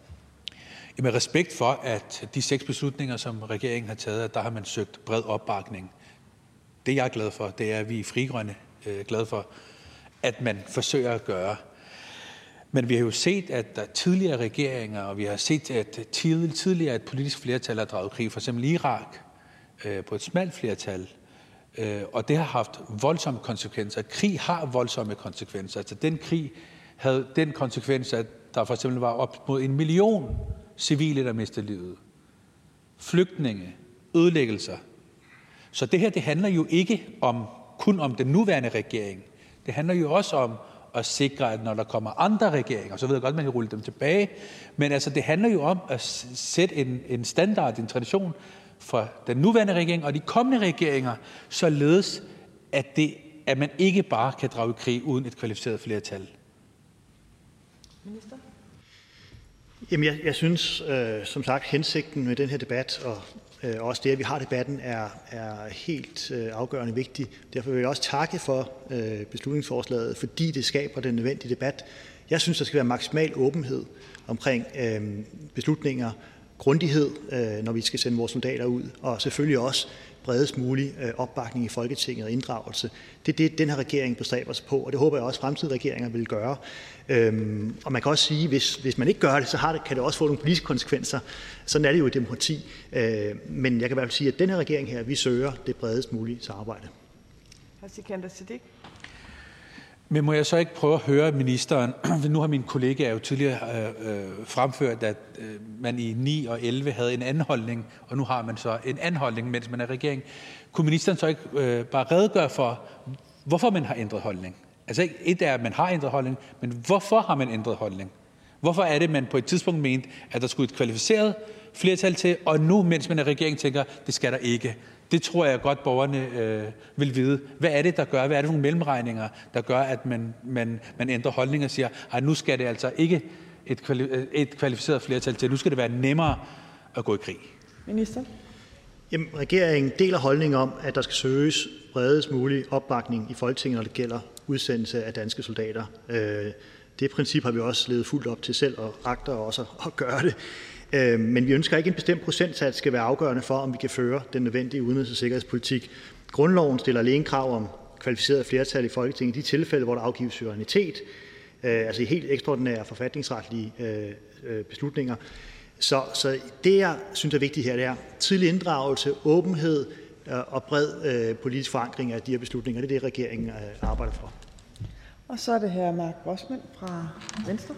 Med respekt for, at de seks beslutninger, som regeringen har taget, der har man søgt bred opbakning. Det jeg er glad for, det er, at vi i Frie Grønne er glade for, at man forsøger at gøre. Men vi har jo set, at der tidligere regeringer, og vi har set, at tidligere et politisk flertal har draget krig, for eksempel Irak, øh, på et smalt flertal, øh, og det har haft voldsomme konsekvenser. Krig har voldsomme konsekvenser. Altså den krig havde den konsekvens, at der for eksempel var op mod en million civile, der mistede livet. Flygtninge, ødelæggelser. Så det her, det handler jo ikke om, kun om den nuværende regering. Det handler jo også om at sikre, at når der kommer andre regeringer, så ved jeg godt, at man kan rulle dem tilbage, men altså, det handler jo om at sætte en, en standard, en tradition for den nuværende regering og de kommende regeringer, således at, det, at man ikke bare kan drage krig uden et kvalificeret flertal. Minister? Jamen, jeg, jeg synes, øh, som sagt, hensigten med den her debat, og øh, også det, at vi har debatten, er, er helt øh, afgørende vigtig. Derfor vil jeg også takke for øh, beslutningsforslaget, fordi det skaber den nødvendige debat. Jeg synes, der skal være maksimal åbenhed omkring øh, beslutninger, grundighed, øh, når vi skal sende vores soldater ud, og selvfølgelig også bredest mulig øh, opbakning i Folketinget og inddragelse. Det er det, den her regering bestræber sig på, og det håber jeg også, at fremtidige regeringer vil gøre. Øhm, og man kan også sige, hvis, hvis man ikke gør det, så har det, kan det også få nogle politiske konsekvenser. Sådan er det jo i demokrati. Øh, men jeg kan i hvert fald sige, at den her regering her, vi søger det bredest mulige samarbejde. Sikandar Siddique. Men må jeg så ikke prøve at høre ministeren, nu har mine kollegaer jo tidligere øh, fremført, at øh, man i ni og elleve havde en anden holdning, og nu har man så en anden holdning, mens man er regering. Kunne ministeren så ikke øh, bare redegøre for, hvorfor man har ændret holdning? Altså ikke et er, at man har ændret holdning, men hvorfor har man ændret holdning? Hvorfor er det, man på et tidspunkt mente, at der skulle et kvalificeret flertal til, og nu, mens man er regering, tænker, det skal der ikke? Det tror jeg godt, borgerne øh, vil vide. Hvad er det, der gør? Hvad er det for nogle mellemregninger, der gør, at man, man, man ændrer holdning og siger, at nu skal det altså ikke et, kvali- et kvalificeret flertal til, nu skal det være nemmere at gå i krig? Minister? Jamen, regeringen deler holdning om, at der skal søges bredest mulig opbakning i Folketinget, når det gælder udsendelse af danske soldater. Det princip har vi også levet fuldt op til selv, og agter også at gøre det. Men vi ønsker ikke, en bestemt procentsats skal være afgørende for, om vi kan føre den nødvendige udenrigs- og sikkerhedspolitik. Grundloven stiller alene krav om kvalificeret flertal i Folketinget i de tilfælde, hvor der afgives suverænitet, altså i helt ekstraordinære forfatningsretlige beslutninger. Så, så det, jeg synes er vigtigt her, det er tidlig inddragelse, åbenhed og bred øh, politisk forankring af de her beslutninger. Det er det, regeringen øh, arbejder for. Og så er det her Mark Grossmann fra Venstre.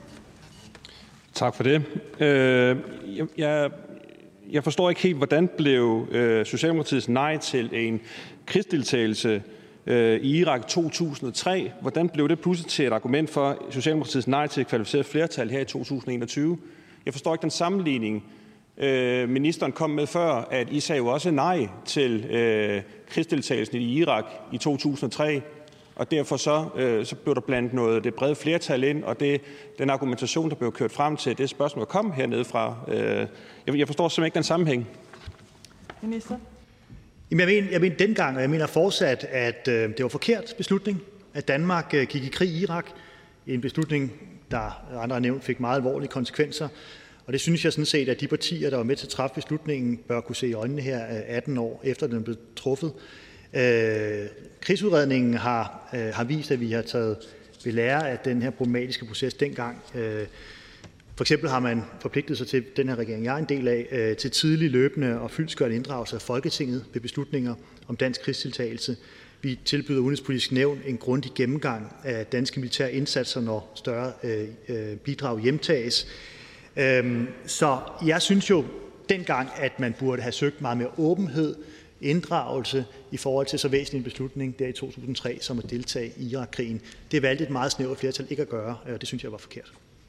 Tak for det. Øh, jeg, jeg forstår ikke helt, hvordan blev øh, Socialdemokratiets nej til en krigsdeltagelse øh, i Irak to tusind og tre, hvordan blev det pludselig til et argument for Socialdemokratiets nej til et kvalificeret flertal her i to tusind og enogtyve? Jeg forstår ikke den sammenligning, øh, ministeren kom med før, at I sagde jo også nej til øh, krigsdeltagelsen i Irak i to tusind og tre, og derfor så, øh, så blev der blandt noget det brede flertal ind, og det, den argumentation, der blev kørt frem til det spørgsmål, der kom hernede fra. Øh, jeg, jeg forstår simpelthen ikke den sammenhæng. Minister? Jamen, jeg mener, jeg mener dengang, og jeg mener fortsat, at øh, det var forkert beslutning, at Danmark øh, gik i krig i Irak. En beslutning, der andre har nævnt, fik meget alvorlige konsekvenser. Og det synes jeg sådan set, at de partier, der var med til at træffe beslutningen, bør kunne se i øjnene her atten år efter den blev truffet. Øh, krigsudredningen har, øh, har vist, at vi har taget ved lære af den her problematiske proces dengang. Øh, for eksempel har man forpligtet sig til, den her regering, jeg er en del af, øh, til tidlig løbende og fyldestgørende inddragelse af Folketinget ved beslutninger om dansk krigsdeltagelse. Vi tilbyder Udenrigspolitisk Nævn en grundig gennemgang af danske militære indsatser, når større øh, bidrag hjemtages. Øhm, så jeg synes jo dengang, at man burde have søgt meget mere åbenhed, inddragelse i forhold til så væsentlig en beslutning der i to tusind og tre, som at deltage i Irakkrigen. Det valgte et meget snævert flertal ikke at gøre, og det synes jeg var forkert.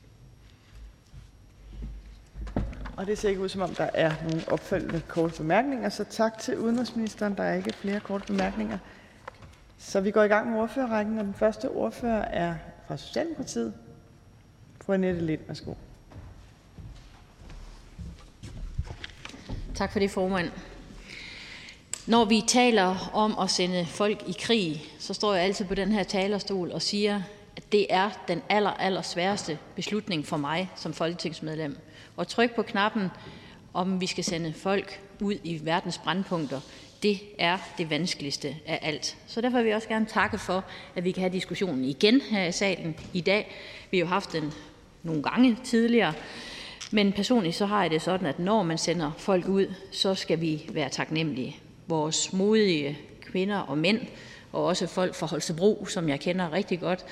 Og det ser ikke ud, som om der er nogle opfølgende korte bemærkninger, så tak til udenrigsministeren. Der er ikke flere korte bemærkninger. Så vi går i gang med ordførerrækken, og den første ordfører er fra Socialdemokratiet. Fru Annette Lind, værsgo. Tak for det, formand. Når vi taler om at sende folk i krig, så står jeg altid på den her talerstol og siger, at det er den aller, aller sværeste beslutning for mig som folketingsmedlem. At trykke på knappen, om vi skal sende folk ud i verdens brandpunkter, det er det vanskeligste af alt. Så derfor vil jeg også gerne takke for, at vi kan have diskussionen igen her i salen i dag. Vi har jo haft den nogle gange tidligere, men personligt så har jeg det sådan, at når man sender folk ud, så skal vi være taknemmelige. Vores modige kvinder og mænd, og også folk fra Holstebro, som jeg kender rigtig godt,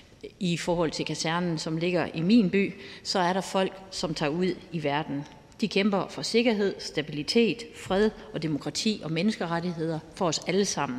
i forhold til kasernen, som ligger i min by, så er der folk, som tager ud i verden. De kæmper for sikkerhed, stabilitet, fred og demokrati og menneskerettigheder for os alle sammen.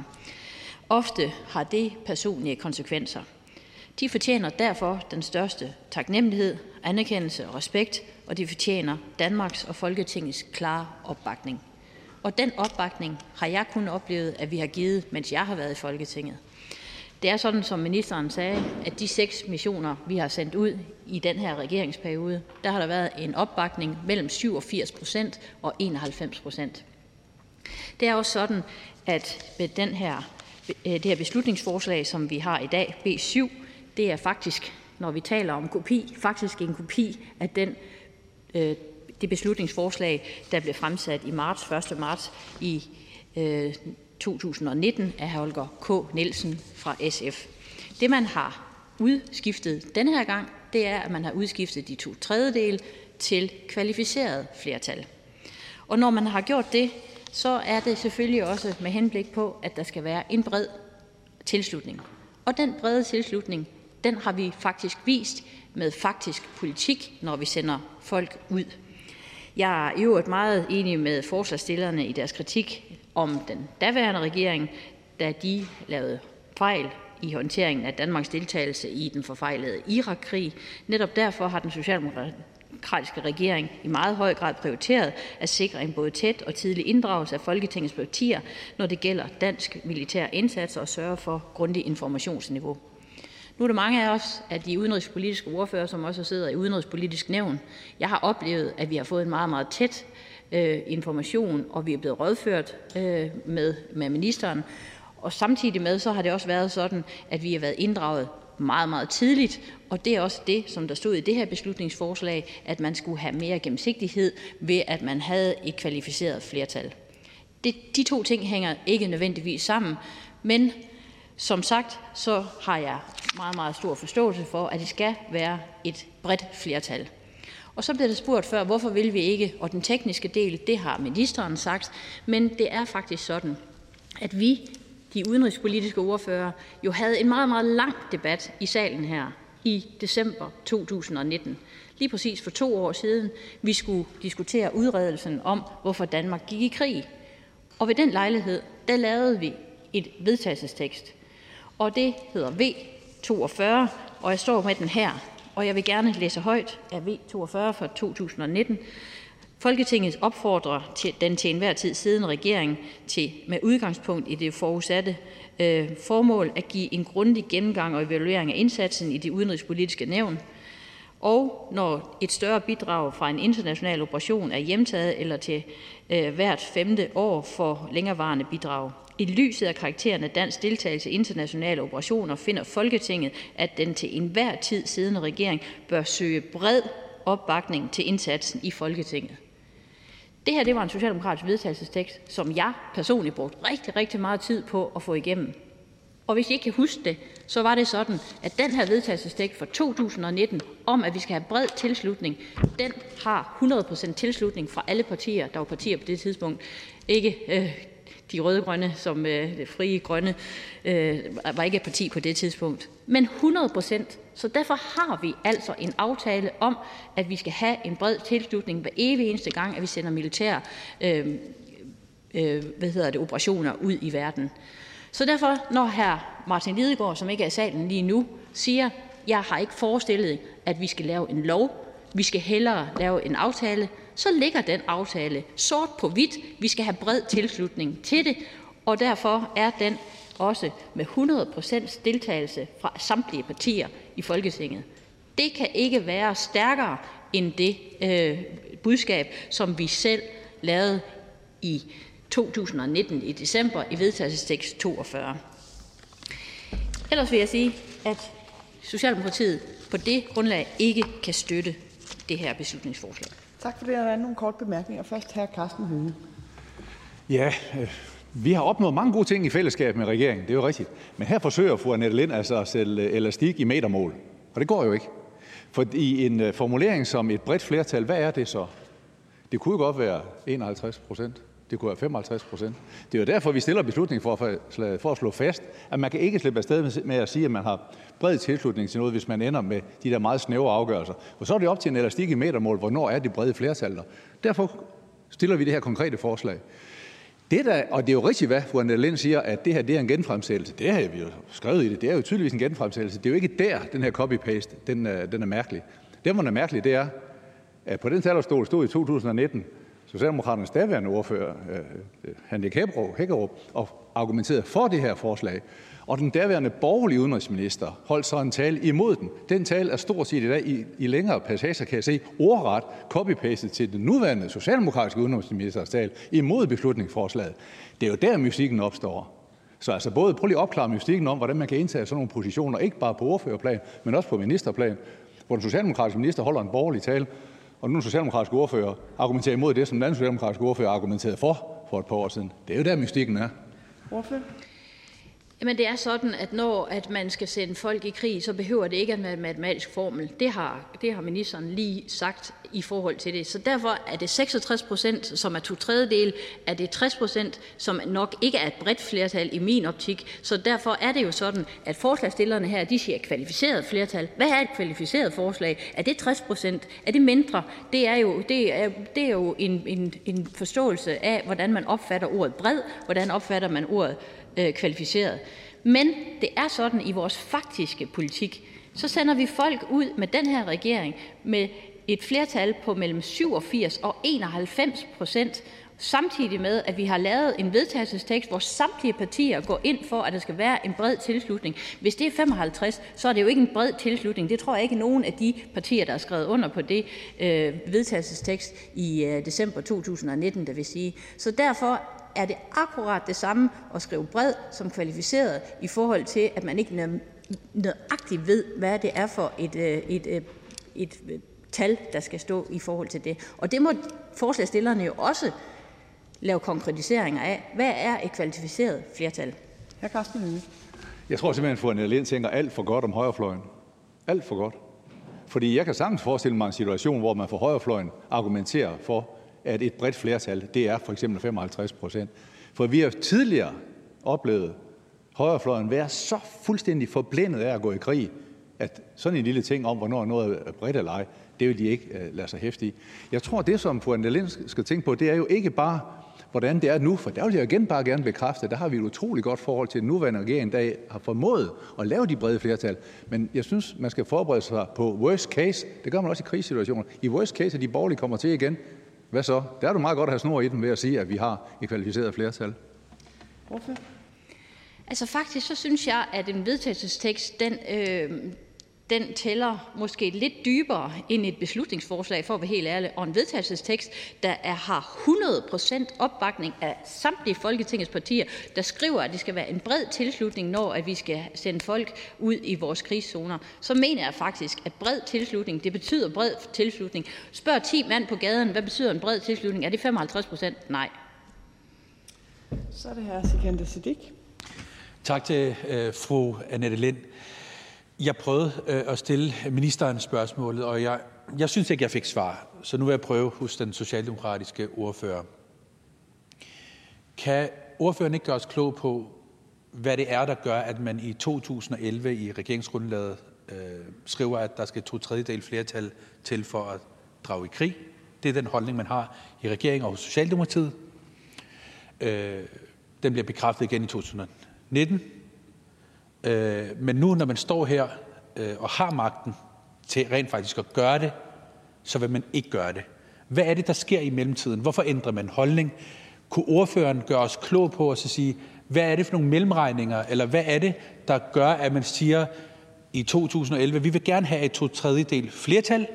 Ofte har det personlige konsekvenser. De fortjener derfor den største taknemmelighed, anerkendelse og respekt, og de fortjener Danmarks og Folketingets klare opbakning. Og den opbakning har jeg kun oplevet, at vi har givet, mens jeg har været i Folketinget. Det er sådan, som ministeren sagde, at de seks missioner, vi har sendt ud i den her regeringsperiode, der har der været en opbakning mellem syvogfirs procent og enoghalvfems procent. Det er også sådan, at med den her, det her beslutningsforslag, som vi har i dag, B syv, det er faktisk, når vi taler om kopi, faktisk en kopi af den, øh, det beslutningsforslag, der blev fremsat i marts, første marts i øh, to tusind og nitten af Holger K. Nielsen fra S F. Det, man har udskiftet denne her gang, det er, at man har udskiftet de to tredjedele til kvalificeret flertal. Og når man har gjort det, så er det selvfølgelig også med henblik på, at der skal være en bred tilslutning. Og den brede tilslutning, den har vi faktisk vist med faktisk politik, når vi sender folk ud. Jeg er i øvrigt meget enig med forslagsstillerne i deres kritik om den daværende regering, da de lavede fejl i håndteringen af Danmarks deltagelse i den forfejlede Irakkrig. Netop derfor har den socialdemokratiske regering i meget høj grad prioriteret at sikre en både tæt og tidlig inddragelse af Folketingets partier, når det gælder dansk militær indsats og sørge for grundig informationsniveau. Nu er der mange af os, af de udenrigspolitiske ordførere, som også sidder i Udenrigspolitisk Nævn. Jeg har oplevet, at vi har fået en meget, meget tæt øh, information, og vi er blevet rådført øh, med, med ministeren. Og samtidig med, så har det også været sådan, at vi har været inddraget meget, meget tidligt, og det er også det, som der stod i det her beslutningsforslag, at man skulle have mere gennemsigtighed ved, at man havde et kvalificeret flertal. Det, de to ting hænger ikke nødvendigvis sammen, men som sagt, så har jeg meget, meget stor forståelse for, at det skal være et bredt flertal. Og så blev der spurgt før, hvorfor vil vi ikke? Og den tekniske del, det har ministeren sagt, men det er faktisk sådan, at vi, de udenrigspolitiske ordfører, jo havde en meget, meget lang debat i salen her i december to tusind og nitten. Lige præcis for to år siden, vi skulle diskutere udredelsen om, hvorfor Danmark gik i krig. Og ved den lejlighed, der lavede vi et vedtagelsestekst. Og det hedder V toogfyrre, og jeg står med den her. Og jeg vil gerne læse højt af V toogfyrre fra to tusind og nitten. Folketinget opfordrer til den til enhver tid siddende regering til med udgangspunkt i det forudsatte øh, formål at give en grundig gennemgang og evaluering af indsatsen i det udenrigspolitiske nævn. Og når et større bidrag fra en international operation er hjemtaget eller til øh, hvert femte år for længerevarende bidrag. I lyset af karakteren af dansk deltagelse i internationale operationer finder Folketinget, at den til enhver tid siddende regering bør søge bred opbakning til indsatsen i Folketinget. Det her det var en socialdemokratisk vedtagelsestekst, som jeg personligt brugte rigtig, rigtig meget tid på at få igennem. Og hvis I ikke kan huske det, så var det sådan, at den her vedtagelsestekst fra to tusind og nitten om, at vi skal have bred tilslutning, den har hundrede procent tilslutning fra alle partier. Der var partier på det tidspunkt. Ikke øh, de røde-grønne, som øh, det frie grønne, øh, var ikke et parti på det tidspunkt. Men hundrede procent. Så derfor har vi altså en aftale om, at vi skal have en bred tilslutning hver evig eneste gang, at vi sender militære øh, øh, hvad hedder det, operationer ud i verden. Så derfor, når hr. Martin Lidegaard, som ikke er i salen lige nu, siger, jeg har ikke forestillet, at vi skal lave en lov, vi skal hellere lave en aftale, så ligger den aftale sort på hvidt. Vi skal have bred tilslutning til det, og derfor er den også med hundrede procent deltagelse fra samtlige partier i Folketinget. Det kan ikke være stærkere end det øh, budskab, som vi selv lavede i to tusind og nitten i december i vedtagelsestekst toogfyrre. Ellers vil jeg sige, at Socialdemokratiet på det grundlag ikke kan støtte det her beslutningsforslag. Tak for det. Der er nogle korte bemærkninger. Først hr. Karsten Hønge. Ja, øh, vi har opnået mange gode ting i fællesskab med regeringen, det er jo rigtigt. Men her forsøger fru Annette Lind altså at sælge elastik i metermål, og det går jo ikke. For i en formulering som et bredt flertal, hvad er det så? Det kunne jo godt være enoghalvtreds procent. Det kunne være femoghalvtreds procent. Det er jo derfor, vi stiller beslutningsforslag for at slå fast, at man kan ikke slippe afsted med at sige, at man har bred tilslutning til noget, hvis man ender med de der meget snævre afgørelser. For så er det op til en elastik i metermål, hvornår er det brede flertal der. Derfor stiller vi det her konkrete forslag. Det der, og det er jo rigtigt, hvad fru Annette Lind siger, at det her det er en genfremsættelse. Det har vi jo skrevet i det. Det er jo tydeligvis en genfremsættelse. Det er jo ikke der, den her copy-paste, den, den er mærkelig. Det, der er mærkelig, det er, at på den talerstol stod i to tusind og nitten Socialdemokraternes daværende ordfører, Hanne Hækkerup, og argumenterede for det her forslag. Og den daværende borgerlige udenrigsminister holdt så en tale imod den. Den tale er stort set i dag i, i længere passager, kan jeg se, ordret copy-pastet til den nuværende socialdemokratiske udenrigsministers tale imod beslutningsforslaget. Det er jo der, mystikken opstår. Så altså både prøv lige at opklare mystikken om, hvordan man kan indtage sådan nogle positioner, ikke bare på ordførerplan, men også på ministerplan, hvor den socialdemokratiske minister holder en borgerlig tale, og nu er socialdemokratiske ordfører argumenterer imod det, som den anden socialdemokratiske ordfører argumenterede for for et par år siden. Det er jo der, mystikken er. Ordfører? Jamen det er sådan, at når at man skal sende folk i krig, så behøver det ikke at være en matematisk formel. Det har, det har ministeren lige sagt i forhold til det. Så derfor er det seksogtres procent, som er to tredjedele, er det tres procent, som nok ikke er et bredt flertal i min optik. Så derfor er det jo sådan, at forslagsstillerne her, de siger kvalificeret flertal. Hvad er et kvalificeret forslag? Er det tres procent? Er det mindre? Det er jo, det er, det er jo en, en, en forståelse af, hvordan man opfatter ordet bred, hvordan opfatter man ordet øh, kvalificeret. Men det er sådan i vores faktiske politik, så sender vi folk ud med den her regering med et flertal på mellem syvogfirs og enoghalvfems procent, samtidig med, at vi har lavet en vedtagelsestekst, hvor samtlige partier går ind for, at der skal være en bred tilslutning. Hvis det er femoghalvtreds, så er det jo ikke en bred tilslutning. Det tror jeg ikke nogen af de partier, der har skrevet under på det øh, vedtagelsestekst i øh, december to tusind og nitten, der vil sige. Så derfor er det akkurat det samme at skrive bred som kvalificeret i forhold til, at man ikke nøjagtigt ved, hvad det er for et, et, et, et, et tal, der skal stå i forhold til det. Og det må forslagsstillerne jo også lave konkretiseringer af. Hvad er et kvalificeret flertal? Hr. Karsten Hønge. Jeg tror simpelthen, at fru Annette Lind tænker alt for godt om højrefløjen. Alt for godt. Fordi jeg kan sagtens forestille mig en situation, hvor man for højrefløjen argumenterer for, at et bredt flertal, det er for eksempel femoghalvtreds procent. For vi har tidligere oplevet højrefløjen være så fuldstændig forblændet af at gå i krig, at sådan en lille ting om, hvornår noget er bredt eller ej, det vil de ikke lade sig hæfte i. Jeg tror, det som fru Annette Lind skal tænke på, det er jo ikke bare, hvordan det er nu, for der vil jeg igen bare gerne bekræfte, der har vi et utroligt godt forhold til den nuværende regering, der har formået at lave de brede flertal. Men jeg synes, man skal forberede sig på worst case. Det gør man også i krigssituationer. I worst case, at de borgerlige kommer til igen. Hvad så? Der er du meget godt at have snor i den ved at sige, at vi har et kvalificeret flertal. Hvorfor? Altså faktisk så synes jeg, at en vedtagelsestekst, den, øh, den tæller måske lidt dybere end et beslutningsforslag, for at være helt ærlig, og en vedtagelsestekst, der er, har hundrede procent opbakning af samtlige Folketingets partier, der skriver, at det skal være en bred tilslutning, når at vi skal sende folk ud i vores krigszoner. Så mener jeg faktisk, at bred tilslutning, det betyder bred tilslutning. Spørg ti mand på gaden, hvad betyder en bred tilslutning? Er det femoghalvtreds procent? Nej. Så er det her Sikandar Siddique. Tak til øh, fru Annette Lind. Jeg prøvede øh, at stille ministeren spørgsmålet, og jeg, jeg synes ikke, jeg fik svar. Så nu vil jeg prøve hos den socialdemokratiske ordfører. Kan ordføreren ikke gøre os klog på, hvad det er, der gør, at man i to tusind og elleve i regeringsgrundlaget øh, skriver, at der skal to tredjedel flertal til for at drage i krig? Det er den holdning, man har i regeringen og hos Socialdemokratiet. Øh, den bliver bekræftet igen i to tusind og nitten. Øh, men nu, når man står her øh, og har magten til rent faktisk at gøre det, så vil man ikke gøre det. Hvad er det, der sker i mellemtiden? Hvorfor ændrer man holdning? Kunne ordføreren gøre os klog på at sige, hvad er det for nogle mellemregninger, eller hvad er det, der gør, at man siger i to tusind og elleve, vi vil gerne have et to tredjedel flertal,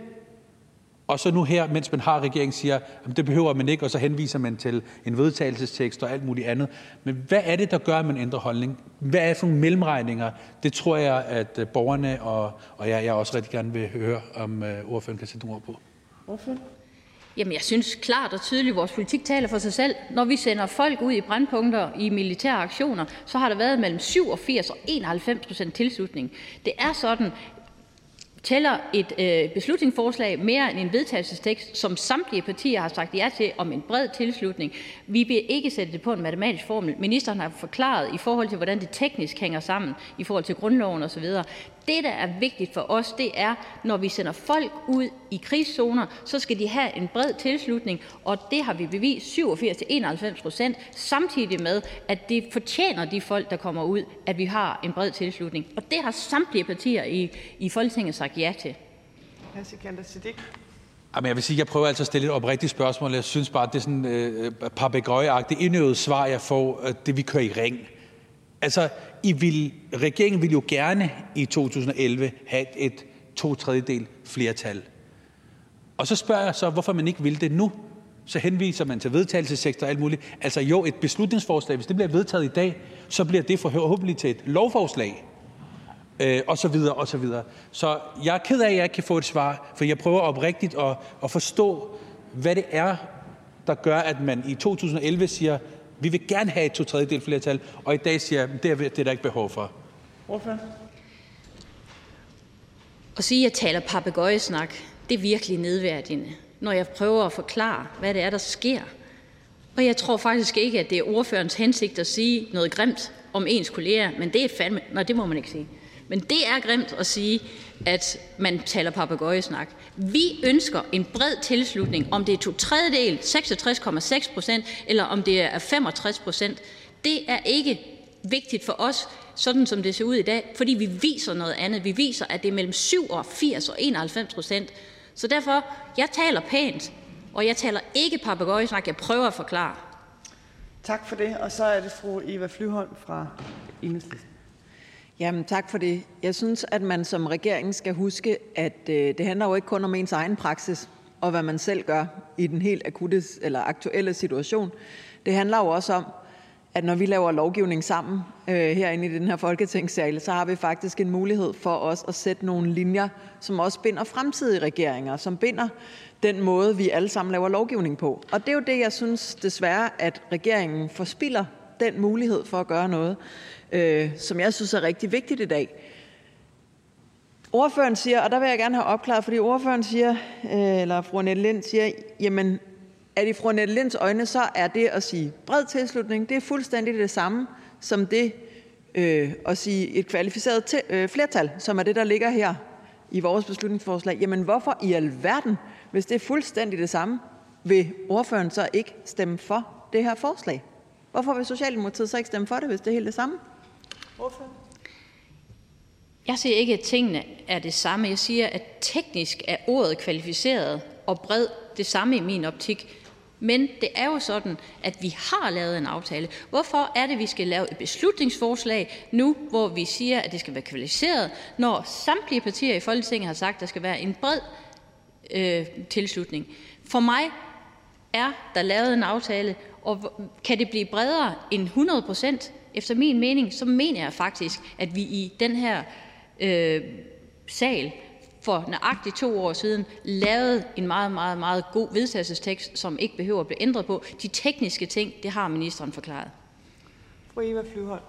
og så nu her, mens man har regeringen, siger, at det behøver man ikke, og så henviser man til en vedtagelsestekst og alt muligt andet. Men hvad er det, der gør, at man ændrer holdning? Hvad er det for nogle mellemregninger? Det tror jeg, at borgerne og, og jeg, jeg også rigtig gerne vil høre, om uh, ordføreren kan sætte nogle ord på. Ordføreren? Jamen, jeg synes klart og tydeligt, at vores politik taler for sig selv. Når vi sender folk ud i brandpunkter i militære aktioner, så har der været mellem syvogfirs og enoghalvfems procent tilslutning. Det er sådan, tæller et øh, beslutningsforslag mere end en vedtagelsestekst, som samtlige partier har sagt ja til om en bred tilslutning. Vi vil ikke sætte det på en matematisk formel. Ministeren har forklaret i forhold til, hvordan det teknisk hænger sammen i forhold til grundloven osv. Det, der er vigtigt for os, det er, når vi sender folk ud i krigszoner, så skal de have en bred tilslutning, og det har vi bevist syvogfirs til enoghalvfems procent, samtidig med, at det fortjener de folk, der kommer ud, at vi har en bred tilslutning. Og det har samtlige partier i, i Folketinget sagt ja til. Hr. Sikandar Siddique. Jamen, jeg vil sige, jeg prøver altså at stille et oprigtigt spørgsmål. Jeg synes bare, det er sådan øh, papegøjeagtigt indøvet svar, jeg får, det vi kører i ring. Altså, I vil, regeringen vil jo gerne i to tusind og elleve have et, et to tredjedel flertal. Og så spørger jeg så, hvorfor man ikke vil det nu. Så henviser man til vedtagelsestekster og alt muligt. Altså jo, et beslutningsforslag, hvis det bliver vedtaget i dag, så bliver det forhåbentlig til et lovforslag. Øh, og så videre, og så videre. Så jeg er ked af, at jeg ikke kan få et svar, for jeg prøver oprigtigt at, at forstå, hvad det er, der gør, at man i to tusind og elleve siger, vi vil gerne have et to tredjedel flertal, og i dag siger, det er, det er der ikke behov for. Hvorfor? At sige, at jeg taler papegøjesnak, det er virkelig nedværdigende, når jeg prøver at forklare, hvad det er, der sker. Og jeg tror faktisk ikke, at det er ordførerens hensigt at sige noget grimt om ens kolleger, men det er fandme, nej, det må man ikke sige. Men det er grimt at sige, at man taler papegøjesnak. Vi ønsker en bred tilslutning, om det er to tredjedel, seksogtres komma seks procent, eller om det er femogtres procent. Det er ikke vigtigt for os, sådan som det ser ud i dag, fordi vi viser noget andet. Vi viser, at det er mellem syvogfirs og enoghalvfems procent. Så derfor, jeg taler pænt, og jeg taler ikke papegøjesnak. Jeg prøver at forklare. Tak for det, og så er det fru Eva Flyvholm fra Enhedslisten. Jamen, tak for det. Jeg synes, at man som regering skal huske, at øh, det handler jo ikke kun om ens egen praksis og hvad man selv gør i den helt akutte eller aktuelle situation. Det handler jo også om, at når vi laver lovgivning sammen øh, herinde i den her folketingssal, så har vi faktisk en mulighed for os at sætte nogle linjer, som også binder fremtidige regeringer, som binder den måde, vi alle sammen laver lovgivning på. Og det er jo det, jeg synes desværre, at regeringen forspilder den mulighed for at gøre noget, øh, som jeg synes er rigtig vigtigt i dag. Ordføreren siger, og der vil jeg gerne have opklaret, fordi ordføreren siger, øh, eller fru Annette Lind siger, jamen, at i fru Annette Linds øjne, så er det at sige bred tilslutning, det er fuldstændig det samme som det øh, at sige et kvalificeret til, øh, flertal, som er det, der ligger her i vores beslutningsforslag. Jamen, hvorfor i alverden, hvis det er fuldstændig det samme, vil ordføreren så ikke stemme for det her forslag? Hvorfor vil Socialdemokratiet så ikke stemme for det, hvis det er helt det samme? Ordføreren? Jeg siger ikke, at tingene er det samme. Jeg siger, at teknisk er ordet kvalificeret og bred det samme i min optik. Men det er jo sådan, at vi har lavet en aftale. Hvorfor er det, vi skal lave et beslutningsforslag nu, hvor vi siger, at det skal være kvalificeret, når samtlige partier i Folketinget har sagt, at der skal være en bred øh, tilslutning? For mig er der lavet en aftale, og kan det blive bredere end hundrede procent? Efter min mening, så mener jeg faktisk, at vi i den her øh, sal for nøjagtigt to år siden lavede en meget, meget, meget god vedtagelsestekst, som ikke behøver at blive ændret på. De tekniske ting, det har ministeren forklaret. Fru Eva Flyvholm.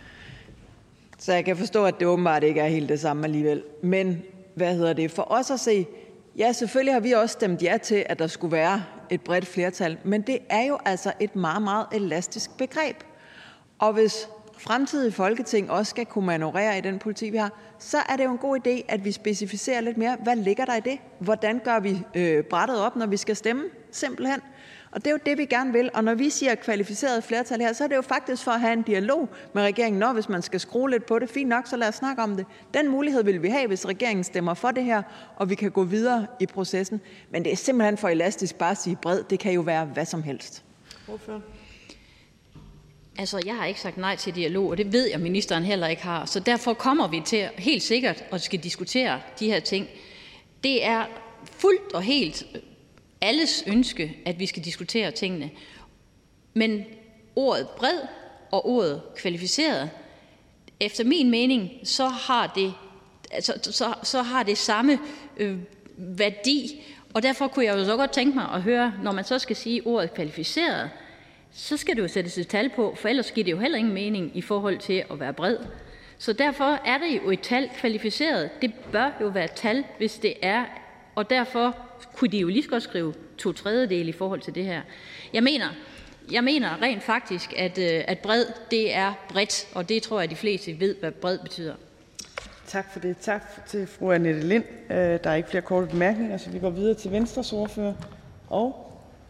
Så jeg kan forstå, at det åbenbart ikke er helt det samme alligevel. Men hvad hedder det? For os at se, ja, selvfølgelig har vi også stemt ja til, at der skulle være et bredt flertal, men det er jo altså et meget, meget elastisk begreb. Og hvis fremtidige Folketing også skal kunne manøvrere i den politik, vi har, så er det jo en god idé, at vi specificerer lidt mere, hvad ligger der i det? Hvordan gør vi øh, brættet op, når vi skal stemme? Simpelthen. Og det er jo det, vi gerne vil. Og når vi siger kvalificeret flertal her, så er det jo faktisk for at have en dialog med regeringen, når hvis man skal skrue lidt på det. Fint nok, så lad os snakke om det. Den mulighed vil vi have, hvis regeringen stemmer for det her, og vi kan gå videre i processen. Men det er simpelthen for elastisk bare at sige bred. Det kan jo være hvad som helst. Hvorfor? Altså, jeg har ikke sagt nej til dialog, og det ved jeg, ministeren heller ikke har. Så derfor kommer vi til helt sikkert at skal diskutere de her ting. Det er fuldt og helt alles ønske, at vi skal diskutere tingene. Men ordet bred og ordet kvalificeret, efter min mening, så har det, altså, så, så har det samme øh, værdi. Og derfor kunne jeg jo så godt tænke mig at høre, når man så skal sige ordet kvalificeret, så skal det jo sættes et tal på, for ellers giver det jo heller ingen mening i forhold til at være bred. Så derfor er det jo et tal kvalificeret. Det bør jo være et tal, hvis det er, og derfor kunne de jo lige så godt skrive to tredjedele i forhold til det her. Jeg mener, jeg mener rent faktisk, at, at bred, det er bredt, og det tror jeg, de fleste ved, hvad bred betyder. Tak for det. Tak til fru Annette Lind. Der er ikke flere korte bemærkninger, så vi går videre til Venstres ordfører. Og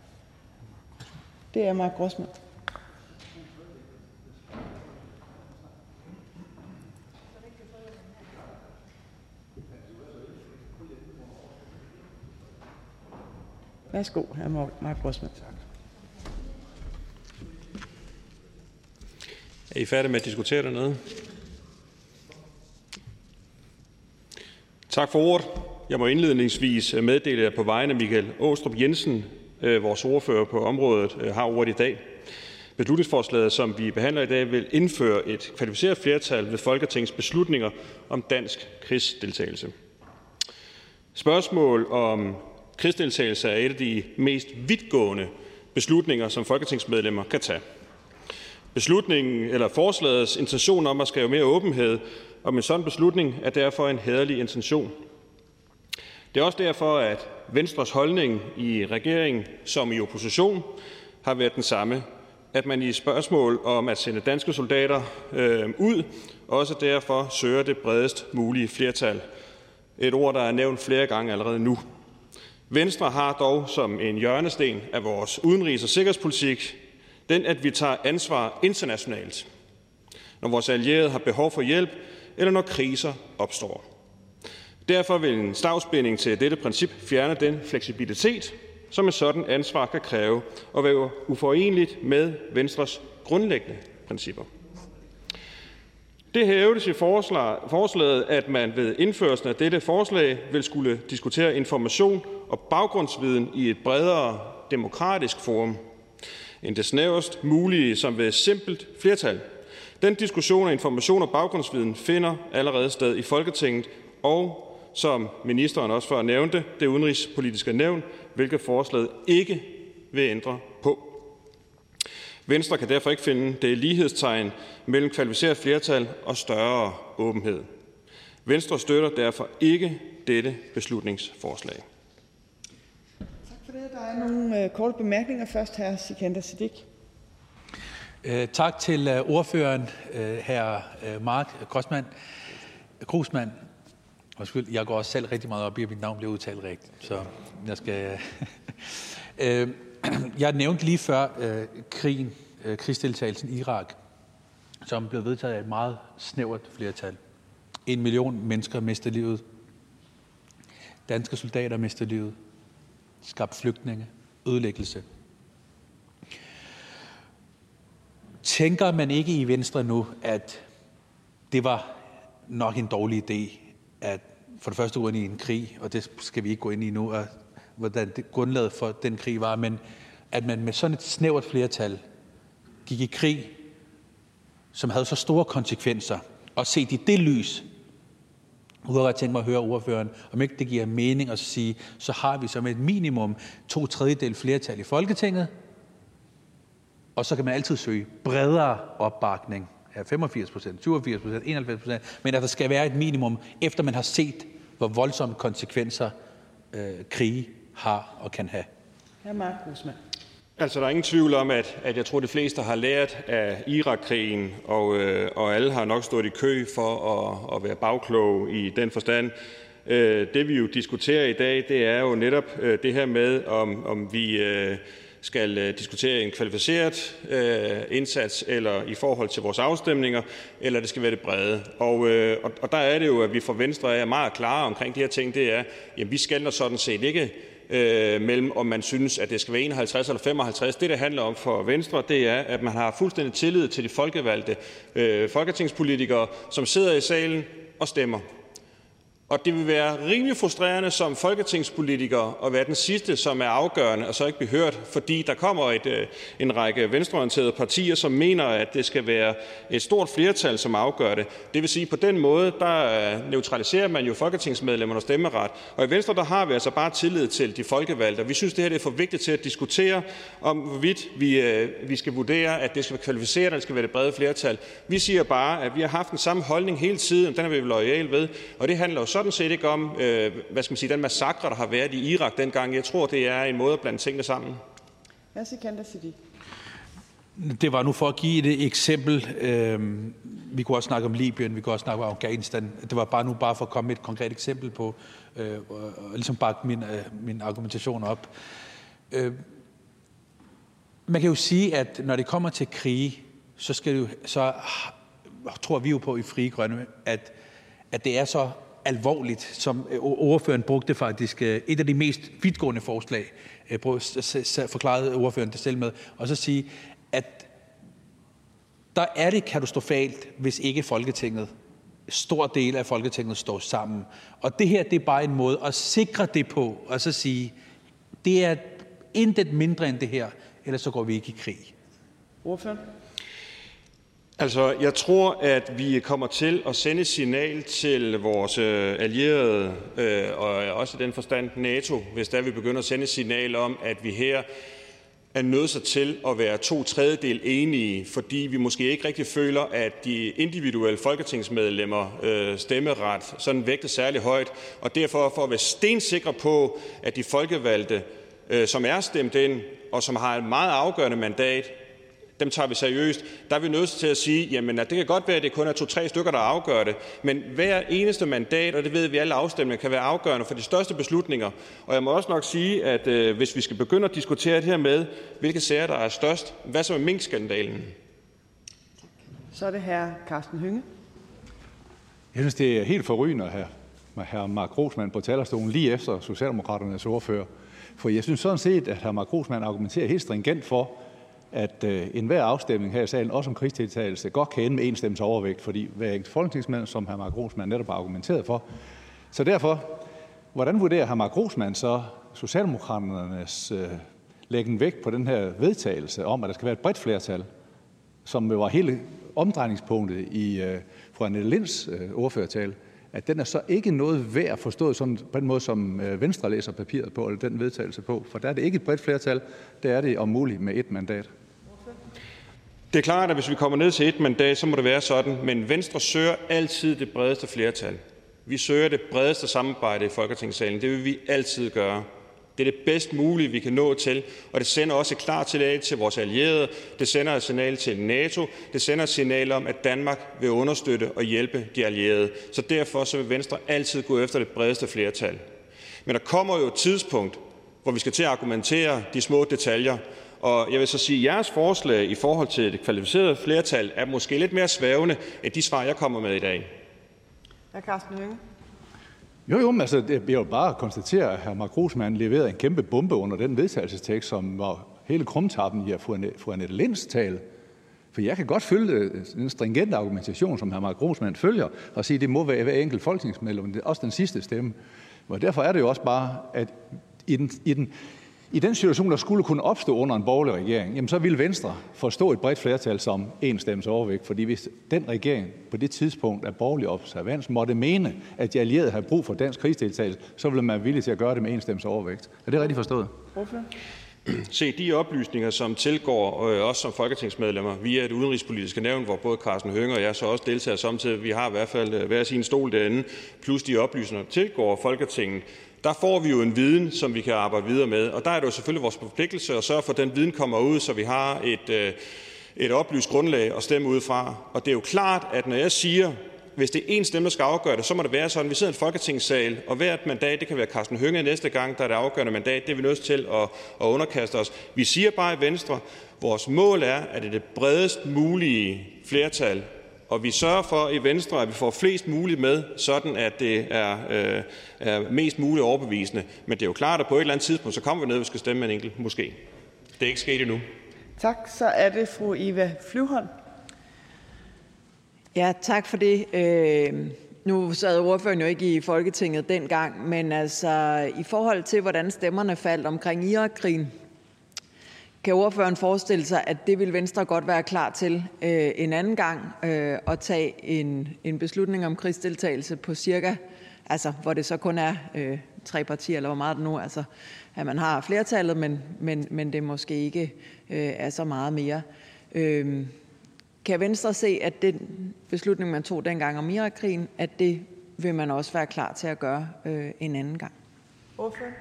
det er Mark Grossmann. Værsgo, hr. Mark Grossmann. Er I færdige med at diskutere dernede? Tak for ordet. Jeg må indledningsvis meddele, at på vegne af Michael Aastrup Jensen, vores ordfører på området, har ordet i dag. Beslutningsforslaget, som vi behandler i dag, vil indføre et kvalificeret flertal ved Folketingets beslutninger om dansk krigsdeltagelse. Spørgsmål om krigsdeltagelse er et af de mest vidtgående beslutninger, som folketingsmedlemmer kan tage. Beslutningen eller forslagets intention om at skabe mere åbenhed om en sådan beslutning er derfor en hæderlig intention. Det er også derfor, at Venstres holdning i regeringen som i opposition har været den samme, at man i spørgsmål om at sende danske soldater øh, ud, også derfor søger det bredest mulige flertal. Et ord, der er nævnt flere gange allerede nu. Venstre har dog som en hjørnesten af vores udenrigs- og sikkerhedspolitik den, at vi tager ansvar internationalt, når vores allierede har behov for hjælp, eller når kriser opstår. Derfor vil en stavnsbinding til dette princip fjerne den fleksibilitet, som et sådan ansvar kan kræve, og være uforeneligt med Venstres grundlæggende principper. Det hævdes i forslaget, at man ved indførelsen af dette forslag vil skulle diskutere information og baggrundsviden i et bredere demokratisk forum, end det snæverst mulige som ved simpelt flertal. Den diskussion af information og baggrundsviden finder allerede sted i Folketinget, og som ministeren også før nævnte, det udenrigspolitiske nævn, hvilket forslaget ikke vil ændre på. Venstre kan derfor ikke finde det lighedstegn mellem kvalificeret flertal og større åbenhed. Venstre støtter derfor ikke dette beslutningsforslag. Tak for det. Der er nogle korte bemærkninger. Først hr. Sikandar Siddique. Tak til ordføreren, hr. Mark Grossmann. Grossmann. Jeg går også selv rigtig meget op i, at mit navn bliver udtalt rigtigt, så jeg skal... Jeg nævnte lige før krigen, krigsdeltagelsen i Irak, som blev vedtaget af et meget snævert flertal. En million mennesker mister livet. Danske soldater mister livet. Skabt flygtninge. Ødelæggelse. Tænker man ikke i Venstre nu, at det var nok en dårlig idé, at for det første gå ind i en krig, og det skal vi ikke gå ind i nu, og hvordan det grundlaget for den krig var, men at man med sådan et snævert flertal gik i krig, som havde så store konsekvenser, og set i det lys, ude at jeg tænke mig at høre ordføreren, om ikke det giver mening at sige, så har vi som et minimum to tredjedel flertal i Folketinget, og så kan man altid søge bredere opbakning af femogfirs procent, syvogfirs procent, enoghalvfems procent, men at der skal være et minimum, efter man har set, hvor voldsomme konsekvenser øh, krige har og kan have. Hr. Mark Grossmann. Altså, der er ingen tvivl om, at, at jeg tror, de fleste har lært af Irak-krigen, og, øh, og alle har nok stået i kø for at, at være bagkloge i den forstand. Øh, det vi jo diskuterer i dag, det er jo netop øh, det her med, om, om vi øh, skal øh, diskutere en kvalificeret øh, indsats eller i forhold til vores afstemninger, eller det skal være det brede. Og, øh, og, og der er det jo, at vi fra Venstre er meget klare omkring de her ting. Det er, at vi skal sådan set ikke øh, mellem, om man synes, at det skal være enoghalvtreds eller femoghalvtreds. Det, det handler om for Venstre, det er, at man har fuldstændig tillid til de folkevalgte øh, folketingspolitikere, som sidder i salen og stemmer. Og det vil være rimelig frustrerende som folketingspolitiker at være den sidste, som er afgørende og så ikke blive hørt, fordi der kommer et, en række venstreorienterede partier, som mener, at det skal være et stort flertal, som afgør det. Det vil sige, at på den måde, der neutraliserer man jo folketingsmedlemmernes stemmeret. Og i Venstre, der har vi altså bare tillid til de folkevalgte. Vi synes, det her det er for vigtigt til at diskutere, om hvorvidt vi, vi skal vurdere, at det skal være kvalificeret, eller det skal være det brede flertal. Vi siger bare, at vi har haft den samme holdning hele tiden, den er vi loyale ved, og det handler jo så sådan set ikke om, øh, hvad skal man sige, den massakre, der har været i Irak dengang. Jeg tror, det er en måde at blande tingene sammen. Hvad siger Sikandar Siddique? Det var nu for at give et eksempel. Øh, vi kunne også snakke om Libyen, vi kunne også snakke om Afghanistan. Det var bare nu bare for at komme med et konkret eksempel på, øh, og, og ligesom bakke min, øh, min argumentation op. Øh, man kan jo sige, at når det kommer til krige, så, skal det jo, så tror vi jo på i Frie Grønne, at, at det er så alvorligt, som ordføreren brugte faktisk et af de mest vidtgående forslag, forklarede ordføreren det selv med, og så sige, at der er det katastrofalt, hvis ikke Folketinget, stor del af Folketinget står sammen. Og det her, det er bare en måde at sikre det på, og så sige, det er intet mindre end det her, ellers så går vi ikke i krig. Ordføreren? Altså, jeg tror, at vi kommer til at sende et signal til vores øh, allierede, øh, og også i den forstand NATO, hvis der vi begynder at sende et signal om, at vi her er nødt sig til at være to tredjedel enige, fordi vi måske ikke rigtig føler, at de individuelle folketingsmedlemmer øh, stemmeret sådan vægter særlig højt, og derfor for at være stensikre på, at de folkevalgte, øh, som er stemt ind, og som har et meget afgørende mandat, dem tager vi seriøst. Der er vi nødt til at sige, jamen at det kan godt være, at det kun er to-tre stykker, der afgør det, men hver eneste mandat, og det ved vi alle afstemninger, kan være afgørende for de største beslutninger. Og jeg må også nok sige, at øh, hvis vi skal begynde at diskutere det her med, hvilke sager, der er størst, hvad så med minkskandalen? Så er det hr. Karsten Hønge. Jeg synes, det er helt forrygende at have hr. Mark Grossmann på talerstolen lige efter Socialdemokraternes ordfører. For jeg synes sådan set, at hr. Mark Grossmann argumenterer helt stringent for, at øh, enhver afstemning her i salen, også om krigsdeltagelse, godt kan ende med en stemmes overvægt, fordi hver enkelt folketingsmedlem, som hr. Mark Grossmann netop har argumenteret for. Så derfor, hvordan vurderer hr. Mark Grossmann så Socialdemokraternes øh, læggen vægt på den her vedtagelse om, at der skal være et bredt flertal, som var hele omdrejningspunktet i øh, fru Annette Linds øh, ordførertale, at den er så ikke noget værd forstået sådan, på den måde, som øh, Venstre læser papiret på, eller den vedtagelse på, for der er det ikke et bredt flertal, der er det om muligt med et mandat. Det er klart, at hvis vi kommer ned til et mandat, så må det være sådan, men Venstre søger altid det bredeste flertal. Vi søger det bredeste samarbejde i Folketingssalen. Det vil vi altid gøre. Det er det bedst mulige, vi kan nå til, og det sender også et klart signal til vores allierede, det sender et signal til NATO, det sender et signal om, at Danmark vil understøtte og hjælpe de allierede. Så derfor så vil Venstre altid gå efter det bredeste flertal. Men der kommer jo et tidspunkt, hvor vi skal til at argumentere de små detaljer, og jeg vil så sige, at jeres forslag i forhold til det kvalificerede flertal er måske lidt mere svævende end de svar, jeg kommer med i dag. Hr. Karsten Hønge. Jo, jo, men altså, jeg vil bare konstatere, at hr. Mark Grossmann leverede en kæmpe bombe under den vedtagelsestekst, som var hele krumtappen i fru Annette Linds tale. For jeg kan godt følge den stringente argumentation, som hr. Mark Grossmann følger, og sige, at det må være hver enkelt folketingsmedlem, også den sidste stemme. Og derfor er det jo også bare, at i den, i den, i den situation, der skulle kunne opstå under en borgerlig regering, jamen så ville Venstre forstå et bredt flertal som en stemmes overvægt. Fordi hvis den regering på det tidspunkt af borgerlig observans måtte mene, at de allierede havde brug for dansk krigsdeltagelse, så ville man være villig til at gøre det med en stemmes overvægt. Er det rigtigt forstået? Se, de oplysninger, som tilgår øh, os som folketingsmedlemmer via et udenrigspolitiske nævn, hvor både Karsten Hønge og jeg så også deltager samtidig, vi har i hvert fald øh, hver sin stol derinde, plus de oplysninger, der tilgår Folketinget, der får vi jo en viden, som vi kan arbejde videre med. Og der er det jo selvfølgelig vores forpligtelse at sørge for, at den viden kommer ud, så vi har et, øh, et oplyst grundlag at stemme ud fra. Og det er jo klart, at når jeg siger, hvis det er en stemme, der skal afgøre det, så må det være sådan, at vi sidder i en folketingssal, og hvert mandat, det kan være Karsten Hønge næste gang, der er det afgørende mandat, det er vi nødt til at, at underkaste os. Vi siger bare i Venstre, vores mål er, at det er det bredest mulige flertal, og vi sørger for i Venstre, at vi får flest muligt med, sådan at det er, øh, er mest muligt overbevisende. Men det er jo klart, at på et eller andet tidspunkt, så kommer vi ned, og vi skal stemme med en enkelt måske. Det er ikke sket endnu. Tak. Så er det fru Eva Flyvholm. Ja, tak for det. Øh, nu sad ordføreren jo ikke i Folketinget dengang, men altså i forhold til, hvordan stemmerne faldt omkring Irak-krigen, kan ordføreren forestille sig, at det vil Venstre godt være klar til øh, en anden gang øh, at tage en, en beslutning om krigsdeltagelse på cirka, altså hvor det så kun er øh, tre partier, eller hvor meget det nu, altså at man har flertallet, men, men, men det måske ikke øh, er så meget mere. Øh, Kan Venstre se, at den beslutning, man tog dengang om Irak-krigen, at det vil man også være klar til at gøre øh, en anden gang? Ordfører?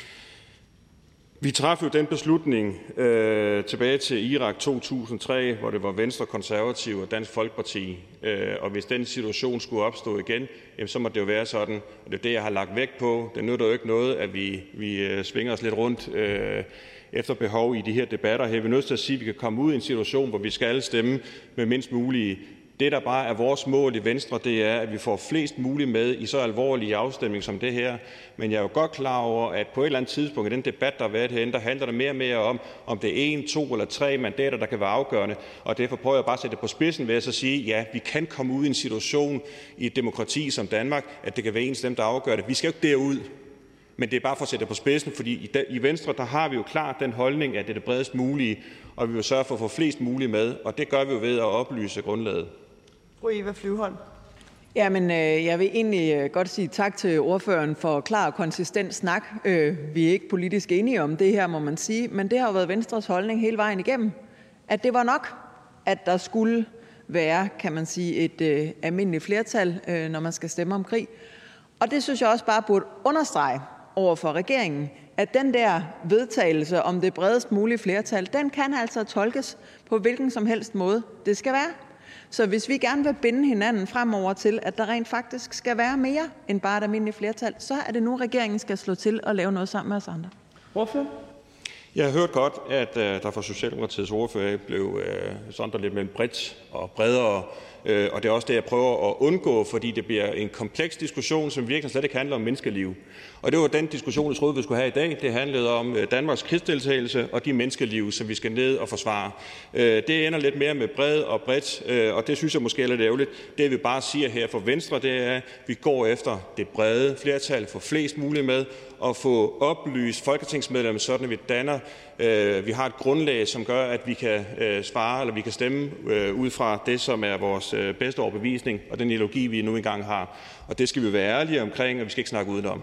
Vi træffede jo den beslutning øh, tilbage til Irak to tusind og tre, hvor det var Venstre, Konservative og Dansk Folkeparti. Øh, og hvis den situation skulle opstå igen, jamen, så må det jo være sådan. Og det er det, jeg har lagt vægt på. Det nytter jo ikke noget, at vi, vi øh, svinger os lidt rundt øh, efter behov i de her debatter her. Vi er nødt til at sige, at vi kan komme ud i en situation, hvor vi skal stemme med mindst mulige. Det, der bare er vores mål i Venstre, det er, at vi får flest muligt med i så alvorlige afstemning som det her. Men jeg er jo godt klar over, at på et eller andet tidspunkt i den debat, der har været herinde, der handler det mere og mere om, om det er en, to eller tre mandater, der kan være afgørende. Og derfor prøver jeg bare at sætte det på spidsen ved at så sige, ja, vi kan komme ud i en situation i et demokrati som Danmark, at det kan være en stemme, der afgør det. Vi skal jo ikke derud. Men det er bare for at sætte det på spidsen, fordi i Venstre, der har vi jo klart den holdning, at det er det bredest mulige, og vi vil sørge for at få flest muligt med, og det gør vi jo ved at oplyse grundlaget. Fru Eva Flyvholm. Jamen, øh, jeg vil egentlig godt sige tak til ordføreren for klar og konsistent snak. Øh, vi er ikke politisk enige om det her, må man sige, men det har jo været Venstres holdning hele vejen igennem, at det var nok, at der skulle være, kan man sige, et øh, almindeligt flertal, øh, når man skal stemme om krig. Og det synes jeg også bare burde understrege over for regeringen, at den der vedtagelse om det bredest mulige flertal, den kan altså tolkes på hvilken som helst måde det skal være. Så hvis vi gerne vil binde hinanden fremover til, at der rent faktisk skal være mere end bare et almindeligt flertal, så er det nu, regeringen skal slå til og lave noget sammen med os andre. Ordfører? Jeg har hørt godt, at uh, der fra Socialdemokratiets ordfører blev uh, sondret lidt mellem bredt og bredere, uh, og det er også det, jeg prøver at undgå, fordi det bliver en kompleks diskussion, som virkelig slet ikke handler om menneskeliv. Og det var den diskussion, jeg troede, vi skulle have i dag. Det handlede om Danmarks krigsdeltagelse og de menneskeliv, som vi skal ned og forsvare. Det ender lidt mere med bred og bredt, og det synes jeg måske er lidt ærgerligt. Det vi bare siger her for Venstre, det er, at vi går efter det brede flertal, for flest muligt med, og få oplyst folketingsmedlemmer, sådan at vi danner, vi har et grundlag, som gør, at vi kan svare, eller vi kan stemme ud fra det, som er vores bedste overbevisning, og den ideologi, vi nu engang har. Og det skal vi være ærlige omkring, og vi skal ikke snakke udenom.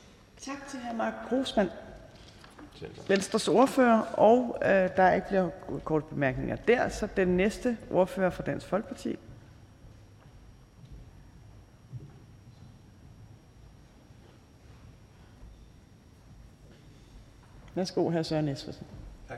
Tak til hr. Mark Grossmann, Venstres ordfører, og øh, der er ikke flere korte bemærkninger der, så den næste ordfører fra Dansk Folkeparti. Værsgo, hr. Søren Espersen. Tak.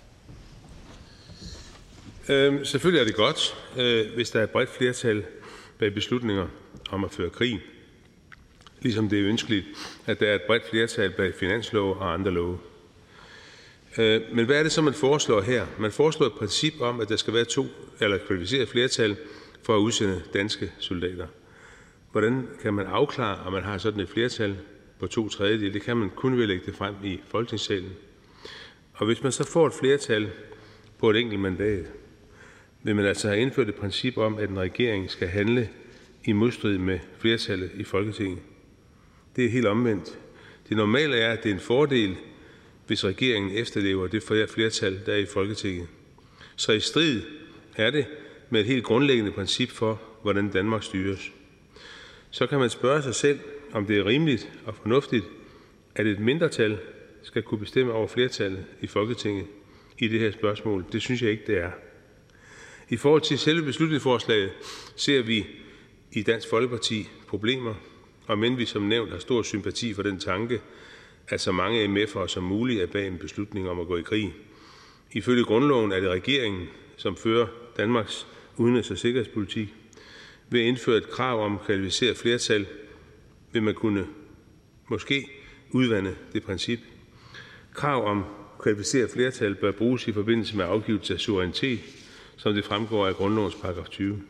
Øhm, selvfølgelig er det godt, øh, hvis der er et bredt flertal bag beslutninger om at føre krig. Ligesom det er ønskeligt, at der er et bredt flertal bag finanslove og andre love. Men hvad er det så, man foreslår her? Man foreslår et princip om, at der skal være to eller kvalificeret flertal for at udsende danske soldater. Hvordan kan man afklare, om man har sådan et flertal på to tredjedele? Det kan man kun ved at lægge det frem i Folketingssalen. Og hvis man så får et flertal på et enkelt mandat, vil man altså have indført et princip om, at en regering skal handle i modstrid med flertallet i Folketinget. Det er helt omvendt. Det normale er, at det er en fordel, hvis regeringen efterlever det flertal, der er i Folketinget. Så i strid er det med et helt grundlæggende princip for, hvordan Danmark styres. Så kan man spørge sig selv, om det er rimeligt og fornuftigt, at et mindretal skal kunne bestemme over flertallet i Folketinget i det her spørgsmål. Det synes jeg ikke, det er. I forhold til selve beslutningsforslaget ser vi i Dansk Folkeparti problemer, og men vi som nævnt har stor sympati for den tanke, at så mange M F'ere som muligt er bag en beslutning om at gå i krig. Ifølge grundloven er det regeringen, som fører Danmarks udenrigs- og sikkerhedspolitik. Ved at indføre et krav om kvalificeret flertal vil man kunne måske udvande det princip. Krav om kvalificeret flertal bør bruges i forbindelse med afgivelse af suverænitet, som det fremgår af grundlovens paragraf tyve.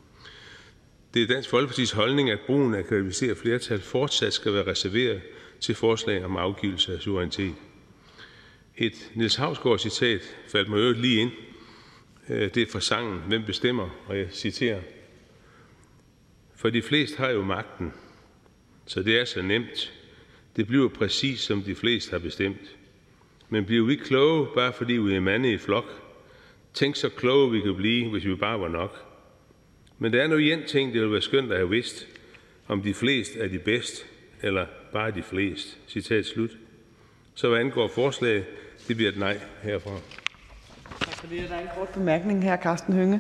Det er Dansk Folkepartis holdning, at brugen af kvalificeret flertal fortsat skal være reserveret til forslag om afgivelse af suverænitet. Et Niels Hausgaard-citat faldt mig øvrigt lige ind. Det er fra sangen "Hvem bestemmer?", og jeg citerer: "For de fleste har jo magten, så det er så nemt. Det bliver præcis, som de fleste har bestemt. Men bliver vi kloge, bare fordi vi er mande i flok? Tænk så kloge vi kan blive, hvis vi bare var nok. Men der er nu en ting, det ville være skønt at have vidst, om de fleste er de bedste, eller bare de fleste." Citat slut. Så hvad angår forslaget, det bliver et nej herfra. Tak for det. Der er en kort bemærkning her, Karsten Hønge.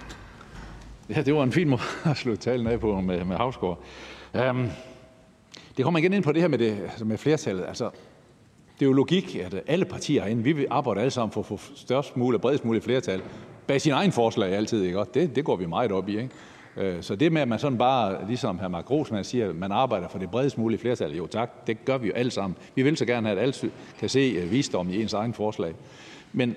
Ja, det var en fin måde at slutte talen af på med, med Hausgaard. Um, det kommer igen ind på det her med, det, altså med flertallet. Altså, det er jo logik, at alle partier herinde, vi vil arbejde alle sammen for at få størst muligt, bredest muligt flertal. Bag sin egen forslag altid, ikke? Det, det går vi meget op i, ikke? Så det med, at man sådan bare, ligesom hr. Mark Grossmann siger, at man arbejder for det bredest mulige flertal, jo tak, det gør vi jo alle sammen. Vi vil så gerne have, at alle kan se visdom i ens egen forslag. Men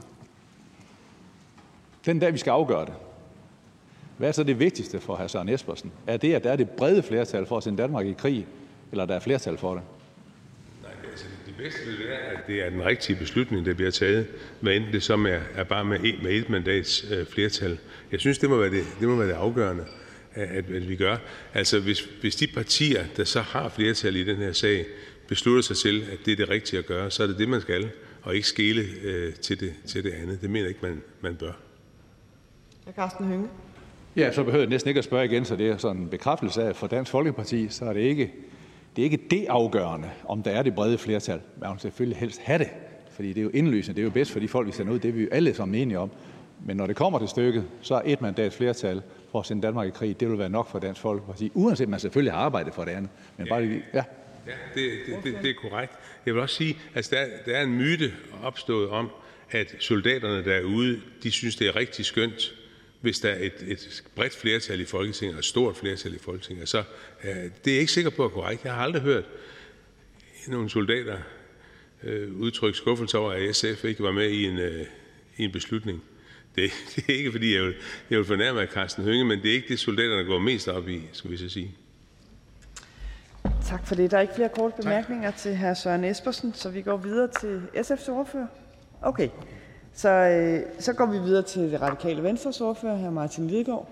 den dag, vi skal afgøre det, hvad er så det vigtigste for hr. Søren Espersen? Er det, at der er det brede flertal for at sende Danmark i krig, eller der er flertal for det? Nej, altså, det bedste vil være, at det er den rigtige beslutning, der bliver taget, hvad enten det som er, er bare med et, med et mandats øh, flertal. Jeg synes, det må være det, det, må være det afgørende, at, at vi gør. Altså, hvis, hvis de partier, der så har flertal i den her sag, beslutter sig til, at det er det rigtige at gøre, så er det det, man skal, og ikke skele øh, til, det, til det andet. Det mener jeg ikke, man, man bør. Hr. Karsten Hønge. Ja, så behøver jeg næsten ikke at spørge igen, så det er sådan en bekræftelse af, for Dansk Folkeparti, så er det ikke det, er ikke det afgørende, om der er det brede flertal. Man vil selvfølgelig helst have det, fordi det er jo indlysende, det er jo bedst for de folk, vi sender ud, det er vi jo alle sammen enige om. Men når det kommer til stykket, så er et mandats flertal for at sende Danmark i krig, det vil være nok for Dansk Folkeparti, uanset at man selvfølgelig har arbejdet for det andet. Men bare lige, ja. Ja, det, det, det, det er korrekt. Jeg vil også sige, at altså der, der er en myte opstået om, at soldaterne derude, de synes, det er rigtig skønt, hvis der er et, et bredt flertal i Folketinget, og et stort flertal i Folketinget. Så øh, det er jeg ikke sikker på er korrekt. Jeg har aldrig hørt nogle soldater øh, udtrykke skuffelse over, at S F ikke var med i en, øh, i en beslutning. Det, det er ikke, fordi jeg vil, jeg vil fornærme af Karsten Hønge, men det er ikke det, soldaterne går mest op i, skal vi så sige. Tak for det. Der er ikke flere korte bemærkninger tak. til hr. Søren Espersen, så vi går videre til S F's ordfører. Okay. Så, øh, så går vi videre til det radikale Venstres ordfører, hr. Martin Lidegaard.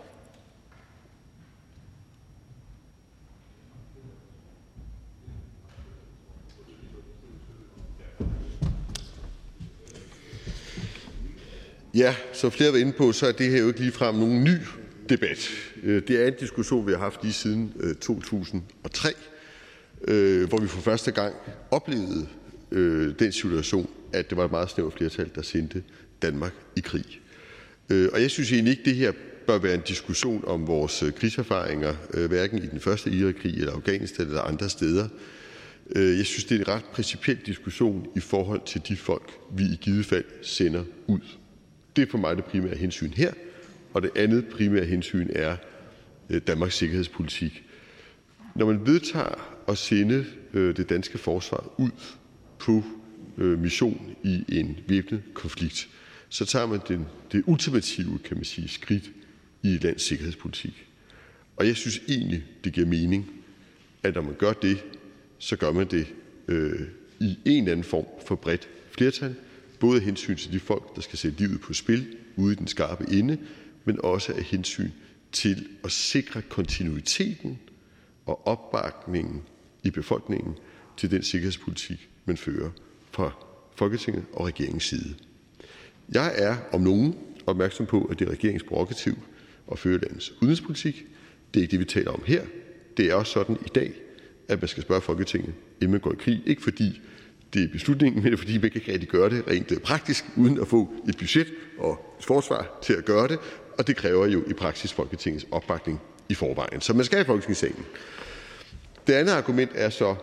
Ja, som flere var inde på, så er det her jo ikke ligefrem nogen ny debat. Det er en diskussion, vi har haft lige siden to tusind og tre, hvor vi for første gang oplevede den situation, at det var et meget snævert flertal, der sendte Danmark i krig. Og jeg synes egentlig ikke, det her bør være en diskussion om vores krigserfaringer, hverken i den første Irakkrig eller Afghanistan eller andre steder. Jeg synes, det er en ret principiel diskussion i forhold til de folk, vi i givet fald sender ud. Det er for mig det primære hensyn her, og det andet primære hensyn er Danmarks sikkerhedspolitik. Når man vedtager at sende det danske forsvar ud på mission i en væbnet konflikt, så tager man den, det ultimative, kan man sige, skridt i et lands sikkerhedspolitik. Og jeg synes egentlig, det giver mening, at når man gør det, så gør man det øh, i en eller anden form for bredt flertal, både af hensyn til de folk, der skal sætte livet på spil ude i den skarpe ende, men også af hensyn til at sikre kontinuiteten og opbakningen i befolkningen til den sikkerhedspolitik, man fører fra Folketinget og regeringens side. Jeg er om nogen opmærksom på, at det er regeringens prerogativ at føre landets udenrigspolitik. Det er ikke det, vi taler om her. Det er også sådan i dag, at man skal spørge Folketinget, inden man går i krig. Ikke fordi det er beslutningen, men fordi man ikke rigtig gøre det rent praktisk, uden at få et budget og et forsvar til at gøre det. Og det kræver jo i praksis Folketingets opbakning i forvejen. Så man skal i Folketingssalen. Det andet argument er så,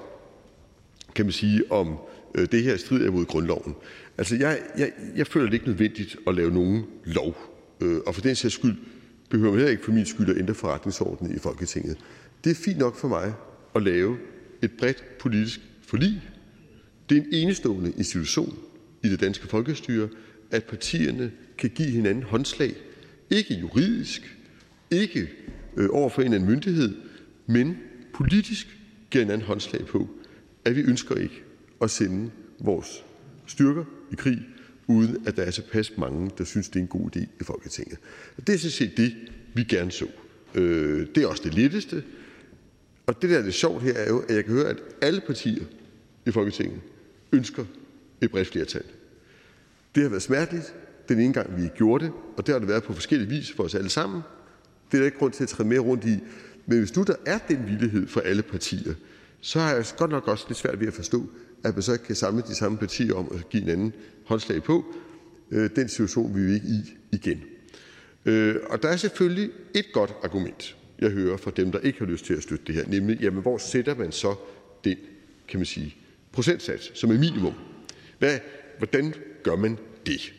kan man sige, om øh, det her strider imod grundloven. Altså, jeg, jeg, jeg føler det ikke nødvendigt at lave nogen lov. Øh, og for den sags skyld behøver man heller ikke for min skyld at ændre forretningsordenen i Folketinget. Det er fint nok for mig at lave et bredt politisk forlig. Det er en enestående institution i det danske folkestyre, at partierne kan give hinanden håndslag. Ikke juridisk, ikke øh, over for en eller anden myndighed, men politisk giver hinanden håndslag på, at vi ønsker ikke at sende vores styrker i krig, uden at der er så pas mange, der synes, det er en god idé i Folketinget. Og det er sådan set det, vi gerne så. Øh, det er også det letteste. Og det, der er lidt sjovt her, er jo, at jeg kan høre, at alle partier i Folketinget ønsker et bredt flertal. Det har været smerteligt den ene gang, vi gjorde det, og det har det været på forskellige vis for os alle sammen. Det er der ikke grund til at træde mere rundt i. Men hvis nu der er den villighed for alle partier, så har jeg godt nok også lidt svært ved at forstå, at man så ikke kan samle de samme partier om at give hinanden håndslag på. Øh, den situation vil vi ikke i igen. Øh, og der er selvfølgelig et godt argument, jeg hører fra dem, der ikke har lyst til at støtte det her, nemlig, jamen, hvor sætter man så den, kan man sige, procentsats som er minimum? Hvad, hvordan gør man det?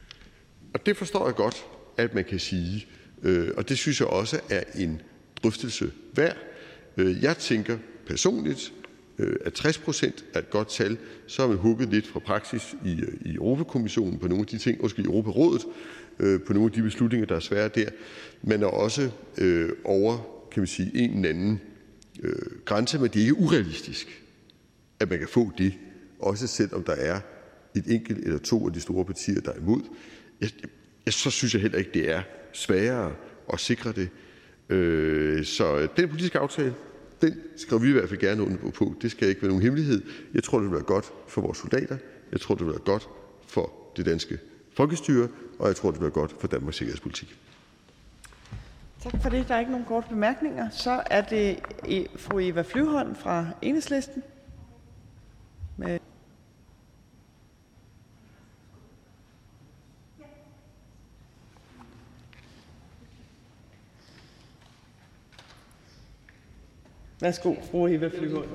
Og det forstår jeg godt, at man kan sige, øh, og det synes jeg også er en drøftelse værd. Øh, jeg tænker personligt, øh, at tres procent er et godt tal, så har man hugget lidt fra praksis i, i Europakommissionen på nogle af de ting, måske i Europarådet, øh, på nogle af de beslutninger, der er svære der. Man er også øh, over, kan man sige, en eller anden øh, grænse, men det er ikke urealistisk, at man kan få det, også selvom der er et enkelt eller to af de store partier, der er imod. Jeg, jeg, så synes jeg heller ikke, det er sværere at sikre det. Øh, så den politiske aftale, den skriver vi i hvert fald gerne under på. Det skal ikke være nogen hemmelighed. Jeg tror, det vil være godt for vores soldater. Jeg tror, det vil være godt for det danske folkestyre. Og jeg tror, det vil være godt for Danmarks sikkerhedspolitik. Tak for det. Der er ikke nogen korte bemærkninger. Så er det fru Eva Flyvholm fra Enhedslisten. Med Værsgo, fru Eva Flyvholm.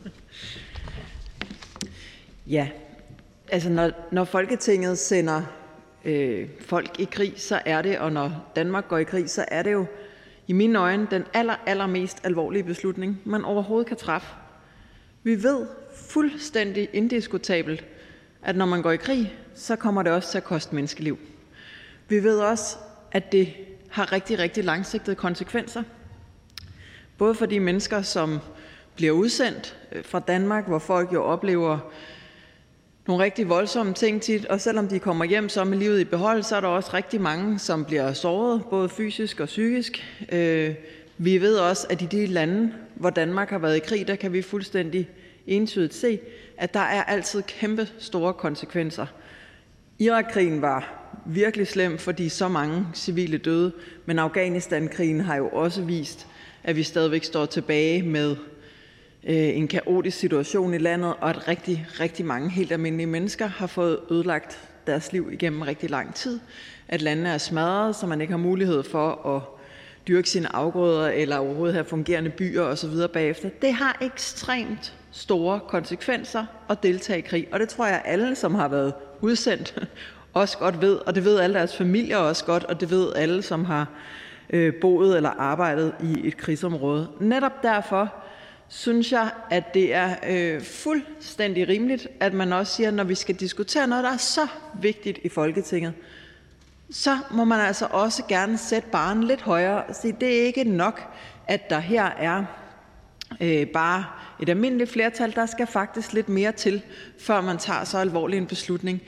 Ja, altså når, når Folketinget sender øh, folk i krig, så er det, og når Danmark går i krig, så er det jo i mine øjne den aller, allermest alvorlige beslutning, man overhovedet kan træffe. Vi ved fuldstændig indiskutabelt, at når man går i krig, så kommer det også til at koste menneskeliv. Vi ved også, at det har rigtig, rigtig langsigtede konsekvenser. Både for de mennesker, som bliver udsendt fra Danmark, hvor folk jo oplever nogle rigtig voldsomme ting tit, og selvom de kommer hjem så med livet i behold, så er der også rigtig mange, som bliver såret, både fysisk og psykisk. Vi ved også, at i de lande, hvor Danmark har været i krig, der kan vi fuldstændig entydigt se, at der er altid kæmpe store konsekvenser. Irakkrigen var virkelig slem, fordi så mange civile døde, men Afghanistan-krigen har jo også vist, at vi stadigvæk står tilbage med øh, en kaotisk situation i landet, og at rigtig, rigtig mange helt almindelige mennesker har fået ødelagt deres liv igennem rigtig lang tid. At landene er smadret, så man ikke har mulighed for at dyrke sine afgrøder eller overhovedet have fungerende byer osv. bagefter. Det har ekstremt store konsekvenser at deltage i krig, og det tror jeg alle, som har været udsendt, også godt ved, og det ved alle deres familier også godt, og det ved alle, som har øh, boet eller arbejdet i et krigsområde. Netop derfor synes jeg, at det er øh, fuldstændig rimeligt, at man også siger, at når vi skal diskutere noget, der er så vigtigt i Folketinget, så må man altså også gerne sætte barren lidt højere og sige, det er ikke nok, at der her er øh, bare et almindeligt flertal. Der skal faktisk lidt mere til, før man tager så alvorlig en beslutning.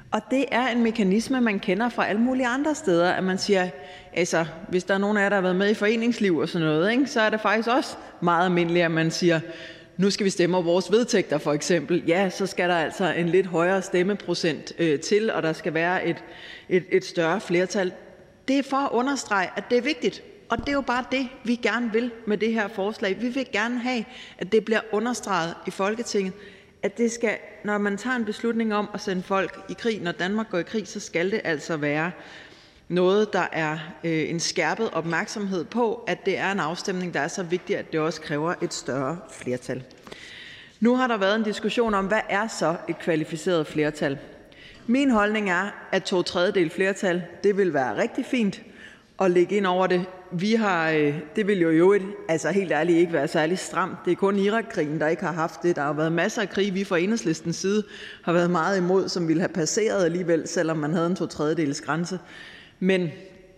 Og det er en mekanisme, man kender fra alle mulige andre steder, at man siger, altså hvis der er nogen af jer, der har været med i foreningsliv og sådan noget, ikke, så er det faktisk også meget almindeligt, at man siger, nu skal vi stemme over vores vedtægter for eksempel. Ja, så skal der altså en lidt højere stemmeprocent øh, til, og der skal være et, et, et større flertal. Det er for at understrege, at det er vigtigt. Og det er jo bare det, vi gerne vil med det her forslag. Vi vil gerne have, at det bliver understreget i Folketinget, at det skal, når man tager en beslutning om at sende folk i krig, når Danmark går i krig, så skal det altså være noget, der er øh, en skærpet opmærksomhed på, at det er en afstemning, der er så vigtig, at det også kræver et større flertal. Nu har der været en diskussion om, hvad er så et kvalificeret flertal? Min holdning er, at to tredjedel flertal, det vil være rigtig fint at lægge ind over det. Vi har, øh, det vil jo jo et, altså helt ærligt ikke være særlig stramt. Det er kun Irak-krigen, der ikke har haft det. Der har været masser af krig, vi fra Enhedslistens side har været meget imod, som ville have passeret alligevel, selvom man havde en to tredjedels grænse. Men,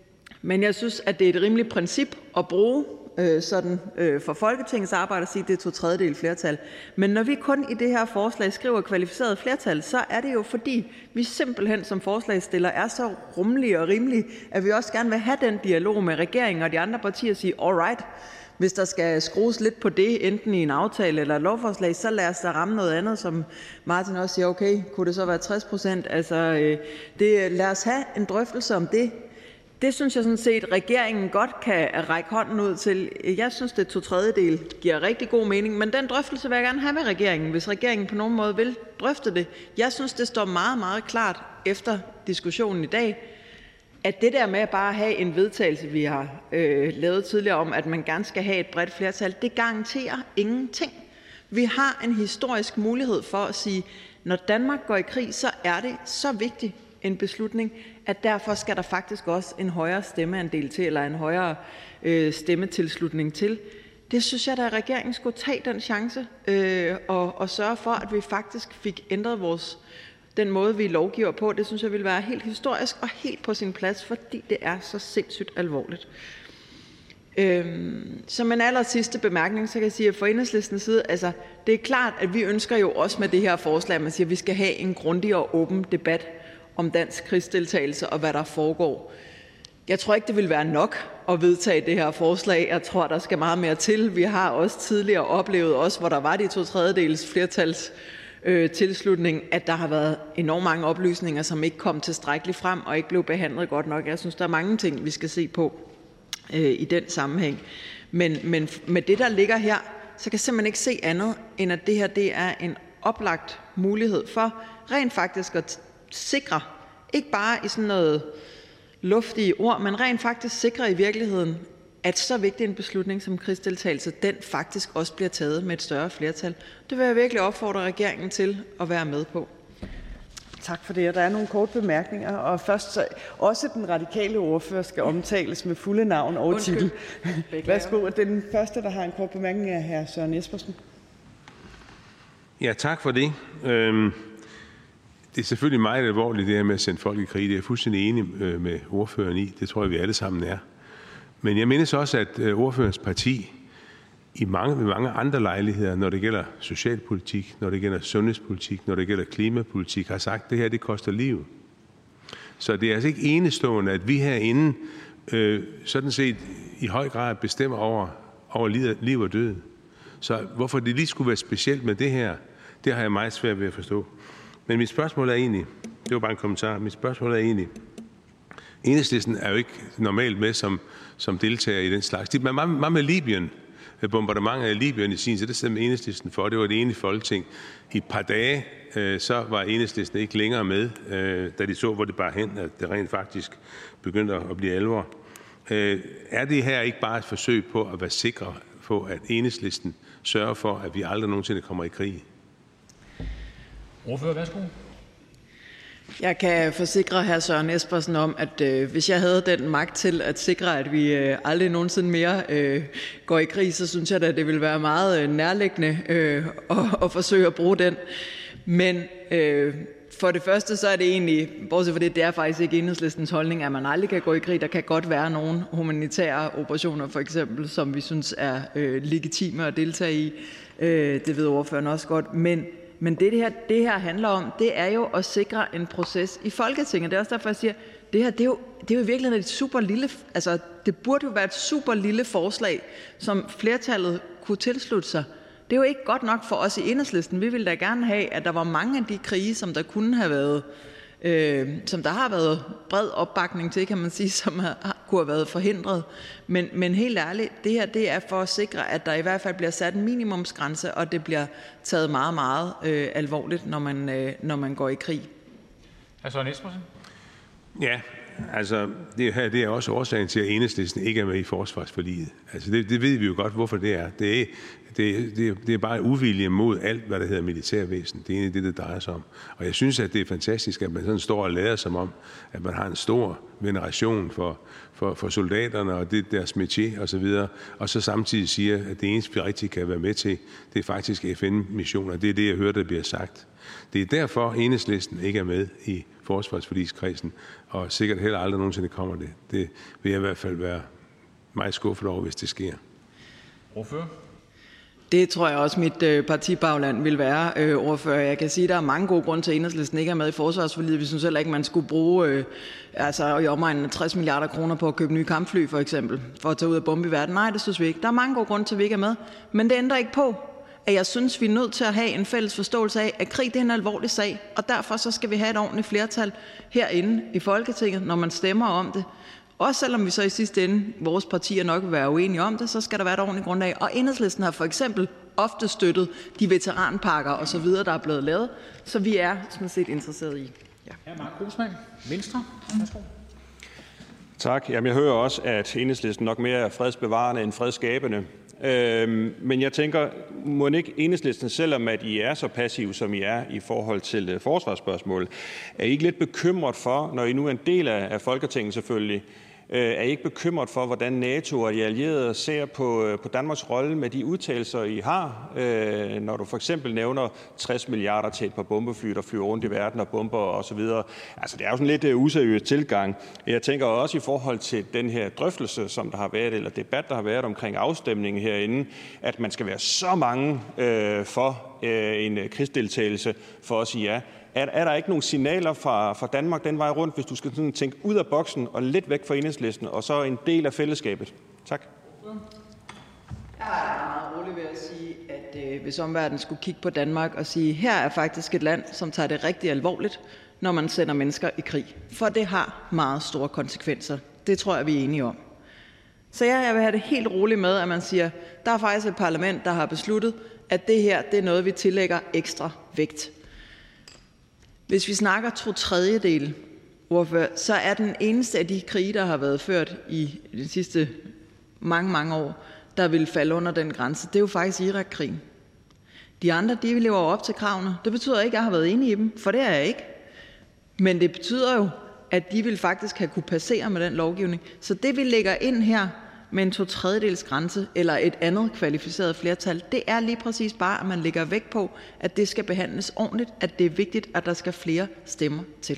men jeg synes, at det er et rimeligt princip at bruge øh, sådan, øh, for Folketingets arbejde at sige, at det er to tredjedel flertal. Men når vi kun i det her forslag skriver kvalificeret flertal, så er det jo fordi, vi simpelthen som forslagsstiller er så rummelige og rimelige, at vi også gerne vil have den dialog med regeringen og de andre partier og sige, all right, hvis der skal skrues lidt på det, enten i en aftale eller et lovforslag, så lad os da ramme noget andet, som Martin også siger, okay, kunne det så være tres procent? Altså, øh, det, lad os have en drøftelse om det. Det synes jeg sådan set, regeringen godt kan række hånden ud til. Jeg synes, det to tredjedel giver rigtig god mening, men den drøftelse vil jeg gerne have med regeringen, hvis regeringen på nogen måde vil drøfte det. Jeg synes, det står meget, meget klart efter diskussionen i dag, at det der med at bare have en vedtagelse, vi har øh, lavet tidligere om, at man gerne skal have et bredt flertal, det garanterer ingenting. Vi har en historisk mulighed for at sige, når Danmark går i krig, så er det så vigtigt en beslutning, at derfor skal der faktisk også en højere stemmeandel til, eller en højere øh, stemmetilslutning til. Det synes jeg, at regeringen skulle tage den chance øh, og, og sørge for, at vi faktisk fik ændret vores den måde, vi lovgiver på. Det synes jeg vil være helt historisk og helt på sin plads, fordi det er så sindssygt alvorligt. Øhm, som en aller sidste bemærkning, så kan jeg sige, at fra Enhedslistens side, altså det er klart, at vi ønsker jo også med det her forslag, at man siger, at vi skal have en grundig og åben debat om dansk krigsdeltagelse og hvad der foregår. Jeg tror ikke, det vil være nok at vedtage det her forslag. Jeg tror, der skal meget mere til. Vi har også tidligere oplevet, også hvor der var de to tredjedels flertals øh, tilslutning, at der har været enormt mange oplysninger, som ikke kom tilstrækkeligt frem og ikke blev behandlet godt nok. Jeg synes, der er mange ting, vi skal se på øh, i den sammenhæng. Men, men med det, der ligger her, så kan jeg simpelthen ikke se andet, end at det her det er en oplagt mulighed for rent faktisk at sikre, ikke bare i sådan noget luftige ord, men rent faktisk sikre i virkeligheden, at så vigtig en beslutning som krigsdeltagelse, den faktisk også bliver taget med et større flertal. Det vil jeg virkelig opfordre regeringen til at være med på. Tak for det. Der er nogle korte bemærkninger, og først så også den radikale ordfører skal omtales med fulde navn og titel. Værsgo, den første, der har en kort bemærkning, er hr. Søren Espersen. Ja, tak for det. Øhm Det er selvfølgelig meget alvorligt, det her med at sende folk i krig. Det er jeg fuldstændig enig med ordføreren i. Det tror jeg, vi alle sammen er. Men jeg mindes også, at ordførens parti i mange, ved mange andre lejligheder, når det gælder socialpolitik, når det gælder sundhedspolitik, når det gælder klimapolitik, har sagt, at det her det koster liv. Så det er altså ikke enestående, at vi herinde øh, sådan set i høj grad bestemmer over, over liv og død. Så hvorfor det lige skulle være specielt med det her, det har jeg meget svært ved at forstå. Men mit spørgsmål er egentlig, det var bare en kommentar, mit spørgsmål er egentlig, Enhedslisten er jo ikke normalt med som, som deltager i den slags. Det var meget med Libyen, bombardementet af Libyen i sin tid, det stemte Enhedslisten for, det var det enige folketing. I et par dage, øh, så var Enhedslisten ikke længere med, øh, da de så, hvor det bare hen, at det rent faktisk begyndte at blive alvor. Øh, er det her ikke bare et forsøg på at være sikre på, at Enhedslisten sørger for, at vi aldrig nogensinde kommer i krig? Ordfører, værsgo. Jeg kan forsikre hr. Søren Espersen om, at øh, hvis jeg havde den magt til at sikre, at vi øh, aldrig nogensinde mere øh, går i krig, så synes jeg, at det ville være meget øh, nærliggende øh, at, at forsøge at bruge den. Men øh, for det første, så er det egentlig, bortset fra det, det er faktisk ikke Enhedslistens holdning, at man aldrig kan gå i krig. Der kan godt være nogle humanitære operationer, for eksempel, som vi synes er øh, legitime at deltage i. Øh, det ved ordføreren også godt. Men Men det, det, her, det her handler om, det er jo at sikre en proces i Folketinget. Det er også derfor, jeg siger, det her, det er jo, det er jo i virkeligheden et super lille, altså det burde jo være et super lille forslag, som flertallet kunne tilslutte sig. Det er jo ikke godt nok for os i Enhedslisten. Vi ville da gerne have, at der var mange af de krige, som der kunne have været, øh, som der har været bred opbakning til, kan man sige, som har, kunne have været forhindret. Men, men helt ærligt, det her det er for at sikre, at der i hvert fald bliver sat en minimumsgrænse, og det bliver taget meget, meget øh, alvorligt, når man, øh, når man går i krig. Hr. Søren Espersen? Ja, altså det her det er også årsagen til, at Enhedslisten ikke er med i forsvarsforliget. Altså det, det ved vi jo godt, hvorfor det er. Det er, det, det, det er bare uvilje mod alt, hvad der hedder militærvæsen. Det er egentlig det, det drejer sig om. Og jeg synes, at det er fantastisk, at man sådan står og lader som om, at man har en stor veneration for, for, for soldaterne og det deres métier og så videre, og så samtidig siger, at det eneste, vi rigtig kan være med til, det er faktisk F N-missioner. Det er det, jeg hører, der bliver sagt. Det er derfor, Enhedslisten ikke er med i forsvarsforligskredsen, og sikkert heller aldrig nogensinde kommer det. Det vil jeg i hvert fald være meget skuffet over, hvis det sker. Ordfører? Det tror jeg også, mit øh, partibagland vil være, øh, ordfører. Jeg kan sige, at der er mange gode grunde til, at Enhedslisten ikke er med i forsvarsforliget. Vi synes heller ikke, man skulle bruge øh, altså, i omegnen tres milliarder kroner på at købe nye kampfly, for eksempel, for at tage ud af bombe i verden. Nej, det synes vi ikke. Der er mange gode grunde til, at vi ikke er med. Men det ændrer ikke på, at jeg synes, vi er nødt til at have en fælles forståelse af, at krig det er en alvorlig sag, og derfor så skal vi have et ordentligt flertal herinde i Folketinget, når man stemmer om det. Også selvom vi så i sidste ende, vores partier nok vil være uenige om det, så skal der være et ordentligt grundlag. Og Enhedslisten har for eksempel ofte støttet de veteranpakker og så videre, der er blevet lavet, så vi er sådan set interesseret i. Ja. Hr. Mark Grossmann, Venstre. Værsgo. Tak. Jamen, jeg hører også, at Enhedslisten nok mere er fredsbevarende end fredsskabende. Øhm, men jeg tænker, må ikke Enhedslisten, selvom at I er så passive, som I er i forhold til uh, forsvarsspørgsmål, er I ikke lidt bekymret for, når I nu er en del af, af Folketinget selvfølgelig, øh, er I ikke bekymret for, hvordan NATO og de allierede ser på, øh, på Danmarks rolle med de udtalelser, I har, øh, når du for eksempel nævner tres milliarder til et par bombefly, der flyver rundt i verden og bomber osv. Altså, det er jo sådan lidt uh, useriøs tilgang. Jeg tænker også i forhold til den her drøftelse, som der har været, eller debat, der har været omkring afstemningen herinde, at man skal være så mange øh, for øh, en krigsdeltagelse for at sige ja. Er, er der ikke nogen signaler fra, fra Danmark den vej rundt, hvis du skal sådan tænke ud af boksen og lidt væk fra Enhedslisten, og så en del af fællesskabet? Tak. Jeg er meget rolig ved at sige, at øh, hvis omverdenen skulle kigge på Danmark og sige, her er faktisk et land, som tager det rigtig alvorligt, når man sender mennesker i krig. For det har meget store konsekvenser. Det tror jeg, vi er enige om. Så ja, jeg vil have det helt roligt med, at man siger, der er faktisk et parlament, der har besluttet, at det her det er noget, vi tillægger ekstra vægt. Hvis vi snakker to tredjedele, ordfører, så er den eneste af de krige, der har været ført i de sidste mange, mange år, der vil falde under den grænse, det er jo faktisk Irak-krigen. De andre, de lever op til kravene. Det betyder ikke, at jeg har været enig i dem, for det er jeg ikke. Men det betyder jo, at de vil faktisk have kunne passere med den lovgivning. Så det, vi lægger ind her med en to tredjedels grænse eller et andet kvalificeret flertal, det er lige præcis bare, at man lægger vægt på, at det skal behandles ordentligt, at det er vigtigt, at der skal flere stemmer til.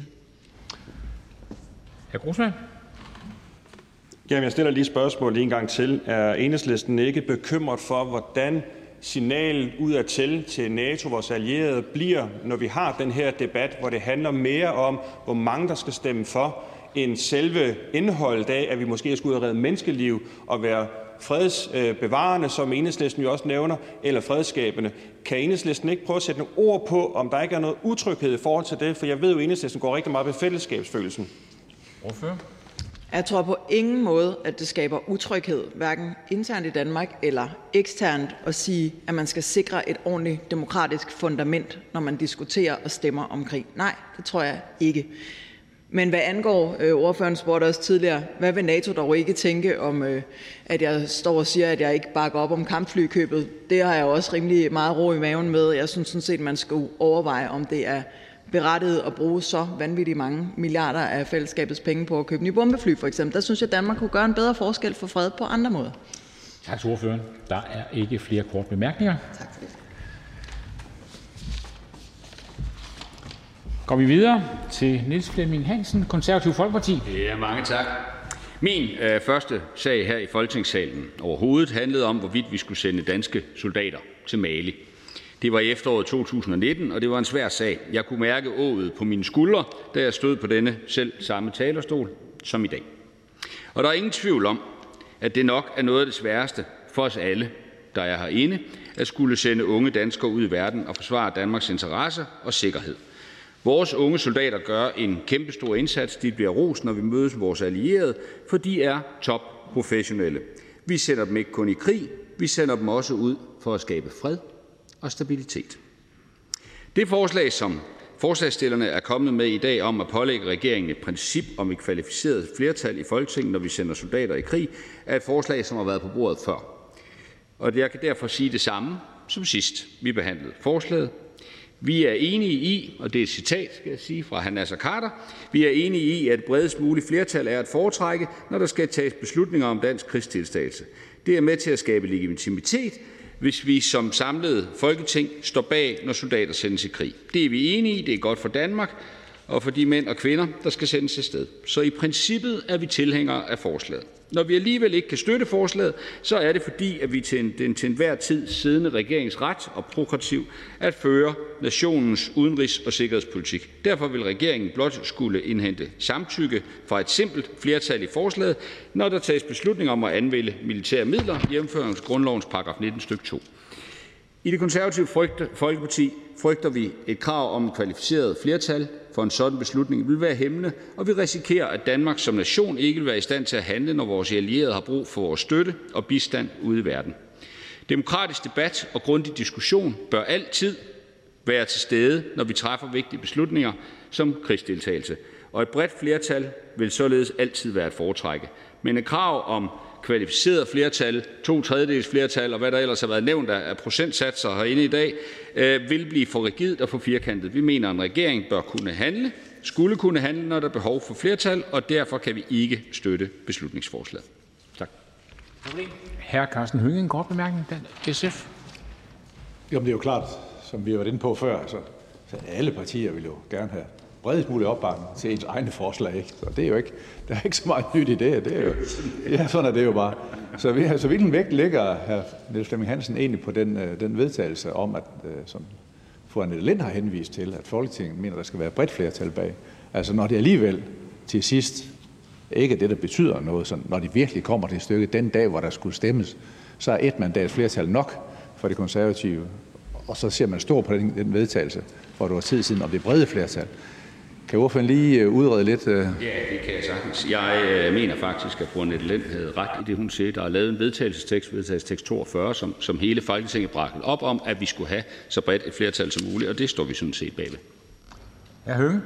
Hr. Grossmann? Jamen, jeg stiller lige spørgsmål en gang til. Er Enhedslisten ikke bekymret for, hvordan signalet udadtil til NATO, vores allierede, bliver, når vi har den her debat, hvor det handler mere om, hvor mange der skal stemme for, end selve indholdet af, at vi måske skal ud og redde menneskeliv og være fredsbevarende, som Enhedslisten jo også nævner, eller fredsskabende. Kan Enhedslisten ikke prøve at sætte nogle ord på, om der ikke er noget utryghed i forhold til det? For jeg ved jo, at Enhedslisten går rigtig meget ved fællesskabsfølelsen. Ordfører? Jeg tror på ingen måde, at det skaber utryghed, hverken internt i Danmark eller eksternt, at sige, at man skal sikre et ordentligt demokratisk fundament, når man diskuterer og stemmer om krig. Nej, det tror jeg ikke. Men hvad angår, øh, ordføreren spurgte også tidligere, hvad vil NATO dog ikke tænke om, øh, at jeg står og siger, at jeg ikke bakker op om kampflykøbet? Det har jeg også rimelig meget ro i maven med. Jeg synes sådan set, at man skal overveje, om det er berettiget at bruge så vanvittigt mange milliarder af fællesskabets penge på at købe nye bombefly, for eksempel. Der synes jeg, at Danmark kunne gøre en bedre forskel for fred på andre måder. Tak til ordføreren. Der er ikke flere korte bemærkninger. Tak for det. Går vi videre til Niels Flemming Hansen, Konservativ Folkeparti. Ja, mange tak. Min øh, første sag her i Folketingssalen overhovedet handlede om, hvorvidt vi skulle sende danske soldater til Mali. Det var i efteråret to tusind nitten, og det var en svær sag. Jeg kunne mærke åget på mine skuldre, da jeg stod på denne selv samme talerstol som i dag. Og der er ingen tvivl om, at det nok er noget af det sværeste for os alle, der er herinde, at skulle sende unge danskere ud i verden og forsvare Danmarks interesser og sikkerhed. Vores unge soldater gør en kæmpestor indsats. De bliver rost, når vi mødes med vores allierede, for de er topprofessionelle. Vi sender dem ikke kun i krig, vi sender dem også ud for at skabe fred og stabilitet. Det forslag, som forslagsstillerne er kommet med i dag om at pålægge regeringen et princip om et kvalificeret flertal i Folketinget, når vi sender soldater i krig, er et forslag, som har været på bordet før. Og jeg kan derfor sige det samme som sidst vi behandlede forslaget. Vi er enige i, og det er et citat, skal jeg sige, fra Naser Khader, vi er enige i, at bredest muligt flertal er at foretrække, når der skal tages beslutninger om dansk krigstilstagelse. Det er med til at skabe legitimitet, hvis vi som samlet Folketing står bag, når soldater sendes i krig. Det er vi enige i, det er godt for Danmark og for de mænd og kvinder, der skal sendes afsted. Så i princippet er vi tilhængere af forslaget. Når vi alligevel ikke kan støtte forslaget, så er det fordi, at vi til den til enhver tid siddende regerings ret og progrativ at føre nationens udenrigs- og sikkerhedspolitik. Derfor vil regeringen blot skulle indhente samtykke fra et simpelt flertal i forslaget, når der tages beslutning om at anvende militære midler, jævnfør grundlovens paragraf nitten stykke to. I Det Konservative Folkeparti frygter vi et krav om et kvalificeret flertal for en sådan beslutning vil være hæmmende, og vi risikerer, at Danmark som nation ikke vil være i stand til at handle, når vores allierede har brug for vores støtte og bistand ude i verden. Demokratisk debat og grundig diskussion bør altid være til stede, når vi træffer vigtige beslutninger som krigsdeltagelse, og et bredt flertal vil således altid være et foretrække. Men et krav om kvalificeret flertal, to tredjedels flertal og hvad der ellers har været nævnt af procentsatser herinde i dag, øh, vil blive for rigidt og for firkantet. Vi mener, at en regering bør kunne handle, skulle kunne handle, når der er behov for flertal, og derfor kan vi ikke støtte beslutningsforslaget. Tak. Hr. Karsten Hønge, en kort bemærkning, S F. Jamen, det er jo klart, som vi har været inde på før, altså, så alle partier vil jo gerne have bredest mulig opbakning til ens egne forslag, ikke? Så det er jo ikke, der er ikke så meget nyt i det. Det er jo, ja, sådan er det jo bare. Så, vi, så hvilken vægt ligger hr. Niels Flemming Hansen egentlig på den, den vedtagelse om, at, som fru Annette Lind har henvist til, at Folketinget mener, der skal være bredt flertal bag? Altså når det alligevel til sidst ikke er det, der betyder noget, så når de virkelig kommer til et stykke den dag, hvor der skulle stemmes, så er et mandats flertal nok for det konservative, og så ser man stor på den, den vedtagelse, hvor det var tid siden om det brede flertal. Kan ordføreren lige udrede lidt? Ja, det kan jeg sagtens. Jeg øh, mener faktisk, at fru Annette Lind havde ret i det, hun siger. Der er lavet en vedtagelsestekst, vedtagelsestekst toogfyrre, som, som hele Folketinget bragte op om, at vi skulle have så bredt et flertal som muligt, og det står vi sådan set bagved. Ja, Hønge?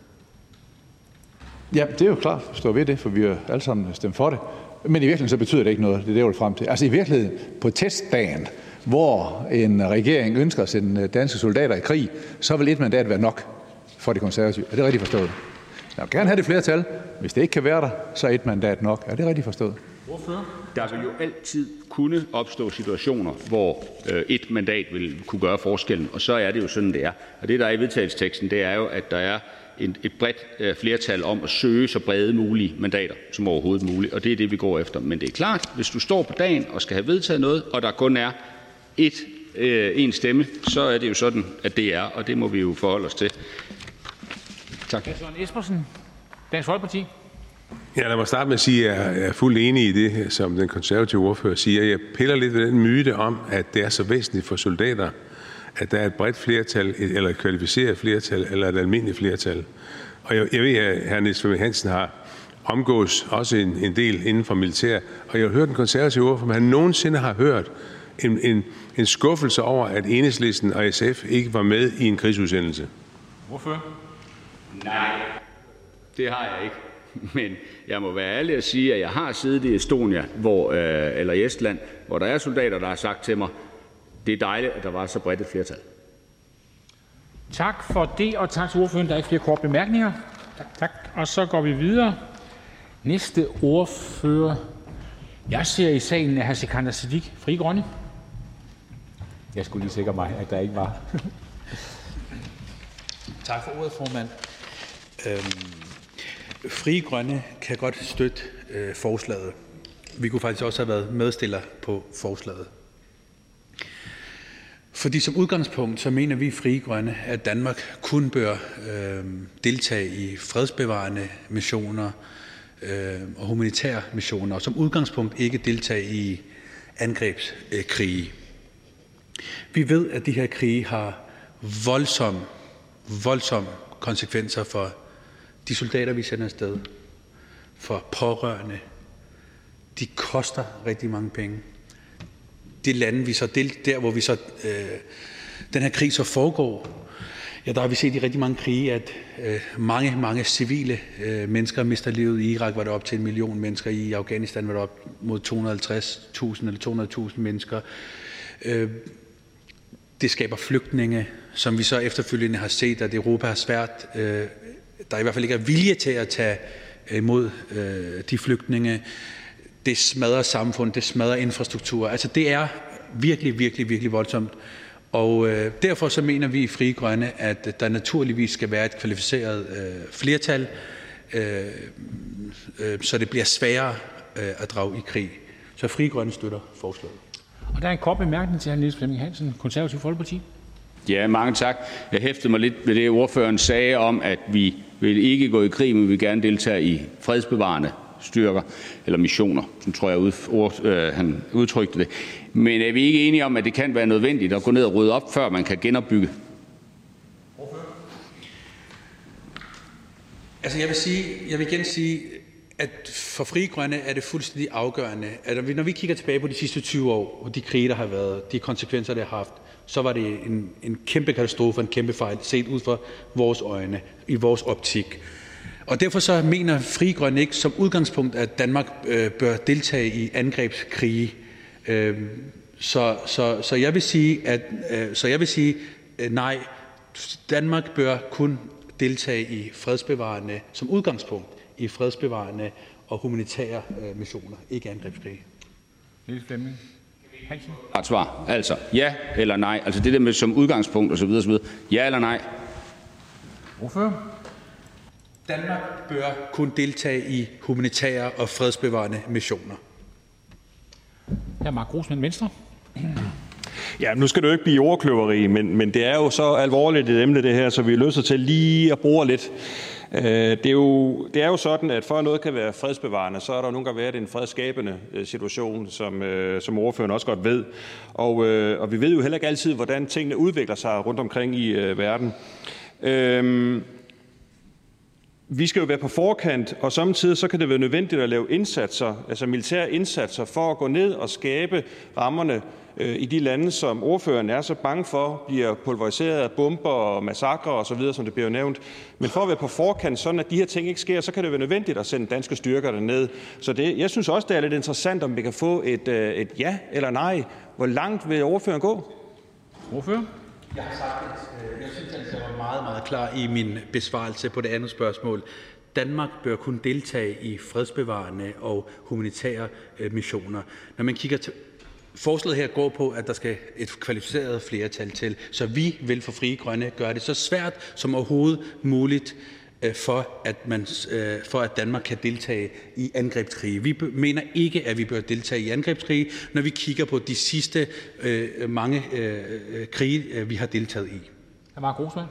Ja, det er jo klart, at stå ved det, for vi har alle sammen stemt for det. Men i virkeligheden så betyder det ikke noget. Det er det, jeg vil frem til. Altså i virkeligheden på testdagen, hvor en regering ønsker at sende danske soldater i krig, så vil et mandat være nok for det konservative. Er det rigtigt forstået? Jeg vil gerne have det flertal. Hvis det ikke kan være der, så er et mandat nok. Er det rigtigt forstået? Der vil jo altid kunne opstå situationer, hvor øh, et mandat vil kunne gøre forskellen, og så er det jo sådan, det er. Og det, der er i vedtagelsesteksten, det er jo, at der er en, et bredt øh, flertal om at søge så brede mulige mandater som overhovedet muligt, og det er det, vi går efter. Men det er klart, hvis du står på dagen og skal have vedtaget noget, og der kun er et, øh, en stemme, så er det jo sådan, at det er, og det må vi jo forholde os til. Tak. Søren Espersen, Dansk Folkeparti. Ja, lad mig starte med at sige, at jeg er fuldt enig i det, som den konservative ordfører siger. Jeg piller lidt ved den myte om, at det er så væsentligt for soldater, at der er et bredt flertal, eller et kvalificeret flertal, eller et almindeligt flertal. Og jeg, jeg ved, at hr. Niels Flemming Hansen har omgås også en, en del inden for militær, og jeg har hørt den konservative ordfører, om han nogensinde har hørt en, en, en skuffelse over, at Enhedslisten og S F ikke var med i en krigsudsendelse. Hvorfor? Nej, det har jeg ikke. Men jeg må være ærlig at sige, at jeg har siddet i Estonia, hvor, øh, eller i Estland, hvor der er soldater, der har sagt til mig, det er dejligt, at der var så bredt et flertal. Tak for det, og tak til ordføreren. Der er ikke flere korte bemærkninger. Tak. tak. Og så går vi videre. Næste ordfører, jeg ser i salen, er hr. Sikandar Siddique, Frie Grønne. Jeg skulle lige sikre mig, at der ikke var. Tak for ordet, formand. Øhm, Frie Grønne kan godt støtte øh, forslaget. Vi kunne faktisk også have været medstiller på forslaget. Fordi som udgangspunkt, så mener vi i Frie Grønne, at Danmark kun bør øh, deltage i fredsbevarende missioner øh, og humanitære missioner, og som udgangspunkt ikke deltage i angrebskrige. Vi ved, at de her krige har voldsomme, voldsomme konsekvenser for de soldater, vi sender afsted, for pårørende. De koster rigtig mange penge. De lande, vi så del, der hvor vi så, øh, den her krig så foregår, ja, der har vi set i rigtig mange krige, at øh, mange, mange civile øh, mennesker mister livet. I Irak var det op til en million mennesker, i Afghanistan var det op mod to hundrede og halvtreds tusind eller to hundrede tusind mennesker. Øh, det skaber flygtninge, som vi så efterfølgende har set, at Europa har svært, øh, der i hvert fald ikke er vilje til at tage imod øh, de flygtninge. Det smadrer samfund, det smadrer infrastruktur. Altså det er virkelig, virkelig, virkelig voldsomt. Og øh, derfor så mener vi i Frie Grønne, at der naturligvis skal være et kvalificeret øh, flertal, øh, øh, så det bliver sværere øh, at drage i krig. Så Frie Grønne støtter forslaget. Og der er en kort bemærkning til hr. Niels Flemming Hansen, Konservative Folkeparti. Ja, mange tak. Jeg hæftede mig lidt ved det, ordføreren sagde om, at vi vil ikke gå i krig, men vi vil gerne deltage i fredsbevarende styrker eller missioner, som tror jeg ud, ord, øh, han udtrykte det. Men er vi ikke enige om, at det kan være nødvendigt at gå ned og rydde op, før man kan genopbygge? Altså jeg vil sige, jeg vil igen sige, at for Frie Grønne er det fuldstændig afgørende, at når vi kigger tilbage på de sidste tyve år, og de krige, der har været, de konsekvenser, det har haft, så var det en, en kæmpe katastrofe, en kæmpe fejl, set ud fra vores øjne, i vores optik. Og derfor så mener Frie Grønne ikke som udgangspunkt, at Danmark øh, bør deltage i angrebskrige. Øh, så, så, så jeg vil sige, at øh, så jeg vil sige øh, nej. Danmark bør kun deltage i fredsbevarende, som udgangspunkt i fredsbevarende og humanitære øh, missioner, ikke angrebskrige. Niels Flemming Hansen. Et svar. Altså ja eller nej. Altså det der med som udgangspunkt og så videre, så videre. Ja eller nej. Hvorfor? Danmark bør kun deltage i humanitære og fredsbevarende missioner. Hr. Mark Grossmann, Venstre. Ja, nu skal det jo ikke blive ordkløveri, men, men det er jo så alvorligt et emne det her, så vi er nødt til lige at bruge lidt. Det er, jo, det er jo sådan, at for at noget kan være fredsbevarende, så er der nogle gange været en fredsskabende situation, som, som ordføreren også godt ved. Og, og vi ved jo heller ikke altid, hvordan tingene udvikler sig rundt omkring i verden. Øhm, Vi skal jo være på forkant, og samtidig så kan det være nødvendigt at lave indsatser, altså militære indsatser, for at gå ned og skabe rammerne øh, i de lande, som ordføreren er så bange for, bliver pulveriseret af bomber og massakrer osv., som det bliver nævnt. Men for at være på forkant, sådan at de her ting ikke sker, så kan det være nødvendigt at sende danske styrker derned. Så det, jeg synes også, det er lidt interessant, om vi kan få et, øh, et ja eller nej. Hvor langt vil ordføreren gå? Ordfører? Jeg har sagt, at jeg synes, at jeg var meget, meget klar i min besvarelse på det andet spørgsmål. Danmark bør kun deltage i fredsbevarende og humanitære missioner. Når man kigger til forslaget her går på, at der skal et kvalificeret flertal til, så vi vil for Frie Grønne gøre det så svært som overhovedet muligt for at, man, for at Danmark kan deltage i angrebskrige. Vi mener ikke, at vi bør deltage i angrebskrige, når vi kigger på de sidste øh, mange øh, krige, vi har deltaget i. Hr. Mark Grossmann.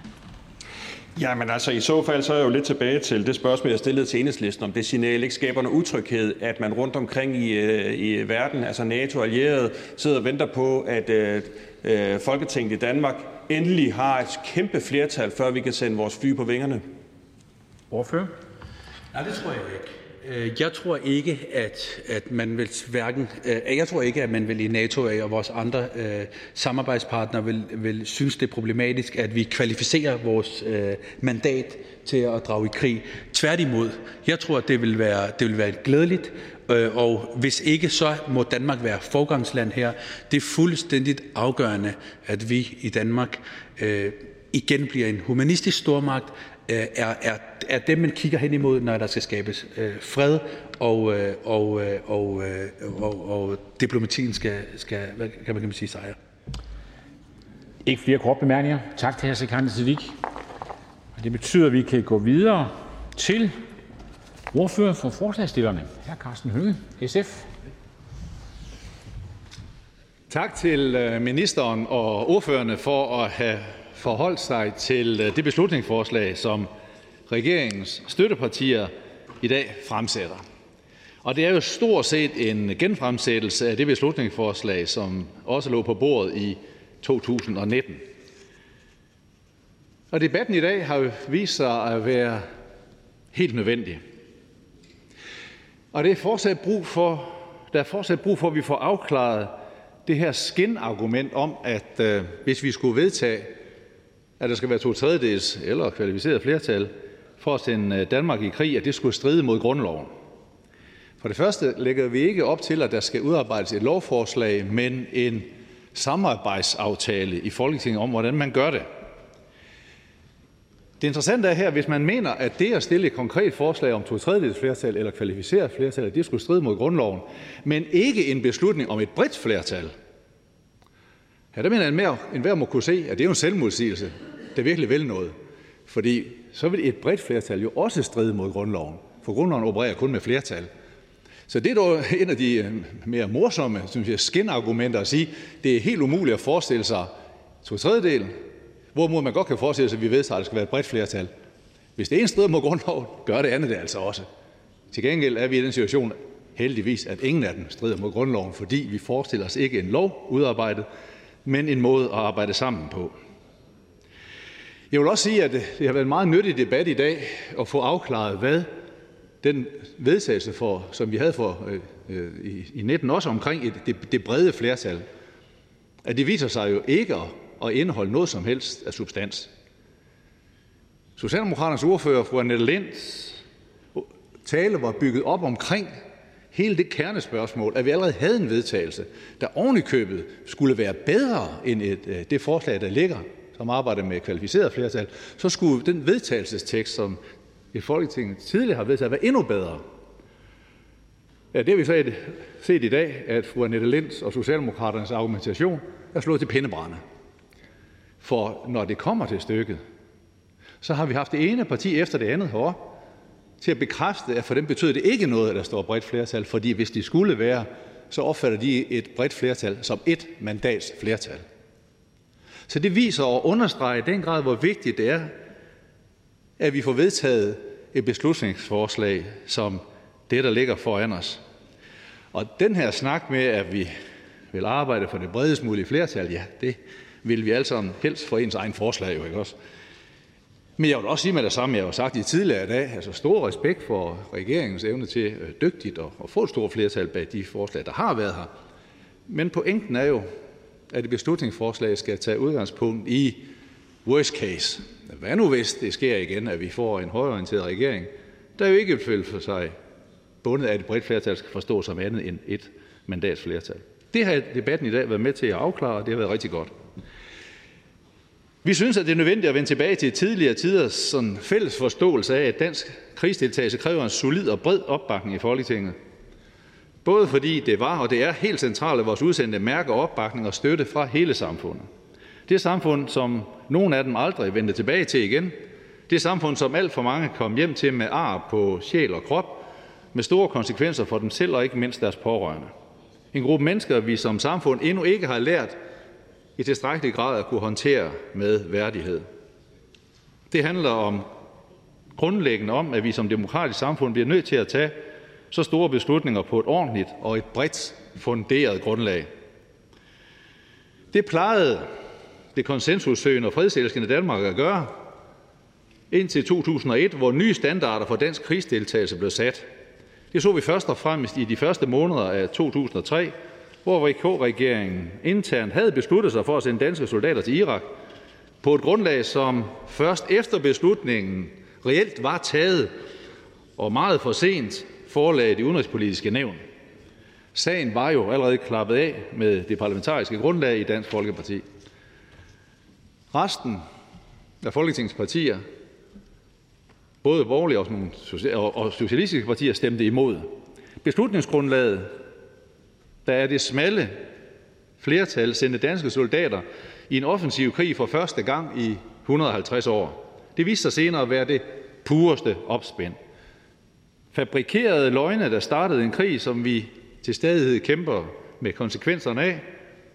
Ja, men altså i så fald så er jeg jo lidt tilbage til det spørgsmål, jeg stillede til Enhedslisten, om det signal ikke skaber noget utryghed, at man rundt omkring i, i verden, altså NATO og allierede, sidder og venter på, at øh, Folketinget i Danmark endelig har et kæmpe flertal, før vi kan sende vores fly på vingerne. Ordfører? Nej, det tror jeg ikke. Jeg tror ikke, at, at man vil hverken, jeg tror ikke, at man vil i NATO og vores andre øh, samarbejdspartnere vil, vil synes, det er problematisk, at vi kvalificerer vores øh, mandat til at drage i krig. Tværtimod, jeg tror, at det vil være, det vil være glædeligt, øh, og hvis ikke, så må Danmark være forgangsland her. Det er fuldstændigt afgørende, at vi i Danmark øh, igen bliver en humanistisk stormagt, Er, er, er dem, man kigger hen imod, når der skal skabes øh, fred, og, øh, og, øh, og, øh, og, og diplomatien skal, skal hvad kan man, kan man sige, sejre. Ikke flere korte bemærkninger. Tak til hr. Sikandar Siddique. Det betyder, at vi kan gå videre til ordfører for forslagsstillerne, hr. Karsten Hønge, S F. Tak til ministeren og ordførerne for at have forholdt sig til det beslutningsforslag, som regeringens støttepartier i dag fremsætter. Og det er jo stort set en genfremsættelse af det beslutningsforslag, som også lå på bordet i to tusind og nitten. Og debatten i dag har jo vist sig at være helt nødvendig. Og det er fortsat brug for, der er fortsat brug for, at vi får afklaret det her skinargument om, at øh, hvis vi skulle vedtage, at der skal være to tredjedels eller kvalificeret flertal for at sende Danmark i krig, at det skulle stride mod grundloven. For det første lægger vi ikke op til, at der skal udarbejdes et lovforslag, men en samarbejdsaftale i Folketinget om, hvordan man gør det. Det interessante er her, hvis man mener, at det at stille et konkret forslag om to tredjedels flertal eller kvalificeret flertal, at det skulle stride mod grundloven, men ikke en beslutning om et bredt flertal. Ja, der mener jeg, at enhver må kunne se, at det er en selvmodsigelse, der virkelig vil noget. Fordi så vil et bredt flertal jo også stride mod grundloven, for grundloven opererer kun med flertal. Så det er dog en af de mere morsomme, synes jeg, skinargumenter at sige, det er helt umuligt at forestille sig to tredjedel, hvorimod man godt kan forestille sig, at vi vedtager, at der skal være et bredt flertal. Hvis det ene strider mod grundloven, gør det andet det altså også. Til gengæld er vi i den situation heldigvis, at ingen af dem strider mod grundloven, fordi vi forestiller os ikke en lov udarbejdet, men en måde at arbejde sammen på. Jeg vil også sige, at det har været en meget nyttig debat i dag at få afklaret, hvad den vedtagelse, for, som vi havde for, øh, i, i nitten også omkring et, det, det brede flertal, at det viser sig jo ikke at, at indeholde noget som helst af substans. Socialdemokraternes ordfører, fru Annette Linds tale var bygget op omkring hele det kernespørgsmål, at vi allerede havde en vedtagelse, der ovenikøbet skulle være bedre end et, det forslag, der ligger, som arbejder med kvalificeret flertal, så skulle den vedtagelsestekst, som i Folketinget tidligere har vedtaget, være endnu bedre. Ja, det har vi så set i dag, at fru Annette Linds og Socialdemokraternes argumentation er slået til pindebrænde. For når det kommer til stykket, så har vi haft det ene parti efter det andet heroppe til at bekræfte, at for dem betyder det ikke noget, at der står bredt flertal, fordi hvis de skulle være, så opfatter de et bredt flertal som et mandats flertal. Så det viser og understreger i den grad, hvor vigtigt det er, at vi får vedtaget et beslutningsforslag som det, der ligger foran os. Og den her snak med, at vi vil arbejde for det bredest mulige flertal, ja, det vil vi alle sammen helst for ens egen forslag, jo ikke også? Men jeg vil også sige med det samme, jeg har sagt i tidligere i dag, altså stor respekt for regeringens evne til dygtigt at få et stort flertal bag de forslag, der har været her. Men pointen er jo, at et beslutningsforslag skal tage udgangspunkt i worst case. Hvad nu hvis det sker igen, at vi får en højreorienteret regering, der jo ikke vil for sig bundet af et bredt flertal skal forstå som andet end et mandats flertal. Det har debatten i dag været med til at afklare, og det har været rigtig godt. Vi synes, at det er nødvendigt at vende tilbage til tidligere tiders sådan fælles forståelse af, at dansk krigsdeltagelse kræver en solid og bred opbakning i Folketinget. Både fordi det var og det er helt centralt, at vores udsendte mærker opbakning og støtte fra hele samfundet. Det samfund, som nogle af dem aldrig vendte tilbage til igen. Det samfund, som alt for mange kom hjem til med ar på sjæl og krop, med store konsekvenser for dem selv og ikke mindst deres pårørende. En gruppe mennesker, vi som samfund endnu ikke har lært i tilstrækkelig grad at kunne håndtere med værdighed. Det handler om grundlæggende om, at vi som demokratisk samfund bliver nødt til at tage så store beslutninger på et ordentligt og et bredt funderet grundlag. Det plejede det konsensussøgende og fredselskende Danmark at gøre indtil to tusind og et, hvor nye standarder for dansk krigsdeltagelse blev sat. Det så vi først og fremmest i de første måneder af to tusind og tre, hvor V K-regeringen internt havde besluttet sig for at sende danske soldater til Irak på et grundlag, som først efter beslutningen reelt var taget og meget for sent forelagde det udenrigspolitiske nævn. Sagen var jo allerede klappet af med det parlamentariske grundlag i Dansk Folkeparti. Resten af Folketingets partier, både borgerlige og socialistiske partier, stemte imod. Beslutningsgrundlaget, der er det smalle flertal, sendte danske soldater i en offensiv krig for første gang i et hundrede og halvtreds år. Det viste sig senere at være det pureste opspind. Fabrikerede løgne, der startede en krig, som vi til stadighed kæmper med konsekvenserne af,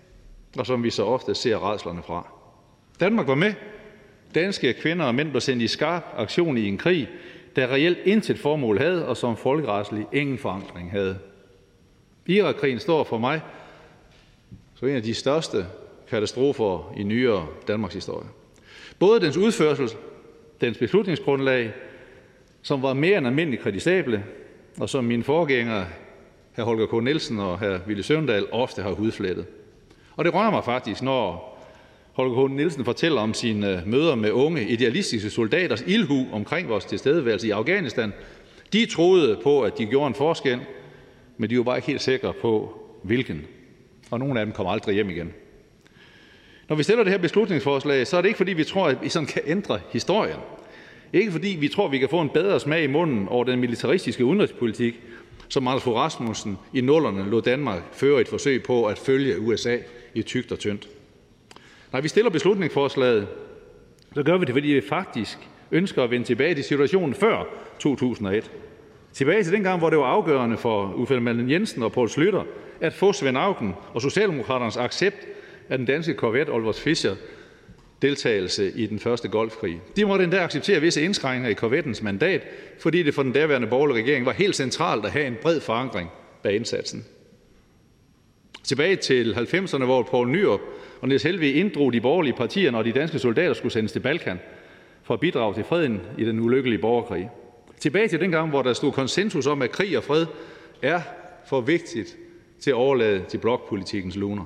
og som vi så ofte ser rædslerne fra. Danmark var med. Danske kvinder og mænd blev sendt i skarp aktion i en krig, der reelt intet formål havde, og som folkeretsligt ingen forankring havde. Irakkrigen står for mig som en af de største katastrofer i nyere Danmarks historie. Både dens udførsel, dens beslutningsgrundlag, som var mere end almindeligt kritisable, og som mine forgængere, hr. Holger K. Nielsen og hr. Villy Søvndal, ofte har hudflettet. Og det rører mig faktisk, når Holger K. Nielsen fortæller om sine møder med unge idealistiske soldaters ildhu omkring vores tilstedeværelse i Afghanistan. De troede på, at de gjorde en forskel, men de var bare ikke helt sikre på, hvilken. Og nogle af dem kom aldrig hjem igen. Når vi stiller det her beslutningsforslag, så er det ikke, fordi vi tror, at vi sådan kan ændre historien. Ikke fordi vi tror, at vi kan få en bedre smag i munden over den militaristiske udenrigspolitik, som Anders Fogh Rasmussen i nullerne lod Danmark føre et forsøg på at følge U S A i tykt og tyndt. Når vi stiller beslutningsforslaget, så gør vi det, fordi vi faktisk ønsker at vende tilbage til situationen før to tusind og et. Tilbage til dengang, hvor det var afgørende for Uffe Ellemann-Jensen og Poul Schlüter at få Svend Auken og Socialdemokraternes accept af den danske korvet Olfert Fischer deltagelse i den første golfkrig. De måtte endda acceptere visse indskrænkninger i korvettens mandat, fordi det for den daværende borgerlige regering var helt centralt at have en bred forankring bag indsatsen. Tilbage til halvfemserne, hvor Poul Nyrup og Niels Helveg inddrog de borgerlige partier, når de danske soldater skulle sendes til Balkan for at bidrage til freden i den ulykkelige borgerkrig. Tilbage til dengang, hvor der stod konsensus om, at krig og fred er for vigtigt til at overlade til blokpolitikens luner.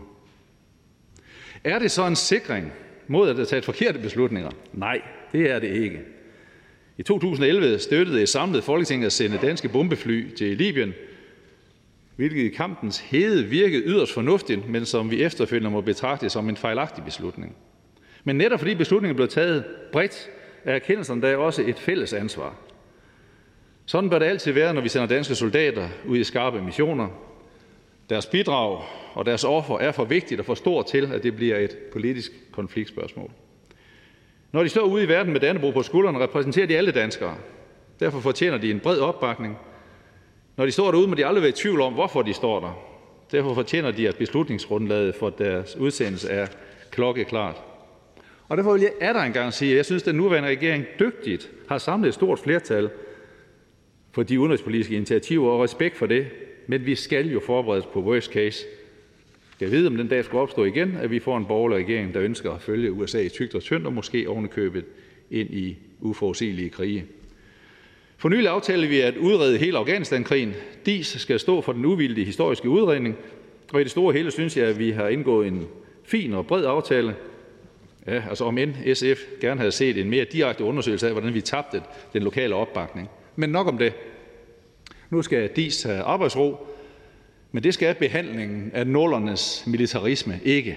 Er det så en sikring mod, at der er taget forkerte beslutninger? Nej, det er det ikke. I to tusind og elleve støttede et samlet Folketing at sende danske bombefly til Libyen, hvilket i kampens hede virkede yderst fornuftigt, men som vi efterfølgende må betragte som en fejlagtig beslutning. Men netop fordi beslutningen blev taget bredt, er erkendelsen da også et fælles ansvar. Sådan bør det altid være, når vi sender danske soldater ud i skarpe missioner. Deres bidrag og deres offer er for vigtigt og for stort til, at det bliver et politisk konfliktspørgsmål. Når de står ude i verden med Dannebrog på skuldrene, repræsenterer de alle danskere. Derfor fortjener de en bred opbakning. Når de står derude, må de aldrig være i tvivl om, hvorfor de står der. Derfor fortjener de, at beslutningsgrundlaget for deres udsendelse er klokkeklart. Og derfor vil jeg er der engang sige, at jeg synes, at den nuværende regering dygtigt har samlet et stort flertal for de udenrigspolitiske initiativer, og respekt for det. Men vi skal jo forberedes på worst case. Jeg ved, om den dag skulle opstå igen, at vi får en borgerlig regering, der ønsker at følge U S A i tykt og tyndt, og måske ovenikøbet ind i uforudsigelige krige. For nylig aftalte vi at udrede hele Afghanistan-krigen. D I S skal stå for den uvildige historiske udredning, og i det store hele synes jeg, at vi har indgået en fin og bred aftale. Ja, altså om end S F gerne havde set en mere direkte undersøgelse af, hvordan vi tabte den lokale opbakning. Men nok om det. Nu skal D I S have arbejdsro, men det skal behandlingen af nullernes militarisme ikke.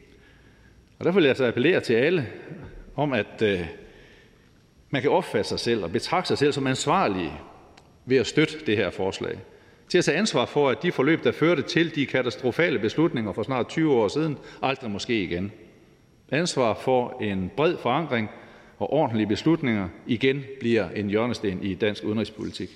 Og derfor vil jeg altså appellere til alle om, at øh, man kan opfatte sig selv og betragte sig selv som ansvarlige ved at støtte det her forslag. Til at tage ansvar for, at de forløb, der førte til de katastrofale beslutninger for snart tyve år siden, aldrig måske igen. Ansvar for en bred forankring og ordentlige beslutninger igen bliver en hjørnesten i dansk udenrigspolitik.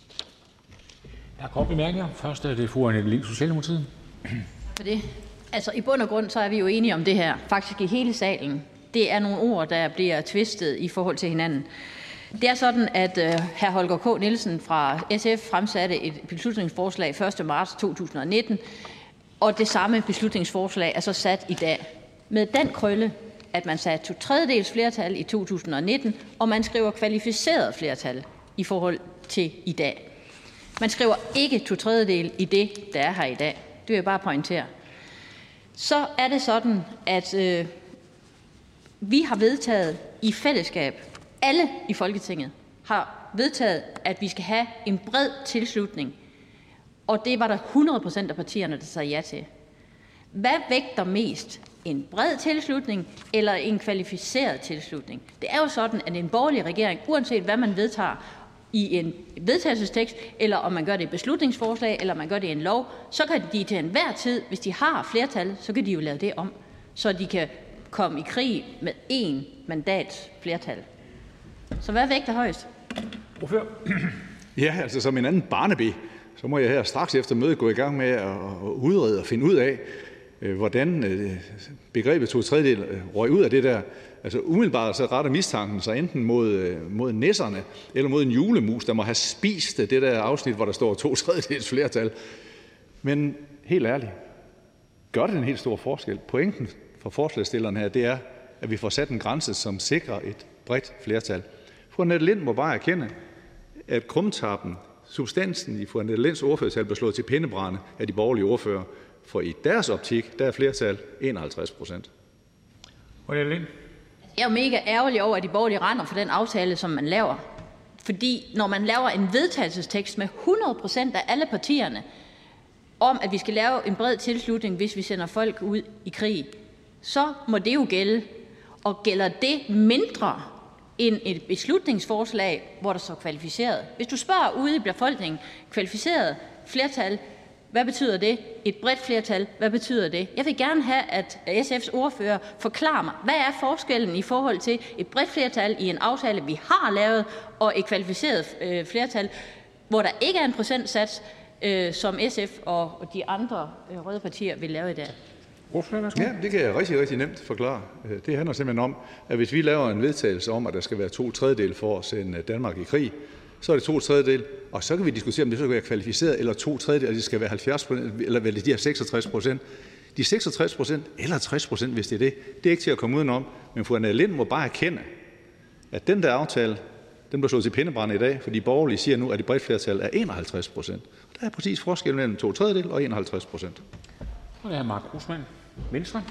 Der er kort bemærkninger. Først er det fru Annette Lind, Socialdemokratiet. For det. Altså i bund og grund, så er vi jo enige om det her. Faktisk i hele salen. Det er nogle ord, der bliver tvistet i forhold til hinanden. Det er sådan, at uh, hr. Holger K. Nielsen fra S F fremsatte et beslutningsforslag første marts to tusind og nitten, og det samme beslutningsforslag er så sat i dag. Med den krølle, at man satte to tredjedels flertal i to tusind og nitten, og man skriver kvalificeret flertal i forhold til i dag. Man skriver ikke to tredjedel i det, der er her i dag. Det vil jeg bare pointere. Så er det sådan, at øh, vi har vedtaget i fællesskab, alle i Folketinget har vedtaget, at vi skal have en bred tilslutning. Og det var der hundrede procent af partierne, der sagde ja til. Hvad vægter mest? En bred tilslutning eller en kvalificeret tilslutning? Det er jo sådan, at en borgerlig regering, uanset hvad man vedtager i en vedtagelsestekst, eller om man gør det i beslutningsforslag, eller om man gør det i en lov, så kan de til enhver tid, hvis de har flertal, så kan de jo lave det om, så de kan komme i krig med én mandats flertal. Så hvad vægter højst? Ja, altså som en anden Barnaby, så må jeg her straks efter mødet gå i gang med at udrede og finde ud af, hvordan begrebet to tredjedel røg ud af det der. Altså umiddelbart så retter mistanken sig enten mod, mod nisserne eller mod en julemus, der må have spist det der afsnit, hvor der står to tredjedels flertal. Men helt ærligt, gør det en helt stor forskel? Pointen for forslagsstillerne her, det er, at vi får sat en grænse, som sikrer et bredt flertal. Fru Annette Lind må bare erkende, at krumtappen, substansen i fru Annette Linds ordførertal, blev slået til pindebrænde af de borgerlige ordfører. For i deres optik, der er flertal enoghalvtreds procent. Jeg er jo mega ærgerlig over, at de borgerlige render for den aftale, som man laver. Fordi når man laver en vedtagelsestekst med hundrede procent af alle partierne, om at vi skal lave en bred tilslutning, hvis vi sender folk ud i krig, så må det jo gælde. Og gælder det mindre end et beslutningsforslag, hvor der står kvalificeret? Hvis du spørger ude i befolkningen, kvalificeret flertal, hvad betyder det? Et bredt flertal, hvad betyder det? Jeg vil gerne have, at S F's ordfører forklarer mig, hvad er forskellen i forhold til et bredt flertal i en aftale, vi har lavet, og et kvalificeret øh, flertal, hvor der ikke er en procentsats, øh, som S F og de andre øh, røde partier vil lave i dag. Ja, det kan jeg rigtig, rigtig nemt forklare. Det handler simpelthen om, at hvis vi laver en vedtagelse om, at der skal være to tredjedel for at sende Danmark i krig, så er det to tredjedel, og så kan vi diskutere, om det skal være kvalificeret, eller to tredjedel, eller det skal være halvfjerds procent, eller vel de her seksogtres procent. De seksogtres procent, eller tres procent, hvis det er det, det er ikke til at komme udenom. Men fru Annette Lind må bare erkende, at den der aftale, den bliver slået til pindebrænde i dag, fordi borgerlige siger nu, at det bredt flertal er enoghalvtreds procent. Der er præcis forskel mellem to tredjedel og enoghalvtreds procent. Og det er Mark Grossmann, Venstre.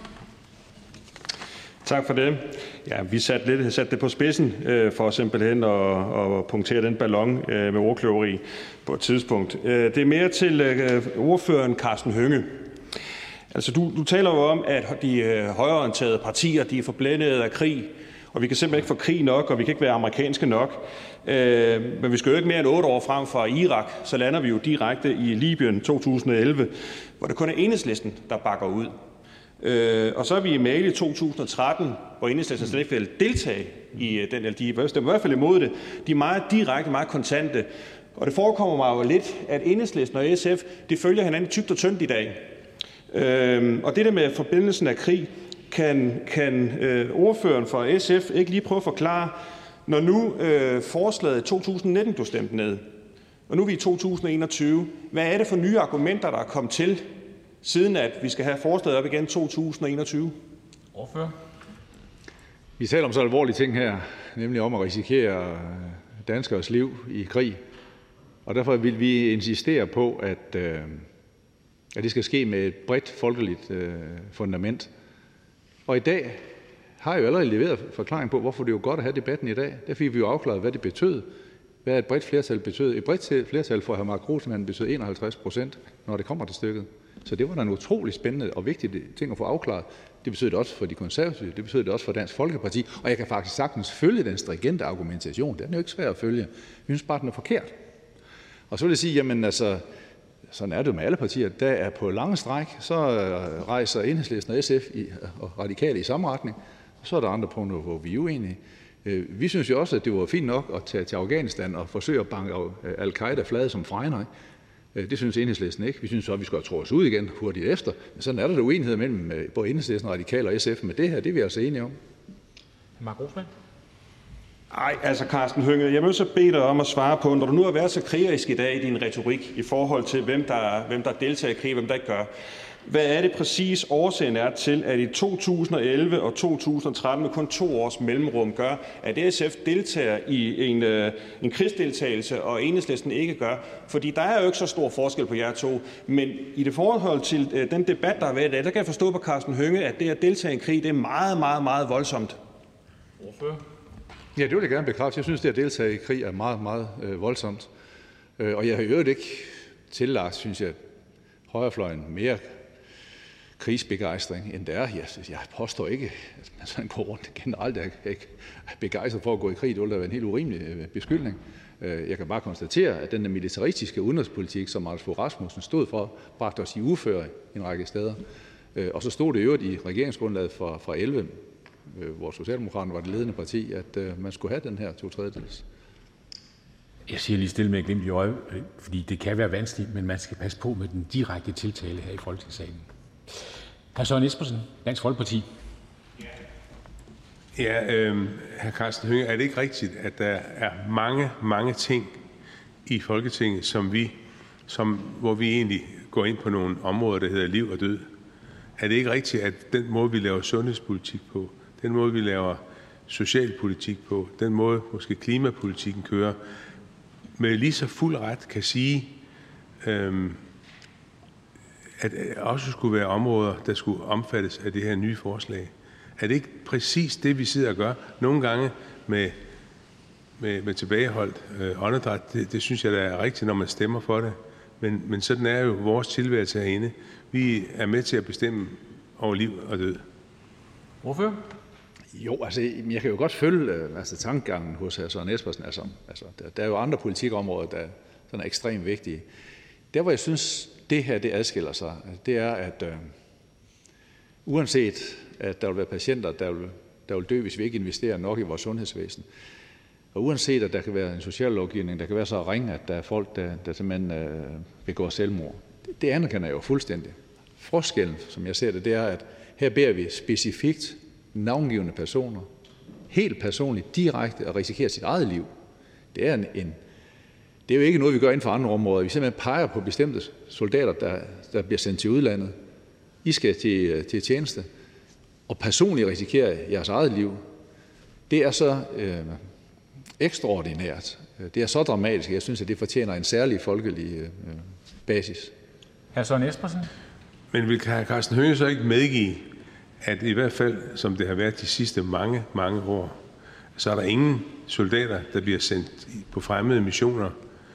Tak for det. Ja, vi satte lidt sat det på spidsen øh, for simpelthen at, at punktere den ballon øh, med ordkløveri på et tidspunkt. Øh, det er mere til øh, ordføreren Karsten Hønge. Altså, du, du taler jo om, at de øh, højreorienterede partier, de er forblændet af krig, og vi kan simpelthen ikke få krig nok, og vi kan ikke være amerikanske nok. Øh, men vi skal jo ikke mere end otte år frem fra Irak, så lander vi jo direkte i Libyen to tusind og elleve, hvor det kun er Enhedslisten, der bakker ud. Øh, og så er vi i Mali i to tusind og tretten, hvor Enhedslisten slet ikke vil deltage i den, eller de stemmer i hvert fald imod det. De er meget direkte, meget kontante. Og det forekommer mig jo lidt, at Enhedslisten og S F, de følger hinanden tykt og tyndt i dag. Øh, og det der med forbindelsen af krig, kan, kan øh, ordføreren for S F ikke lige prøve at forklare, når nu øh, forslaget i to tusind nitten blev stemt ned, og nu er vi i to tusind og enogtyve, hvad er det for nye argumenter, der er kommet til, siden at vi skal have forslaget op igen to tusind og enogtyve? Ordfører. Vi taler om så alvorlige ting her, nemlig om at risikere danskers liv i krig. Og derfor vil vi insistere på, at, øh, at det skal ske med et bredt folkeligt øh, fundament. Og i dag har jeg jo allerede leveret forklaring på, hvorfor det er jo godt at have debatten i dag. Der fik vi jo afklaret, hvad det betød. Hvad et bredt flertal betød. Et bredt flertal for hr. Mark Grossmann betød enoghalvtreds procent, når det kommer til stykket. Så det var da en utrolig spændende og vigtig ting at få afklaret. Det betød det også for de konservative, det betød det også for Dansk Folkeparti, og jeg kan faktisk sagtens følge den stringente argumentation. Den er jo ikke svær at følge. Vi synes bare, den er forkert. Og så vil jeg sige, jamen altså, sådan er det jo med alle partier. Der er på lange stræk, så rejser Enhedslisten og S F i, og Radikale i samme retning. Og så er der andre punkter, hvor vi er uenige. Vi synes jo også, at det var fint nok at tage til Afghanistan og forsøge at banke al-Qaida flade som fregner. Det synes Enhedslisten ikke. Vi synes så, at vi skal tro os ud igen hurtigt efter. Men sådan er der da uenighed mellem både Enhedslisten, Radikale og S F. Men det her, det er vi altså enige om. Mark Grossmann. Ej, altså Karsten Hønge, jeg vil så bede dig om at svare på, når du nu har været så krigerisk i dag i din retorik i forhold til, hvem der, hvem der deltager i krig, hvem der ikke gør. Hvad er det præcis årsagen er til, at i to tusind og elleve og to tusind og tretten med kun to års mellemrum gør, at S F deltager i en, øh, en krigsdeltagelse, og Enhedslisten ikke gør? Fordi der er jo ikke så stor forskel på jer to. Men i det forhold til øh, den debat, der har været i dag, der kan jeg forstå på Karsten Hønge, at det at deltage i en krig, det er meget, meget, meget voldsomt. Ordfører? Ja, det vil jeg gerne bekræfte. Jeg synes, det at deltage i krig er meget, meget øh, voldsomt. Øh, og jeg har i øvrigt ikke tillagt, synes jeg, højrefløjen mere krigsbegejstring, end det er. Jeg, jeg påstår ikke, at man sådan går rundt generelt er ikke begejstret for at gå i krig. Det ville da være en helt urimelig beskyldning. Jeg kan bare konstatere, at den militaristiske udenrigspolitik, som Anders Fogh Rasmussen stod for, bragte os i uføre en række steder. Og så stod det jo i regeringsgrundlaget fra, fra elleve, hvor Socialdemokraterne var det ledende parti, at man skulle have den her to tredjedels. Jeg siger lige stille med at glemme i øje, fordi det kan være vanskeligt, men man skal passe på med den direkte tiltale her i Folketingssalen. Hr. Søren Espersen, Dansk Folkeparti. Ja, øh, hr. Karsten Hønge, er det ikke rigtigt, at der er mange, mange ting i Folketinget, som vi, som, hvor vi egentlig går ind på nogle områder, der hedder liv og død? Er det ikke rigtigt, at den måde, vi laver sundhedspolitik på, den måde, vi laver socialpolitik på, den måde, måske klimapolitikken kører, med lige så fuld ret kan sige, øh, at også skulle være områder, der skulle omfattes af det her nye forslag? Er det ikke præcis det, vi sidder og gør? Nogle gange med, med, med tilbageholdt øh, åndedræt, det, det synes jeg, der er rigtigt, når man stemmer for det. Men, men sådan er jo vores tilværelse herinde. Vi er med til at bestemme over liv og død. Hvorfor? Jo, altså, jeg kan jo godt følge altså, tankegangen hos hr. Søren Espersen. Altså, altså, der, der er jo andre politikområder, der sådan er ekstremt vigtige. Der, hvor jeg synes, det her det adskiller sig, det er, at øh, uanset at der vil være patienter, der vil, der vil dø, hvis vi ikke investerer nok i vores sundhedsvæsen, og uanset at der kan være en social lovgivning, der kan være så ringe, at der er folk, der, der simpelthen øh, begår selvmord. Det, det anerkender jeg jo fuldstændig. Forskellen, som jeg ser det, det er, at her beder vi specifikt navngivende personer, helt personligt, direkte at risikere sit eget liv. Det er, en, en, det er jo ikke noget, vi gør inden for andre områder. Vi simpelthen peger på bestemte soldater, der, der bliver sendt til udlandet. I skal til, til tjeneste, og personligt risikere jeres eget liv. Det er så øh, ekstraordinært. Det er så dramatisk, jeg synes, at det fortjener en særlig folkelig øh, basis. Hr. Søren Espersen? Men vil hr. Karsten Hønge så ikke medgive, at i hvert fald, som det har været de sidste mange, mange år, så er der ingen soldater, der bliver sendt på fremmede missioner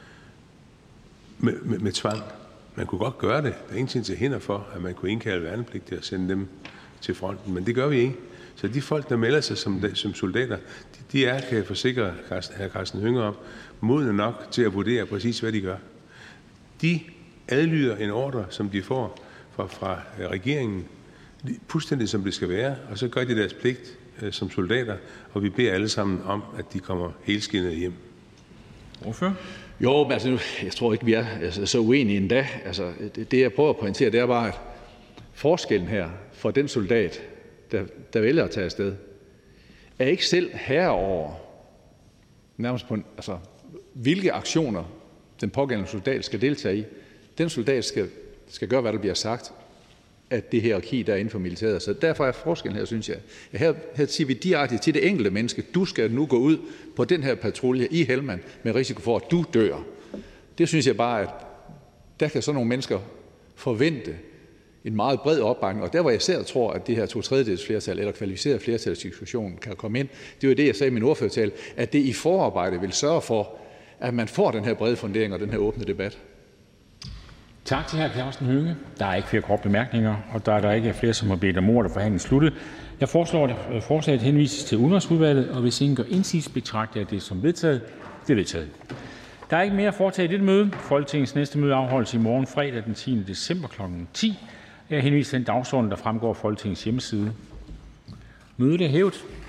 med, med, med tvang. Man kunne godt gøre det. Der er ingenting til hinder for, at man kunne indkalde værnepligtige og sende dem til fronten, men det gør vi ikke. Så de folk, der melder sig som, som soldater, de, de er, kan jeg forsikre hr. Karsten Hønge om, modne nok til at vurdere præcis, hvad de gør. De adlyder en ordre, som de får fra, fra regeringen, fuldstændig som det skal være, og så gør de deres pligt øh, som soldater, og vi beder alle sammen om, at de kommer helskindet hjem. Hvorfor? Jo, men altså, jeg tror ikke, vi er altså, så uenige endda. Altså, det, det, jeg prøver at pointere, det er bare, at forskellen her for den soldat, der, der vælger at tage afsted, er ikke selv herre over, nærmest på en, altså, hvilke aktioner den pågældende soldat skal deltage i. Den soldat skal, skal gøre, hvad der bliver sagt, at det hierarki, der er inden for militæret. Så derfor er forskellen her, synes jeg. Her, her siger vi direkte til det enkelte menneske, du skal nu gå ud på den her patrulje i Helmand med risiko for, at du dør. Det synes jeg bare, at der kan sådan nogle mennesker forvente en meget bred opbakning. Og der, hvor jeg især tror, at det her to tredjedels flertal eller kvalificeret flertalsdiskussion kan komme ind, det er jo det, jeg sagde i min ordførertale, at det i forarbejde vil sørge for, at man får den her brede fundering og den her åbne debat. Tak til hr. Karsten Hønge. Der er ikke flere korte bemærkninger, og der er der ikke flere, som har bedt om ordet, og forhandlingen sluttet. Jeg foreslår, at forslaget henvises til Udenrigsudvalget, og hvis ingen gør indsigelse, betragter jeg det som vedtaget. Det er vedtaget. Der er ikke mere at foretage i dette møde. Folketingets næste møde afholdes i morgen fredag den tiende december klokken ti. Jeg henviser til den dagsorden, der fremgår af Folketingets hjemmeside. Mødet er hævet.